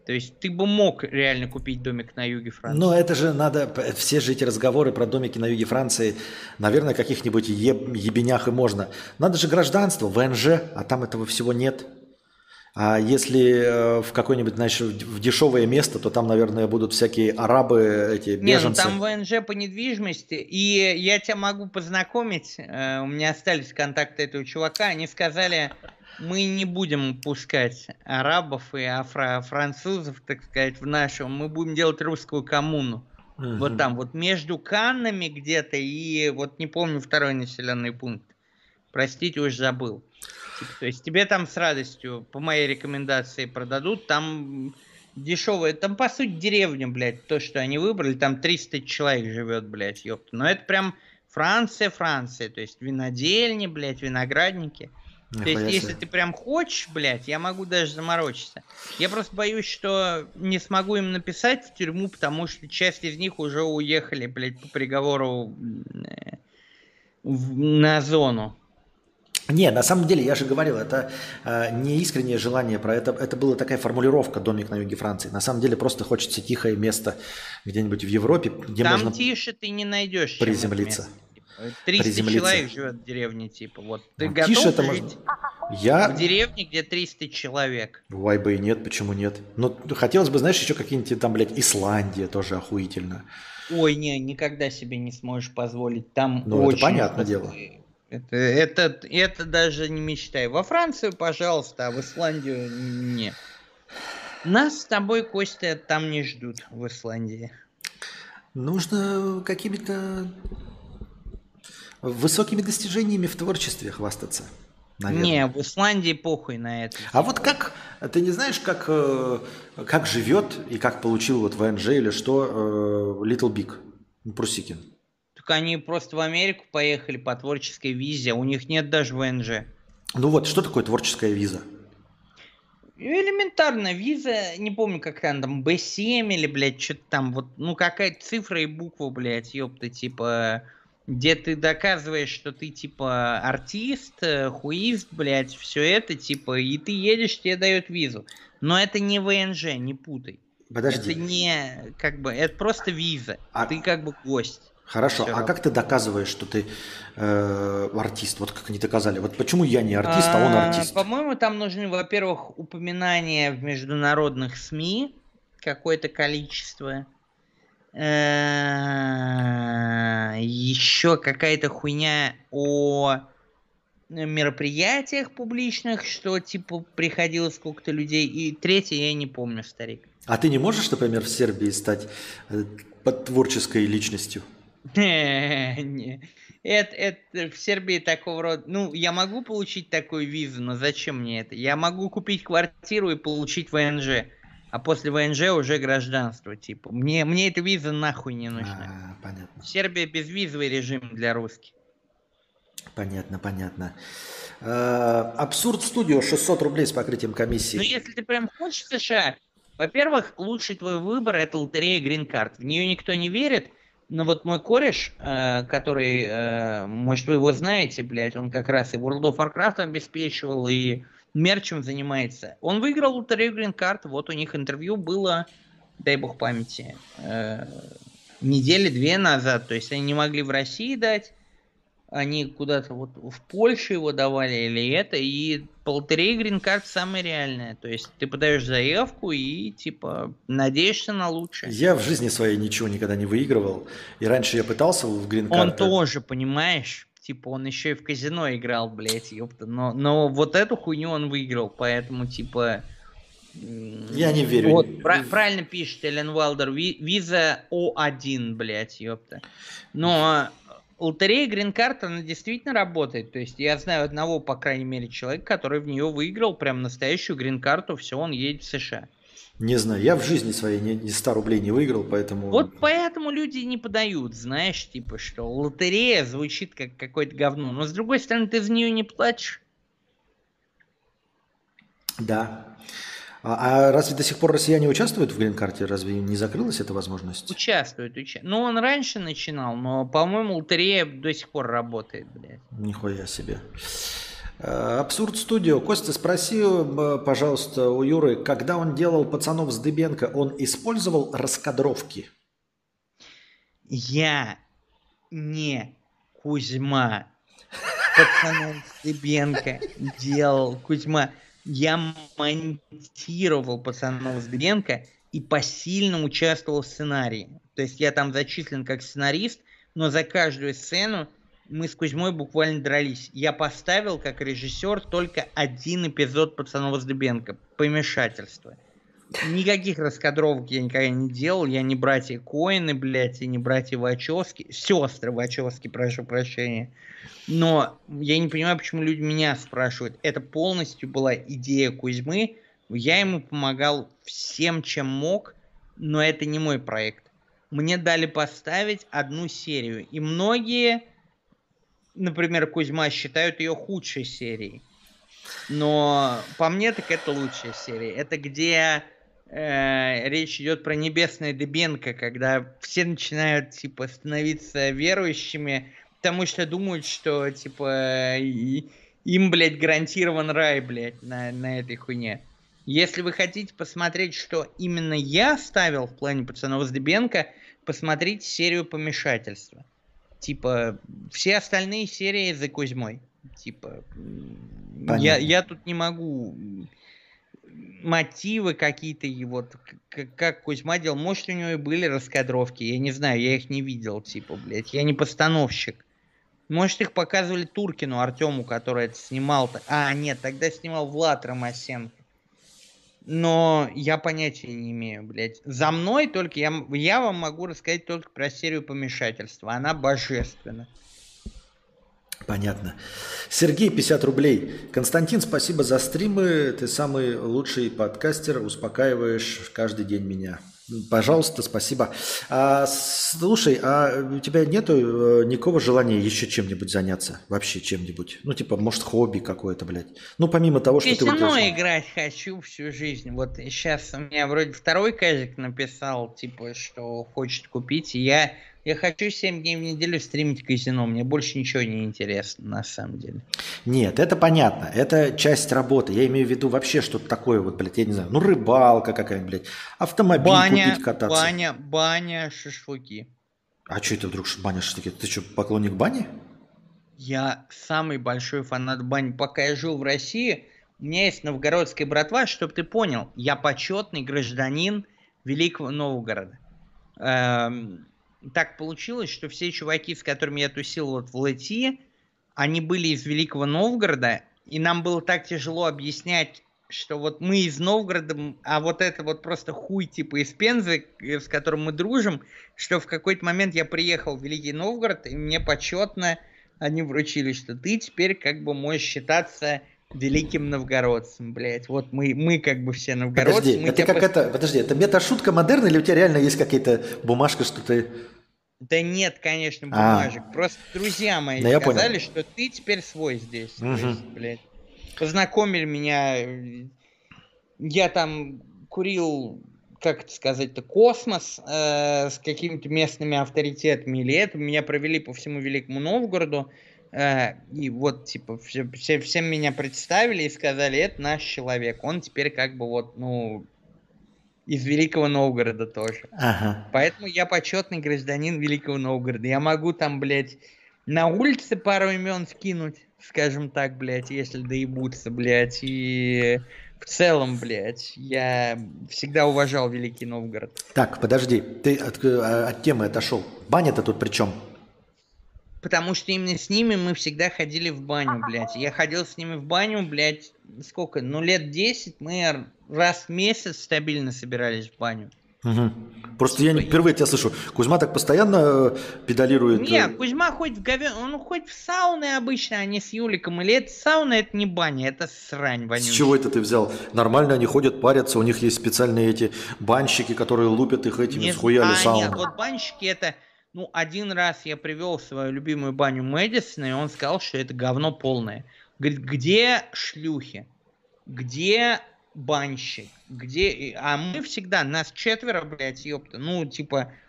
То есть ты бы мог реально купить домик на юге Франции. Но это же надо, все же эти разговоры про домики на юге Франции, наверное, каких-нибудь еб, ебенях и можно. Надо же гражданство, вэ эн жэ, а там этого всего нет. А если в какое-нибудь, знаешь, в дешевое место, то там, наверное, будут всякие арабы, эти беженцы. Не, ну там вэ эн жэ по недвижимости, и я тебя могу познакомить, э, у меня остались контакты этого чувака, они сказали, мы не будем пускать арабов и афро французов, так сказать, в нашу, мы будем делать русскую коммуну. Угу. Вот там, вот между Каннами где-то и, вот не помню, второй населенный пункт. Простите, уж забыл. Типа, то есть тебе там с радостью, по моей рекомендации, продадут. Там дешевое, там по сути деревня, блядь, то, что они выбрали. Там триста человек живет, блядь, ёпта. Но это прям Франция, Франция. То есть винодельни, блядь, виноградники. Не то есть если ты прям хочешь, блядь, я могу даже заморочиться. Я просто боюсь, что не смогу им написать в тюрьму, потому что часть из них уже уехали, блядь, по приговору на зону. Не, на самом деле, я же говорил, это э, не искреннее желание про это. Это была такая формулировка «домик на юге Франции». На самом деле просто хочется тихое место где-нибудь в Европе, где там можно тише ты не найдешь приземлиться. триста приземлиться. Человек живет в деревне, типа. Вот ты ну, готов тише это жить можно... Я... в деревне, где триста человек? Вай бы и нет, почему нет? Ну, хотелось бы, знаешь, еще какие-нибудь там, блядь, Исландия тоже охуительно. Ой, не, никогда себе не сможешь позволить. Там ну, очень... это понятное дело. Это, это, это даже не мечтай. Во Францию, пожалуйста, а в Исландию не. Нас с тобой, Костя, там не ждут в Исландии. Нужно какими-то высокими достижениями в творчестве хвастаться. Наверное. Не, в Исландии похуй на это. А вот как, ты не знаешь, как, как живет и как получил вот вэ эн жэ или что Little Big, Прусикин? Они просто в Америку поехали по творческой визе, у них нет даже вэ эн жэ. Ну вот, что такое творческая виза? Элементарно, виза, не помню, как она там, бэ семь или, блядь, что-то там, вот, ну, какая-то цифра и буква, блядь, ёпта, типа, где ты доказываешь, что ты, типа, артист, хуист, блядь, все это, типа, и ты едешь, тебе дают визу. Но это не вэ эн жэ, не путай. Подожди. Это не, как бы, это просто виза, а... ты как бы гость. Хорошо, Все а равно. Как ты доказываешь, что ты э, артист? Вот как они доказали. Вот почему я не артист, а, а он артист? По-моему, там нужны, во-первых, упоминания в международных СМИ, какое-то количество. Еще какая-то хуйня о мероприятиях публичных, что типа приходило сколько-то людей. И третье, я не помню, старик. А ты не можешь, например, в Сербии стать творческой личностью? Не, это, это в Сербии такого рода... Ну, я могу получить такую визу, но зачем мне это? Я могу купить квартиру и получить вэ эн жэ, а после вэ эн жэ уже гражданство, типа. Мне, мне эта виза нахуй не нужна. А, понятно. Сербия безвизовый режим для русских. Понятно, понятно. А, Абсурд Студио шестьсот рублей с покрытием комиссии. Ну, если ты прям хочешь в США, во-первых, лучший твой выбор – это лотерея Green Card. В нее никто не верит. Но вот мой кореш, э, который, э, может, вы его знаете, блядь, он как раз и World of Warcraft обеспечивал, и мерчем занимается. Он выиграл лотерею Green Card, вот у них интервью было, дай бог памяти, э, недели две назад. То есть они не могли в России дать, они куда-то вот в Польше его давали или это, и по лотерее Green Card самое реальное. То есть ты подаешь заявку и типа надеешься на лучшее. Я в жизни своей ничего никогда не выигрывал, и раньше я пытался в Green Card. Он тоже, понимаешь, типа он еще и в казино играл, блядь, ёпта, но, но вот эту хуйню он выиграл, поэтому типа... Я не верю. Вот, пра- правильно пишет Эллен Уайлдер, виза О один, блядь, ёпта. Но... Лотерея Green Card, она действительно работает. То есть я знаю одного, по крайней мере, человека, который в нее выиграл прям настоящую Green Card, все, он едет в США. Не знаю, я в жизни своей ни, ни ста рублей не выиграл, поэтому... Вот поэтому люди не подают, знаешь, типа, что лотерея звучит как какое-то говно. Но с другой стороны, ты за нее не платишь. Да. А, а разве до сих пор россияне участвуют в грин-карте? Разве не закрылась эта возможность? Участвуют, участвуют. Ну, он раньше начинал, но, по-моему, лотерея до сих пор работает, блядь. Нихуя себе. Э, Абсурд Студио. Костя, спроси, э, пожалуйста, у Юры, когда он делал пацанов с Дыбенко, он использовал раскадровки? Я не Кузьма. Пацанов с Дыбенко делал Кузьма. Я монтировал пацанов с Дыбенко и посильно участвовал в сценарии. То есть я там зачислен как сценарист, но за каждую сцену мы с Кузьмой буквально дрались. Я поставил как режиссер только один эпизод пацанов с Дыбенко. Помешательство. Никаких раскадровок я никогда не делал. Я не братья Коэны, блядь, и не братья Вачовски. Сестры Вачовски, прошу прощения. Но я не понимаю, почему люди меня спрашивают. Это полностью была идея Кузьмы. Я ему помогал всем, чем мог, но это не мой проект. Мне дали поставить одну серию. И многие, например, Кузьма, считают ее худшей серией. Но по мне так это лучшая серия. Это где э, речь идет про небесное Дыбенко, когда все начинают типа становиться верующими, потому что думают, что типа и, им, блядь, гарантирован рай, блядь, на, на этой хуйне. Если вы хотите посмотреть, что именно я ставил в плане пацанов с Дыбенко, посмотрите серию «Помешательства». Типа, все остальные серии за Кузьмой. Типа, я, я тут не могу мотивы какие-то, и вот как, как Кузьма делал. Может, у него и были раскадровки, я не знаю, я их не видел, типа, блядь, я не постановщик. Может, их показывали Туркину, Артему, который это снимал. А, нет, тогда снимал Влад Ромасенко. Но я понятия не имею, блядь. За мной только, я, я вам могу рассказать только про серию «Помешательства». Она божественна. Понятно. Сергей, пятьдесят рублей. Константин, спасибо за стримы. Ты самый лучший подкастер. Успокаиваешь каждый день меня. Пожалуйста, спасибо. А, слушай, а у тебя нету никакого желания еще чем-нибудь заняться? Вообще чем-нибудь? Ну, типа, может, хобби какое-то, блядь. Ну, помимо того, что Писано ты вот делаешь. играть хочу всю жизнь. Вот сейчас у меня вроде второй казик написал, типа, что хочет купить. И я, я хочу семь дней в неделю стримить казино. Мне больше ничего не интересно, на самом деле. Нет, это понятно. Это часть работы. Я имею в виду вообще что-то такое, вот, блядь, я не знаю. Ну, рыбалка какая-нибудь, блядь. Автомобиль Баня, купить, кататься. баня, баня, шашлыки. А что это вдруг баня, шашлыки? Ты что, поклонник бани? Я самый большой фанат бани. Пока я жил в России, у меня есть новгородская братва, чтобы ты понял, я почетный гражданин Великого Новгорода. Эм, так получилось, что все чуваки, с которыми я тусил вот в ЛТ, они были из Великого Новгорода, и нам было так тяжело объяснять, что вот мы из Новгорода, а вот это вот просто хуй типа из Пензы, с которым мы дружим, что в какой-то момент я приехал в Великий Новгород, и мне почетно они вручили, что ты теперь как бы можешь считаться великим новгородцем, блядь. Вот мы, мы как бы все новгородцы. Подожди, мы это как пос... это, подожди, это мета-шутка модерна или у тебя реально есть какая-то бумажка, что ты... Да нет, конечно, бумажек. А. Просто друзья мои да сказали, что ты теперь свой здесь. Угу. То есть, блядь. Познакомили меня. Я там курил, как это сказать-то, космос э, с какими-то местными авторитетами или это. Меня провели по всему Великому Новгороду. Э, и вот, типа, все, все, всем меня представили и сказали, это наш человек. Он теперь как бы вот, ну... из Великого Новгорода тоже. Ага. Поэтому я почетный гражданин Великого Новгорода. Я могу там, блядь, на улице пару имен скинуть, скажем так, блядь, если доебутся, блядь. И в целом, блядь, я всегда уважал Великий Новгород. Так, подожди, ты от, от темы отошел. Баня-то тут при чем? Потому что именно с ними мы всегда ходили в баню, блядь. Я ходил с ними в баню, блядь, сколько? Ну, лет десять мы раз в месяц стабильно собирались в баню. Угу. Просто типа я не, впервые тебя слышу. Кузьма так постоянно педалирует. Не, Кузьма хоть в говен... он хоть в сауны обычно, а не с Юликом. Или это сауна, это не баня, это срань вонючая. С чего это ты взял? Нормально они ходят, парятся, у них есть специальные эти банщики, которые лупят их этими, схуяли а, сауну. Нет, вот банщики это... Ну, один раз я привел свою любимую баню Мэдисона, и он сказал, что это говно полное. Говорит, где шлюхи? Где банщик? Где... А мы всегда, нас четверо, блядь, ёпта. Ну, типа,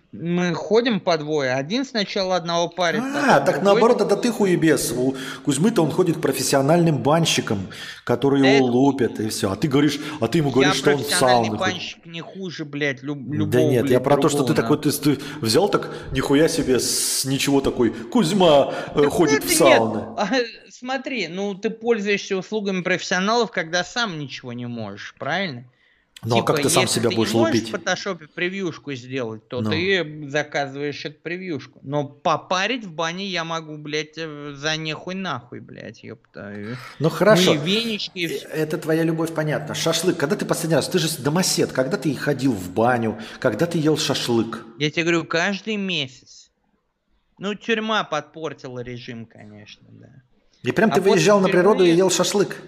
Мы ходим по двое. Один сначала одного парит, А, потом так другой. наоборот, это ты хуебес. У Кузьмы-то он ходит к профессиональным банщикам, которые Да его это лупят, и все. А ты говоришь, а ты ему Я говоришь, что он в профессиональный сауну ходит. банщик не хуже, блядь, люб- Да любого, нет, я блядь, про то, что ты другого, такой, ты, ты взял так, нихуя себе, с ничего такой, Кузьма э, Так ходит в это нет. сауны. А, Смотри, ну ты пользуешься услугами профессионалов, когда сам ничего не можешь, правильно? Ну а Типа, как ты сам если себя ты будешь не можешь в лупить? фотошопе превьюшку сделать, то Ну. ты заказываешь эту превьюшку. Но попарить в бане я могу, блядь, э, за нехуй нахуй, блядь, ёпта. И- Ну хорошо, Ну и венички, и Э, всё. это твоя любовь, понятно. Шашлык, когда ты последний раз, ты же домосед, когда ты ходил в баню, когда ты ел шашлык? Я тебе говорю, каждый месяц. Ну, тюрьма подпортила режим, конечно, да. И прям А ты после выезжал на природу и тюрьмы- ел шашлык?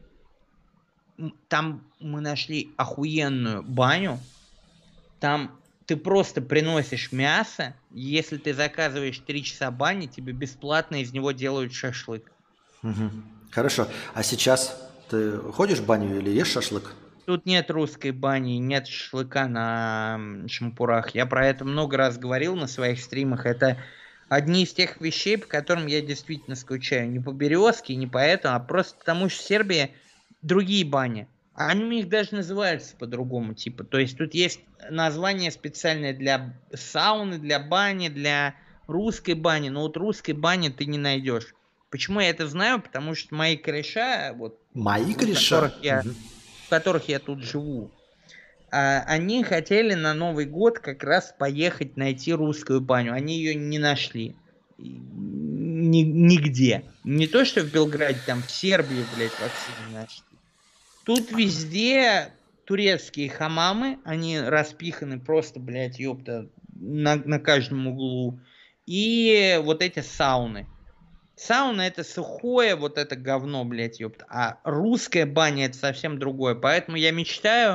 М, Там мы нашли охуенную баню. Там ты просто приносишь мясо. Если ты заказываешь три часа бани, тебе бесплатно из него делают шашлык. Мгм. Хорошо, а сейчас ты ходишь в баню или ешь шашлык? Тут нет русской бани, нет шашлыка на м, шампурах. Я про это много раз говорил на своих стримах. Это одни из тех вещей, по которым я действительно скучаю. Не по Березке, не по этому, а просто потому, что в Сербии другие бани. А Они у них даже называются по-другому, типа. То есть тут есть название специальное для сауны, для бани, для русской бани. Но вот русской бани ты не найдешь. Почему я это знаю? Потому что мои кореша, вот, Мои у кореша? которых я, Мгм. в которых я тут живу, а, они хотели на Новый год как раз поехать найти русскую баню. Они ее не нашли. И ни- нигде. Не то, что в Белграде, там в Сербии, блядь, вообще не нашли. Тут везде турецкие хамамы, они распиханы просто, блядь, ёпта, на, на каждом углу. И вот эти сауны. Сауна это сухое, вот это говно, блядь, ёпта. А русская баня это совсем другое. Поэтому я мечтаю,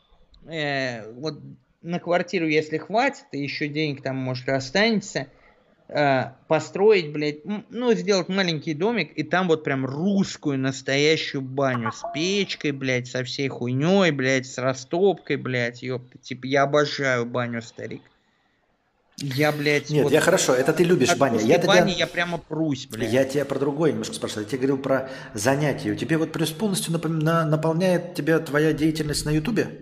э, вот на квартиру, если хватит, и еще денег там, может, останется, э, построить, блядь, м, ну, сделать маленький домик, и там вот прям русскую настоящую баню с печкой, блядь, со всей хуйней, блядь, с растопкой, блядь, ёпта. Типа, я обожаю баню, старик. Я, блядь, Нет, вот я хорошо, это ты любишь от баню. русской Я бани тебя... я прямо прусь, блядь. Я тебя про другое немножко спрашивал. Я тебе говорил про занятия. У тебя вот плюс полностью напом- на- наполняет тебя твоя деятельность на Ютубе?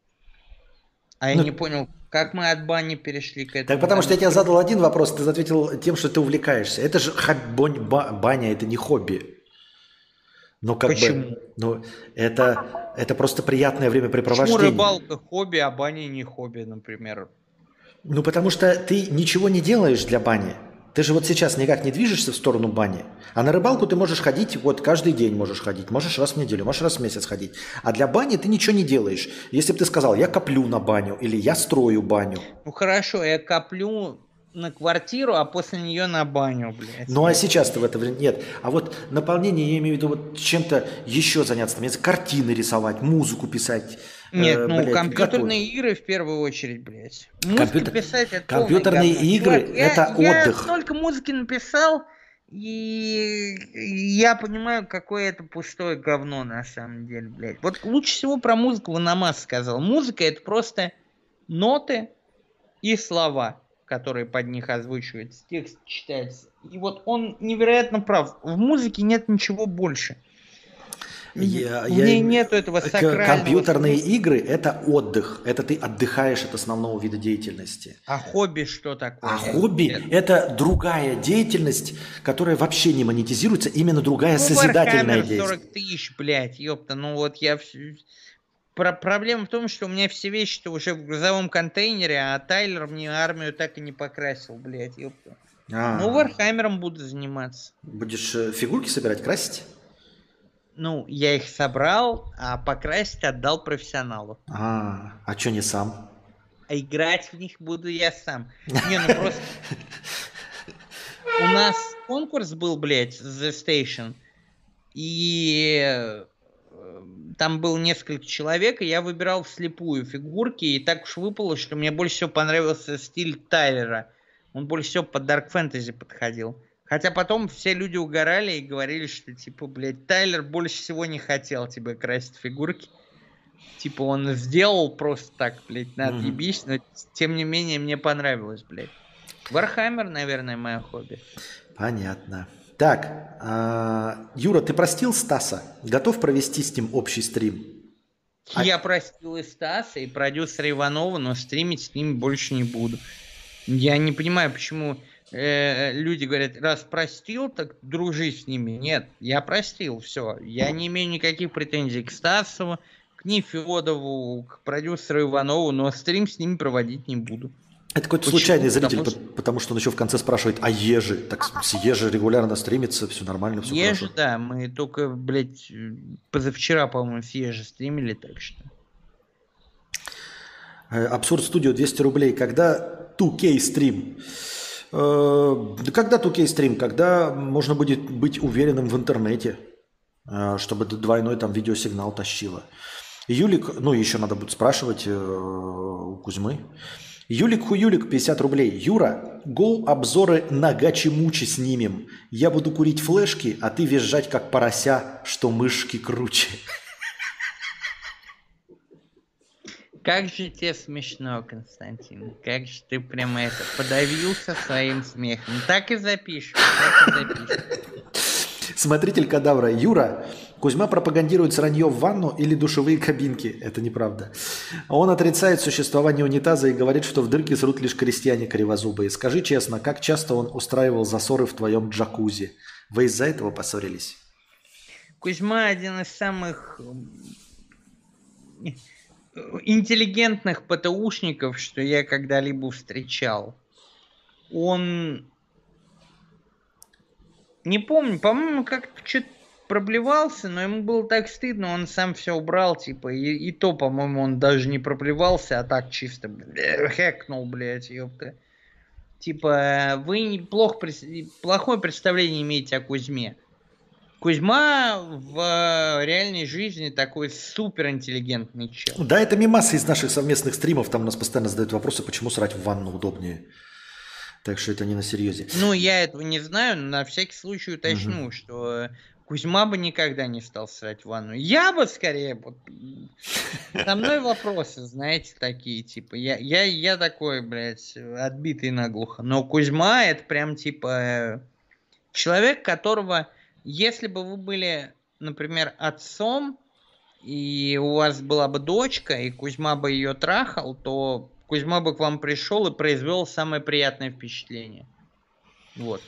А я Ну, не понял, как мы от бани перешли к Так этому? потому что я Там тебе друг- задал один вопрос, ты ответил тем, что ты увлекаешься. Это же хоб- бонь- ба- баня, это не хобби. Ну, как Почему? бы, ну, это, это просто приятное Почему времяпрепровождение. рыбалка хобби, а баня не хобби, например? Ну, потому что ты ничего не делаешь для бани. Ты же вот сейчас никак не движешься в сторону бани. А на рыбалку ты можешь ходить, вот каждый день можешь ходить. Можешь раз в неделю, можешь раз в месяц ходить. А для бани ты ничего не делаешь. Если бы ты сказал, я коплю на баню или я строю баню. Ну хорошо, я коплю на квартиру, а после нее на баню, блядь. Ну а сейчас-то в это время нет. А вот наполнение, я имею в виду, вот чем-то еще заняться. Там, если картины рисовать, музыку писать. Нет, э, ну блядь, компьютерные готовить. игры в первую очередь, блядь. Музыку Компьютер- писать это компьютерные полное говно. игры Чувак, я- это я отдых. столько музыки написал, и я понимаю, какое это пустое говно на самом деле, блядь. Вот лучше всего про музыку Ванамас сказал. Музыка это просто ноты и слова, которые под них озвучиваются, текст читается. И вот он невероятно прав. В музыке нет ничего больше. Я- В я ней им- нету этого К- сакрального Компьютерные смысла. игры – это отдых. Это ты отдыхаешь от основного вида деятельности. А хобби что такое? А хобби Нет. – это другая деятельность, которая вообще не монетизируется, именно другая Ну, созидательная Warhammer деятельность. сорок тысяч, блядь, ёпта, ну вот я... вс- Про- проблема в том, что у меня все вещи-то уже в грузовом контейнере, а Тайлер мне армию так и не покрасил, блядь, ёпта. А, Ну, Вархаммером буду заниматься. Будешь э, фигурки собирать, красить? Ну, я их собрал, а покрасить отдал профессионалу. А, а что не сам? А играть в них буду я сам. Не, ну просто... У нас конкурс был, блядь, The Station, и э, там было несколько человек, и я выбирал вслепую фигурки, и так уж выпало, что мне больше всего понравился стиль Тайлера. Он больше всего под Dark Fantasy подходил. Хотя потом все люди угорали и говорили, что, типа, блядь, Тайлер больше всего не хотел тебе красить фигурки. Типа он сделал просто так, блядь, на Мгм. отъебись, но тем не менее мне понравилось, блядь. Вархаммер, наверное, мое хобби. Понятно. Так, а, Юра, ты простил Стаса? Готов провести с ним общий стрим? А- Я простил и Стаса, и продюсера Иванова, но стримить с ними больше не буду. Я не понимаю, почему э, люди говорят, раз простил, так дружи с ними. Нет, я простил, все. Я не имею никаких претензий к Стасу, к Нефедову, к продюсеру Иванову, но стрим с ними проводить не буду. Это какой-то Почему? случайный зритель, Потому по- что- потому что он еще в конце спрашивает, а Ежи? Так с Ежи регулярно стримится, все нормально, все Ежи, хорошо. да, мы только, блядь, э, позавчера, по-моему, с Ежи стримили, так что... Э, Абсурд Студио двести рублей. Когда ту кей стрим? Э, Да когда ту кей стрим? Когда можно будет быть уверенным в интернете, э, чтобы д- двойной там видеосигнал тащило. Юлик, ну еще надо будет спрашивать э, у Кузьмы. Юлик Хуюлик, пятьдесят рублей. Юра, гол обзоры на гачи-мучи снимем. Я буду курить флешки, а ты визжать как порося, что мышки круче. Как же тебе смешно, Константин. Как же ты прямо это подавился своим смехом. Так и запишем. Так и запишем. Смотритель кадавра. Юра, Кузьма пропагандирует сранье в ванну или душевые кабинки. Это неправда. Он отрицает существование унитаза и говорит, что в дырке срут лишь крестьяне кривозубые. Скажи честно, как часто он устраивал засоры в твоем джакузи? Вы из-за этого поссорились? Кузьма один из самых м, интеллигентных ПТУшников, что я когда-либо встречал. Он... Не помню, по-моему, как-то что-то проблевался, но ему было так стыдно, он сам все убрал, типа, и, и то, по-моему, он даже не проблевался, а так чисто бля, хэкнул, блядь, ёпта. Типа, вы не- плохо, прес- плохое представление имеете о Кузьме. Кузьма в э, реальной жизни такой суперинтеллигентный чел. Да, это мимасы из наших совместных стримов. Там нас постоянно задают вопросы, почему срать в ванну удобнее. Так что это не на серьезе. Ну, я этого не знаю, но на всякий случай уточню, что Кузьма бы никогда не стал срать в ванну. Я бы скорее... Вот, м, со мной вопросы, знаете, такие, типа, я, я, я такой, блядь, отбитый наглухо. Но Кузьма это прям, типа, э, человек, которого, если бы вы были, например, отцом, и у вас была бы дочка, и Кузьма бы ее трахал, то Кузьма бы к вам пришел и произвел самое приятное впечатление. Вот.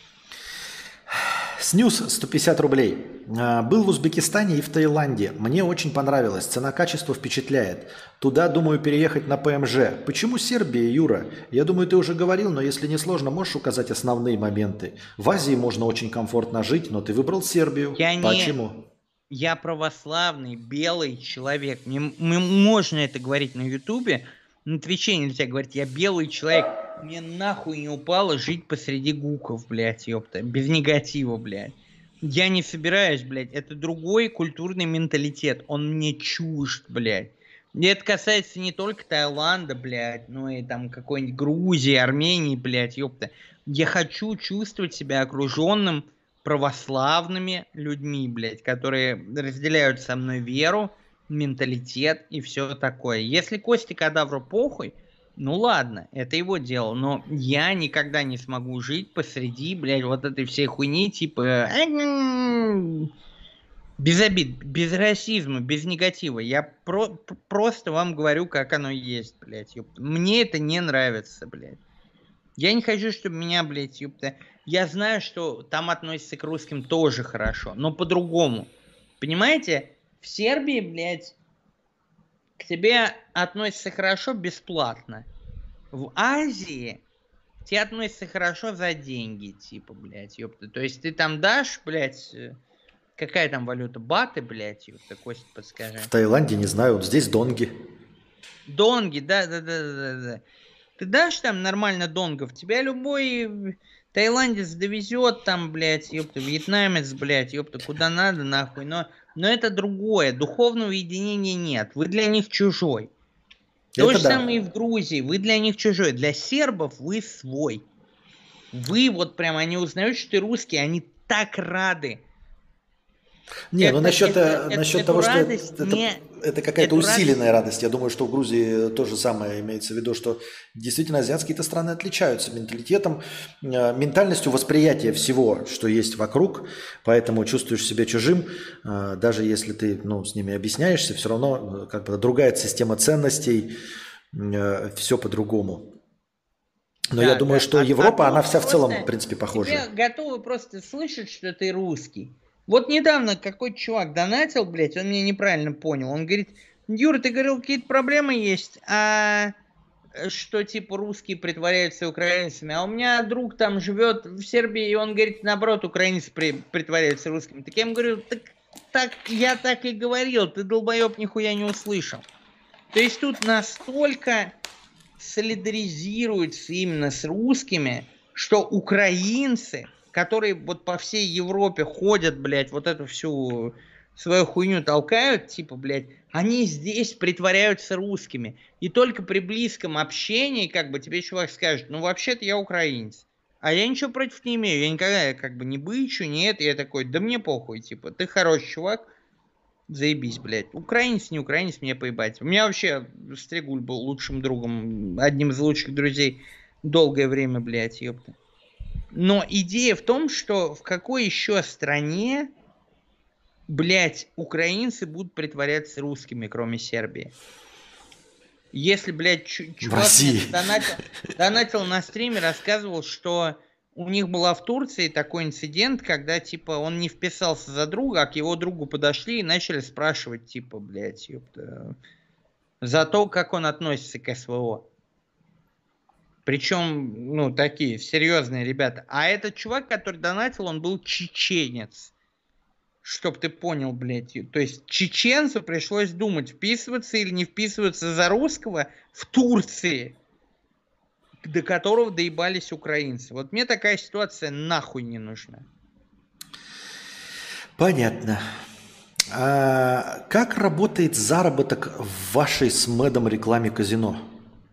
Снюс сто пятьдесят рублей. А, Был в Узбекистане и в Таиланде. Мне очень понравилось. Цена-качество впечатляет. Туда, думаю, переехать на ПМЖ. Почему Сербия, Юра? Я думаю, ты уже говорил, но если не сложно, можешь указать основные моменты. В Азии можно очень комфортно жить, но ты выбрал Сербию. Я не- Почему? Я православный, белый человек. Мне м- можно это говорить на Ютубе. На Твиче нельзя говорить, я белый человек. Мне нахуй не упало жить посреди гуков, блядь, ёпта. Без негатива, блядь. Я не собираюсь, блядь. Это другой культурный менталитет. Он мне чужд, блядь. И это касается не только Таиланда, блядь, но и там какой-нибудь Грузии, Армении, блядь, ёпта. Я хочу чувствовать себя окруженным православными людьми, блядь, которые разделяют со мной веру, менталитет и все такое. Если Косте Кадавру похуй, ну ладно, это его дело, но я никогда не смогу жить посреди, блядь, вот этой всей хуйни, типа... Без обид, без расизма, без негатива. Я про- п- просто вам говорю, как оно есть, блядь, ёпта. Мне это не нравится, блядь. Я не хочу, чтобы меня, блядь, ёпта... Я знаю, что там относятся к русским тоже хорошо, но по-другому. Понимаете? В Сербии, блядь, к тебе относятся хорошо бесплатно. В Азии тебе относятся хорошо за деньги, типа, блядь, ёпта. То есть ты там дашь, блядь, э, какая там валюта? Баты, блядь, ёпта, Костя, подскажи. В Таиланде, не знаю, вот здесь донги. Донги, да-да-да-да-да. Ты дашь там нормально донгов, тебя любой таиландец довезет там, блядь, ёпта, вьетнамец, блядь, ёпта, куда надо, нахуй. Но, но это другое, духовного единения нет, вы для них чужой. То Это же да. самое и в Грузии, вы для них чужой. Для сербов вы свой. Вы вот прям, они узнают, что ты русский, они так рады. Не, ну Это, насчет, это, э, это- насчет эту того, что это, радость это, не... это какая-то Эту радость... усиленная радость. Я думаю, что в Грузии то же самое имеется в виду, что действительно азиатские-то страны отличаются менталитетом, э, ментальностью восприятия всего, что есть вокруг, поэтому чувствуешь себя чужим, э, даже если ты ну, с ними объясняешься, все равно э, как бы другая система ценностей, э, все по-другому. Но я Да, думаю, да. что А, а Европа, она тут вся в целом, в просто принципе, похожа. тебе готовы просто слышать, что ты русский. Вот недавно какой-то чувак донатил, блядь, он меня неправильно понял. Он говорит, Юра, ты говорил, какие-то проблемы есть, а э, что типа русские притворяются украинцами. А у меня друг там живет в Сербии, и он говорит, наоборот, украинцы при- притворяются русскими. Так я ему говорю, так, так я так и говорил, ты долбоеб нихуя не услышал. То есть тут настолько солидаризируется именно с русскими, что украинцы, которые вот по всей Европе ходят, блядь, вот эту всю свою хуйню толкают, типа, блядь, они здесь притворяются русскими. И только при близком общении, как бы, тебе чувак скажет, ну, вообще-то я украинец. А я ничего против не имею, я никогда, как бы, не бычу, нет, я такой, да мне похуй, типа, ты хороший чувак, заебись, блядь. Украинец, не украинец, мне поебать. У меня вообще Стригуль был лучшим другом, одним из лучших друзей долгое время, блядь, ёпта. Но идея в том, что в какой еще стране, блядь, украинцы будут притворяться русскими, кроме Сербии? Если, блядь, чу- В чувак России. мне донатил, донатил на стриме, рассказывал, что у них была в Турции такой инцидент, когда, типа, он не вписался за друга, а к его другу подошли и начали спрашивать, типа, блядь, ёпта, за то, как он относится к СВО. Причем, ну, такие серьезные ребята. А этот чувак, который донатил, он был чеченец. Чтоб ты понял, блядь. То есть чеченцу пришлось думать, вписываться или не вписываться за русского в Турции, до которого доебались украинцы. Вот мне такая ситуация нахуй не нужна. Понятно. А как работает заработок в вашей с Мэдом рекламе казино?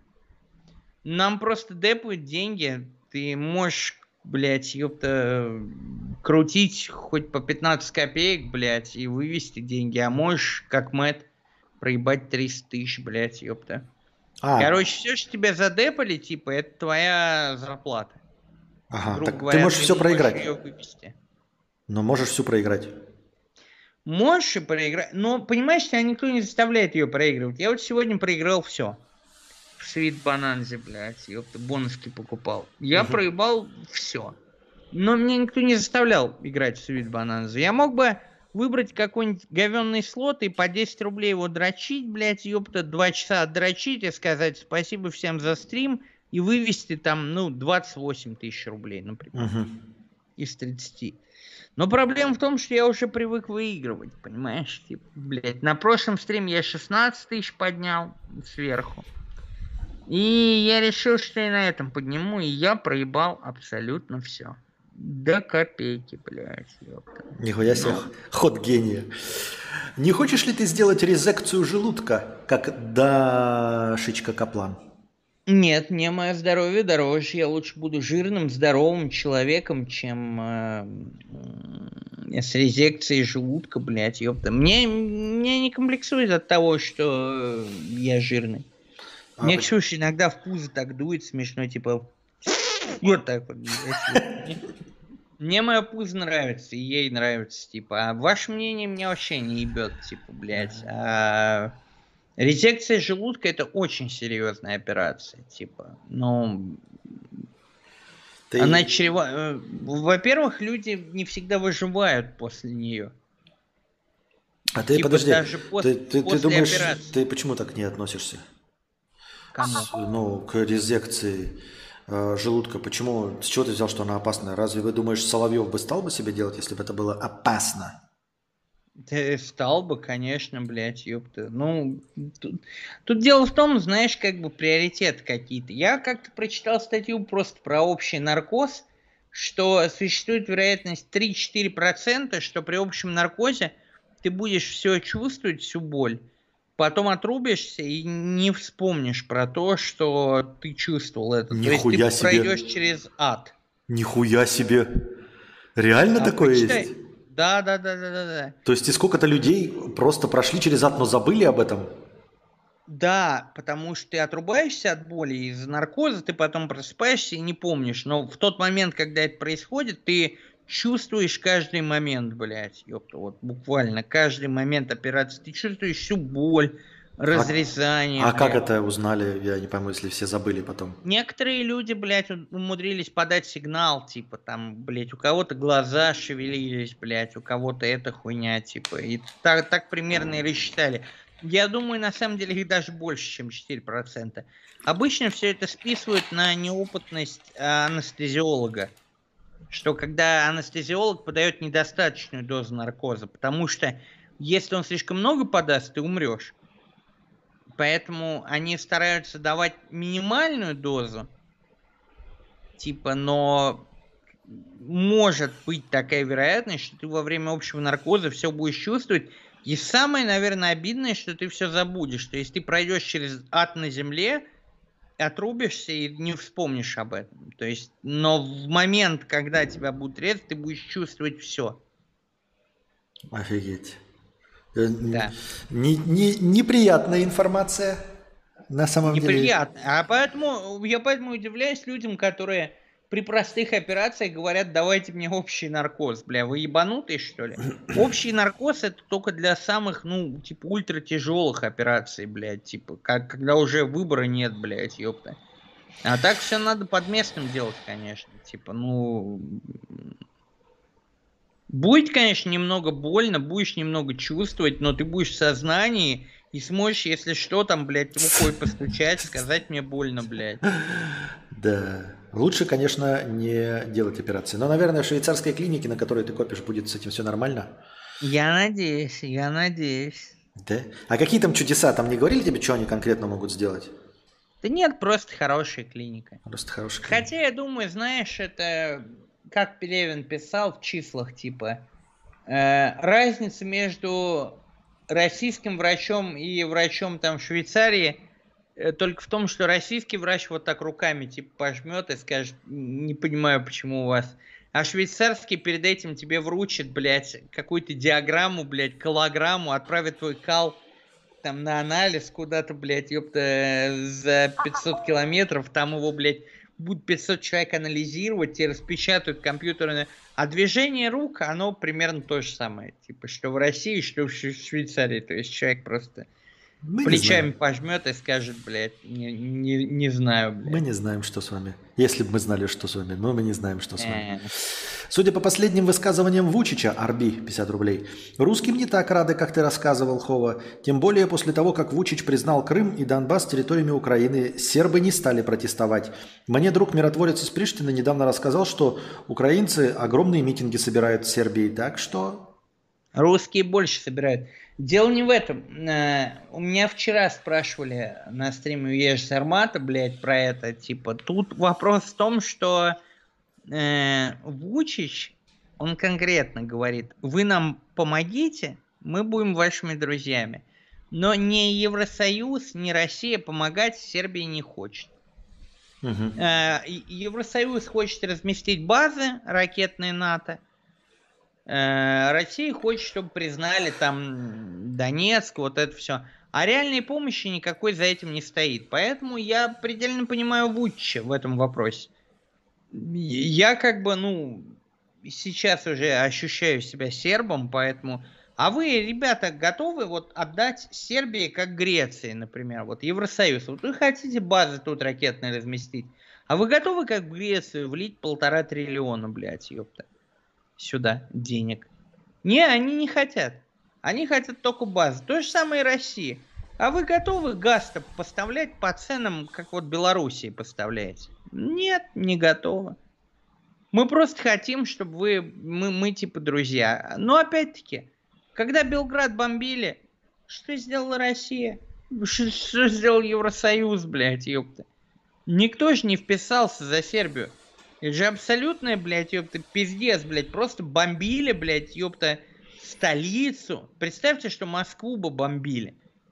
Нам просто депают деньги. Ты можешь, блядь, ёпта, крутить хоть по пятнадцать копеек, блядь, и вывести деньги. А можешь, как Мэтт, проебать триста тысяч, блядь, ёпта. А, Короче, все, что тебя задепали, типа, это твоя зарплата. ага, Грубо так ты говоря, можешь ты все не можешь проиграть, ее вывести. но можешь всю проиграть. Можешь и проиграть. Но, понимаешь, тебя никто не заставляет ее проигрывать. Я вот сегодня проиграл все. В Sweet Bonanza, блядь, ёпта, бонуски покупал. Я Мгм. проебал все. Но меня никто не заставлял играть в Sweet Bonanza. Я мог бы выбрать какой-нибудь говенный слот и по десять рублей его дрочить, блядь, ёпта, два часа отдрочить и сказать спасибо всем за стрим и вывести там, ну, двадцать восемь тысяч рублей, например, Мгм. из тридцати. Но проблема в том, что я уже привык выигрывать, понимаешь? Типа, блядь, на прошлом стриме я шестнадцать тысяч поднял сверху. И я решил, что и на этом подниму, и я проебал абсолютно все. До копейки, блядь, ёпта. Нихуя себе, Ну. ход гения. Не хочешь ли ты сделать резекцию желудка, как Дашечка Каплан? Нет, мне мое здоровье дороже. Я лучше буду жирным, здоровым человеком, чем э, м, с резекцией желудка, блядь, ёпта. Мне, мне не комплексует от того, что э, я жирный. А, Мне поч- Ксюша иногда в пузо так дует смешно, типа... Вот так вот, блядь. Мне, мне мое пузо нравится, и ей нравится, типа. А ваше мнение меня вообще не ебет, типа, блядь. А резекция желудка — это очень серьезная операция, типа. Ну, ты- она чрева... э, Во-первых, люди не всегда выживают после нее. А ты типа подожди, даже пос- ты, ты, ты после думаешь, операции. ты почему так не относишься? Кому? С- ну, к резекции э, желудка. Почему? С чего ты взял, что она опасная? Разве вы думаешь, Соловьев бы стал бы себе делать, если бы это было опасно? Ты стал бы, конечно, блядь, ёпта. Ну, тут, тут дело в том, знаешь, как бы приоритеты какие-то. Я как-то прочитал статью просто про общий наркоз, что существует вероятность три-четыре процента, что при общем наркозе ты будешь все чувствовать, всю боль, потом отрубишься и не вспомнишь про то, что ты чувствовал это. Нихуя То есть ты себе. пройдешь через ад. Нихуя себе. Реально А такое почитай. есть? Да, да, да, да, да, да. То есть и сколько-то людей просто прошли через ад, но забыли об этом? Да, потому что ты отрубаешься от боли из-за наркоза, ты потом просыпаешься и не помнишь. Но в тот момент, когда это происходит, ты чувствуешь каждый момент, блядь, ёпта, вот буквально каждый момент операции. Ты чувствуешь всю боль, разрезание, А как блядь. это узнали? Я не пойму, если все забыли потом. Некоторые люди, блядь, у- умудрились подать сигнал, типа, там, блядь, у кого-то глаза шевелились, блядь, у кого-то эта хуйня, типа, и так, так примерно и рассчитали. Я думаю, на самом деле их даже больше, чем четыре процента. Обычно все это списывают на неопытность а, анестезиолога, что когда анестезиолог подает недостаточную дозу наркоза, потому что если он слишком много подаст, ты умрешь. Поэтому они стараются давать минимальную дозу, типа, но может быть такая вероятность, что ты во время общего наркоза все будешь чувствовать. И самое, наверное, обидное, что ты все забудешь. То есть ты пройдешь через ад на земле, отрубишься и не вспомнишь об этом. То есть, но в момент, когда тебя будут резать, ты будешь чувствовать все. Офигеть. Э, н- Да. не- не- неприятная информация на самом деле. Неприятно. А поэтому я поэтому удивляюсь людям, которые при простых операциях говорят, давайте мне общий наркоз. Бля, вы ебанутые, что ли? Общий наркоз это только для самых, ну, типа, ультратяжелых операций, блядь. Типа, как, когда уже выбора нет, блядь, ёпта. А так все надо под местным делать, конечно. Типа, ну... Будет, конечно, немного больно, будешь немного чувствовать, но ты будешь в сознании и сможешь, если что, там, блядь, рукой постучать, сказать мне больно, блядь. Да. Лучше, конечно, не делать операции. Но, наверное, в швейцарской клинике, на которой ты копишь, будет с этим все нормально. Я надеюсь, я надеюсь. Да? А какие там чудеса? Там не говорили тебе, что они конкретно могут сделать? Да нет, просто хорошая клиника. Просто хорошая клиника. Хотя, я думаю, знаешь, это, как Пелевин писал в числах, типа, э, разница между российским врачом и врачом там в Швейцарии э, только в том, что российский врач вот так руками типа пожмет и скажет, не понимаю, почему у вас. А швейцарский перед этим тебе вручит, блядь, какую-то диаграмму, блядь, колограмму, отправит твой кал там на анализ куда-то, блядь, ёпта, за пятьсот километров, там его, блядь, будут пятьсот человек анализировать, тебе распечатают компьютерное. А движение рук, оно примерно то же самое. Типа, что в России, что в Шве- Швейцарии. То есть человек просто Мы не плечами знаем. пожмет и скажет, блядь, не, не, не знаю, Мы блядь. не знаем, что с вами. Если бы мы знали, что с вами, но мы не знаем, что с вами. Э, Судя по последним высказываниям Вучича, Арби, пятьдесят рублей, русским не так рады, как ты рассказывал, Хова. Тем более после того, как Вучич признал Крым и Донбасс территориями Украины, сербы не стали протестовать. Мне друг-миротворец из Приштины недавно рассказал, что украинцы огромные митинги собирают в Сербии. Так что... Русские больше собирают. Дело не в этом. Э, У меня вчера спрашивали на стриме у Ежи Сармата, блядь, про это. Типа, тут вопрос в том, что э, Вучич, он конкретно говорит, вы нам помогите, мы будем вашими друзьями. Но ни Евросоюз, ни Россия помогать Сербии не хочет. Мгм. Э, и- Евросоюз хочет разместить базы ракетные НАТО. Э, Россия хочет, чтобы признали там Донецк, вот это все. А реальной помощи никакой за этим не стоит. Поэтому я предельно понимаю Вучича в этом вопросе. Я как бы, ну, сейчас уже ощущаю себя сербом, поэтому... А вы, ребята, готовы вот отдать Сербии, как Греции, например, вот Евросоюз? Вот вы хотите базы тут ракетные разместить, а вы готовы, как в Грецию, влить полтора триллиона, блядь, ёпта, сюда денег? Не, они не хотят. Они хотят только базы. То же самое и Россия. А вы готовы газ-то поставлять по ценам, как вот Белоруссии поставляете? Нет, не готовы. Мы просто хотим, чтобы вы... Мы, мы типа друзья. Но опять-таки, когда Белград бомбили, что сделала Россия? Что, что сделал Евросоюз, блядь, ёпта? Никто же не вписался за Сербию. Это же абсолютная, блядь, ёпта, пиздец, блядь. Просто бомбили, блядь, ёпта, столицу. Представьте, что Москву бы бомбили.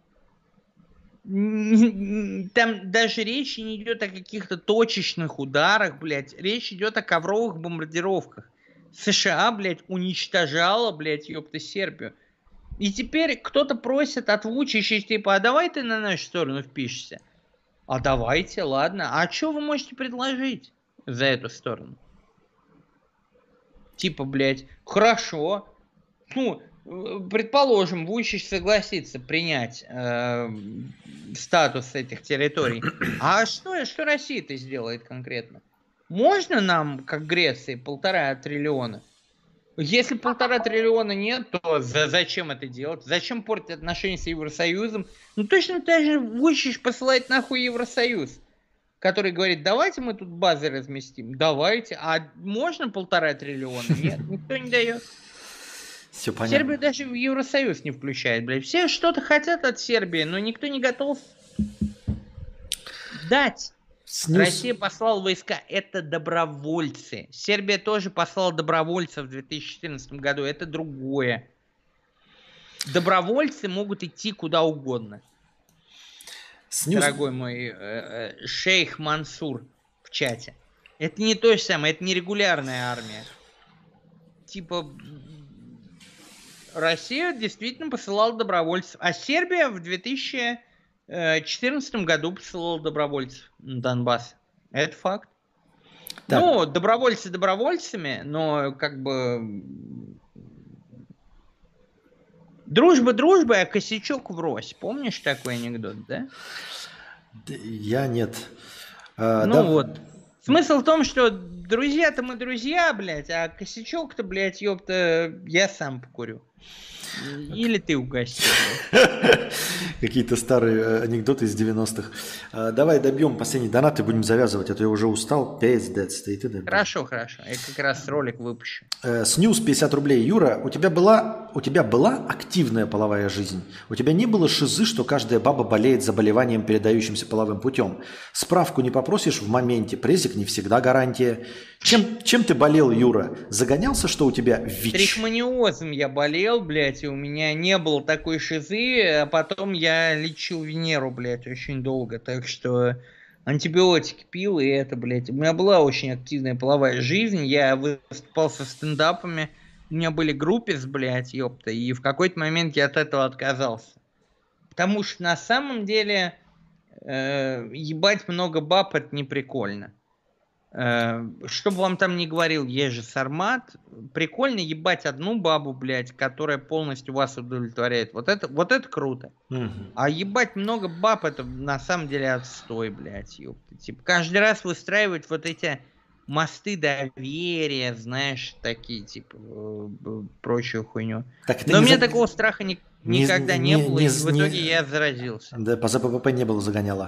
Там даже речи не идет о каких-то точечных ударах, блядь. Речь идет о ковровых бомбардировках. США, блядь, уничтожала, блядь, ёпта, Сербию. И теперь кто-то просит от Вучича, типа, а давай ты на нашу сторону впишешься. А давайте, ладно. А что вы можете предложить за эту сторону? Типа, блядь, хорошо. Ну, предположим, Вучич согласится принять э, статус этих территорий. А что, что Россия-то сделает конкретно? Можно нам, как Греции, полтора триллиона? Если полтора триллиона нет, то за, зачем это делать? Зачем портить отношения с Евросоюзом? Ну точно так же Вучич посылает нахуй Евросоюз, который говорит, давайте мы тут базы разместим. Давайте. А можно полтора триллиона? Нет, никто не дает. Все понятно. Сербию даже в Евросоюз не включает, блядь. Все что-то хотят от Сербии, но никто не готов дать. Снюс. Россия послала войска, это добровольцы. Сербия тоже послала добровольцев в две тысячи четырнадцатом году, это другое. Добровольцы могут идти куда угодно. Снюс. Дорогой мой э, э, шейх Мансур в чате. Это не то же самое, это не регулярная армия. Типа, Россия действительно посылала добровольцев, а Сербия в две тысячи четырнадцатом году посылал добровольцев на Донбасс. Это факт. Так. Ну, добровольцы добровольцами, но как бы дружба дружбой, а косячок врозь. Помнишь такой анекдот, да? Я нет. А, ну да... вот. Смысл в том, что друзья-то мы друзья, блядь, а косячок-то, блядь, ёпта, я сам покурю. Или ты угостишь. Какие-то старые анекдоты из девяностых. Давай добьем последний донат и будем завязывать, а то я уже устал. Пиздец, стоит и добьем. Хорошо, хорошо. Я как раз ролик выпущу. Снюс пятьдесят рублей. Юра, у тебя была, у тебя была активная половая жизнь? У тебя не было шизы, что каждая баба болеет заболеванием, передающимся половым путем? Справку не попросишь в моменте, презик не всегда гарантия. Чем, чем ты болел, Юра? Загонялся, что у тебя ВИЧ? Трихмониозом я болел, блядь, и у меня не было такой шизы, а потом я лечил Венеру, блядь, очень долго, так что антибиотики пил, и это, блядь, у меня была очень активная половая жизнь, я выступал со стендапами, у меня были группы, блядь, ёпта, и в какой-то момент я от этого отказался. Потому что на самом деле э, ебать много баб, это не прикольно. Что бы вам там ни говорил, есть же Сармат, прикольно ебать одну бабу, блядь, которая полностью вас удовлетворяет. Вот это, вот это круто. Угу. А ебать много баб, это на самом деле отстой, блядь, ёпта. Типа каждый раз выстраивать вот эти мосты доверия, знаешь, такие, типа, прочую хуйню. Так, но у меня за... такого страха ни... не, никогда не, не было, не, и в итоге не... я заразился. Да, по ЗПП не было загоняла.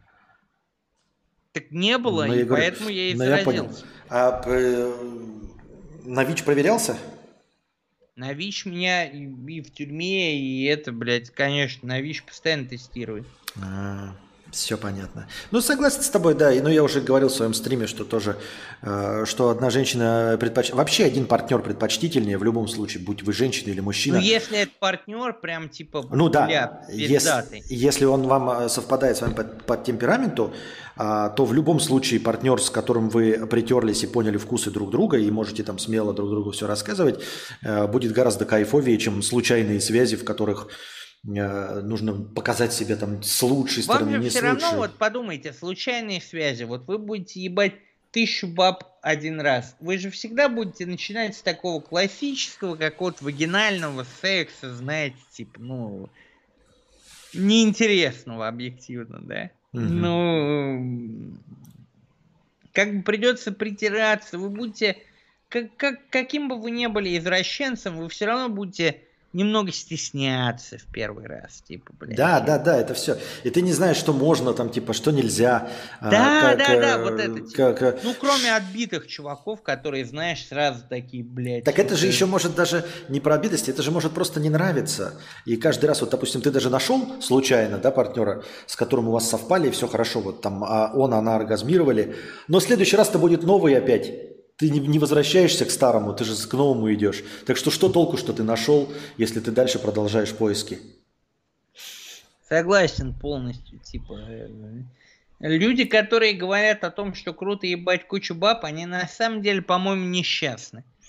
Так не было, ну, и я поэтому говорю, я и заразился. Я а э, на ВИЧ проверялся? На ВИЧ меня и, и в тюрьме, и это, блядь, конечно, на ВИЧ постоянно тестируют. А, все понятно. Ну, согласен с тобой, да. Но я уже говорил в своем стриме, что тоже, э, что одна женщина предпоч... Вообще один партнер предпочтительнее в любом случае, будь вы женщина или мужчина. Ну, если это партнер, прям типа, ну, да, бля, если, если он вам совпадает с вами по, по темпераменту, а, то в любом случае партнер, с которым вы притерлись и поняли вкусы друг друга, и можете там смело друг другу все рассказывать, э, будет гораздо кайфовее, чем случайные связи, в которых э, нужно показать себя там с лучшей стороны, вам же не все с равно, лучшей. Вот подумайте, случайные связи, вот вы будете ебать тысячу баб один раз, вы же всегда будете начинать с такого классического какого-то вагинального секса, знаете, типа, ну, неинтересного объективно, да? Угу. Ну, как бы придется притираться, вы будете, как, как, каким бы вы ни были извращенцем, вы все равно будете немного стесняться в первый раз, типа, блядь. Да, да, да, это все. И ты не знаешь, что можно там, типа, что нельзя. Да, а, как, да, да, вот это. Типа. Как, ну, кроме отбитых чуваков, которые, знаешь, сразу такие, блядь. Так вот это же еще может даже не про обидность, это же может просто не нравиться. И каждый раз, вот, допустим, ты даже нашел случайно, да, партнера, с которым у вас совпали, и все хорошо, вот там а он, она оргазмировали, но в следующий раз-то будет новый опять. Ты не возвращаешься к старому, ты же к новому идешь. Так что что толку, что ты нашел, если ты дальше продолжаешь поиски? Согласен полностью. Типа, люди, которые говорят о том, что круто ебать кучу баб, они на самом деле, по-моему, несчастны.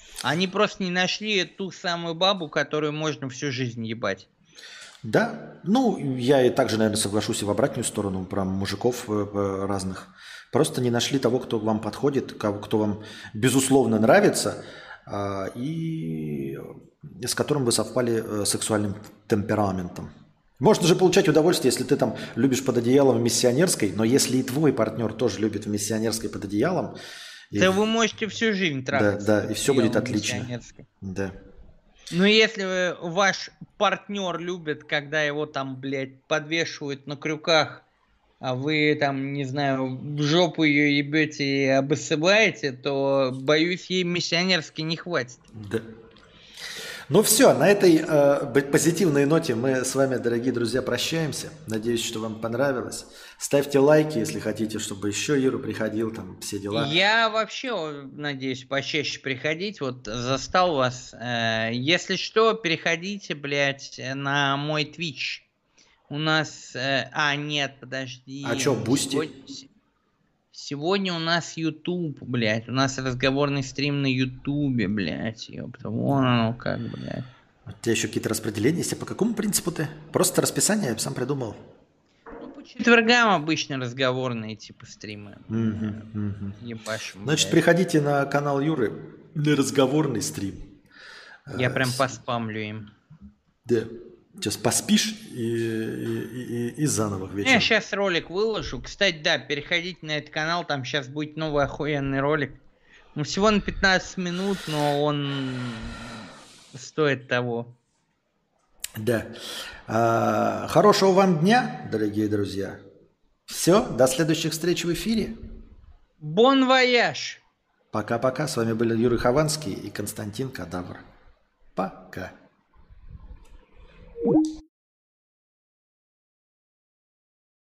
Они просто не нашли ту самую бабу, которую можно всю жизнь ебать. Да, ну, я и также, наверное, соглашусь и в обратную сторону про мужиков э, э, разных. Просто не нашли того, кто вам подходит, кого- кто вам, безусловно, нравится, а, и с которым вы совпали э, сексуальным темпераментом. Можно же получать удовольствие, если ты там любишь под одеялом в миссионерской, но если и твой партнер тоже любит в миссионерской под одеялом, и- Да вы можете всю жизнь да, трахаться. да, и все будет одеялом отлично. миссионерской. Да. Ну, если вы- ваш партнер любит, когда его там, блядь, подвешивают на крюках, а вы там, не знаю, в жопу ее ебете и обоссываете, то, боюсь, ей миссионерски не хватит. Да. Ну все, на этой э, б- позитивной ноте мы с вами, дорогие друзья, прощаемся. Надеюсь, что вам понравилось. Ставьте лайки, если хотите, чтобы еще Юра приходил, там все дела. Я вообще о, надеюсь почаще приходить. Вот застал вас. Э, если что, переходите, блядь, на мой Twitch. У нас... э, а, нет, подожди. А чё, Бусти? Сегодня, сегодня у нас YouTube, блядь. У нас разговорный стрим на YouTube, блядь. Ёпта, вон оно как, блядь. У тебя еще какие-то распределения есть? А по какому принципу ты? Просто расписание я сам придумал. Ну, по четвергам обычно разговорные типа стримы. Мгм, мгм. Ебашим, Значит, блядь. приходите на канал Юры на разговорный стрим. Я Э, прям с- поспамлю им. Да. Сейчас поспишь и, и, и- и заново Я вечером. сейчас ролик выложу. Кстати, да, переходите на этот канал, там сейчас будет новый охуенный ролик. Ну, всего на пятнадцать минут, но он стоит того. Да. А, хорошего вам дня, дорогие друзья. Все, до следующих встреч в эфире. Бон вояж! Пока-пока. С вами были Юрий Хованский и Константин Кадавр. Пока.